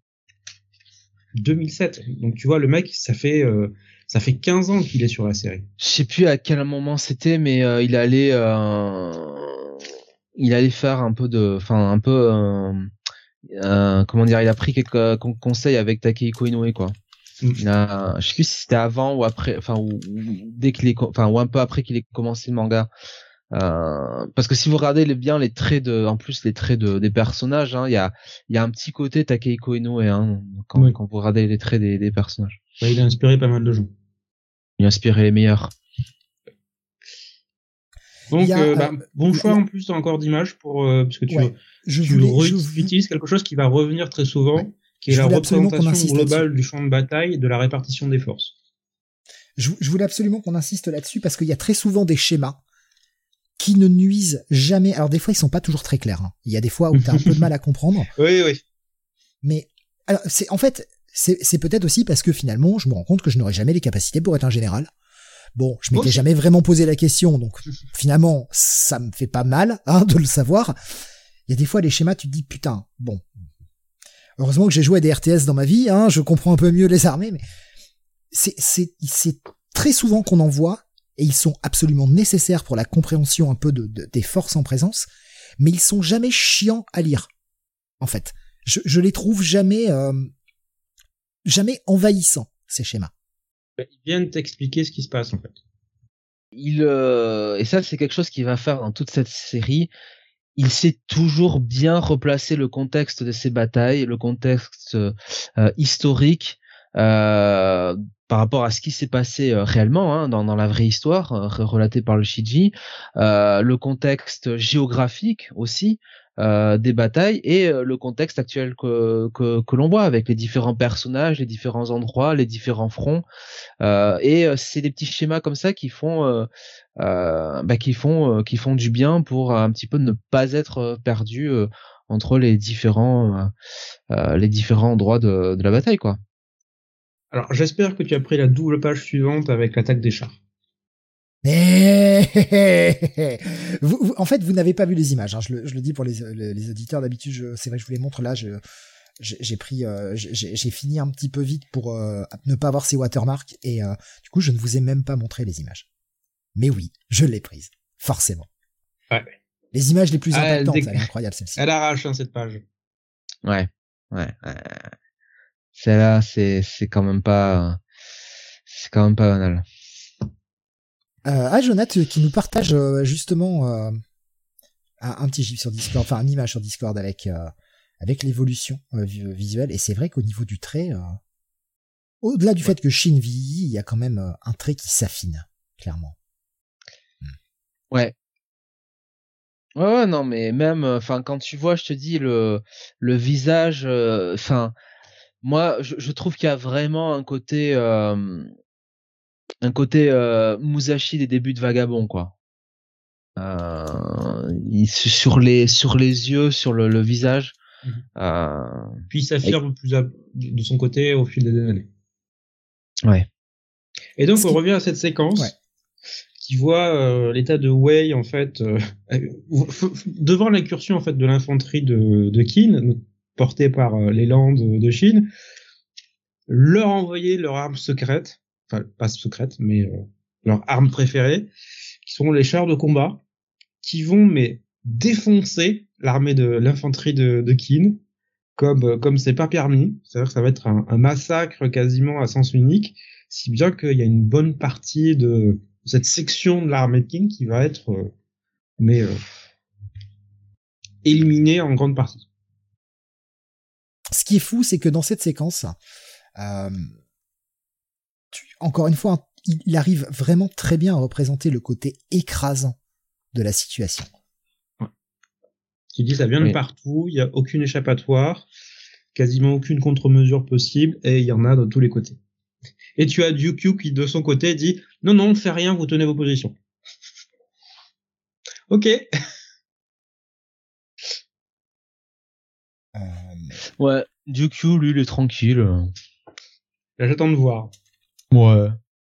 S2: deux mille sept. Donc tu vois, le mec, ça fait euh, ça fait quinze ans qu'il est sur la série.
S3: Je sais plus à quel moment c'était, mais euh, il allait euh, il allait faire un peu de, enfin un peu, euh, euh, comment dire, il a pris quelques conseils avec Takehiko Inoue quoi. Mm. Il a, je sais plus si c'était avant ou après, enfin ou, ou dès qu'il est, enfin ou un peu après qu'il ait commencé le manga. Euh, parce que si vous regardez les, bien les traits de, en plus les traits de, des personnages, hein, il y a, il y a un petit côté Takehiko Inoue, hein, quand, oui. quand vous regardez les traits des, des personnages.
S2: Ouais, il a inspiré pas mal de gens.
S3: Il a inspiré les meilleurs.
S2: Donc,
S1: a,
S2: euh, bah,
S1: euh,
S2: bon choix
S1: a...
S2: en plus encore d'image pour, euh, parce que tu,
S1: ouais, je
S2: tu
S1: voulais,
S2: re-
S1: je...
S2: utilises quelque chose qui va revenir très souvent, ouais. qui est
S1: je
S2: la représentation globale
S1: là-dessus.
S2: du champ de bataille, de la répartition des forces.
S1: Je, je voulais absolument qu'on insiste là-dessus parce qu'il y a très souvent des schémas qui ne nuisent jamais. Alors des fois, ils sont pas toujours très clairs. Hein. Il y a des fois où t'as un peu de mal à comprendre.
S2: Oui, oui.
S1: Mais alors, c'est en fait, c'est, c'est peut-être aussi parce que finalement, je me rends compte que je n'aurais jamais les capacités pour être un général. Bon, je m'étais okay. jamais vraiment posé la question, donc finalement, ça me fait pas mal hein, de le savoir. Il y a des fois, les schémas, tu te dis, putain, bon. Heureusement que j'ai joué à des R T S dans ma vie, hein, je comprends un peu mieux les armées, mais c'est, c'est, c'est très souvent qu'on en voit, et ils sont absolument nécessaires pour la compréhension un peu de, de, des forces en présence, mais ils sont jamais chiants à lire, en fait. Je, je les trouve jamais, euh, jamais envahissants, ces schémas.
S2: Ils viennent t'expliquer ce qui se passe, en fait.
S3: Il, euh, et ça, c'est quelque chose qu'il va faire dans toute cette série. Il sait toujours bien replacer le contexte de ces batailles, le contexte euh, historique, euh, par rapport à ce qui s'est passé euh, réellement hein, dans, dans la vraie histoire euh, relatée par le Shiji, euh, le contexte géographique aussi euh, des batailles et euh, le contexte actuel que, que que l'on voit avec les différents personnages, les différents endroits, les différents fronts euh, et euh, c'est des petits schémas comme ça qui font euh, euh, bah, qui font euh, qui font du bien pour euh, un petit peu ne pas être perdu euh, entre les différents euh, euh, les différents endroits de, de la bataille quoi.
S2: Alors, j'espère que tu as pris la double page suivante avec l'attaque des chars.
S1: Mais vous, vous, en fait, vous n'avez pas vu les images. Hein. Je, le, je le dis pour les, les, les auditeurs. D'habitude, je, c'est vrai que je vous les montre. Là, je, j'ai, j'ai pris, euh, j'ai, j'ai fini un petit peu vite pour euh, ne pas avoir ces watermarks. Et euh, du coup, je ne vous ai même pas montré les images. Mais oui, je l'ai prise, forcément.
S2: Ouais.
S1: Les images les plus
S2: ah,
S1: impactantes,
S2: elle,
S1: elle est incroyable celle-ci.
S2: Elle arrache hein, cette page.
S3: Ouais, ouais. ouais. Celle-là, c'est c'est quand même pas, c'est quand même pas banal.
S1: Euh, ah, Jonathan qui nous partage euh, justement euh, un, un petit gif sur Discord, enfin une image sur Discord avec euh, avec l'évolution euh, visuelle. Et c'est vrai qu'au niveau du trait, euh, au-delà du ouais. fait que Shin vieillit, il y a quand même euh, un trait qui s'affine, clairement.
S3: Hmm. Ouais. Ouais, ouais, non, mais même, enfin, quand tu vois, je te dis le le visage, enfin, euh, moi, je, je trouve qu'il y a vraiment un côté. Euh, un côté euh, Musashi des débuts de Vagabond, quoi. Euh, il, sur les sur les yeux, sur le, le visage.
S2: Mmh.
S3: Euh,
S2: Puis il s'affirme et... plus à, de son côté au fil des années.
S3: Ouais.
S2: Et donc Ce on qui... revient à cette séquence ouais. qui voit euh, l'état de Wei en fait euh, devant l'incursion en fait de l'infanterie de, de Qin portée par euh, les Landes de Chine, leur envoyer leur arme secrète. Enfin, pas secrète, mais euh, leur arme préférée, qui sont les chars de combat, qui vont mais défoncer l'armée de l'infanterie de, de Qin, comme euh, comme c'est pas permis. C'est-à-dire que ça va être un, un massacre quasiment à sens unique, si bien qu'il y a une bonne partie de cette section de l'armée de Qin qui va être euh, mais euh, éliminée en grande partie.
S1: Ce qui est fou, c'est que dans cette séquence, euh, tu, encore une fois, il arrive vraiment très bien à représenter le côté écrasant de la situation.
S2: Ouais. Tu dis ça vient oui. de partout, il y a aucune échappatoire, quasiment aucune contre-mesure possible, et il y en a de tous les côtés. Et tu as Ryukyu qui de son côté dit non non, on ne fait rien, vous tenez vos positions. Ok.
S3: Euh... Ouais, Ryukyu lui il est tranquille.
S2: Là j'attends de voir.
S3: Ouais.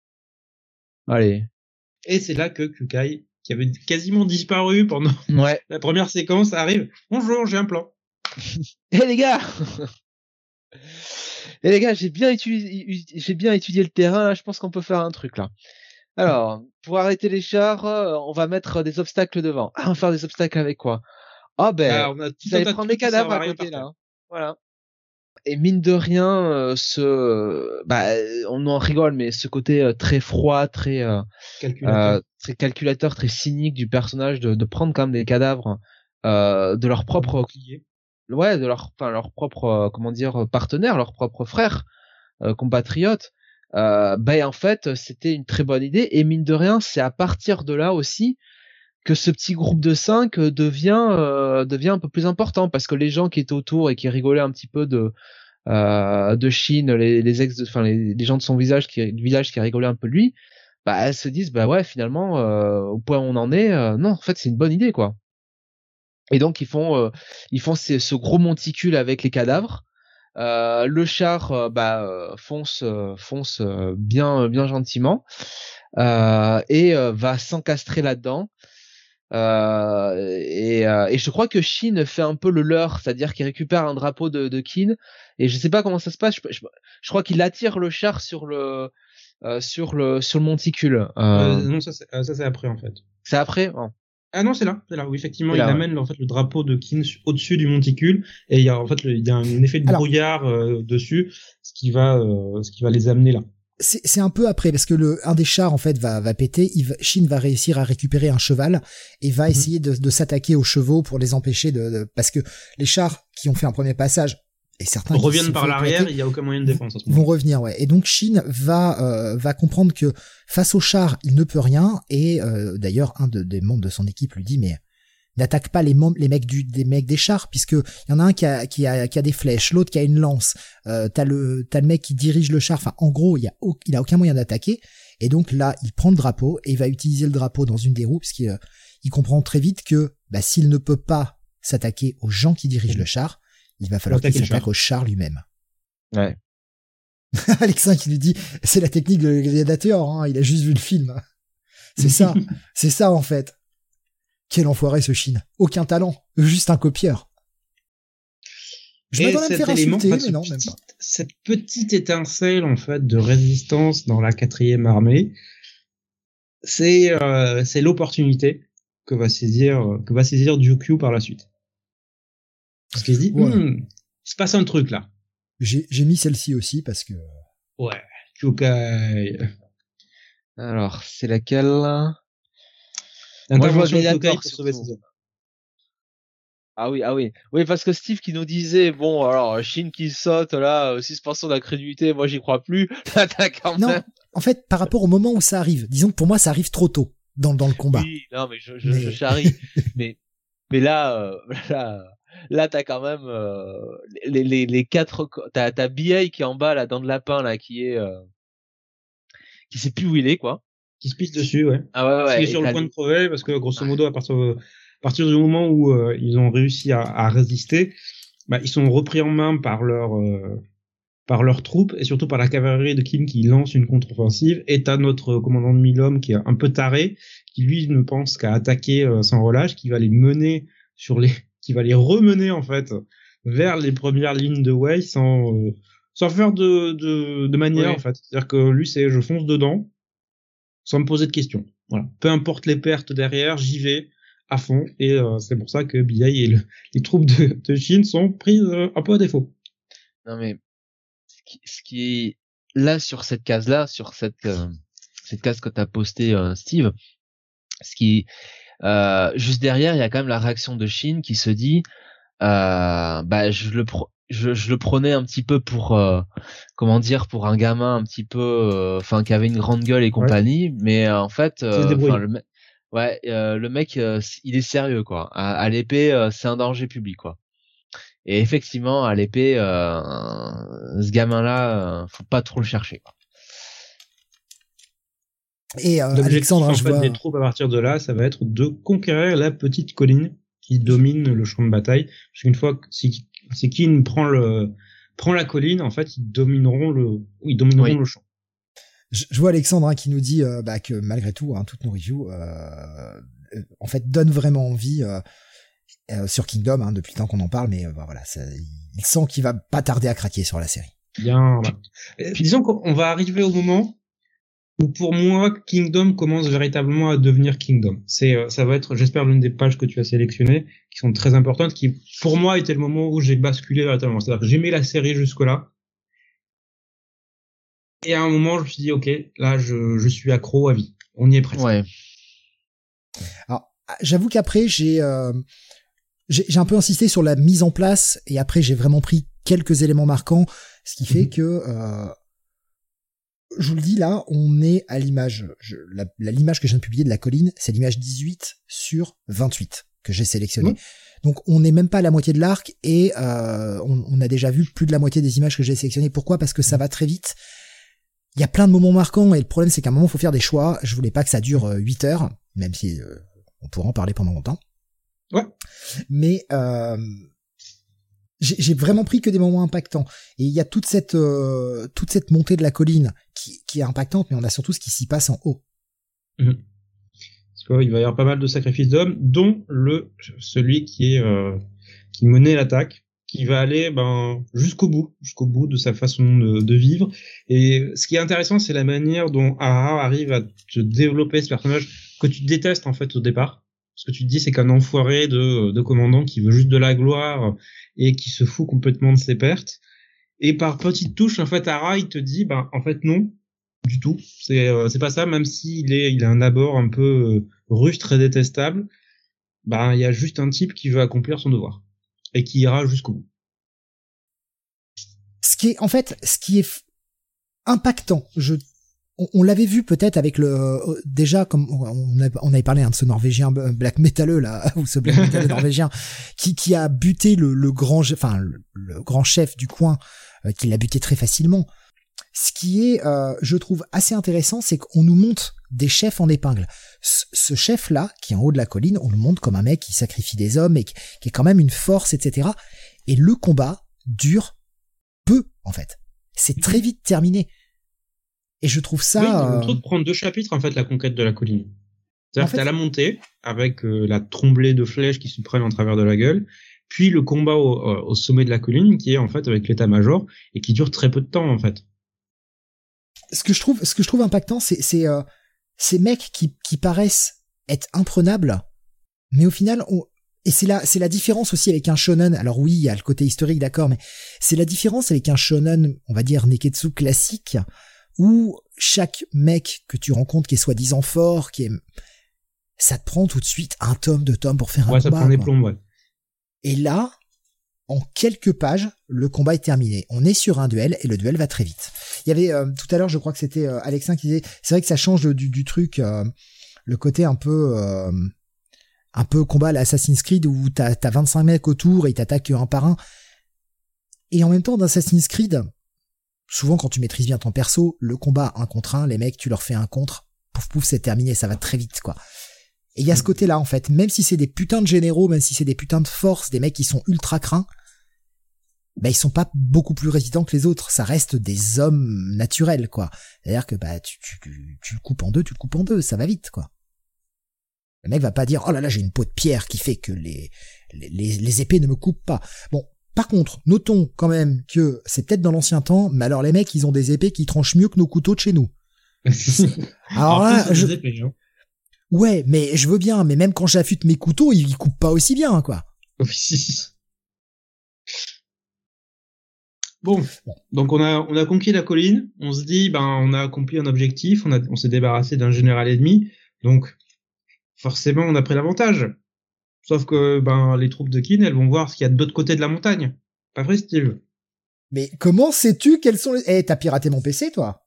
S3: Allez.
S2: Et c'est là que Kukai, qui avait quasiment disparu pendant
S3: ouais.
S2: la première séquence, arrive. Bonjour, j'ai un plan.
S3: Eh hey, les gars Eh hey, les gars, j'ai bien étudié, j'ai bien étudié le terrain. Là, je pense qu'on peut faire un truc là. Alors, pour arrêter les chars, on va mettre des obstacles devant. Ah, on va faire des obstacles avec quoi? Ah ben, ah, on a tout vous allez prendre les cadavres à côté là. Hein. Voilà. Et mine de rien, euh, ce, bah, on en rigole, mais ce côté euh, très froid, très, euh, calculateur. Euh, très calculateur, très cynique du personnage de, de prendre quand même des cadavres euh, de leur propre, ouais, de leur, enfin leur propre, euh, comment dire, partenaire, leur propre frère, euh, compatriote. Euh, bah en fait, c'était une très bonne idée. Et mine de rien, c'est à partir de là aussi que ce petit groupe de cinq devient euh, devient un peu plus important parce que les gens qui étaient autour et qui rigolaient un petit peu de euh, de Chine, les, les ex, enfin les, les gens de son visage qui du village qui rigolaient un peu de lui, bah elles se disent bah ouais finalement euh, au point où on en est, euh, non en fait c'est une bonne idée quoi. Et donc ils font euh, ils font ces, ce gros monticule avec les cadavres. Euh, le char euh, bah euh, fonce euh, fonce euh, bien bien gentiment euh, et euh, va s'encastrer là-dedans. Euh, et, euh, et je crois que Shin fait un peu le leur, c'est-à-dire qu'il récupère un drapeau de, de Qin et je sais pas comment ça se passe. Je, je, je crois qu'il attire le char sur le euh, sur le sur le monticule. Euh...
S2: Euh, non, ça c'est, euh, ça c'est après en fait.
S3: C'est après. Oh.
S2: Ah non, c'est là, c'est là. Oui, effectivement, là, il ouais. amène en fait le drapeau de Qin au-dessus du monticule et il y a en fait le, il y a un effet de Alors, brouillard euh, dessus, ce qui va euh, ce qui va les amener là.
S1: C'est, c'est un peu après parce que le un des chars en fait va va péter. Il va, Shin va réussir à récupérer un cheval et va mmh. essayer de, de s'attaquer aux chevaux pour les empêcher de, de parce que les chars qui ont fait un premier passage et certains
S2: reviennent par l'arrière, il y a aucun moyen de défense. À ce moment.
S1: Vont revenir, ouais. Et donc Shin va euh, va comprendre que face aux chars il ne peut rien et euh, d'ailleurs un de, des membres de son équipe lui dit mais n'attaque pas les membres, les mecs du, des mecs des chars, puisque il y en a un qui a, qui a, qui a des flèches, l'autre qui a une lance, euh, t'as le, t'as le mec qui dirige le char, enfin, en gros, il y a, il a aucun moyen d'attaquer, et donc là, il prend le drapeau, et il va utiliser le drapeau dans une des roues, parce qu'il euh, il comprend très vite que, bah, s'il ne peut pas s'attaquer aux gens qui dirigent le char, il va falloir qu'il s'attaque au char lui-même.
S3: Ouais.
S1: Alexin qui lui dit, c'est la technique de Gladiator, hein, il a juste vu le film. C'est ça, c'est ça en fait. Quel enfoiré ce Shin. Aucun talent, juste un copieur. Je m'attendais à me faire
S2: élément,
S1: insulter,
S2: en fait,
S1: mais non,
S2: petit,
S1: même pas.
S2: Cette petite étincelle en fait de résistance dans la quatrième armée, c'est euh, c'est l'opportunité que va saisir que va saisir Ryukyu par la suite. Parce qu'il se dit,
S1: ouais.
S2: hm, il se passe un truc là.
S1: J'ai, j'ai mis celle-ci aussi parce que...
S2: Ouais, Kyukai.
S3: Alors, c'est laquelle là?
S2: Moi, je vois
S3: Gladiator
S2: pour sauver ses hommes.
S3: Ah oui, ah oui. Oui, parce que Steve qui nous disait, bon, alors, Shin qui saute, là, euh, six pour cent d'incrédulité, moi j'y crois plus. T'as quand
S1: non,
S3: même...
S1: en fait, par rapport au moment où ça arrive, disons que pour moi, ça arrive trop tôt dans, dans le combat.
S3: Oui, non, mais je, je,
S1: mais...
S3: je charrie. mais, mais là, euh, là, là, t'as quand même, euh, les, les, les quatre, t'as, t'as B A qui est en bas, là, dent de lapin, là, qui est, euh, qui sait plus où il est, quoi.
S2: Qui se pisse dessus, ouais.
S3: Ah ouais, ouais.
S2: Qui est sur le point de crever, parce que, grosso modo, à partir de, à partir du moment où euh, ils ont réussi à, à résister, bah, ils sont repris en main par leur, euh, par leurs troupes, et surtout par la cavalerie de Kim qui lance une contre-offensive, et t'as notre commandant de mille hommes qui est un peu taré, qui lui ne pense qu'à attaquer euh, sans relâche, qui va les mener sur les, qui va les remener, en fait, vers les premières lignes de Wei sans, euh, sans faire de, de, de manière, oui. En fait. C'est-à-dire que lui, c'est je fonce dedans, sans me poser de questions. Voilà. Peu importe les pertes derrière, j'y vais à fond, et euh, c'est pour ça que B I et le, les troupes de, de Chine sont prises euh, un peu à défaut.
S3: Non mais ce qui, ce qui est là sur cette case-là, sur cette euh, cette case que t'as posté euh, Steve, ce qui euh, juste derrière, il y a quand même la réaction de Shin qui se dit, euh, bah je le pro- je, je le prenais un petit peu pour euh, comment dire, pour un gamin un petit peu, enfin euh, qui avait une grande gueule et compagnie, ouais. mais euh, en fait, euh, le me- ouais, euh, le mec, euh, il est sérieux quoi. À, à l'épée, euh, c'est un danger public quoi. Et effectivement, à l'épée, euh, ce gamin-là, euh, faut pas trop le chercher quoi.
S1: Et euh, Alexandre,
S2: en
S1: je
S2: fait,
S1: vois...
S2: des troupes à partir de là, ça va être de conquérir la petite colline qui domine le champ de bataille. Parce qu'une fois que si, si Kin prend le prend la colline, en fait, ils domineront le, ils domineront oui. le champ.
S1: Je, je vois Alexandre hein, qui nous dit euh, bah, que malgré tout, hein, toutes nos reviews, euh, en fait, donnent vraiment envie euh, euh, sur Kingdom hein, depuis le temps qu'on en parle, mais euh, bah, voilà, ça, il sent qu'il va pas tarder à craquer sur la série.
S2: Bien. Bah. Puis disons qu'on va arriver au moment où pour moi Kingdom commence véritablement à devenir Kingdom. C'est euh, ça va être, j'espère, l'une des pages que tu as sélectionnées qui sont très importantes, qui pour moi était le moment où j'ai basculé véritablement. C'est-à-dire que j'aimais la série jusque-là. Et à un moment, je me suis dit, ok, là, je, je suis accro à vie. On y est presque.
S3: Ouais.
S1: Alors, j'avoue qu'après, j'ai, euh, j'ai, j'ai un peu insisté sur la mise en place, et après, j'ai vraiment pris quelques éléments marquants, ce qui fait mm-hmm. que, euh, je vous le dis là, on est à l'image, je, la, la, l'image que je viens de publier de la colline, c'est l'image dix-huit sur vingt-huit que j'ai sélectionné. Mmh. Donc on n'est même pas à la moitié de l'arc, et euh, on, on a déjà vu plus de la moitié des images que j'ai sélectionnées. Pourquoi ? Parce que ça va très vite. Il y a plein de moments marquants, et le problème c'est qu'à un moment il faut faire des choix. Je voulais pas que ça dure huit heures, même si euh, on pourra en parler pendant longtemps.
S2: Ouais.
S1: Mais euh, j'ai, j'ai vraiment pris que des moments impactants. Et il y a toute cette euh, toute cette montée de la colline qui, qui est impactante, mais on a surtout ce qui s'y passe en haut.
S2: Mmh. Parce qu'il va y avoir pas mal de sacrifices d'hommes, dont le celui qui est euh, qui menait l'attaque, qui va aller ben jusqu'au bout, jusqu'au bout de sa façon de, de vivre. Et ce qui est intéressant, c'est la manière dont Ara arrive à te développer ce personnage que tu détestes en fait au départ. Ce que tu te dis, c'est qu'un enfoiré de, de commandant qui veut juste de la gloire et qui se fout complètement de ses pertes. Et par petites touches, en fait, Ara, il te dit, ben, en fait, non, du tout. C'est, euh, c'est pas ça, même s'il est, il a un abord un peu euh, rustre et détestable. Ben, il y a juste un type qui veut accomplir son devoir. Et qui ira jusqu'au bout.
S1: Ce qui est, en fait, ce qui est f- impactant, je on l'avait vu peut-être avec le euh, déjà comme on, a, on avait parlé hein, de ce Norvégien black métalleux là ou ce black métalleux norvégien qui qui a buté le, le grand enfin le, le grand chef du coin euh, qui l'a buté très facilement. Ce qui est euh, je trouve assez intéressant, c'est qu'on nous montre des chefs en épingle. Ce, ce chef là qui est en haut de la colline, on le montre comme un mec qui sacrifie des hommes et qui, qui est quand même une force, et cetera. Et le combat dure peu en fait. c'est très vite terminé. Et je trouve ça...
S2: Oui, le
S1: euh...
S2: truc prend deux chapitres, en fait, la conquête de la colline. C'est-à-dire
S1: en
S2: que
S1: fait...
S2: t'as la montée, avec euh, la tromblée de flèches qui se prennent en travers de la gueule, puis le combat au, au sommet de la colline, qui est, en fait, avec l'état-major, et qui dure très peu de temps, en fait.
S1: Ce que je trouve, ce que je trouve impactant, c'est, c'est euh, ces mecs qui, qui paraissent être imprenables, mais au final, on... et c'est la, c'est la différence aussi avec un shonen. Alors oui, il y a le côté historique, d'accord, mais c'est la différence avec un shonen, on va dire neketsu classique, où chaque mec que tu rencontres qui est soi-disant fort, qui est, ça te prend tout de suite un tome, deux tomes pour faire un
S2: ouais,
S1: combat.
S2: Ouais, ça prend des
S1: quoi.
S2: plombs, ouais.
S1: Et là, en quelques pages, le combat est terminé. On est sur un duel et le duel va très vite. Il y avait euh, tout à l'heure, je crois que c'était euh, Alexin qui disait, c'est vrai que ça change du, du truc, euh, le côté un peu, euh, un peu combat à l'Assassin's Creed où t'as, t'as vingt-cinq mecs autour et ils t'attaquent un par un. Et en même temps, dans Assassin's Creed, souvent quand tu maîtrises bien ton perso, le combat un contre un, les mecs, tu leur fais un contre, pouf pouf, c'est terminé, ça va très vite, quoi. Et il y a ce côté-là, en fait, même si c'est des putains de généraux, même si c'est des putains de forces, des mecs qui sont ultra craints, bah ils sont pas beaucoup plus résistants que les autres, ça reste des hommes naturels, quoi. C'est-à-dire que bah tu, tu, tu, tu le coupes en deux, tu le coupes en deux, ça va vite, quoi. Le mec va pas dire oh là là j'ai une peau de pierre qui fait que les les, les, les épées ne me coupent pas. Bon, par contre, notons quand même que c'est peut-être dans l'ancien temps, mais alors les mecs ils ont des épées qui tranchent mieux que nos couteaux de chez nous. Alors là,
S2: plus,
S1: je...
S2: des épées, hein.
S1: Ouais, mais je veux bien, mais même quand j'affûte mes couteaux, ils coupent pas aussi bien, quoi.
S2: Bon, donc on a on a conquis la colline, on se dit ben on a accompli un objectif, on a on s'est débarrassé d'un général ennemi, donc forcément on a pris l'avantage. Sauf que ben les troupes de Kin, elles vont voir ce qu'il y a de l'autre côté de la montagne. Pas vrai, Steve?
S1: Mais comment sais-tu quels sont les... Eh, t'as piraté mon P C, toi?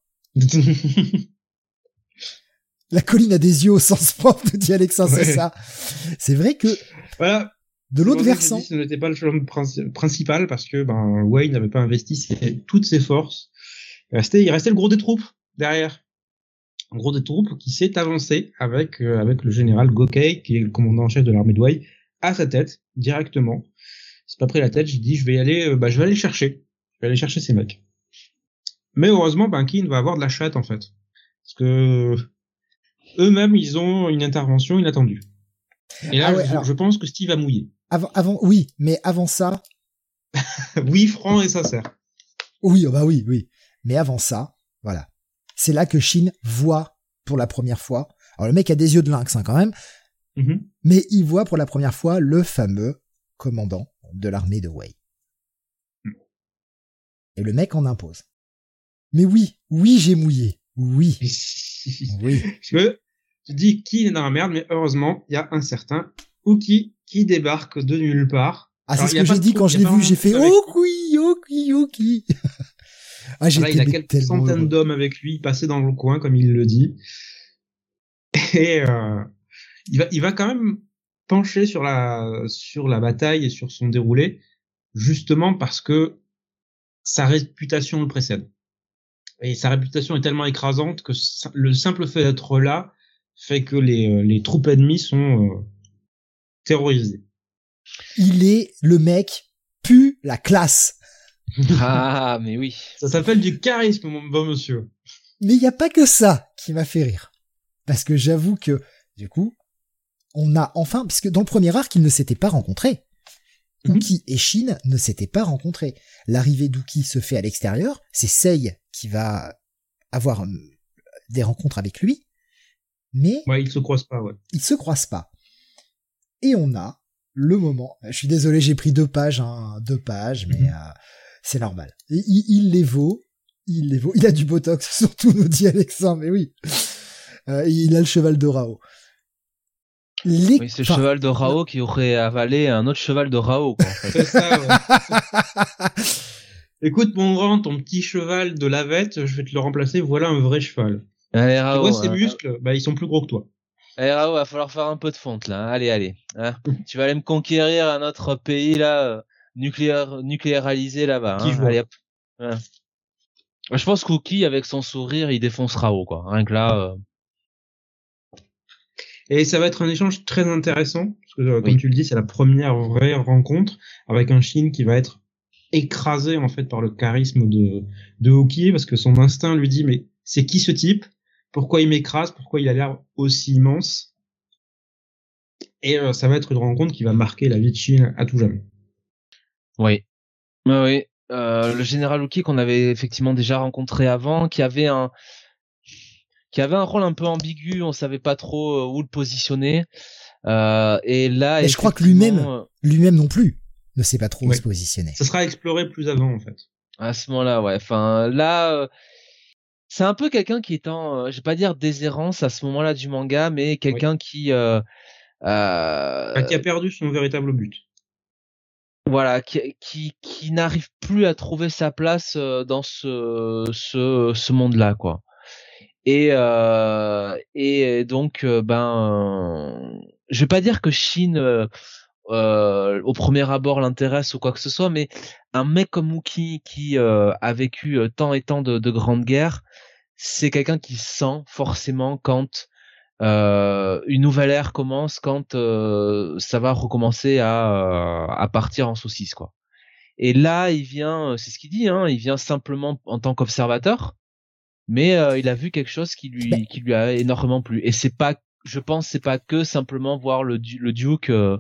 S1: La colline a des yeux au sens propre, te dit Alexin, ouais. C'est ça. C'est vrai que...
S2: Voilà.
S1: De l'autre versant.
S2: Dit, ce n'était pas le choix principal parce que ben Wayne n'avait pas investi ses, toutes ses forces. Il restait, il restait le gros des troupes derrière. Le gros des troupes qui s'est avancé avec euh, avec le général Gokei qui est le commandant en chef de l'armée de Wei à sa tête directement. Il s'est pas pris la tête. J'ai dit je vais y aller, euh, bah je vais aller chercher. Je vais aller chercher ces mecs. Mais heureusement, ben Kin va avoir de la chatte en fait parce que eux-mêmes ils ont une intervention inattendue. Et là, ah ouais, je, alors... je pense que Steve a mouillé.
S1: Avant, avant, oui, mais avant ça.
S2: Oui, franc et sincère.
S1: Oui, oh bah oui, oui. Mais avant ça, voilà. C'est là que Shin voit pour la première fois. Alors le mec a des yeux de lynx, hein, quand même.
S2: Mm-hmm.
S1: Mais il voit pour la première fois le fameux commandant de l'armée de Wei. Mm. Et le mec en impose. Mais oui, oui, j'ai mouillé. Oui. Oui.
S2: Parce que tu dis qui est dans la merde, mais heureusement, il y a un certain Uki qui débarque de nulle part.
S1: Ah, c'est ce que j'ai dit quand je l'ai vu, j'ai fait Oki, Oki, Oki. Ah, j'ai
S2: Là, il a quelques centaines heureux. d'hommes avec lui, passés dans le coin, comme il le dit. Et euh, il va, il va quand même pencher sur la, sur la bataille et sur son déroulé, justement parce que sa réputation le précède. Et sa réputation est tellement écrasante que le simple fait d'être là fait que les, les troupes ennemies sont euh, terrorisées.
S1: Il est le mec pue la classe.
S3: Ah, mais oui.
S2: Ça s'appelle du charisme, mon bon monsieur.
S1: Mais il n'y a pas que ça qui m'a fait rire. Parce que j'avoue que, du coup, on a enfin, puisque dans le premier arc, ils ne s'étaient pas rencontrés. Mm-hmm. Uki et Shin ne s'étaient pas rencontrés. L'arrivée d'Uki se fait à l'extérieur. C'est Sei qui va avoir des rencontres avec lui. Mais.
S2: Ouais, ils se croisent pas, ouais.
S1: Ils se croisent pas. Et on a le moment. Je suis désolé, j'ai pris deux pages, hein, deux pages, mais mm-hmm. euh, c'est normal. Il, il, il les vaut. Il les vaut. Il a du botox, surtout, nous dit Alexandre, mais oui. Euh, il a le cheval de Rao. Les...
S3: Oui, c'est le enfin, cheval de Rao qui aurait avalé un autre cheval de Rao, quoi, en fait.
S2: C'est ça, ouais. Écoute, mon grand, ton petit cheval de lavette, je vais te le remplacer, voilà un vrai cheval.
S3: Allez, Rao,
S2: tu vois, ses
S3: hein,
S2: muscles, bah, ils sont plus gros que toi.
S3: Allez, Rao, va falloir faire un peu de fonte, là. Allez, allez. Hein. Tu vas aller me conquérir un autre pays, là, euh, nucléaire, nucléarisé, là-bas. Hein. Allez, hop. Hein. Je pense qu'Uki, avec son sourire, il défonce Rao, quoi. Rien que là... Euh...
S2: Et ça va être un échange très intéressant, parce que, euh, oui. comme tu le dis, c'est la première vraie rencontre avec un Shin qui va être écrasé en fait par le charisme de de Hawkeye parce que son instinct lui dit mais c'est qui ce type? Pourquoi il m'écrase? Pourquoi il a l'air aussi immense? Et euh, ça va être une rencontre qui va marquer la vie de Shin à tout jamais.
S3: Oui, oui, oui. Euh, le général Hawkeye qu'on avait effectivement déjà rencontré avant, qui avait un qui avait un rôle un peu ambigu, on savait pas trop où le positionner. Euh, et là,
S1: mais je crois que lui-même, lui-même non plus, ne sait pas trop ouais. où se positionner.
S2: Ça sera exploré plus avant en fait.
S3: À ce moment-là, ouais. Enfin, là, euh, c'est un peu quelqu'un qui est en, euh, je vais pas dire déshérence à ce moment-là du manga, mais quelqu'un oui. qui, euh, euh...
S2: qui a perdu son véritable but.
S3: Voilà, qui qui, qui n'arrive plus à trouver sa place dans ce ce ce monde-là, quoi. Et euh, et donc ben, euh, je vais pas dire que Shin euh, euh, au premier abord l'intéresse ou quoi que ce soit, mais un mec comme Hawkeye qui euh, a vécu tant et tant de, de grandes guerres, c'est quelqu'un qui sent forcément quand Euh, une nouvelle ère commence, quand euh, ça va recommencer à, à partir en saucisse, quoi. Et là, il vient, c'est ce qu'il dit, hein, il vient simplement en tant qu'observateur, mais euh, il a vu quelque chose qui lui, qui lui a énormément plu. Et c'est pas, je pense, c'est pas que simplement voir le, le Duke euh,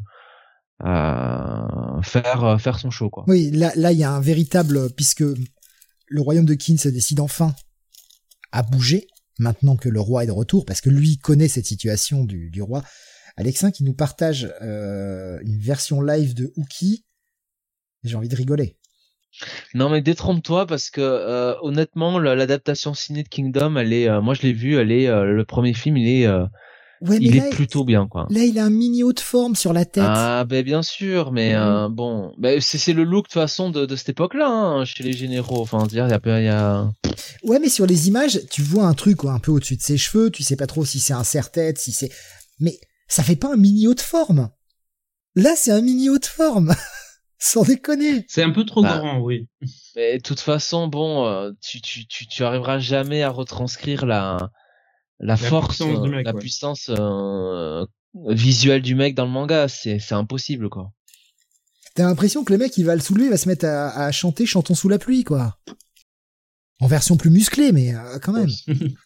S3: euh, faire faire son show, quoi.
S1: Oui, là, là, il y a un véritable, puisque le royaume de Qin se décide enfin à bouger. Maintenant que le roi est de retour, parce que lui connaît cette situation du, du roi. Alexin qui nous partage euh, une version live de Hawkeye, j'ai envie de rigoler.
S3: Non mais détrompe-toi parce que euh, honnêtement l'adaptation ciné de Kingdom, elle est, euh, moi je l'ai vu, elle est, euh, le premier film, il est, euh, ouais, il là, est plutôt bien quoi.
S1: Là il a un mini haut de forme sur la tête.
S3: Ah ben bien sûr, mais mmh. euh, bon, ben c'est c'est le look de toute façon de, de cette époque-là, hein, chez les généraux. Enfin, dire il y a, il y a.
S1: Ouais, mais sur les images, tu vois un truc quoi, un peu au-dessus de ses cheveux, tu sais pas trop si c'est un serre-tête, si c'est, mais ça fait pas un mini haut de forme. Là, c'est un mini haut de forme. Sans déconner.
S2: C'est un peu trop bah, grand, oui.
S3: Mais de toute façon, bon, euh, tu, tu, tu, tu arriveras jamais à retranscrire la, la, la force, puissance euh, mec, la ouais. puissance euh, visuelle du mec dans le manga. C'est, c'est impossible, quoi.
S1: T'as l'impression que le mec, il va le soulever, il va se mettre à, à chanter Chantons sous la pluie, quoi. En version plus musclée, mais euh, quand même.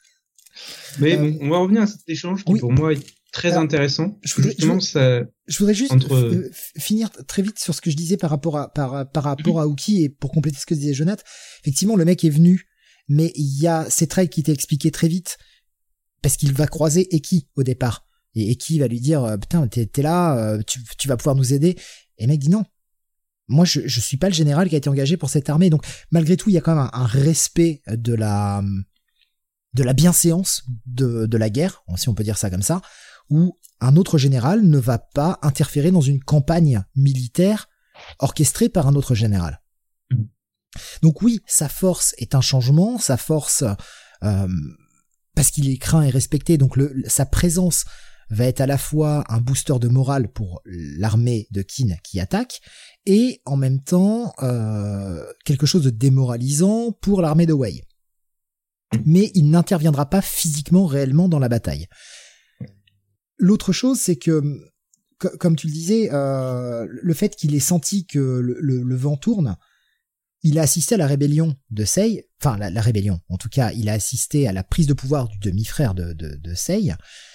S2: mais euh, bon, on va revenir à cet échange qui, oui. pour moi, est très Alors, intéressant.
S1: Je voudrais,
S2: Justement,
S1: je,
S2: ça,
S1: je voudrais juste
S2: entre...
S1: euh, finir très vite sur ce que je disais par rapport à par, par rapport à Hawkeye et pour compléter ce que disait Jonathan. Effectivement, le mec est venu, mais il y a ces traits qui t'est expliqué très vite parce qu'il va croiser Eki au départ et Eki va lui dire putain t'es, t'es là, tu, tu vas pouvoir nous aider. Et le mec dit non. Moi, je je suis pas le général qui a été engagé pour cette armée. Donc malgré tout, il y a quand même un, un respect de la de la bienséance de de la guerre, si on peut dire ça comme ça, où un autre général ne va pas interférer dans une campagne militaire orchestrée par un autre général. Mmh. Donc oui, sa force est un changement, sa force, euh, parce qu'il est craint et respecté, donc le, sa présence va être à la fois un booster de morale pour l'armée de Qin qui attaque, et en même temps euh, quelque chose de démoralisant pour l'armée de Wei. Mais il n'interviendra pas physiquement réellement dans la bataille. L'autre chose, c'est que, comme tu le disais, euh, le fait qu'il ait senti que le, le, le vent tourne, il a assisté à la rébellion de Sei, enfin la, la rébellion, en tout cas, il a assisté à la prise de pouvoir du demi-frère de, de, de Sei.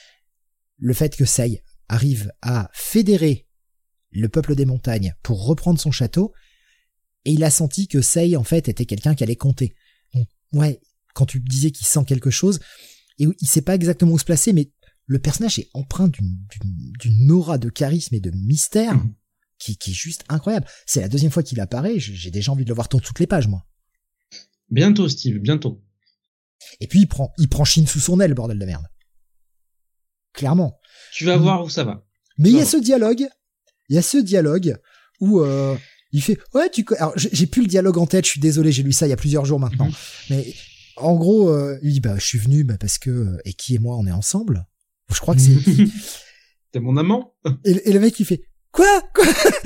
S1: Le fait que Sei arrive à fédérer le peuple des montagnes pour reprendre son château, et il a senti que Sei, en fait, était quelqu'un qui allait compter. Donc, ouais, quand tu disais qu'il sent quelque chose, et il sait pas exactement où se placer, mais le personnage est empreint d'une, d'une, d'une aura de charisme et de mystère mmh. qui, qui est juste incroyable. C'est la deuxième fois qu'il apparaît, j'ai déjà envie de le voir dans toutes les pages, moi.
S2: Bientôt, Steve, bientôt.
S1: Et puis, il prend, il prend Shin sous son aile, bordel de merde. Clairement.
S2: Tu vas mmh. voir où ça va.
S1: Mais il y a ce dialogue, il y a ce dialogue où euh, il fait, ouais, tu, alors j'ai plus le dialogue en tête, je suis désolé, j'ai lu ça il y a plusieurs jours maintenant, mmh. mais en gros, euh, il dit, bah, je suis venu, bah, parce que, et qui et moi, on est ensemble. Je crois que c'est...
S2: T'es mon amant.
S1: Et, et le mec, il fait, quoi, quoi?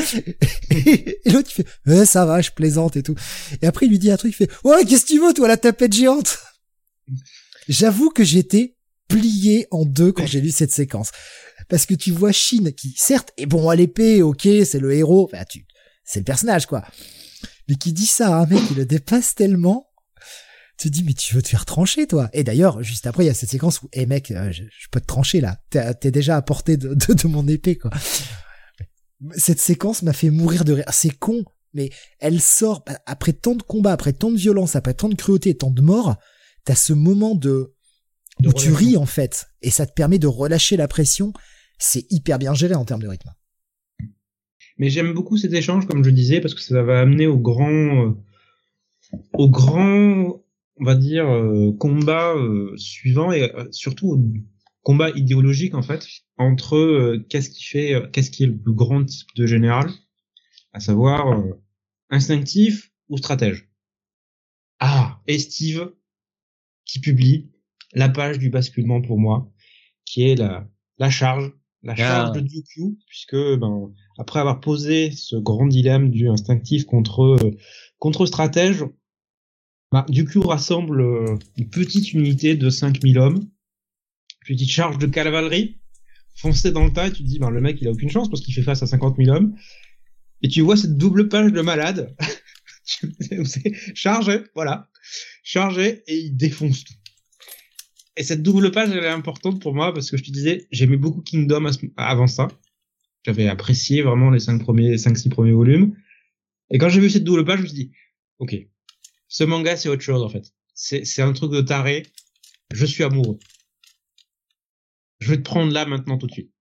S1: Et, et l'autre, il fait, ouais, ça va, je plaisante et tout. Et après, il lui dit un truc, il fait, ouais, qu'est-ce que tu veux, toi, la tapette géante? J'avoue que j'étais plié en deux quand j'ai lu cette séquence. Parce que tu vois Shin, qui, certes, est bon à l'épée, ok, c'est le héros, enfin, tu, c'est le personnage, quoi. mais qui dit ça à un mec qui le dépasse tellement, tu te dis, mais tu veux te faire trancher, toi. Et d'ailleurs, juste après, il y a cette séquence où, hé hey, mec, je, je peux te trancher, là. T'es, t'es déjà à portée de, de, de mon épée, quoi. Cette séquence m'a fait mourir de rire. C'est con, mais elle sort, après tant de combats, après tant de violence, après tant de cruauté et tant de morts, t'as ce moment de, de où tu ris, en fait. Et ça te permet de relâcher la pression. C'est hyper bien géré en termes de rythme.
S2: Mais j'aime beaucoup cet échange, comme je disais, parce que ça va amener au grand, euh, au grand, on va dire, euh, combat euh, suivant, et euh, surtout au combat idéologique, en fait, entre euh, qu'est-ce qui fait, euh, qu'est-ce qui est le plus grand type de général, à savoir euh, instinctif ou stratège. Ah, et Steve, qui publie la page du basculement pour moi, qui est la, la charge, la ah. charge de Ryukyu, puisque, ben, après avoir posé ce grand dilemme du instinctif contre, euh, contre stratège, bah, Ryukyu rassemble euh, une petite unité de cinq mille hommes, petite charge de cavalerie, foncée dans le tas, et tu te dis, ben, le mec, il a aucune chance parce qu'il fait face à cinquante mille hommes, et tu vois cette double page de malade, c'est chargé, voilà, chargé, et il défonce tout. Et cette double page, elle est importante pour moi parce que je te disais, j'aimais beaucoup Kingdom avant ça. J'avais apprécié vraiment les cinq premiers, cinq, six premiers volumes. Et quand j'ai vu cette double page, je me suis dit, ok, ce manga, c'est autre chose, en fait. C'est, c'est un truc de taré. Je suis amoureux. Je vais te prendre là, maintenant, tout de suite.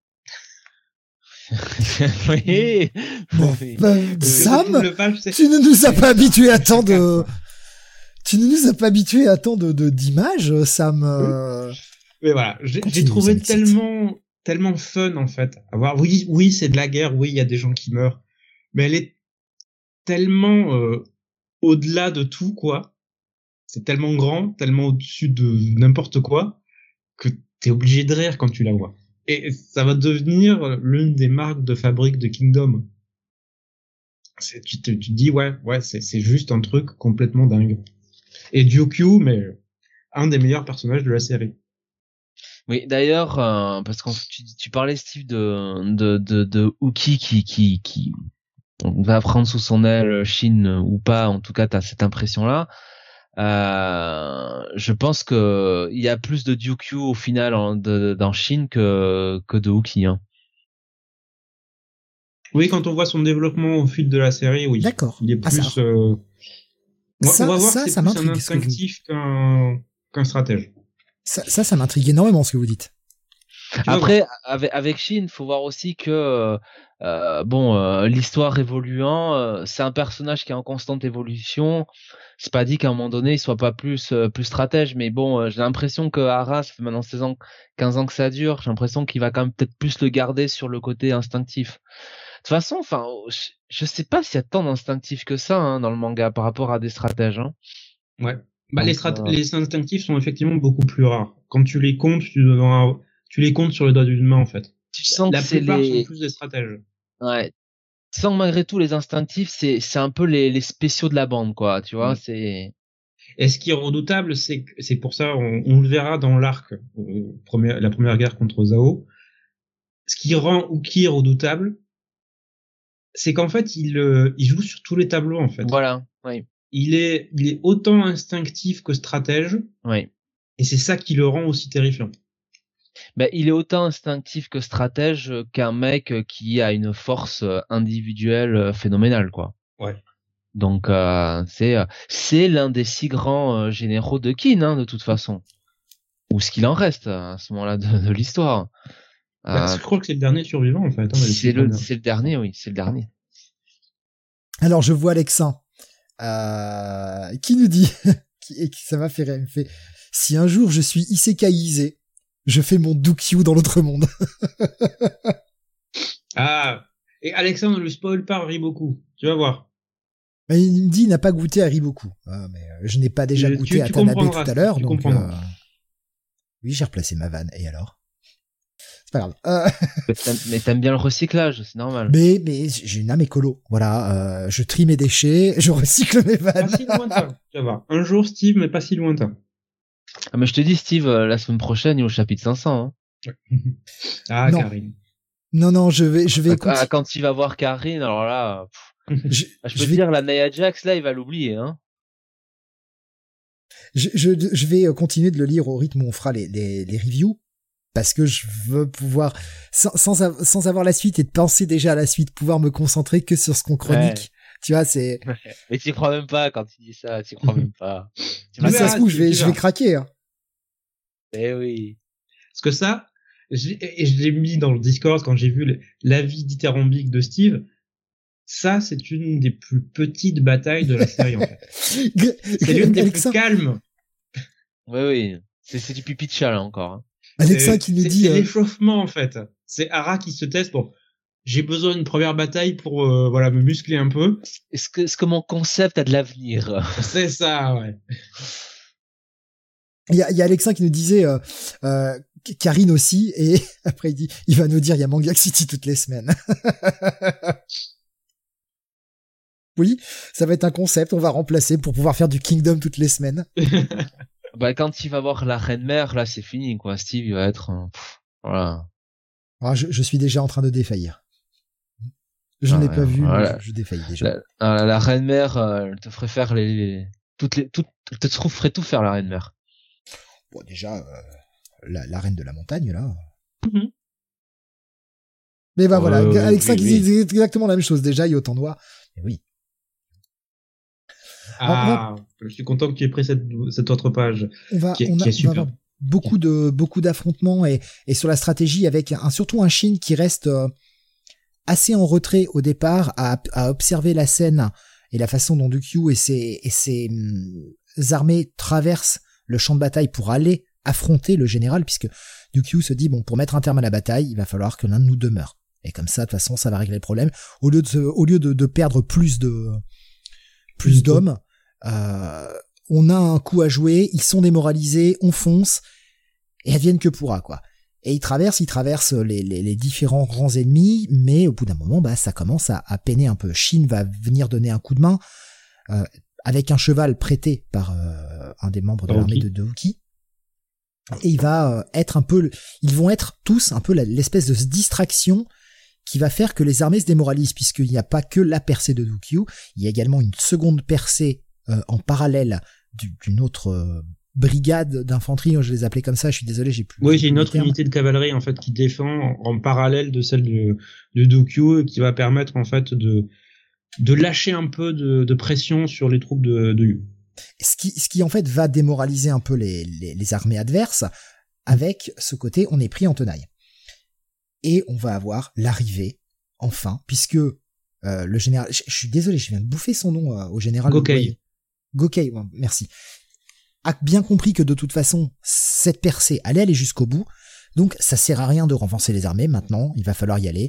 S3: oui.
S1: Bon, bah, Sam, page, tu ne nous as pas habitués à tant de... Tu ne nous as pas habitués à tant de, de, d'images, Sam. Euh...
S2: Mais voilà, j'ai, j'ai trouvé tellement, tellement fun, en fait. À voir. Oui, oui, c'est de la guerre, oui, il y a des gens qui meurent. Mais elle est tellement euh, au-delà de tout, quoi. C'est tellement grand, tellement au-dessus de n'importe quoi, que t'es obligé de rire quand tu la vois. Et ça va devenir l'une des marques de fabrique de Kingdom. C'est, tu, te, tu te dis, ouais, ouais, c'est, c'est juste un truc complètement dingue. Et Ryukyu, mais un des meilleurs personnages de la série.
S3: Oui, d'ailleurs, euh, parce que tu, tu parlais, Steve, de de de, de Uki qui qui qui va prendre sous son aile Shin ou pas. En tout cas, t'as cette impression-là. Euh, je pense que il y a plus de Ryukyu au final en, de, dans Shin que que de Uki. Hein.
S2: Oui, quand on voit son développement au fil de la série, oui.
S1: D'accord.
S2: Il est plus.
S1: Ah,
S2: euh... on,
S1: ça,
S2: on va voir
S1: ça,
S2: que c'est
S1: ça
S2: plus un instinctif que vous... qu'un qu'un stratège.
S1: Ça, ça, ça m'intrigue énormément ce que vous dites.
S3: Après, avec, avec Shin, faut voir aussi que euh, bon, euh, l'histoire évoluant, euh, c'est un personnage qui est en constante évolution. C'est pas dit qu'à un moment donné, il soit pas plus euh, plus stratège, mais bon, euh, j'ai l'impression que Hara, ça fait maintenant seize ans, quinze ans que ça dure. J'ai l'impression qu'il va quand même peut-être plus le garder sur le côté instinctif. De toute façon, enfin, je, je sais pas s'il y a tant d'instinctifs que ça hein, dans le manga par rapport à des stratèges. Hein.
S2: Ouais. Bah, Donc, les, strat- euh... les instinctifs sont effectivement beaucoup plus rares. Quand tu les comptes, tu, dois, tu les comptes sur le doigt d'une main, en fait.
S3: Tu sens
S2: La
S3: que c'est
S2: plupart
S3: les...
S2: sont plus des stratèges.
S3: Ouais. Tu sens que malgré tout, les instinctifs, c'est, c'est un peu les, les spéciaux de la bande, quoi. Tu vois, mmh. c'est...
S2: Et ce qui est redoutable, c'est que, c'est pour ça, on, on le verra dans l'arc, euh, première, la première guerre contre Zao. Ce qui rend Uki redoutable, c'est qu'en fait, il, euh, il joue sur tous les tableaux, en fait.
S3: Voilà, oui.
S2: Il est, il est autant instinctif que stratège.
S3: Oui.
S2: Et c'est ça qui le rend aussi terrifiant.
S3: Ben, il est autant instinctif que stratège qu'un mec qui a une force individuelle phénoménale, quoi.
S2: Ouais.
S3: Donc, euh, c'est, c'est l'un des six grands euh, généraux de Kin, hein, de toute façon. Ou ce qu'il en reste à ce moment-là de, de l'histoire.
S2: Bah, euh, je crois que c'est le dernier survivant, en fait. Hein,
S3: c'est, le, c'est le dernier, oui, c'est le dernier.
S1: Alors, je vois Alexin. Euh, qui nous dit, qui, qui, ça m'a fait rire, il me fait, si un jour je suis isekaiisé, je fais mon Ryukyu dans l'autre monde.
S2: Ah, et Alexandre ne lui spoil pas Riboku, tu vas voir.
S1: Mais il me dit, il n'a pas goûté à Riboku. Ah, mais euh, je n'ai pas déjà tu, goûté tu, à tu Tanabe tout à l'heure, donc euh... oui, j'ai replacé ma vanne, et alors? C'est pas grave. Euh...
S3: Mais, t'aimes, mais t'aimes bien le recyclage, c'est normal.
S1: Mais, mais j'ai une âme écolo. Voilà, euh, je trie mes déchets, je recycle mes vannes.
S2: Pas si lointain, tu vas voir. Un jour, Steve, mais pas si lointain.
S3: Ah, mais je te dis, Steve, euh, la semaine prochaine, il est au chapitre cinq cents. Hein.
S2: Ah,
S1: non.
S2: Karine.
S1: Non, non, je vais, je vais.
S3: Ah, quand il va voir Karine, alors là, pff,
S1: je,
S3: Ah, je peux
S1: je
S3: te
S1: vais,
S3: dire, la Nia Jax, là, il va l'oublier, hein.
S1: je, je, je vais continuer de le lire au rythme où on fera les, les, les reviews, parce que je veux pouvoir, sans, sans, av- sans avoir la suite et de penser déjà à la suite, pouvoir me concentrer que sur ce qu'on chronique.
S3: Ouais.
S1: Tu vois, c'est,
S3: Mais t'y crois même pas quand tu dis ça, t'y crois même pas. Tu
S1: mais
S3: vas
S1: ça
S2: verras,
S1: se
S3: dire,
S1: trouve,
S2: tu-
S1: je vais,
S2: tu
S1: je vais
S2: verras.
S1: craquer, hein.
S3: eh oui.
S2: Parce que ça, je, et je l'ai mis dans le Discord quand j'ai vu le- l'avis dithyrambique de Steve. Ça, c'est une des plus petites batailles de la série, en fait. C'est l'une des
S1: Alexa,
S2: plus calmes.
S3: Oui, oui. C'est, c'est du pipi de chat, là, encore, hein.
S1: Alexa
S2: C'est-
S1: qui nous
S2: c'est-
S1: dit,
S2: C'est
S1: euh,
S2: l'échauffement, en fait. C'est Hara qui se teste pour... J'ai besoin d'une première bataille pour euh, voilà me muscler un peu.
S3: Est-ce que, est-ce que mon concept a de l'avenir?
S2: C'est ça, ouais.
S1: il y a, il y a Alexa qui nous disait, euh, euh, Karine aussi, et après il dit, il va nous dire, il y a Mangax City toutes les semaines. Oui, ça va être un concept, on va remplacer pour pouvoir faire du Kingdom toutes les semaines.
S3: Bah, quand il va voir la reine mère, là, c'est fini, quoi. Steve, il va être, un- pff, voilà.
S1: Ah, je, je suis déjà en train de défaillir. J'en ai
S3: Ah,
S1: pas
S3: ouais,
S1: vu, mais
S3: voilà.
S1: je, je défaille déjà.
S3: La, ah, la reine mère, euh, elle te ferait faire les, les- toutes les, toutes, elle te ferait tout faire, la reine mère.
S1: Bon, déjà, euh, la, la reine de la montagne, là.
S2: Mhm.
S1: Mais bah
S3: Euh,
S1: voilà,
S3: oui,
S1: Alexa
S3: oui,
S1: qui
S3: oui.
S1: dit exactement la même chose. Déjà, il y a autant noir. Mais oui.
S2: Ah, je suis content que tu aies pris cette, cette autre page.
S1: On va,
S2: Qui est-
S1: on, a-
S2: qui est
S1: on va
S2: super.
S1: avoir beaucoup de, beaucoup d'affrontements et, et sur la stratégie avec un, surtout un Shin qui reste euh, assez en retrait au départ à, à observer la scène et la façon dont Dukyu et ses, et ses hum, armées traversent le champ de bataille pour aller affronter le général, puisque Dukyu se dit, bon, pour mettre un terme à la bataille, il va falloir que l'un de nous demeure. Et comme ça, de toute façon, ça va régler le problème. Au lieu de, se- au lieu de, de perdre plus de, plus d'hommes, euh, on a un coup à jouer, ils sont démoralisés, on fonce, et advienne que pourra, quoi. Et ils traversent, ils traversent les, les, les différents grands ennemis, mais au bout d'un moment, bah, ça commence à, à peiner un peu. Shin va venir donner un coup de main, euh, avec un cheval prêté par euh, un des membres de
S2: Par
S1: l'armée
S2: Uki.
S1: de, de Uki. Et il va euh, être un peu, ils vont être tous un peu la- l'espèce de distraction qui va faire que les armées se démoralisent, puisqu'il n'y a pas que la percée de Dukyu, il y a également une seconde percée euh, en parallèle du- d'une autre euh, brigade d'infanterie, je les appelais comme ça, je suis désolé, j'ai plus.
S2: Oui,
S1: j'ai
S2: c'est
S1: plus
S2: une
S1: le
S2: autre
S1: terme.
S2: unité de cavalerie en fait qui défend en, en parallèle de celle de, de Dukyu et qui va permettre en fait de de lâcher un peu de, de pression sur les troupes de, de Yu.
S1: Ce qui, ce qui en fait va démoraliser un peu les, les, les armées adverses, avec ce côté on est pris en tenaille. Et on va avoir l'arrivée, enfin, puisque euh, le général, je, je suis désolé, je viens de bouffer son nom euh, au général.
S2: Gokei.
S1: Gokei, ouais, merci. A bien compris que de toute façon, cette percée allait aller jusqu'au bout, donc ça sert à rien de renforcer les armées, maintenant, il va falloir y aller,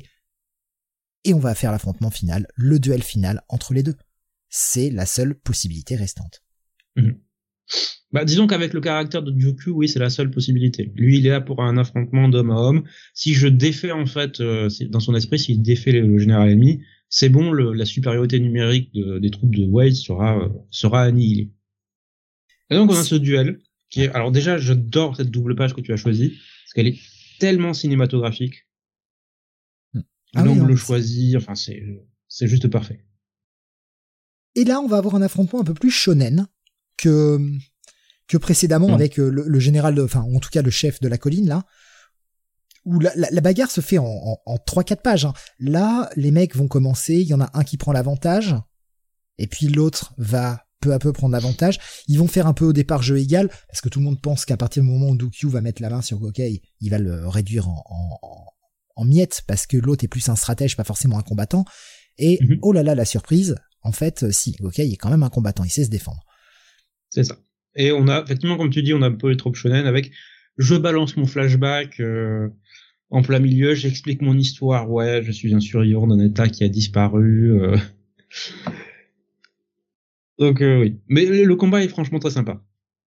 S1: et on va faire l'affrontement final, le duel final entre les deux. C'est la seule possibilité restante.
S2: Mmh. Bah, disons qu'avec le caractère de Dukyu, oui, c'est la seule possibilité. Lui, il est là pour un affrontement d'homme à homme. Si je défais, en fait, euh, dans son esprit, s'il défait le général ennemi, c'est bon, le, la supériorité numérique de, des troupes de Wade sera, euh, sera annihilée. Et donc, on a ce duel, qui est, alors déjà, j'adore cette double page que tu as choisie, parce qu'elle est tellement cinématographique.
S1: Ah oui,
S2: L'angle
S1: non,
S2: choisi, enfin, c'est, c'est juste parfait.
S1: Et là, on va avoir un affrontement un peu plus shonen que que précédemment
S2: Mmh.
S1: avec le, le général, de, enfin, en tout cas le chef de la colline là, où la, la, la bagarre se fait en, en, en trois quatre pages. Hein. Là, les mecs vont commencer, il y en a un qui prend l'avantage, et puis l'autre va peu à peu prendre l'avantage. Ils vont faire un peu au départ jeu égal, parce que tout le monde pense qu'à partir du moment où Dukyu va mettre la main sur Gokei, il va le réduire en, en, en miettes, parce que l'autre est plus un stratège, pas forcément un combattant. Et
S2: Mmh.
S1: oh là là, la surprise, en fait, si, Gokei est quand même un combattant, il sait se défendre.
S2: C'est ça. Et on a, effectivement, comme tu dis, on a un peu les tropes shonen avec je balance mon flashback euh, en plein milieu, j'explique mon histoire, ouais, je suis un survivant d'un état qui a disparu. Euh... Donc euh, oui. Mais le, le combat est franchement très sympa.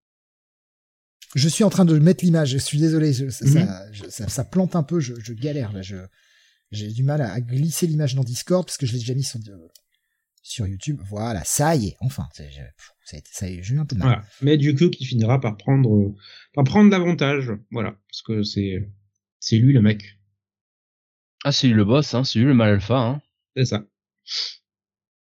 S1: Je suis en train de mettre l'image, je suis désolé, je, ça,
S2: Mhm.
S1: ça, je- ça, ça plante un peu, je, je galère là, je, j'ai du mal à, à glisser l'image dans Discord parce que je l'ai déjà mis sur, sur YouTube. Voilà, ça y est, enfin, c'est, je, ça a été- ça y est, j'ai eu un peu de mal.
S2: Voilà. Mais Dukyu qui finira par prendre, euh, par prendre l'avantage, voilà, parce que c'est, c'est lui le mec.
S3: Ah, c'est lui le boss, hein, c'est lui le mal alpha, hein.
S2: C'est ça.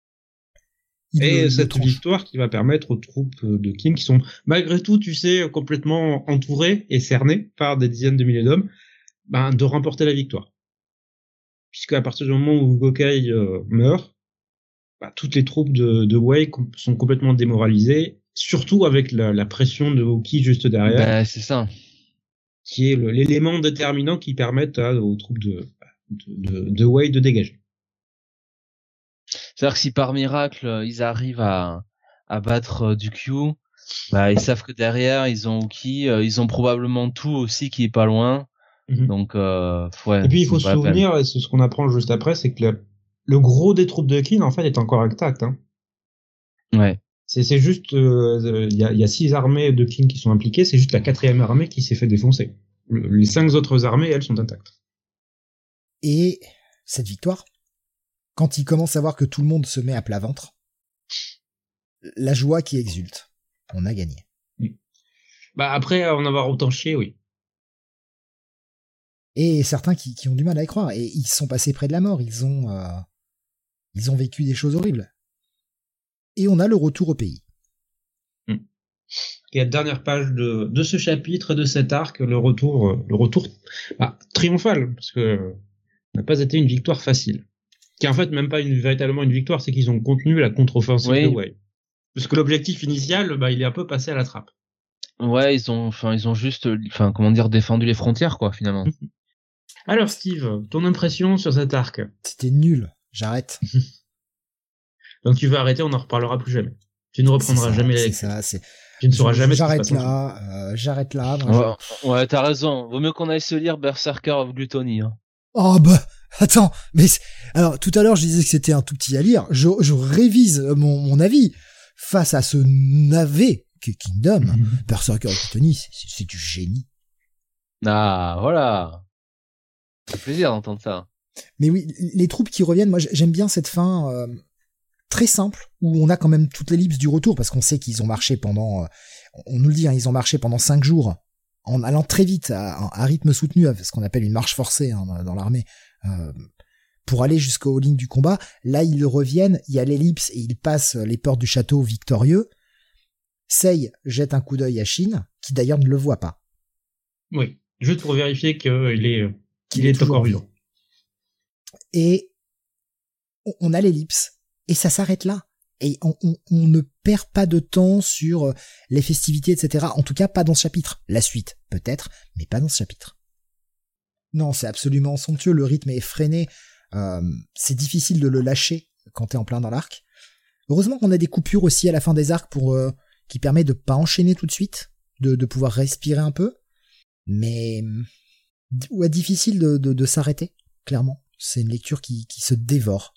S1: il
S2: Et
S1: le,
S2: cette
S1: le
S2: victoire qui va permettre aux troupes de King, qui sont malgré tout, tu sais, complètement entourées et cernées par des dizaines de milliers d'hommes, ben, de remporter la victoire. Puisqu'à partir du moment où Gokei euh, meurt, bah, toutes les troupes de, de Wei com- sont complètement démoralisées, surtout avec la, la pression de Oki juste derrière,
S3: Ben, c'est ça.
S2: qui est le- l'élément déterminant qui permet à, aux troupes de, de, de, de Wei de dégager.
S3: C'est-à-dire que si par miracle, ils arrivent à, à battre euh, du Q, bah, ils savent que derrière, ils ont Uki, euh, ils ont probablement tout aussi qui est pas loin.
S2: Mm-hmm.
S3: Donc, euh, ouais.
S2: Et puis, il faut se souvenir, et c'est ce qu'on apprend juste après, c'est que le, le gros des troupes de Qin, en fait, est encore intact, hein.
S3: Ouais.
S2: C'est, c'est juste, il euh, y, a, y a six armées de Qin qui sont impliquées, c'est juste la quatrième armée qui s'est fait défoncer. Le, les cinq autres armées, elles, sont intactes.
S1: Et cette victoire, quand il commence à voir que tout le monde se met à plat ventre, la joie qui exulte. On a gagné.
S2: Bah après, en avoir autant chié, oui.
S1: Et certains qui, qui ont du mal à y croire. Et ils sont passés près de la mort. Ils ont, euh, ils ont vécu des choses horribles. Et on a le retour au pays.
S2: Mm. Et à la dernière page de, de ce chapitre, de cet arc, le retour, le retour bah, triomphal, parce que n'a pas été une victoire facile. Qui est en fait même pas une, véritablement une victoire, c'est qu'ils ont contenu la contre-offensive oui. de Wei. Parce que l'objectif initial, bah, il est un peu passé à la trappe.
S3: Ouais, ils ont, enfin, ils ont juste, enfin, comment dire, défendu les frontières, quoi, finalement.
S2: Alors, Steve, ton impression sur cet arc?
S1: C'était nul. J'arrête.
S2: Donc, tu vas arrêter, on n'en reparlera plus jamais. Tu ne reprendras
S1: ça,
S2: jamais la
S1: C'est ça, c'est...
S2: Tu ne sauras
S1: je,
S2: jamais
S1: j'arrête
S2: ce qui se passe.
S1: Là, euh, j'arrête là.
S3: Moi, ouais, ouais, t'as raison. Vaut mieux qu'on aille se lire Berserker of Gluttony, hein.
S1: Oh, bah, attends, mais, alors, tout à l'heure, je disais que c'était un tout petit à lire. Je, je révise mon, mon avis. Face à ce navet que Kingdom, mm-hmm. Berserker of Gluttony, c'est, c'est, c'est du génie.
S3: Ah, voilà. Ça fait plaisir d'entendre ça.
S1: Mais oui, les troupes qui reviennent, moi, j'aime bien cette fin, euh, très simple, où on a quand même toute l'ellipse du retour, parce qu'on sait qu'ils ont marché pendant, euh, on nous le dit, hein, ils ont marché pendant cinq jours, en allant très vite, à, à rythme soutenu, à ce qu'on appelle une marche forcée, hein, dans, dans l'armée, euh, pour aller jusqu'aux lignes du combat. Là, ils reviennent, il y a l'ellipse, et ils passent les portes du château victorieux. Sei jette un coup d'œil à Shin, qui d'ailleurs ne le voit pas.
S2: Oui, juste pour vérifier qu'il est, qu'il est, est encore vivant.
S1: Et on a l'ellipse. Et ça s'arrête là. Et on, on, on ne perd pas de temps sur les festivités, et cetera. En tout cas, pas dans ce chapitre. La suite, peut-être, mais pas dans ce chapitre. Non, c'est absolument somptueux. Le rythme est freiné. Euh, c'est difficile de le lâcher quand t'es en plein dans l'arc. Heureusement qu'on a des coupures aussi à la fin des arcs pour euh, qui permet de pas enchaîner tout de suite, de, de pouvoir respirer un peu. Mais ouais, difficile de, de, de s'arrêter, clairement. C'est une lecture qui, qui se dévore.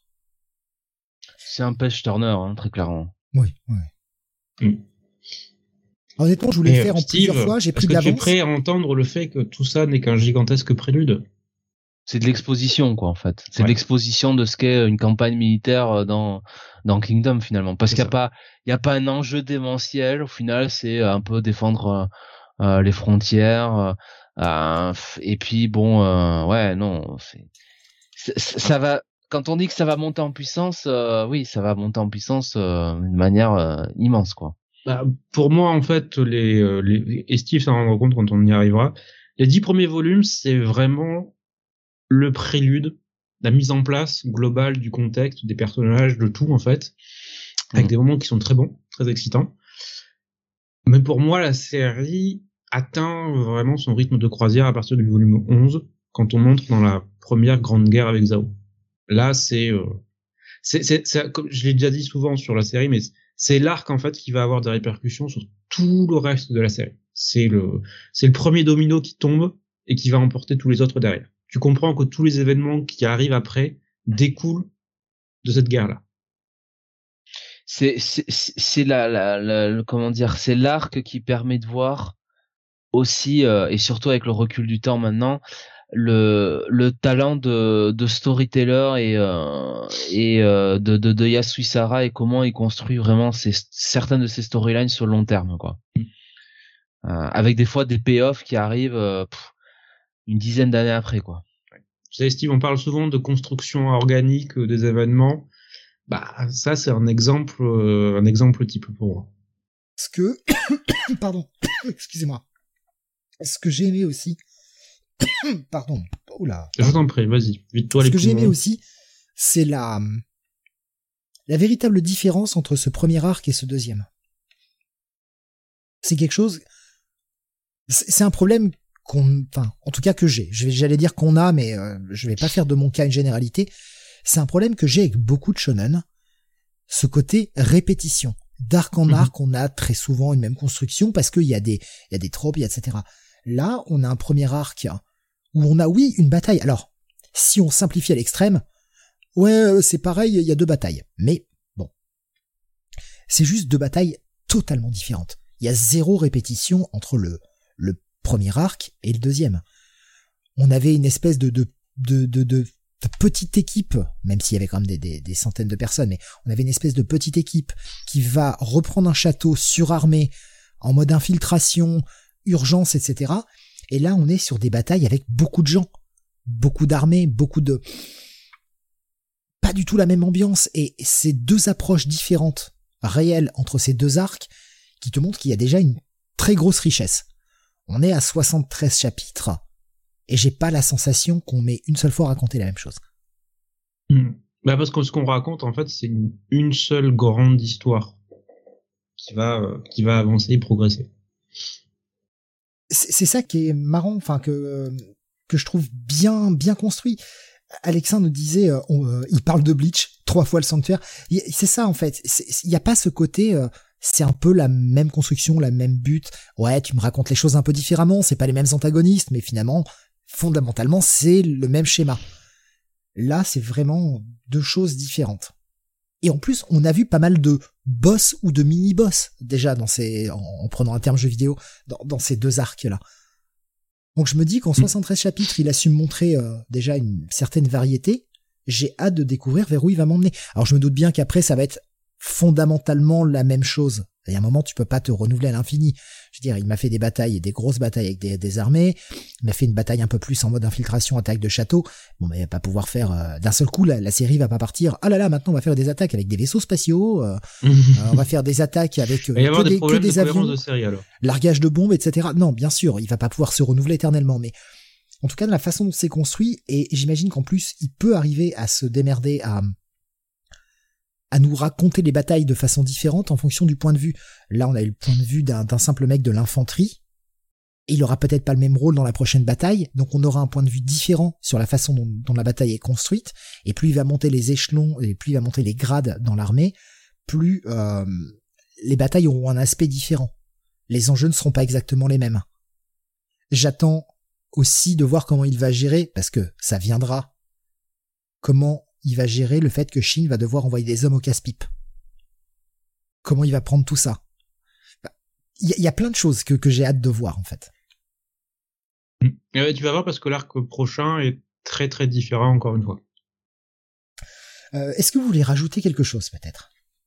S3: C'est un page turner, hein, très clairement.
S1: Oui, oui. Mm. Honnêtement, je voulais
S2: Et
S1: le faire en
S2: Steve,
S1: plusieurs fois, j'ai pris de
S2: l'avance. Est-ce que tu es
S1: l'avance.
S2: prêt à entendre le fait que tout ça n'est qu'un gigantesque prélude?
S3: C'est de l'exposition, quoi, en fait. C'est
S2: ouais.
S3: de l'exposition de ce qu'est une campagne militaire dans dans Kingdom, finalement. Parce c'est qu'il n'y a pas il y a pas un enjeu démentiel. Au final, c'est un peu défendre euh, les frontières. Euh, et puis, bon, euh, ouais, non, c'est, c'est ça va. Quand on dit que ça va monter en puissance, euh, oui, ça va monter en puissance euh, d'une manière euh, immense, quoi.
S2: Bah, pour moi, en fait, les, les et Steve s'en rendra compte quand on y arrivera. Les dix premiers volumes, c'est vraiment le prélude, la mise en place globale du contexte, des personnages, de tout en fait, avec mmh. des moments qui sont très bons, très excitants. Mais pour moi, la série atteint vraiment son rythme de croisière à partir du volume onze, quand on entre dans la première grande guerre avec Zhao. Là, c'est, euh, c'est, c'est, c'est, comme je l'ai déjà dit souvent sur la série, mais c'est l'arc en fait qui va avoir des répercussions sur tout le reste de la série. C'est le, c'est le premier domino qui tombe et qui va emporter tous les autres derrière. Tu comprends que tous les événements qui arrivent après découlent de cette guerre-là.
S3: C'est, c'est, c'est la, la, la, le, comment dire, c'est l'arc qui permet de voir aussi, euh, et surtout avec le recul du temps maintenant, le le talent de de storyteller et euh, et euh, de de de Yasuisara et comment il construit vraiment ses, certaines de ses storylines sur le long terme, quoi. Mm. Euh, avec des fois des payoffs qui arrivent euh, pff, une dizaine d'années après, quoi.
S2: Tu sais, Steve, on parle souvent de construction organique des événements. Bah, ça, c'est un exemple, euh, un exemple type pour moi.
S1: Ce que, pardon, excusez-moi. Ce que j'ai aimé aussi, pardon, oula.
S2: Je t'en prie, vas-y, vite-toi les
S1: Ce que
S2: poumons.
S1: j'ai aimé aussi, c'est la, la véritable différence entre ce premier arc et ce deuxième. C'est quelque chose, c'est un problème qu'on, enfin, en tout cas que j'ai. Je vais, j'allais dire qu'on a, mais euh, je vais pas faire de mon cas une généralité. C'est un problème que j'ai avec beaucoup de shonen. Ce côté répétition. D'arc en arc, on a très souvent une même construction parce qu'il y a des, il y a des tropes, et cetera. Là, on a un premier arc où on a, oui, une bataille. Alors, si on simplifie à l'extrême, ouais, c'est pareil, il y a deux batailles. Mais, bon. C'est juste deux batailles totalement différentes. Il y a zéro répétition entre le, le premier arc et le deuxième. On avait une espèce de, de, de, de, de petite équipe, même s'il y avait quand même des, des, des centaines de personnes, mais on avait une espèce de petite équipe qui va reprendre un château surarmé, en mode infiltration, urgence, et cetera. Et là, on est sur des batailles avec beaucoup de gens, beaucoup d'armées, beaucoup de... Pas du tout la même ambiance, et ces deux approches différentes, réelles, entre ces deux arcs, qui te montrent qu'il y a déjà une très grosse richesse. On est à soixante-treize chapitres, et j'ai pas la sensation qu'on m'ait une seule fois raconté la même chose.
S2: Mmh. Bah parce que ce qu'on raconte, en fait, c'est une, une seule grande histoire qui va, euh, qui va avancer et progresser.
S1: C'est, c'est ça qui est marrant, enfin que que je trouve bien bien construit. Alexin nous disait, euh, on, euh, il parle de Bleach trois fois le sanctuaire. Il, c'est ça en fait. Il y a pas ce côté. Euh, c'est un peu la même construction, la même but. Ouais, tu me racontes les choses un peu différemment. C'est pas les mêmes antagonistes, mais finalement, fondamentalement, c'est le même schéma. Là, c'est vraiment deux choses différentes. Et en plus, on a vu pas mal de boss ou de mini-boss déjà dans ces, en, en prenant un terme jeu vidéo, dans, dans ces deux arcs-là. Donc je me dis qu'en soixante-treize chapitres, il a su me montrer euh, déjà une certaine variété. J'ai hâte de découvrir vers où il va m'emmener. Alors je me doute bien qu'après, ça va être fondamentalement la même chose. Il y a un moment, tu peux pas te renouveler à l'infini. Je veux dire, il m'a fait des batailles, des grosses batailles avec des, des armées. Il m'a fait une bataille un peu plus en mode infiltration, attaque de château. Bon, mais il va pas pouvoir faire euh, d'un seul coup. La, la série va pas partir. Ah là là, maintenant on va faire des attaques avec des vaisseaux spatiaux. Euh, euh, on va faire des attaques avec euh, que, des, que des avions,
S2: de série, alors.
S1: largage de bombes, et cetera. Non, bien sûr, il va pas pouvoir se renouveler éternellement, mais en tout cas, de la façon dont c'est construit, et j'imagine qu'en plus, il peut arriver à se démerder à à nous raconter les batailles de façon différente en fonction du point de vue. Là, on a eu le point de vue d'un, d'un simple mec de l'infanterie. Et il aura peut-être pas le même rôle dans la prochaine bataille, donc on aura un point de vue différent sur la façon dont, dont la bataille est construite. Et plus il va monter les échelons, et plus il va monter les grades dans l'armée, plus euh, les batailles auront un aspect différent. Les enjeux ne seront pas exactement les mêmes. J'attends aussi de voir comment il va gérer, parce que ça viendra, comment il va gérer le fait que Shin va devoir envoyer des hommes au casse-pipe. Comment il va prendre tout ça? Il y, y a plein de choses que, que j'ai hâte de voir, en fait.
S2: Euh, tu vas voir parce que l'arc prochain est très très différent, encore une fois.
S1: Euh, est-ce que vous voulez rajouter quelque chose, peut-être?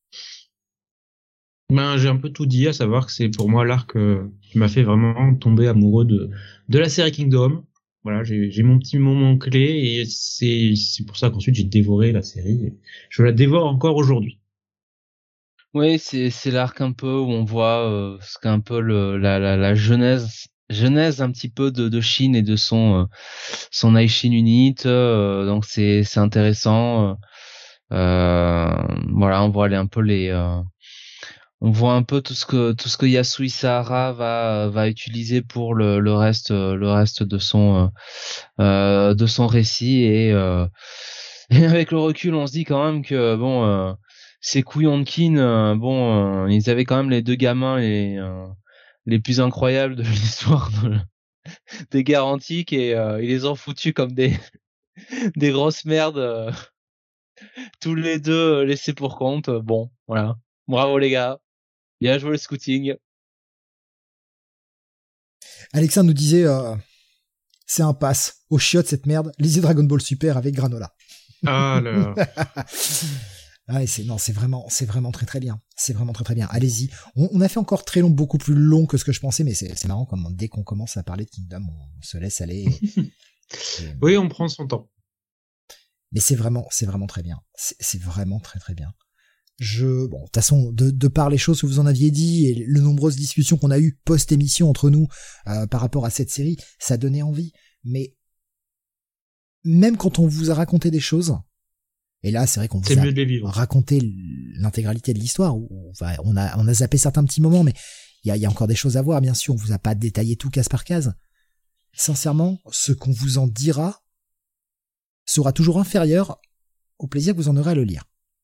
S2: Ben, j'ai un peu tout dit, à savoir que c'est pour moi l'arc euh, qui m'a fait vraiment tomber amoureux de, de la série Kingdom. Voilà, j'ai, j'ai mon petit moment clé et c'est, c'est pour ça qu'ensuite j'ai dévoré la série. Et je la dévore encore aujourd'hui.
S3: Oui, c'est, c'est l'arc un peu où on voit euh, ce qu'est un peu le, la, la, la genèse, genèse un petit peu de, de Shin et de son, euh, son Aishin Unit. Euh, donc c'est, c'est intéressant. Euh, voilà, on voit aller un peu les... Euh, on voit un peu tout ce que tout ce que Yasui Sahara va va utiliser pour le, le reste le reste de son euh, de son récit et, euh, et avec le recul on se dit quand même que bon euh, ces couillons de Kin euh, bon euh, ils avaient quand même les deux gamins les euh, les plus incroyables de l'histoire de, des guerres antiques et euh, ils les ont foutus comme des des grosses merdes euh, tous les deux laissés pour compte. Bon voilà, bravo les gars. Bien joué le scouting.
S1: Alexandre nous disait, euh, c'est un pass. Au chiottes, cette merde. Lisez Dragon Ball Super avec Granola.
S2: Ah là.
S1: Ah, et c'est, non, c'est vraiment, c'est vraiment très très bien. C'est vraiment très très bien. Allez-y. On, on a fait encore très long, beaucoup plus long que ce que je pensais, mais c'est, c'est marrant comme dès qu'on commence à parler de Kingdom, on se laisse aller. Et, et...
S2: Oui, on prend son temps.
S1: Mais c'est vraiment, c'est vraiment très bien. C'est, c'est vraiment très très bien. Je, bon, de toute façon, de, de par les choses que vous en aviez dit et les nombreuses discussions qu'on a eues post-émission entre nous euh, par rapport à cette série, ça donnait envie. Mais même quand on vous a raconté des choses, et là, c'est vrai qu'on vous
S2: c'est
S1: a
S2: mieux de les vivre.
S1: raconté l'intégralité de l'histoire, où enfin, on a on a zappé certains petits moments, mais il y a, y a encore des choses à voir, bien sûr. On vous a pas détaillé tout case par case. Sincèrement, ce qu'on vous en dira sera toujours inférieur au plaisir que vous en aurez à le lire.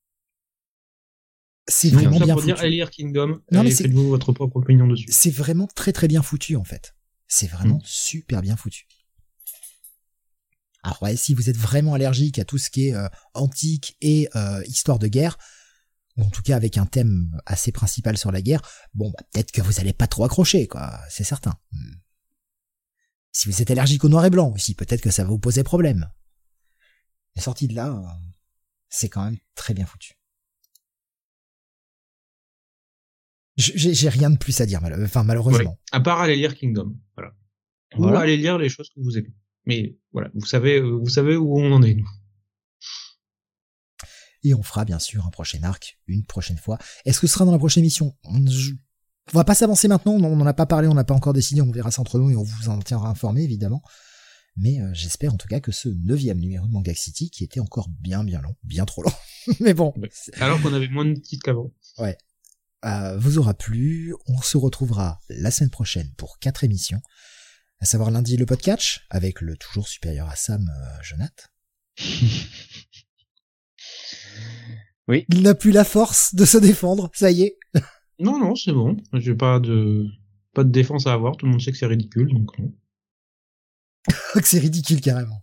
S1: C'est
S2: Donc,
S1: vraiment
S2: ça
S1: bien
S2: pour
S1: foutu.
S2: dire Alien Kingdom,
S1: Non, mais
S2: et
S1: c'est-
S2: faites-vous votre propre opinion dessus.
S1: C'est vraiment très très bien foutu en fait. C'est vraiment
S2: Mm.
S1: super bien foutu. Alors ouais, si vous êtes vraiment allergique à tout ce qui est euh, antique et euh, histoire de guerre, ou en tout cas avec un thème assez principal sur la guerre, bon bah peut-être que vous allez pas trop accrocher, quoi, c'est certain. Mm. Si vous êtes allergique au noir et blanc aussi, peut-être que ça va vous poser problème. Mais sorti de là, euh, c'est quand même très bien foutu. J'ai, j'ai rien de plus à dire, mal- enfin malheureusement.
S2: Ouais. À part aller lire Kingdom, voilà.
S3: Voilà.
S2: Ou aller lire les choses que vous aimez. Mais voilà, vous savez, euh, vous savez où on en est. Nous.
S1: Et on fera bien sûr un prochain arc une prochaine fois. Est-ce que ce sera dans la prochaine émission? On je- on va pas s'avancer maintenant, on n'en a pas parlé, on n'a pas encore décidé, on verra ça entre nous et on vous en tiendra informé évidemment. Mais euh, j'espère en tout cas que ce neuvième numéro de Manga City, qui était encore bien bien long, bien trop long, mais bon,
S2: Ouais. Alors qu'on avait moins de titres qu'avant.
S1: ouais, euh, vous aura plu. On se retrouvera la semaine prochaine pour quatre émissions, à savoir lundi le podcast avec le toujours supérieur à Sam, euh, Jonath.
S3: Oui.
S1: Il n'a plus la force de se défendre, ça y est.
S2: Non, non, c'est bon. J'ai pas de pas de défense à avoir. Tout le monde sait que c'est ridicule, donc non.
S1: Que c'est ridicule carrément.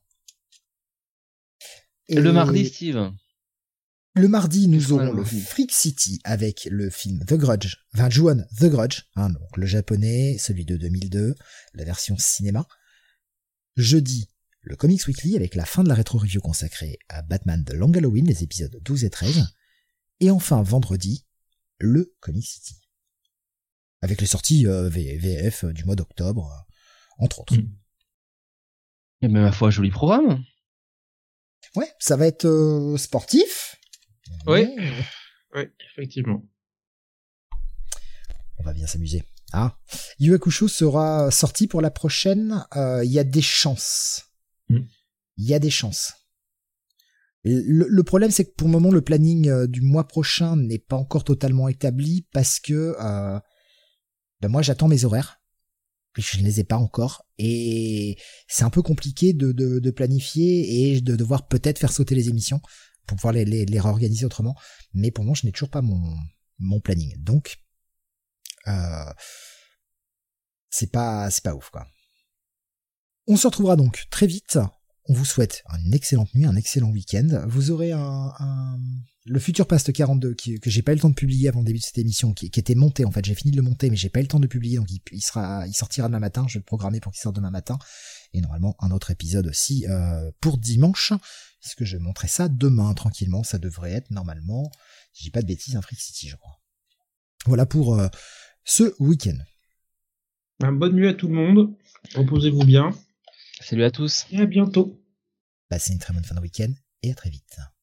S1: Et
S3: Le mardi, Steve.
S1: le mardi, nous
S3: Qu'est-ce qu'on a
S1: aurons
S3: le
S1: le
S3: mardi
S1: Freak City avec le film The Grudge, enfin Ju-on The Grudge, hein, donc le japonais, celui de deux mille deux, la version cinéma. Jeudi, le Comics Weekly avec la fin de la rétro-review consacrée à Batman The Long Halloween, les épisodes douze et treize. Et enfin, vendredi, le Comic City. Avec les sorties euh, V- VF du mois d'octobre, euh, entre autres.
S2: Mm.
S3: Et ben, ma foi, joli programme.
S1: Ouais, ça va être euh, sportif.
S2: Ouais.
S1: Mais
S2: Ouais, effectivement.
S1: on va bien s'amuser. Ah, Yu Hakusho sera sorti pour la prochaine. Il euh, y a des chances. Il
S2: Mm.
S1: y a des chances. Le, le problème, c'est que pour le moment, le planning euh, du mois prochain n'est pas encore totalement établi parce que euh, ben moi, j'attends mes horaires. Je ne les ai pas encore et c'est un peu compliqué de, de, de planifier et de devoir peut-être faire sauter les émissions pour pouvoir les, les, les réorganiser autrement. Mais pour le moment, je n'ai toujours pas mon, mon planning. Donc, euh, c'est pas, c'est pas ouf, quoi. On se retrouvera donc très vite. On vous souhaite une excellente nuit, un excellent week-end. Vous aurez un, un le Future Past quarante-deux qui, que j'ai pas eu le temps de publier avant le début de cette émission, qui, qui était monté en fait. J'ai fini de le monter, mais j'ai pas eu le temps de publier, donc il, il sera, il sortira demain matin. Je vais le programmer pour qu'il sorte demain matin. Et normalement un autre épisode aussi euh, pour dimanche, puisque je montrerai ça demain tranquillement. Ça devrait être normalement, si je dis pas de bêtises, un Freak City, je crois. Voilà pour euh, ce week-end.
S2: Ben, bonne nuit à tout le monde. Reposez-vous bien.
S3: Salut à tous.
S2: Et à bientôt.
S1: Passez une très bonne fin de week-end et à très vite.